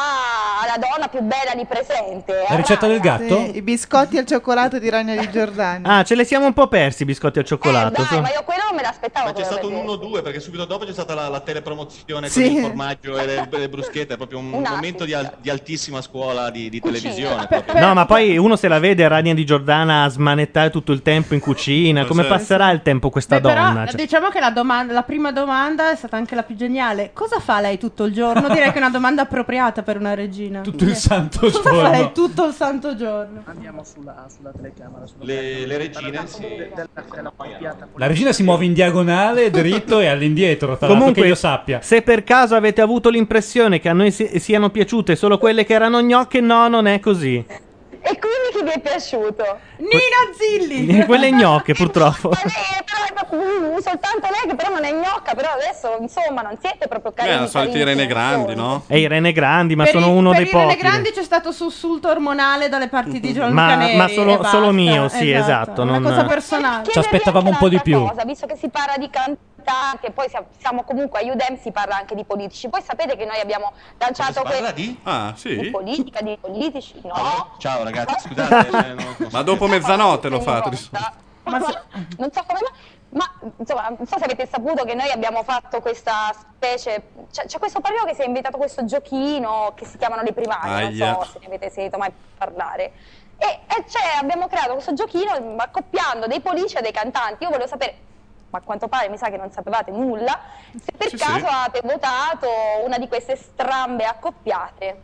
a- alla donna più bella lì presente. La ricetta del gatto? Sì, i biscotti al cioccolato di Ragna di Giordani. Ah, ce le siamo un po' persi i biscotti al cioccolato. Eh, Dai, ma io quello non me l'aspettavo. Ma c'è come stato un vedere. uno due perché subito dopo c'è stata la, la telepromozione Sì. con il formaggio e le, le bruschette, è proprio un, Un momento di, al- di altissima scuola di, di Cucina. televisione. Per- proprio. No, ma poi uno se la vede Ragna di Giordana a smanettare tutto il tempo in cucina. Come Sì. passerà il tempo questa Beh, però donna? Cioè- diciamo che la, domanda, la prima domanda è stata anche la più geniale. Cosa fa lei tutto il giorno? Direi che è una domanda appropriata per una regina. Tutto il santo Cosa fa lei giorno. tutto il santo giorno? Andiamo sulla, sulla telecamera. Sulla Le, le regine, sì. della, della poppiata. La regina si muove in diagonale, dritto e all'indietro, tra l'altro, Comunque, che io sappia. se per caso avete avuto l'impressione che a noi si- siano piaciute solo quelle che erano gnocche, no, non è così. E quindi chi vi è piaciuto? Nina Zilli! Quelle gnocche, purtroppo. Ma lei, però, mm, soltanto lei che però non è gnocca, però adesso insomma non siete proprio Eh, carini. la solita carini, Irene Grandi, carini. no? E Irene Grandi, ma Per sono i- uno per dei Irene pochi. Grandi c'è stato sussulto ormonale dalle parti di Gianluca Ma- Neri. ma solo- e basta. solo mio, sì, esatto, Una non- cosa personale. Ci aspettavamo un po' di più. Cosa, visto che si parla di cantanti, poi siamo, siamo comunque a Udem, si parla anche di politici. Poi sapete che noi abbiamo lanciato Parla que- di? Ah, di sì? politica, di politici, no? Ciao ragazzi, scusate. eh, non- Ma dopo mezzanotte lo fate. di solito. Ma se- non so come mai, ma insomma, non so se avete saputo che noi abbiamo fatto questa specie, c'è, c'è questo periodo che si è inventato questo giochino che si chiamano le primarie, Aia. non so se ne avete sentito mai parlare. E, e cioè abbiamo creato questo giochino accoppiando dei politici a dei cantanti. Io volevo sapere, ma a quanto pare mi sa che non sapevate nulla, se per Sì, caso sì. avete votato una di queste strambe accoppiate.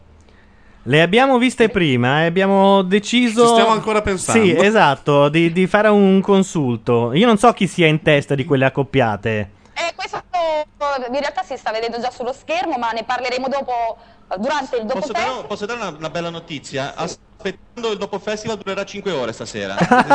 Le abbiamo viste prima e abbiamo deciso. Ci stiamo ancora pensando. Sì, esatto, di, di fare un consulto. Io non so chi sia in testa di quelle accoppiate. E questo in realtà si sta vedendo già sullo schermo, ma ne parleremo dopo, durante il dopo Posso dare, posso dare una, una bella notizia? Aspettando il dopo festival durerà cinque ore stasera.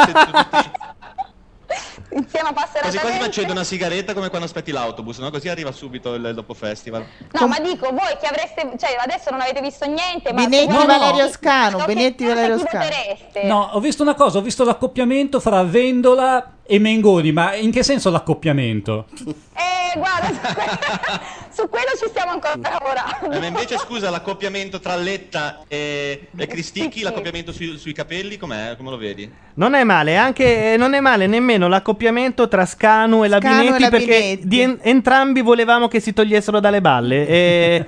insieme a Quasi quasi mi Passeratamente. accendo una sigaretta come quando aspetti l'autobus, no? Così arriva subito il, il dopo festival. No, ma dico, voi che avreste, cioè adesso non avete visto niente, ma Benetti se voi- Valerio Scanu, Che Benetti cosa Valerio chi Scanu. votereste? No, ho visto una cosa, ho visto l'accoppiamento fra Vendola e Mengoni, ma in che senso l'accoppiamento? Eh, guarda, su, que- su quello ci stiamo ancora lavorando. Eh, ma invece scusa, l'accoppiamento tra Letta e, e Cristicchi, l'accoppiamento sui, sui capelli, com'è? Come lo vedi? Non è male, anche non è male nemmeno l'accoppiamento tra Scanu e Scanu e Labinetti, perché Labinetti. di en- entrambi volevamo che si togliessero dalle balle. E...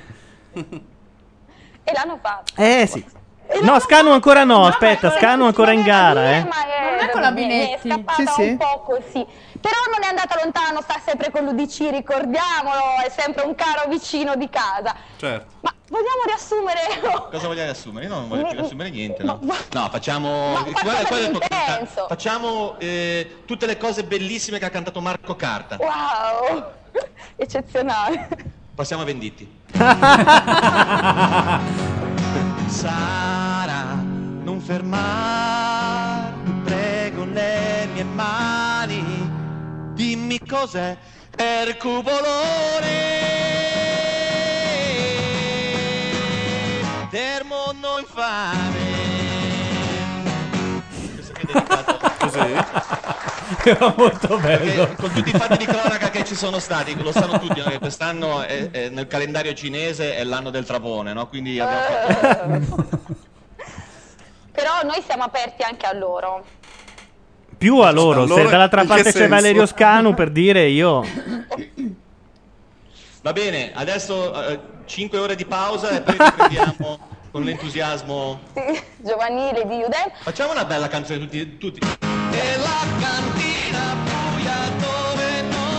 E l'hanno fatto. Eh sì. No, Scanu ancora no, aspetta, Scanu ancora in gara, eh. Ma è, Non è con la mi è Binetti. scappata Sì, sì. un po' così. Però non è andata lontano, sta sempre con l'U D C, ricordiamolo, è sempre un caro vicino di casa. Certo. Ma vogliamo riassumere? Cosa vogliamo riassumere? Io non voglio più Mi- riassumere niente, Ma- no? ma- No, facciamo... Ma guarda, qualcosa guarda di il tuo- intenso. Facciamo eh, tutte le cose bellissime che ha cantato Marco Carta. Wow, eccezionale. Passiamo a Venditti. Sara, non fermarti, prego le mie mani. Dimmi cos'è Ercubolone. Termo non infame. Così? Era molto bello. Perché con tutti i fatti di cronaca che ci sono stati, lo sanno tutti, no? Che quest'anno è, è nel calendario cinese è l'anno del trapone, no? Quindi abbiamo fatto... Però noi siamo aperti anche a loro. Più a loro, Allora, se dall'altra in che parte c'è senso? Valerio Scanu, per dire io. Va bene, adesso cinque ore di pausa e poi riprendiamo con l'entusiasmo. Sì, giovanile di Udem. Facciamo una bella canzone tutti. tutti. E la cantina buia dove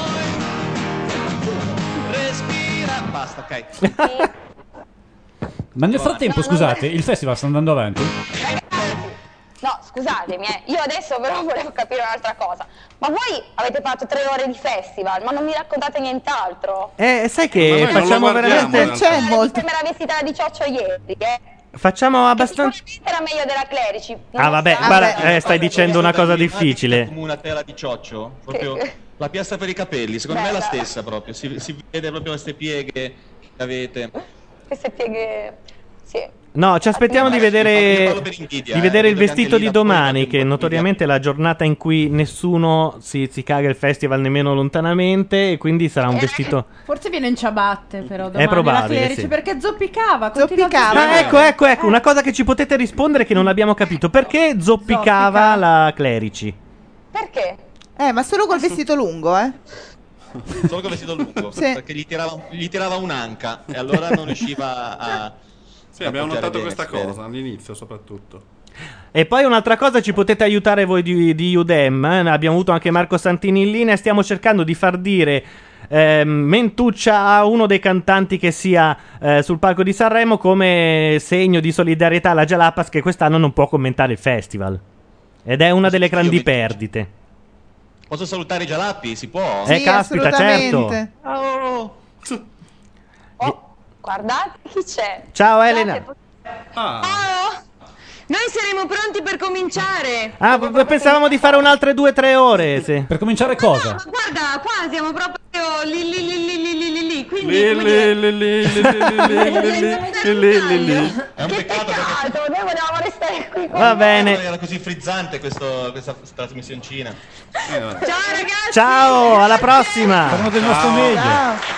noi respira. Basta, ok. Ma nel frattempo, scusate, il festival sta andando avanti? No, scusatemi, eh. Io adesso però volevo capire un'altra cosa. Ma voi avete fatto tre ore di festival, ma non mi raccontate nient'altro? Eh, sai che facciamo veramente. C'è molto. Me l'avessi data di cioccio ieri, eh. Facciamo abbastanza. Era meglio della Clerici. Ah, vabbè, guarda, eh, stai dicendo una cosa difficile. Come una tela di cioccio, proprio la piastra per i capelli, secondo me è la stessa proprio. Si, si vede proprio queste pieghe che avete. Queste pieghe. Sì. No, ci aspettiamo di vedere, parlo per invidia, di vedere eh, il vedo che vestito anche di lì la domani, che notoriamente è la giornata in cui nessuno si, si caga il festival nemmeno lontanamente, e quindi sarà un vestito. Forse viene in ciabatte, però domani probabile, la Clerici, sì. perché zoppicava, continua a Ma ecco, ecco, ecco, una cosa che ci potete rispondere che non abbiamo capito. Perché zoppicava la Clerici? Perché? Eh, ma solo col vestito lungo, eh. Solo col vestito lungo, Sì. perché gli tirava, gli tirava un'anca e allora non riusciva a... Sì, abbiamo appoggiare notato bene, questa spero. cosa all'inizio soprattutto. E poi un'altra cosa, ci potete aiutare voi di, di Udem, eh? Abbiamo avuto anche Marco Santini in linea, stiamo cercando di far dire ehm, Mentuccia a uno dei cantanti che sia eh, sul palco di Sanremo come segno di solidarietà alla Jalapas, che quest'anno non può commentare il festival. Ed è una delle grandi perdite. Posso salutare i Jalappi? Si può? Eh, caspita, certo. Oh. Guardate chi c'è. Ciao Elena. Ciao. Noi saremo pronti per cominciare. Ah, p- pensavamo di fare un'altre due o tre ore. Sì. Per cominciare cosa? Ma guarda, qua siamo proprio lì lì lì lì lì lì lì lì. Quindi Lì, come lì, dire- lì, lì, lì, lì, lì, lì, lì, lì. È un Che peccato peccato, noi volevamo restare qui. con Va voi. bene. Era così frizzante questo, questa trasmissioncina. Ciao ragazzi. Ciao, alla prossima. Faremo del nostro meglio. Ciao.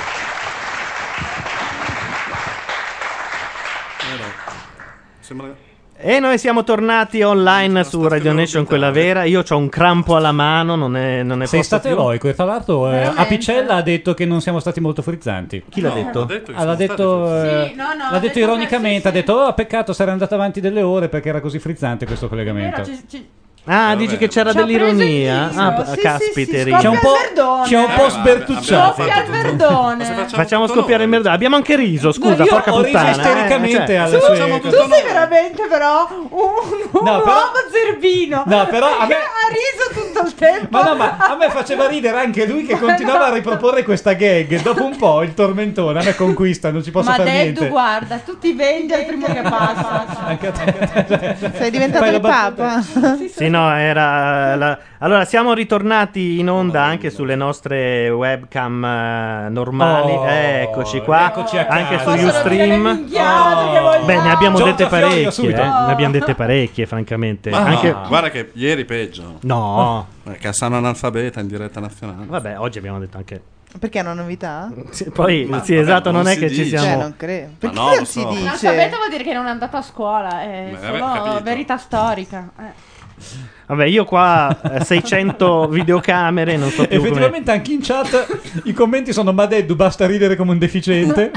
Sembra... E noi siamo tornati online su Radio Nation, quella vera. Io ho un crampo alla mano, non è, non ne Sei posso stato più. eroico e tra l'altro eh, Veramente? Apicella ha detto che non siamo stati molto frizzanti. Chi l'ha No, detto? ha detto che Ah, l'ha sono detto, stati eh, Sì, no, no, l'ha ha detto detto ironicamente, che- ha detto oh peccato sarà andato avanti delle ore perché era così frizzante questo collegamento. Vero, ci- ci- Ah, Eh, dici vabbè. che c'era Ci ha dell'ironia. preso in Ah, giro. p- Sì, caspiteri. sì, sì, C'è un scoppia po', il verdone. c'è un po' Eh, vabbè, sbertucciati. Scoppia il verdone. Facciamo scoppiare il merdato. Abbiamo anche riso, scusa, No, io porca ho riso puttana. istericamente eh, cioè. alle Tu, sue tu cose. sei veramente però un, un No, però- uomo zerbino. No, però a me- ha riso tutto il tempo. Ma no, ma a me faceva ridere anche lui che continuava a riproporre questa gag. Dopo un po' il tormentone a me conquista, non ci posso Ma fare Deddu, niente. guarda, tu ti vendi al primo che passa. Anche a te. Sei diventato Fai la il papa. Sì, no, era la- allora siamo ritornati in onda anche sulle nostre webcam eh, normali. Oh, Eccoci qua, eccoci a anche casa. su Possono dire le Ustream. minchiate che vogliono. Beh, ne abbiamo Giorgia dette Fioria, parecchie, subito. eh. Ne abbiamo dette parecchie, francamente. Ma Anche... no, guarda che ieri peggio. No, Perché Cassano analfabeta in diretta nazionale. vabbè, oggi abbiamo detto anche. Perché è una novità? Sì, poi, Ma sì, vabbè, esatto, non, non è si che ci dice. Cioè, siamo. non credo. Perché no, lo non si so. dice? Analfabeta vuol dire che non è andato a scuola, è Beh, vabbè, ho solo capito. verità storica. Eh. Vabbè, io qua eh, seicento videocamere, non so più come. Effettivamente anche in chat i commenti sono ma Deddu basta ridere come un deficiente.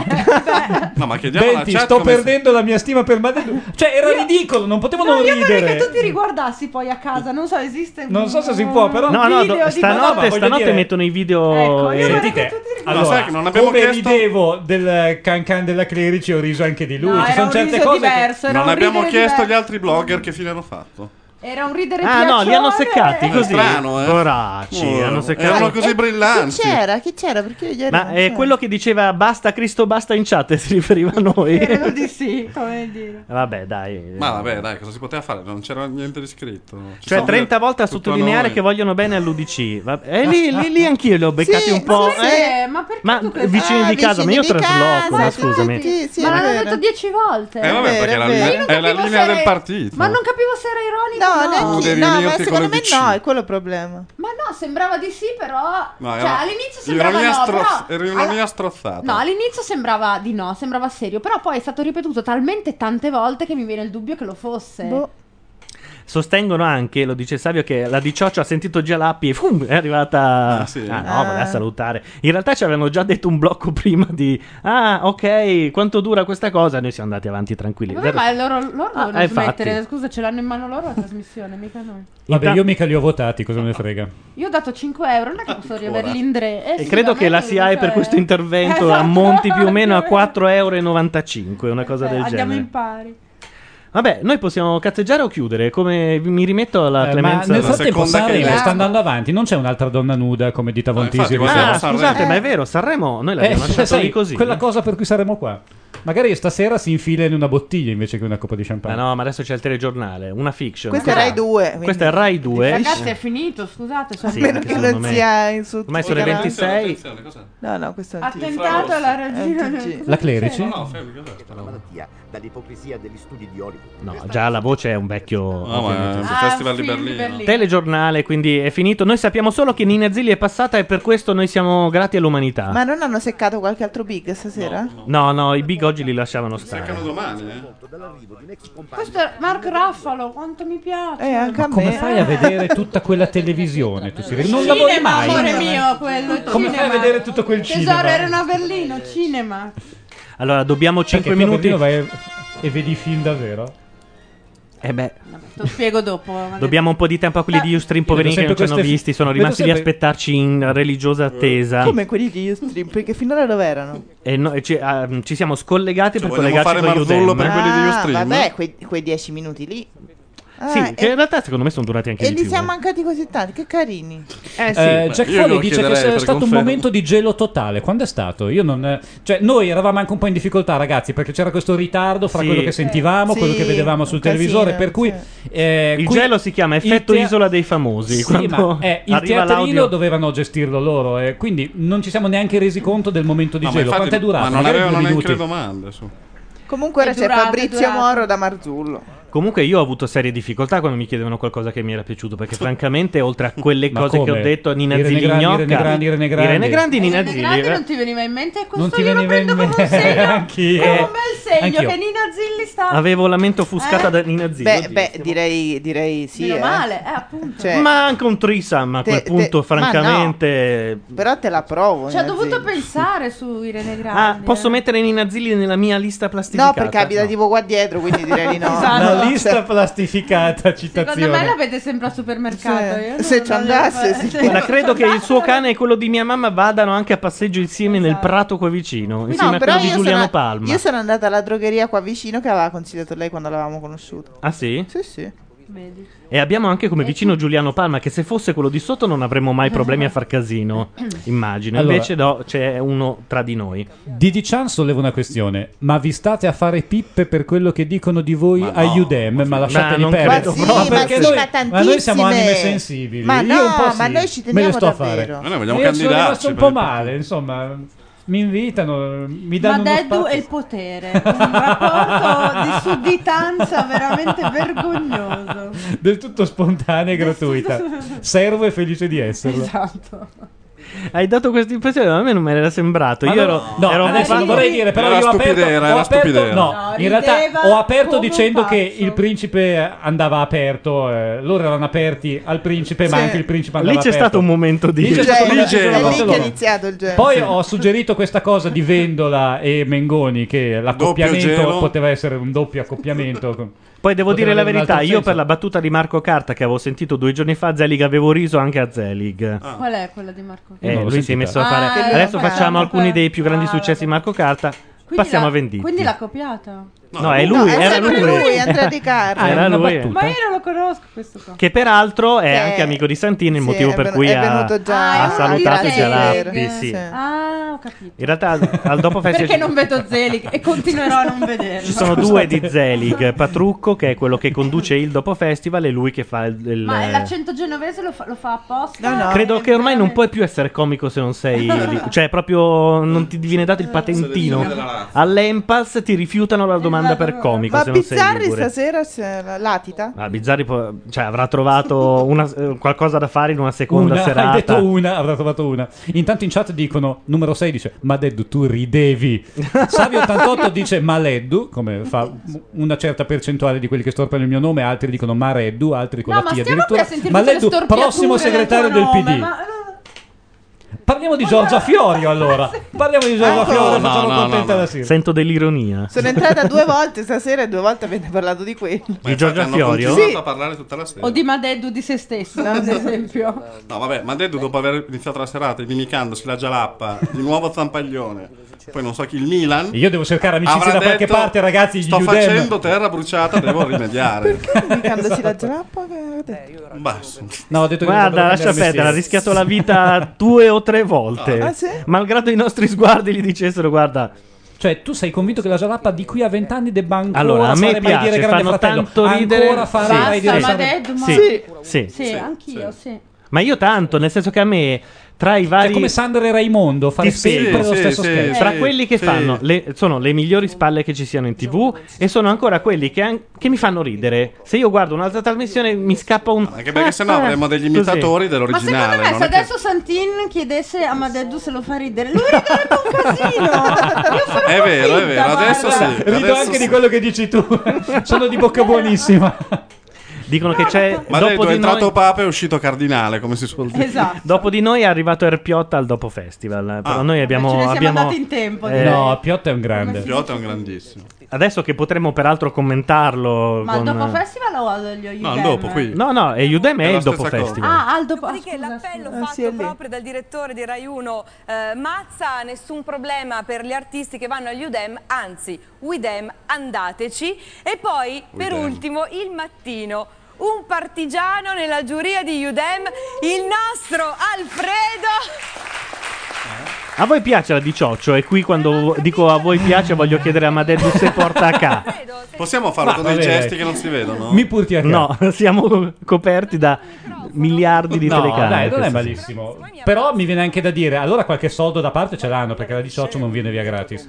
No, ma chiediamo alla Benti, chat sto come- perdendo la mia stima per Madeddu. Cioè era ridicolo, non potevo No, non io vorrei ridere. che tu ti riguardassi poi a casa, non so, esiste un- Non so se si può, però- No, no, video do- di- stanotte, No, no, ma voglio stanotte dire- mettono i video. Ecco, io e- vorrei Sentite, che tu ti Ma allora, sai che non abbiamo come chiesto- ridevo del cancan della Clerici ho riso anche di lui. No, Ci era sono un certe riso cose che- diverso, era Non un abbiamo ridere chiesto agli diverso. altri blogger che fine hanno fatto. Era un ridere Ah, no, li hanno piaccione. seccati È così. strano, eh. Poracci, Oh, hanno seccato. erano così Chi brillanti. c'era? Chi c'era? Perché io ieri Ma non è c'ero. quello che diceva basta Cristo basta in chat, si riferiva a noi. Credo di sì, come dire. Vabbè, dai. Ma vabbè, dai, cosa si poteva fare? Non c'era niente di scritto. Ci Cioè sono trenta volte a tutto sottolineare noi. che vogliono bene all'U D C. Vabbè, E lì, lì, lì anch'io li ho beccati Sì, un po'. ma eh. Eh, ma perché Ma tu così? vicini Ah, di casa, ma io vicini di trasloco, ma casa, scusami. tutti, sì, Ma è l'hanno vero. detto dieci volte. Eh vabbè, vero, perché è è la vero. linea, Io non è la capivo linea se del era- partito. Ma non capivo se era ironico No, No, neanche Tu devi no, ma unirti con secondo l'U D me C. no, è quello il problema. Ma no, sembrava di sì, però. No, cioè, era- all'inizio sembrava ironia no, stro- però. era ironia alla- strozzata. No, all'inizio sembrava di no, sembrava serio, però poi è stato ripetuto talmente tante volte che mi viene il dubbio che lo fosse. Boh. Sostengono anche, lo dice Savio, che la di Cioccio ha sentito già l'Appi e fum, è arrivata. Ah, sì? Ah, no, Ah. voleva salutare. In realtà ci avevano già detto un blocco prima di. Ah, ok, quanto dura questa cosa? Noi siamo andati avanti tranquilli. Vabbè, ma loro, loro Ah, devono eh, smettere. infatti. Scusa, ce l'hanno in mano loro la trasmissione, mica noi. Vabbè, Inta- io mica li ho votati, cosa me ne frega? Io ho dato cinque euro, non è che posso riaverli in dre. Eh, E sì, credo ma che la meglio, S I A E per cioè- questo intervento Esatto. ammonti più o meno a quattro virgola novantacinque euro, una cosa Eh, del andiamo genere. in pari. Vabbè, noi possiamo cazzeggiare o chiudere? Come mi rimetto alla Eh, ma clemenza. nel frattempo Sanremo che sta andando avanti, non c'è un'altra donna nuda come dita Von infatti, Tisi. guarda, Ah, scusate, ma è vero, Sanremo noi l'abbiamo Eh, lasciato sai, lì così. quella cosa per cui saremo qua. Magari stasera si infila in una bottiglia invece che una coppa di champagne. Ma no, ma adesso c'è il telegiornale, una fiction. Questo è Rai due, quindi- Questo è Rai due. Ragazzi, è finito, scusate. Sono Sì, Spero anche che secondo non me. sia in su Ormai sono le tutti i canali. ventisei. No, no, questo è un T G. Attentato alla È un regina. T G. La Clerici? No, no, fermi, cos'è? Una malattia dall'ipocrisia degli studi di Hollywood. No, già la voce è un vecchio. No, ma è il Ah, Festival di film di Berlino. Berlino. Telegiornale, quindi è finito. Noi sappiamo solo che Nina Zilli è passata e per questo noi siamo grati all'umanità. Ma non hanno seccato qualche altro big stasera? No, no, i big oggi li lasciavano stare. Seccano domani, eh? Questo è Mark Ruffalo, quanto mi piace. Eh, anche a Come me. fai a vedere tutta quella televisione? Tu, Siri? Non lavori Cinema, mai. amore mio, quello. Come cinema. fai a vedere tutto quel Tesoro, cinema? erano a Berlino, cinema. Allora, dobbiamo cinque Perché tu a minuti. Berlino vai e vedi i film davvero? Eh beh, Te lo spiego dopo. ma- dobbiamo un po' di tempo a quelli di Ustream, Io vedo poverini che non ci sempre hanno queste- visti. Sono vedo rimasti lì a sempre- aspettarci in religiosa attesa. Come quelli di Ustream, perché finora dove erano? E noi ci, ah, ci siamo scollegati Cioè, per vogliamo collegarci fare con Marzullo Udem. per quelli di Ah, Ustream? vabbè, quei, quei dieci minuti lì. Ah, Sì, e, che in realtà secondo me sono durati anche e di li più. siamo eh. mancati così tanti, che carini. Eh sì. Eh, Jack io Foley glielo dice che chiederei, è per stato un conferma. momento di gelo totale. Quando è stato? Io non. Cioè, noi eravamo anche un po' in difficoltà, ragazzi, perché c'era questo ritardo fra Sì. quello che sentivamo, Sì, quello che vedevamo sul un casino, televisore. Per cui. sì. eh, Il qui- gelo si chiama il effetto te- isola dei famosi. Sì, Quando ma eh, il arriva teatrino l'audio- dovevano gestirlo loro, eh, quindi non ci siamo neanche resi conto del momento di No, ma gelo. infatti- Quanto è durato? Ma non Magari avevano due neanche le minuti. domande su. Comunque ora È c'è durato, è Fabrizio durato. Moro da Marzullo. Comunque io ho avuto serie difficoltà quando mi chiedevano qualcosa che mi era piaciuto, perché francamente oltre a quelle Ma cose che come? ho detto, Nina Irene Zilli Grandi, gnocca, Irene Grandi, Irene Grandi. Irene Grandi, Nina Irene Zilli, Grandi eh. non ti veniva in mente? Questo Non ti io lo veniva in prendo come un mente. segno. Anch'io. Come un bel segno Anch'io. che Nina Zilli sta. Avevo la mente offuscata Eh? da Nina Zilli. Beh, oddio. beh direi, direi sì. Meno eh. male, eh, appunto. Cioè, Ma anche un trisam a quel Te- punto, te- francamente. Però te la provo. Ci ha Nina dovuto Zilli. pensare su Irene Grandi. Ah, posso eh. mettere Nina Zilli nella mia lista plastificata? No, perché abita tipo qua dietro, quindi direi di no. Esatto. La lista plastificata, Secondo me citazione. l'avete sempre al supermercato. Se- io non- se ci non- andasse, sì. Guarda, credo che il suo cane e quello di mia mamma vadano anche a passeggio insieme nel prato qua vicino, insieme No, a però quello di io Giuliano sono, Palma. io sono andata alla drogheria qua vicino che aveva consigliato lei quando l'avevamo conosciuto. Ah sì? Sì, sì. Vedi. E abbiamo anche come vicino Giuliano Palma, che se fosse quello di sotto non avremmo mai problemi a far casino, immagino. Allora- Invece no, c'è uno tra di noi. Didi Chan solleva una questione: ma vi state a fare pippe per quello che dicono di voi Ma a no, Udem? Ma lasciateli non perdere. credo Ma sì, No, ma perché sì, noi, ma ma noi siamo tantissime. anime sensibili. Ma Io no, un po' ma sì. noi ci Me teniamo ne sto a davvero. fare. Ma noi vogliamo Io sono rimasto candidarci un per po' il partito. male, insomma. Mi invitano, mi Ma danno uno Deddu spazio. e il potere, un rapporto di sudditanza veramente vergognoso. Del tutto spontanea e gratuita. Servo e felice di esserlo. Esatto. Hai dato questa impressione, ma a me non me l'era sembrato. Ma Io no, ero, no, ero adesso non occupato- vorrei dire, però Era io ho aperto, stupidera, ho era aperto stupidera. no, No, in realtà rideva ho aperto come un dicendo che pazzo. il principe andava aperto, eh, loro erano aperti al principe, ma Sì. anche il principe Lì andava c'è aperto. stato un momento di... Lì c'è Cioè, stato un è momento di lì gelo. che è Loro. iniziato il gelo. Poi Sì. ho suggerito questa cosa di Vendola e Mengoni, che l'accoppiamento gelo. poteva essere un doppio accoppiamento. Poi devo Poteva dire la avere un verità, altro io senso. per la battuta di Marco Carta che avevo sentito due giorni fa, Zelig, avevo riso anche a Zelig. Ah. Qual è quella di Marco? Eh, non l'ho lui si è sentita. messo a fare... Ah, Adesso eh, facciamo eh, alcuni eh. dei più grandi Ah, successi di Marco Carta. Quindi Passiamo la- a Venditti. Quindi l'ha copiata? No, è lui, No, è era sempre lui. lui, Andrea Di Carlo. Ah, era una lui. battuta. Ma io non lo conosco questo qua. Che peraltro è Che- anche amico di Santini, il sì, motivo è per venu- cui è ha, venuto già Ah, ha è uno salutato di i Gelappi. Zelig. Sì. Ah, ho capito. In realtà al, al dopo festival Perché non vedo Zelig e continuerò a non vederlo. ci sono due di Zelig, Patrucco che è quello che conduce il dopo festival e lui che fa il... il- Ma l'accento genovese lo fa, lo fa apposta? No, no. Credo che ormai non puoi più essere comico se non sei lì. Cioè proprio non ti viene dato il patentino. All'Empals ti rifiutano la domanda domanda per comico. Ma se non sei Bizzarri ligure. stasera se- latita? Ah, Bizzarri può- cioè, avrà trovato una- eh, qualcosa da fare in una seconda Una, serata. hai detto una, avrà trovato una. Intanto in chat dicono, numero sei dice, ma Deddu tu ridevi. Savio ottantotto dice Maleddu, come fa una certa percentuale di quelli che storpiano il mio nome, altri dicono Mareddu, altri con No, la ma T stiamo qui a addirittura. sentire tutte le Maleddu, storpiature prossimo del segretario tuo del P nome, D. ma- Parliamo di Giorgia Fiorio allora. Parliamo di Giorgia Ah, Fiorio, no, facciamo no, contenta no, la Siri. Sento dell'ironia. Sono entrata due volte stasera e due volte avete parlato di quello. Di Giorgia Hanno Fiorio? continuato Sì. a parlare tutta la sera. O di Madeddu di se stesso, ad esempio. No, vabbè, ma Deddu dopo aver iniziato la serata mimicandosi la Jalappa, di nuovo Zampaglione, poi non so chi, il Milan. Io devo cercare amicizia avrà da qualche detto, parte, ragazzi. Gli Sto Udem. facendo terra bruciata, devo rimediare. Candosi la grappa che avete detto? Basso. No, ho detto che Guarda, dovevo lascia cambiare perdere, ha mestiere. rischiato la vita due o tre volte. Ah, sì? Malgrado i nostri sguardi gli dicessero, guarda. Cioè, tu sei convinto che la Jalappa di qui a vent'anni debba ancora Allora, a me fare mai dire piace, Grande fanno Fratello? tanto ridere. Ancora fare Sì. mai dire Basta, Sanremo? Madeddu, ma... Sì, sì. Sì, anch'io, sì. Ma io tanto, nel senso che a me, tra i vari... Cioè, come Sandra e Raimondo, fare Ti spiego. sempre lo Sì, stesso sì, scherzo. Tra quelli che sì. fanno le- sono le migliori spalle che ci siano in tv e sono ancora quelli che, an- che mi fanno ridere. Se io guardo un'altra trasmissione mi scappa un... Anche perché sennò Ah, avremmo degli così. imitatori Ma secondo dell'originale. me se non è che- adesso Santin chiedesse a Madeddu se lo fa ridere, lui riderebbe un casino. Io sono È vero, è vero, adesso sì. Rido adesso anche sì. di quello che dici tu. Sono di bocca buonissima. Dicono che c'è... Ma dopo Deddu è di entrato noi... Papa e è uscito Cardinale, come si suol dire. Esatto. Dopo di noi è arrivato Erpiotta al Dopo Festival. Però Ah. noi abbiamo... Ce ne siamo abbiamo andati in tempo, eh, direi. No, Piotta è un grande. Piotta è un grandissimo. Adesso che potremmo peraltro commentarlo Ma al con... dopo festival o agli Udem? No, il dopo, qui. No, no, e Udem è È la il Dopo stessa cosa. Festival. Ah, al dopo... Dopodiché l'appello fatto proprio dal direttore di Rai uno eh, Mazza, nessun problema per gli artisti che vanno agli Udem, anzi, Udem andateci. E poi, per Udem. ultimo, il mattino, un partigiano nella giuria di Udem, il nostro Alfredo. A voi piace la di Cioccio? E qui quando dico a voi piace voglio chiedere a Madeddu se porta a ca. Possiamo farlo Ma con dei vabbè, gesti dai. che non si vedono? Mi porti a No, siamo coperti da miliardi di No, telecamere. dai, non è questo sì. malissimo. Però mi viene anche da dire, allora qualche soldo da parte ce l'hanno, perché la diciotto non viene via gratis.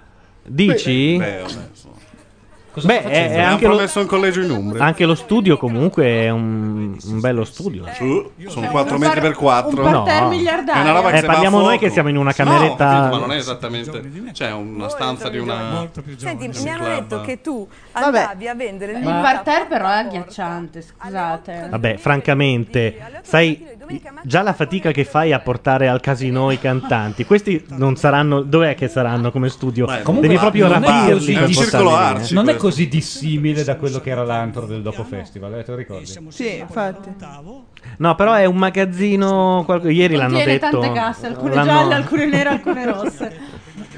Dici? Beh, vabbè, insomma. Cosa Beh, sto è, facendo? è Abbiamo anche, lo, promesso un collegio in Umbria. anche lo studio comunque è un, un bello studio. Su, sono quattro metri per quattro. Un parterre No. miliardario. È una roba che Eh, se va a parliamo noi fuoco. che siamo in una No, cameretta- ho capito, ma non è esattamente. C'è una stanza di una. Senti, mi hanno club. detto che tu Vabbè. andavi a vendere il Il biglietto parterre però è agghiacciante, scusate. Vabbè, francamente, sai già la fatica che fai a portare al casino i cantanti. Questi non saranno. Dov'è che saranno come studio? Comunque, Devi proprio non è rapirli così per di- portarli via. Non è così dissimile da quello che era l'antro del dopo festival, eh, te lo ricordi? Sì, infatti. No, però è un magazzino. qual- Ieri l'hanno Contiene detto. tante casse, alcune l'hanno- gialle, alcune nere, alcune rosse.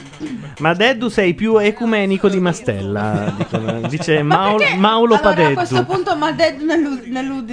Ma Deddu sei più ecumenico di Mastella. dicono. Dice Ma Maul- perché? Maulo Allora, a Padeddu. questo punto Madeddu nell'U-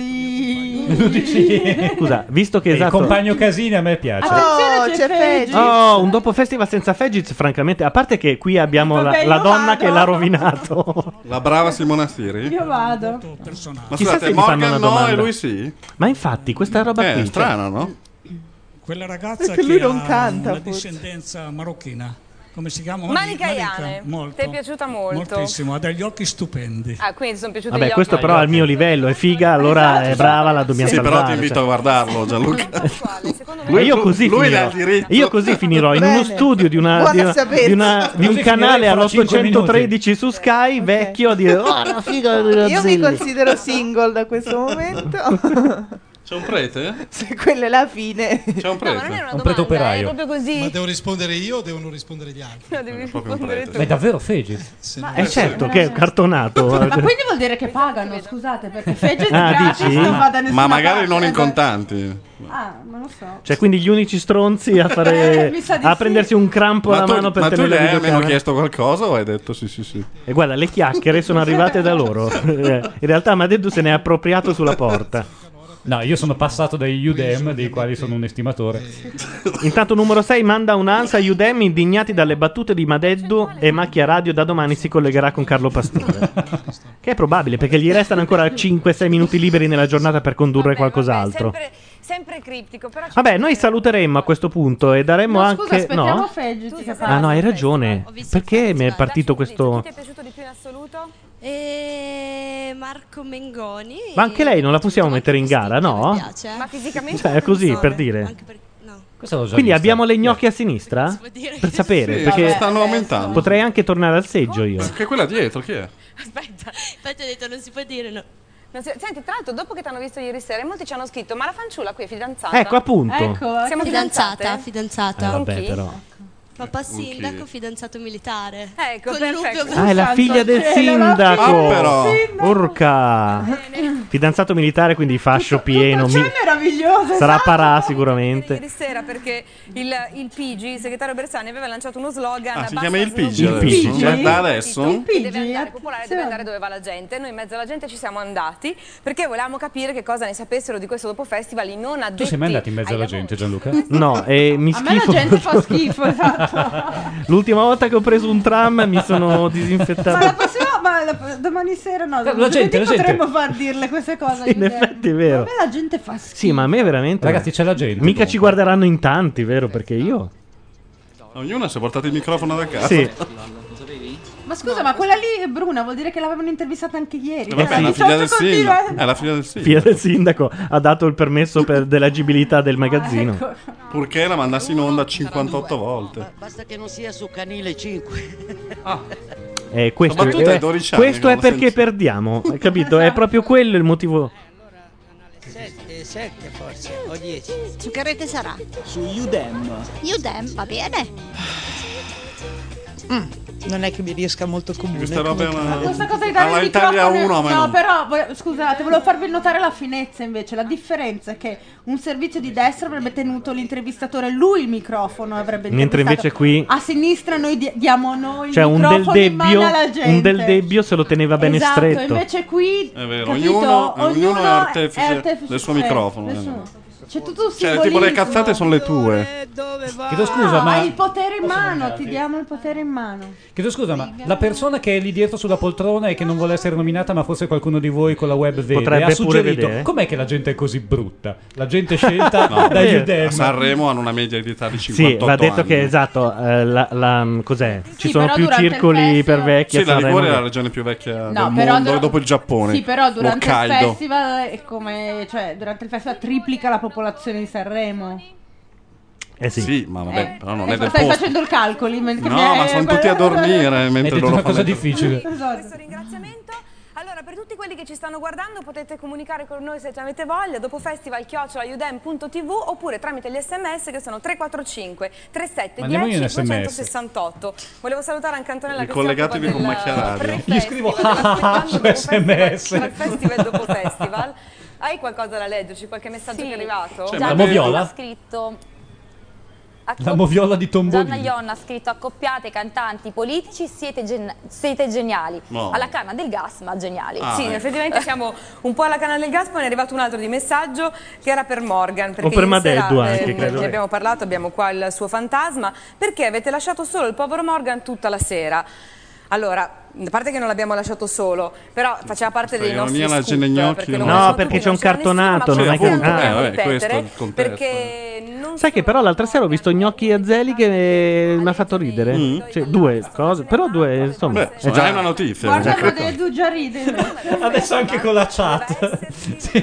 nell'U di... Scusa, visto che Il esatto. compagno Casini a me piace. Oh, c'è Feggi. Oh, un dopo festival senza Fegiz, francamente, a parte che qui abbiamo la, Vabbè, la io donna vado. che l'ha rovinato. La brava Simona Siri? Io vado. Ma Chissà scusate, se gli fanno Morgan una no domanda. e lui sì? Ma infatti, questa roba Eh, qui. è cioè- strano, no? Quella ragazza Perché che lui non ha canta, una forse. discendenza marocchina. Come si chiama? Manica Malika. Iane. Molto. Ti è piaciuta molto? Moltissimo, ha degli occhi stupendi. Ah, quindi ti sono piaciuti Vabbè, gli questo occhi. però al mio livello è figa, allora è brava, la dobbiamo Sì, però salvare. ti invito cioè. a guardarlo, Gianluca. Ma io così lui finirò. dà il diritto. Io così finirò in Bene. uno studio di, una, Buona di, una- sapersi. di, una- di un Così canale finirei fra cinque all'ottocentotredici su Sky, vecchio, a dire oh, la figa di Io mi Azzilli. considero single da questo momento. C'è un prete? Se quella è la fine. C'è un prete? Non è una Un preto domanda, operaio. è proprio così. Ma devo rispondere io o devono rispondere gli altri? No, devi proprio un rispondere prete. tu. Ma è davvero Fegiz? Se Ma no- È certo che è cartonato. Ma quindi vuol dire che pagano, scusate, perché Fegge Ah, gratis dici? non va da nessuna Ma magari parte, non in eh, contanti. Ah, non lo so. Cioè, quindi gli unici stronzi a fare. Eh, mi sa di a sì. prendersi un crampo Ma alla tu, mano per ma tu tenere le la hai almeno videocamera. chiesto qualcosa o hai detto sì sì sì? E guarda, le chiacchiere sono arrivate da loro. Eh, In realtà Madeddu se ne è appropriato sulla porta. No, io sono passato dai Udem, dei quali sono un estimatore. Intanto numero sei manda un'ansa a Udemy indignati dalle battute di Madeddu e Macchia Radio da domani si collegherà con Carlo Pastore. Che è probabile perché gli restano ancora cinque sei minuti liberi nella giornata per condurre qualcos'altro. Sempre, sempre criptico, però ci Vabbè, noi saluteremmo a questo punto e daremmo No, anche. scusa, aspettiamo no? Feggi, che Ah, no, hai ragione. Perché mi è partito questo. Chi ti è piaciuto di più in assoluto? E Marco Mengoni. Ma anche lei non la possiamo mettere in gara, no? Ma fisicamente? Cioè, così per dire. Questa l'ho già Quindi vista. abbiamo le gnocchi a sinistra? Per sapere, Sì, perché stanno aumentando. potrei anche tornare al seggio io. Che quella dietro, chi è? Aspetta, infatti ho detto non si può dire no. Non si- Senti, tra l'altro, dopo che ti hanno visto ieri sera, molti ci hanno scritto: ma la fanciulla qui è fidanzata? Ecco, appunto. Ecco, Siamo fidanzata, fidanzate? fidanzata. Eh, vabbè, però. Papà Con chi? sindaco, fidanzato militare. Ecco, Connubio perfetto. Ah, è la figlia del sindaco. Ah, però. Urca. Fidanzato militare, quindi fascio pieno. C'è mi- meraviglioso. Sarà esatto. parà sicuramente. Ieri sera perché il, il P G, il segretario Bersani, aveva lanciato uno slogan. Ah, si "Basta chiama il P G snobismo". adesso? Il P G? Da- Da adesso? Il P G, Deve andare popolare, deve attenzione. andare dove va la gente. Noi in mezzo alla gente ci siamo andati perché volevamo capire che cosa ne sapessero di questo dopo festival i non addetti. Tu sei mai andato in mezzo ai alla lavori. gente, Gianluca? No, e mi A me la schifo. gente fa schifo, esatto. L'ultima volta che ho preso un tram mi sono Ma la disinfettato. prossima, ma la- domani sera no. La giovedì gente, la gente. potremmo far dirle queste cose. Sì, in Giulia. effetti è vero. A me la gente fa schifo. Sì, ma a me veramente. Ragazzi, c'è la gente. Mica ci guarderanno in tanti, vero? Perché io. Ognuno si è portato il microfono da casa. Sì. Ma scusa, ma quella lì è Bruna, vuol dire che l'avevano intervistata anche ieri. Eh, vabbè, Cioè, è la il figlia del socio continua- sindaco. È la figlia del sindaco. Figlia del sindaco ha dato il permesso per dell'agibilità del magazzino. Ecco. Purché la mandassi in onda cinquantotto volte. Basta che non sia su canile cinque. Eh, questo La battuta è, è dodici anni questo che è non la perché perdiamo, hai capito? È proprio quello il motivo. sette forse, o dieci. Su che rete sarà? Su Udem. Udem, va bene. Non è che mi riesca molto comune. Questa roba è come una- Ma questa cosa di dare Alla il Italia microfono uno, a me no non- però vo- scusate volevo farvi notare la finezza invece la differenza è che un servizio di destra avrebbe tenuto l'intervistatore lui il microfono avrebbe Mentre intervistato. invece qui a sinistra noi di- diamo noi c'è il un del microfono in mano debbio, alla gente. un del debbio se lo teneva bene esatto, stretto. invece qui È vero, capito? ognuno, ognuno è artefice, artefice- del suo eh, microfono. nessuno. C'è tutto un Cioè, tipo le simbolismo. cazzate sono le tue. Chiedo scusa, No, ma. hai il potere in mano ti diamo il potere in mano Chiedo scusa, ma la persona che è lì dietro sulla poltrona e che non vuole essere nominata, ma forse qualcuno di voi con la web vede, Potrebbe ha pure suggerito: vedere. com'è che la gente è così brutta? La gente scelta No, da Udem. a Sanremo hanno una media di età di Sì, cinquantotto va detto anni. che esatto, eh, la, la- cos'è? Ci Sì, sono però più durante il circoli festival- per vecchi a Sì, la Sanremo Liguria è la che- regione più vecchia No, del però mondo, dura- dopo il Giappone. Sì, però durante il Hokkaido. festival è come, cioè, durante il festival triplica la popolazione di Sanremo. Eh sì. Sì, ma vabbè, Eh, però non eh, è del stai posto. facendo i calcoli mentre No, mi- ma sono tutti a dormire mentre detto loro una cosa fanno- difficile. Esatto. Questo ringraziamento. Allora, per tutti quelli che ci stanno guardando, potete comunicare con noi se avete voglia, dopo festival chiocciola udem punto tv oppure tramite gli sms che sono tre quattro cinque tre sette Mandiamogli un dieci S M S. duecentosessantotto. Volevo salutare anche Antonella che Ricollegatevi si con occupa Macchia del Radio. pre-festival, Gli scrivo dell'aspettando su dopo S M S. festival, dal festival dopo festival. Hai qualcosa da leggerci? Qualche messaggio Sì. che è arrivato? Cioè, la moviola? Ha scritto La moviola di Gianna Tombolini. Ionna ha scritto: accoppiate cantanti politici, siete, gen- siete geniali. No. Alla canna del gas, ma geniali. sì, effettivamente siamo un po' alla canna del gas, poi ne è arrivato un altro di messaggio che era per Morgan. Perché O per ieri Madeddu sera, anche, eh, credo. ne abbiamo parlato, abbiamo qua il suo fantasma. Perché avete lasciato solo il povero Morgan tutta la sera? Allora, a parte che non l'abbiamo lasciato solo, però faceva parte dei Questa nostri ironia alla scoop, Genegnocchi, perché no? lo No, conosciamo perché tutti, c'è un non c'era nessuno, cartonato, ma non è quello che- non ah. dobbiamo Eh, vabbè, ripetere, questo è il contesto. perché non Sai che però l'altra sera ho visto Gnocchi e Zeli che mi ha fatto ridere. Cioè, due cose, però due, insomma. Beh, è già è una notizia. Guarda Già- Madeddu già ride invece. Adesso anche con la chat. Sì.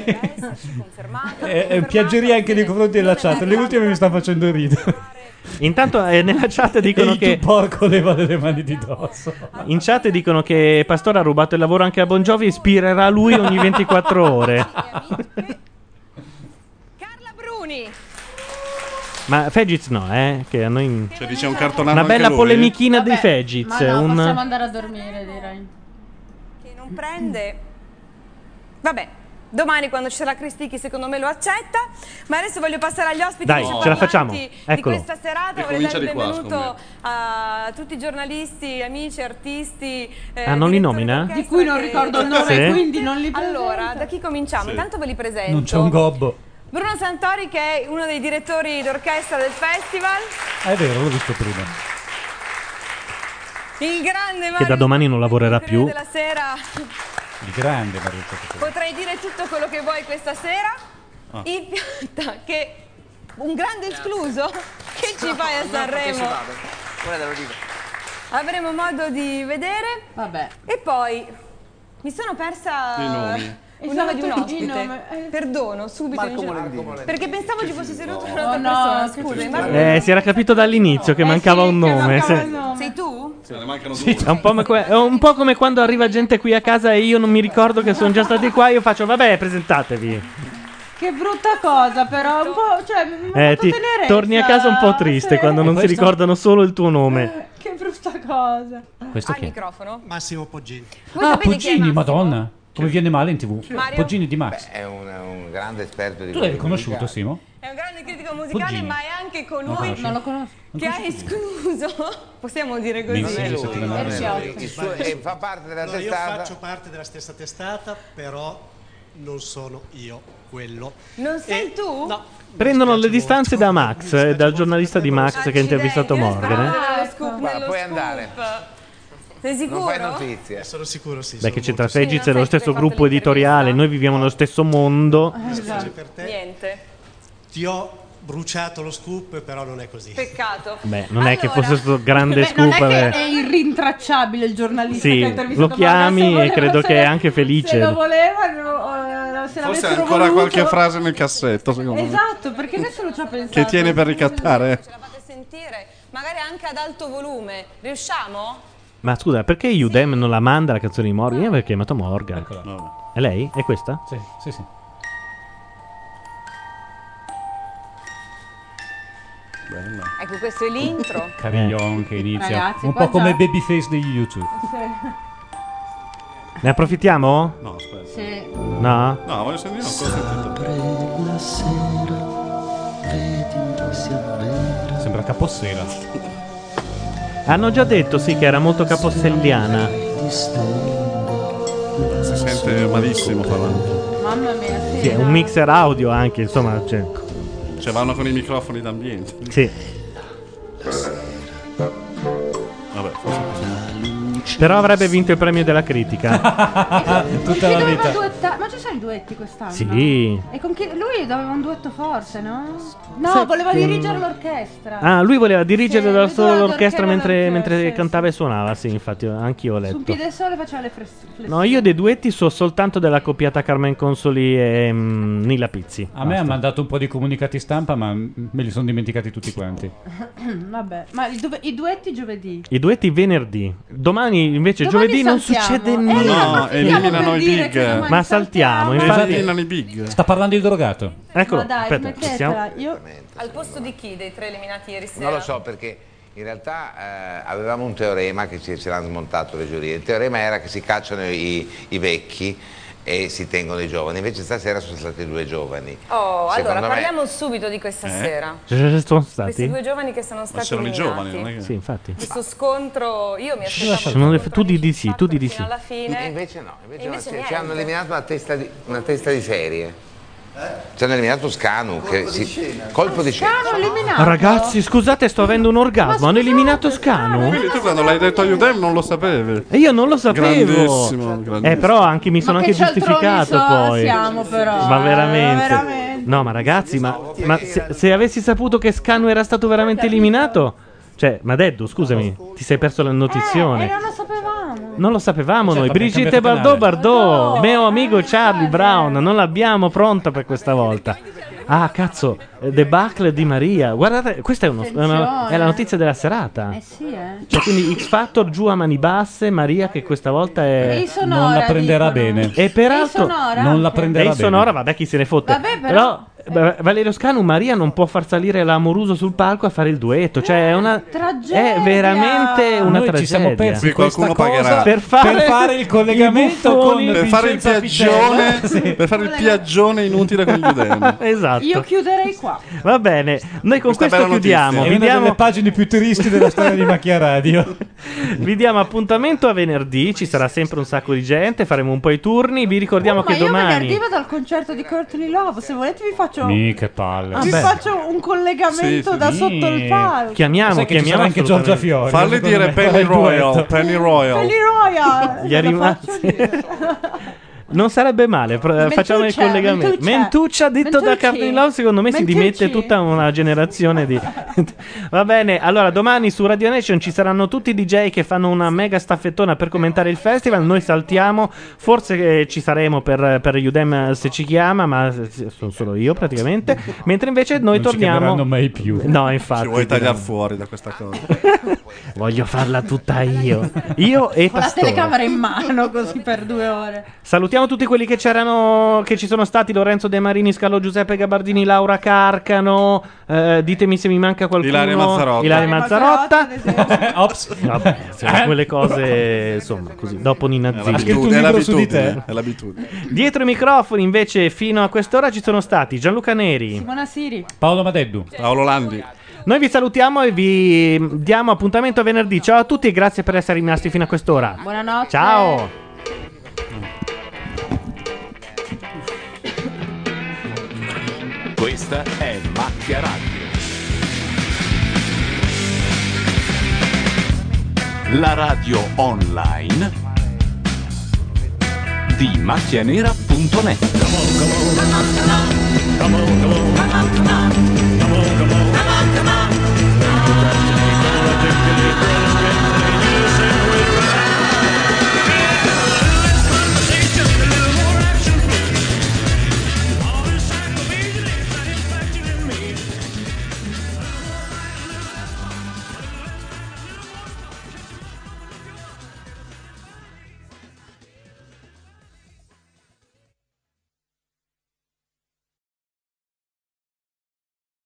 Eh, eh, piaggeria anche nei confronti della chat. Le ultime mi sta facendo ridere. Intanto eh, nella chat dicono E che tu porco leva le mani di dosso. in chat dicono che Pastore ha rubato il lavoro anche a Bon Jovi e ispirerà lui ogni ventiquattro ore. Bruni. Ma Fegiz no, eh, che a noi Cioè, dice un cartonato una anche bella lui? polemichina dei Vabbè, Fegiz, ma no, un possiamo andare a dormire direi. Che non prende. Vabbè, domani quando ci sarà Cristichi secondo me lo accetta. Ma adesso voglio passare agli ospiti Dai, invece ce la parlanti facciamo. di Eccolo. questa serata. E Voglio comincia dare il di qua, benvenuto a tutti i giornalisti, amici, artisti. eh, Ah, non li direttori nomina? d'orchestra Di cui non che- ricordo il nome, Sì. quindi non li presento. Allora, da chi cominciamo? Sì. Intanto ve li presento. Non c'è un gobbo. Bruno Santori, che è uno dei direttori d'orchestra del festival. Ah, è vero, l'ho visto prima. Il grande Mario che da domani non lavorerà più. della sera. Il grande Mario Tocco. Potrei dire tutto quello che vuoi questa sera. Il Piotta che un grande escluso che ci fai a Sanremo. Avremo modo di vedere. Vabbè. E poi mi sono persa I nomi. il nome di un Esatto, il ospite. nome. Perdono, subito Marco in giro. Molendini. Perché pensavo ci fosse seduto Oh, un'altra no, persona. che Scusa, tristezza. Marco. Eh, si era capito dall'inizio che Eh mancava sì, un che nome. mancava sì. il nome. Sei tu? Se ne mancano Sì, due. è un, po' come, è un po' come quando arriva gente qui a casa e io non mi ricordo che sono già stati qua. Io faccio, vabbè, presentatevi. Che brutta cosa, però. Un po'. Cioè, mi ha Eh, fatto ti, tenerezza. torni a casa un po' triste Sì. quando non si ricordano solo il tuo nome. Che brutta cosa. Questo Al chi è? microfono? Massimo Poggini. Voi Ah, sapete chi è Poggini, Massimo? madonna. Come viene male in tv. Mario? Poggini di Max. Beh, è un, un grande esperto di Tu l'hai quelli riconosciuto, musicali. Simo? È un grande critico musicale, Poggini. ma è anche Non colui conosci? Non lo conosco. che ha escluso. Possiamo dire così. Mi Non è lui, settimane non è fa. lui. Il suo- e fa parte della Allora, io testata. faccio parte della stessa testata, però non sono io quello. Non sei tu? No. Prendono le distanze da Max, eh, dal giornalista di Max che ha intervistato Morgan. Eh? Ah, lo scoop Ma nello puoi scoop. andare. Sei sicuro? Non fai notizie. Sono sicuro, sì. Beh, sono che c'entra molto Fegiz, Sì, è non lo sai stesso che hai fatto gruppo editoriale, l'intervista. noi viviamo nello stesso mondo. sicuro per te. Niente. Ti ho bruciato lo scoop, però non è così. Peccato. Beh, non è che Allora, fosse questo grande Beh, non scoop. è che eh. è irrintracciabile il giornalista Sì, che ha intervistato lo Morgan, chiami se e voleva- credo se- che è anche felice. Se lo volevano, eh, se Forse l'avessero ha ancora voluto. qualche frase nel cassetto, secondo me. Esatto, perché nessuno ci ha pensato. Che tiene per ricattare. Ce la fate sentire? Magari anche ad alto volume. Riusciamo? Ma scusa, perché Udem non la manda la canzone di Morgan? Io avevo chiamato Morgan. No. È lei? È questa? Sì, sì, sì. Bella. Ecco, questo è l'intro. Carillon che inizia. Ragazzi, un qua po' come già- Babyface di YouTube. Ne approfittiamo? No, aspetta. Sì. No? No, voglio sentire un po' sentito. Sembra Capossela. Hanno già detto sì che era molto caposselliana. Si sente malissimo parlando. Mamma mia, sì. Sì, è un mixer audio anche, insomma. Cioè, Cioè vanno con i microfoni d'ambiente. sì. Vabbè, forse così. Però avrebbe vinto il premio della critica. Tutta Chi la doveva vita. duettare? Ma ci sono i duetti quest'anno? Sì. E con chi? Lui doveva un duetto forte, no? No, Sai voleva che- dirigere l'orchestra. Ah, lui voleva dirigere Sì, da lui solo doveva l'orchestra orchestrare mentre, l'orchestra, mentre sì, cantava e suonava. Sì, infatti, anch'io ho Su un letto. piede sole faceva le flessioni. No, io dei duetti so soltanto della coppiata Carmen Consoli e mm, Nilla Pizzi. A me ha mandato un po' di comunicati stampa, ma me li sono dimenticati tutti quanti. Vabbè, ma i, due- i duetti giovedì. I duetti venerdì. Domani invece Domani giovedì non saltiamo. succede Eh, niente. no, No, eliminano i dire che big. domani Ma saltiamo, infatti. Eliminano i big. Sta parlando di drogato. Eccolo, Ma dai, aspetta, smettetela. siamo- Io... Al posto di chi dei tre eliminati ieri sera? Non lo so perché in realtà eh, avevamo un teorema che ci, ce l'hanno smontato le giurie. Il teorema era che si cacciano i, i vecchi e si tengono i giovani, invece stasera sono stati due giovani. Oh, allora Secondo me- parliamo subito di questa Eh? sera. Ci sono Questi stati? due giovani che sono stati sono i eliminati. giovani, non è che- Sì, infatti. Questo scontro, io mi aspettavo Sono le- tu di di sì, tu di di sì. fino alla fine. E invece no, invece, E invece no, ci- niente. ci hanno eliminato una testa di, una testa di serie. Ci hanno eliminato Scanu, che si, colpo di scena. Scanu eliminato. Ah, ragazzi, scusate, sto avendo un orgasmo. Hanno eliminato Scanu? Quindi tu quando l'hai detto a Udem non lo sapevi. E io non lo sapevo. Grandissimo, grandissimo. Eh, però anche mi sono Ma anche che cialtroni giustificato so- poi. siamo però, Ma eh, veramente. veramente. No, ma ragazzi, ma, ma se, se avessi saputo che Scanu era stato veramente eliminato. Cioè, ma Deddu, scusami, ti sei perso la Eh, e notizione. non lo sapevamo. Non lo sapevamo Certo, noi. perché Brigitte ha cambiato Bardot canale. Bardot, mio amico Charlie Brown, non l'abbiamo pronta per questa volta. Ah, cazzo, eh, debacle di Maria. Guardate, questa è, uno- una- è la notizia della serata. Eh sì, eh. Cioè, quindi X Factor giù a mani basse, Maria che questa volta E è... i Sonora, Non la prenderà dicono. bene. E peraltro... E i Sonora Non la anche. prenderà E bene. in sonora, vabbè, chi se ne fotte. Vabbè, però- beh, Valerio Scanu, Maria non può far salire l'Amoruso sul palco a fare il duetto. Cioè, è una... Tragedia. È veramente una Noi tragedia. ci siamo persi Qui questa qualcuno cosa pagherà. Per fare, per fare il collegamento i buffoni. con Per fare il Vincenzo piaggione, Pitella. per fare il piaggione inutile con gli Udem. Esatto. Io chiuderei qua. Va bene, noi con Questa è questo bella chiudiamo. notizia. È Vi una diamo, delle pagine più tristi della storia di Macchia Radio. vi diamo appuntamento a venerdì. Ci sarà sempre un sacco di gente. Faremo un po' i turni. Vi ricordiamo Ma che io domani. venerdì vado al concerto di Courtney Love. Se volete vi faccio, Mi che palle. vi Vabbè. faccio un collegamento Sì, sì. da Sì. sotto il palco. Chiamiamo, Sai che ci chiamiamo sarà anche assolutamente. Giorgia Fiori. Farli secondo dire me, Penny farà il Royal, duetto. Penny Royal. Penny Royal. Gli Cosa animali- faccio dire? Non sarebbe male, pr- facciamo il collegamento. Mentuccia. Mentuccia, detto da Mentucci. Carnilov, secondo me si Mentucci. dimette tutta una generazione di... Va bene, allora domani su Radio Nation ci saranno tutti i D J che fanno una mega staffettona per commentare il festival. Noi saltiamo, forse eh, ci saremo per, per Udem se ci chiama, ma eh, sono solo io praticamente. Mentre invece noi Non ci torniamo... chiameranno mai più. No, infatti. Ci vuoi tagliare fuori da questa cosa? Voglio farla tutta io. Io e Con la Pastore. telecamera in mano così per due ore. Salutiamo tutti quelli che c'erano, che ci sono stati: Lorenzo De Marini, Scalo Giuseppe Gabardini, Laura Carcano. eh, ditemi se mi manca qualcuno. Ilaria Mazzarotta. Ilaria Mazzarotta. Ops. Vabbè, sono quelle cose, insomma, così. Dopo Nina È Zilli. l'abitudine, è l'abitudine, è l'abitudine. Dietro i microfoni, invece, fino a quest'ora ci sono stati Gianluca Neri, Simona Siri. Paolo Madeddu. Paolo Landi. Noi vi salutiamo e vi diamo appuntamento a venerdì. Ciao a tutti e grazie per essere rimasti fino a quest'ora. Buonanotte. Ciao. Questa è Macchia Radio. La radio online di macchianera punto net. Come on, come on.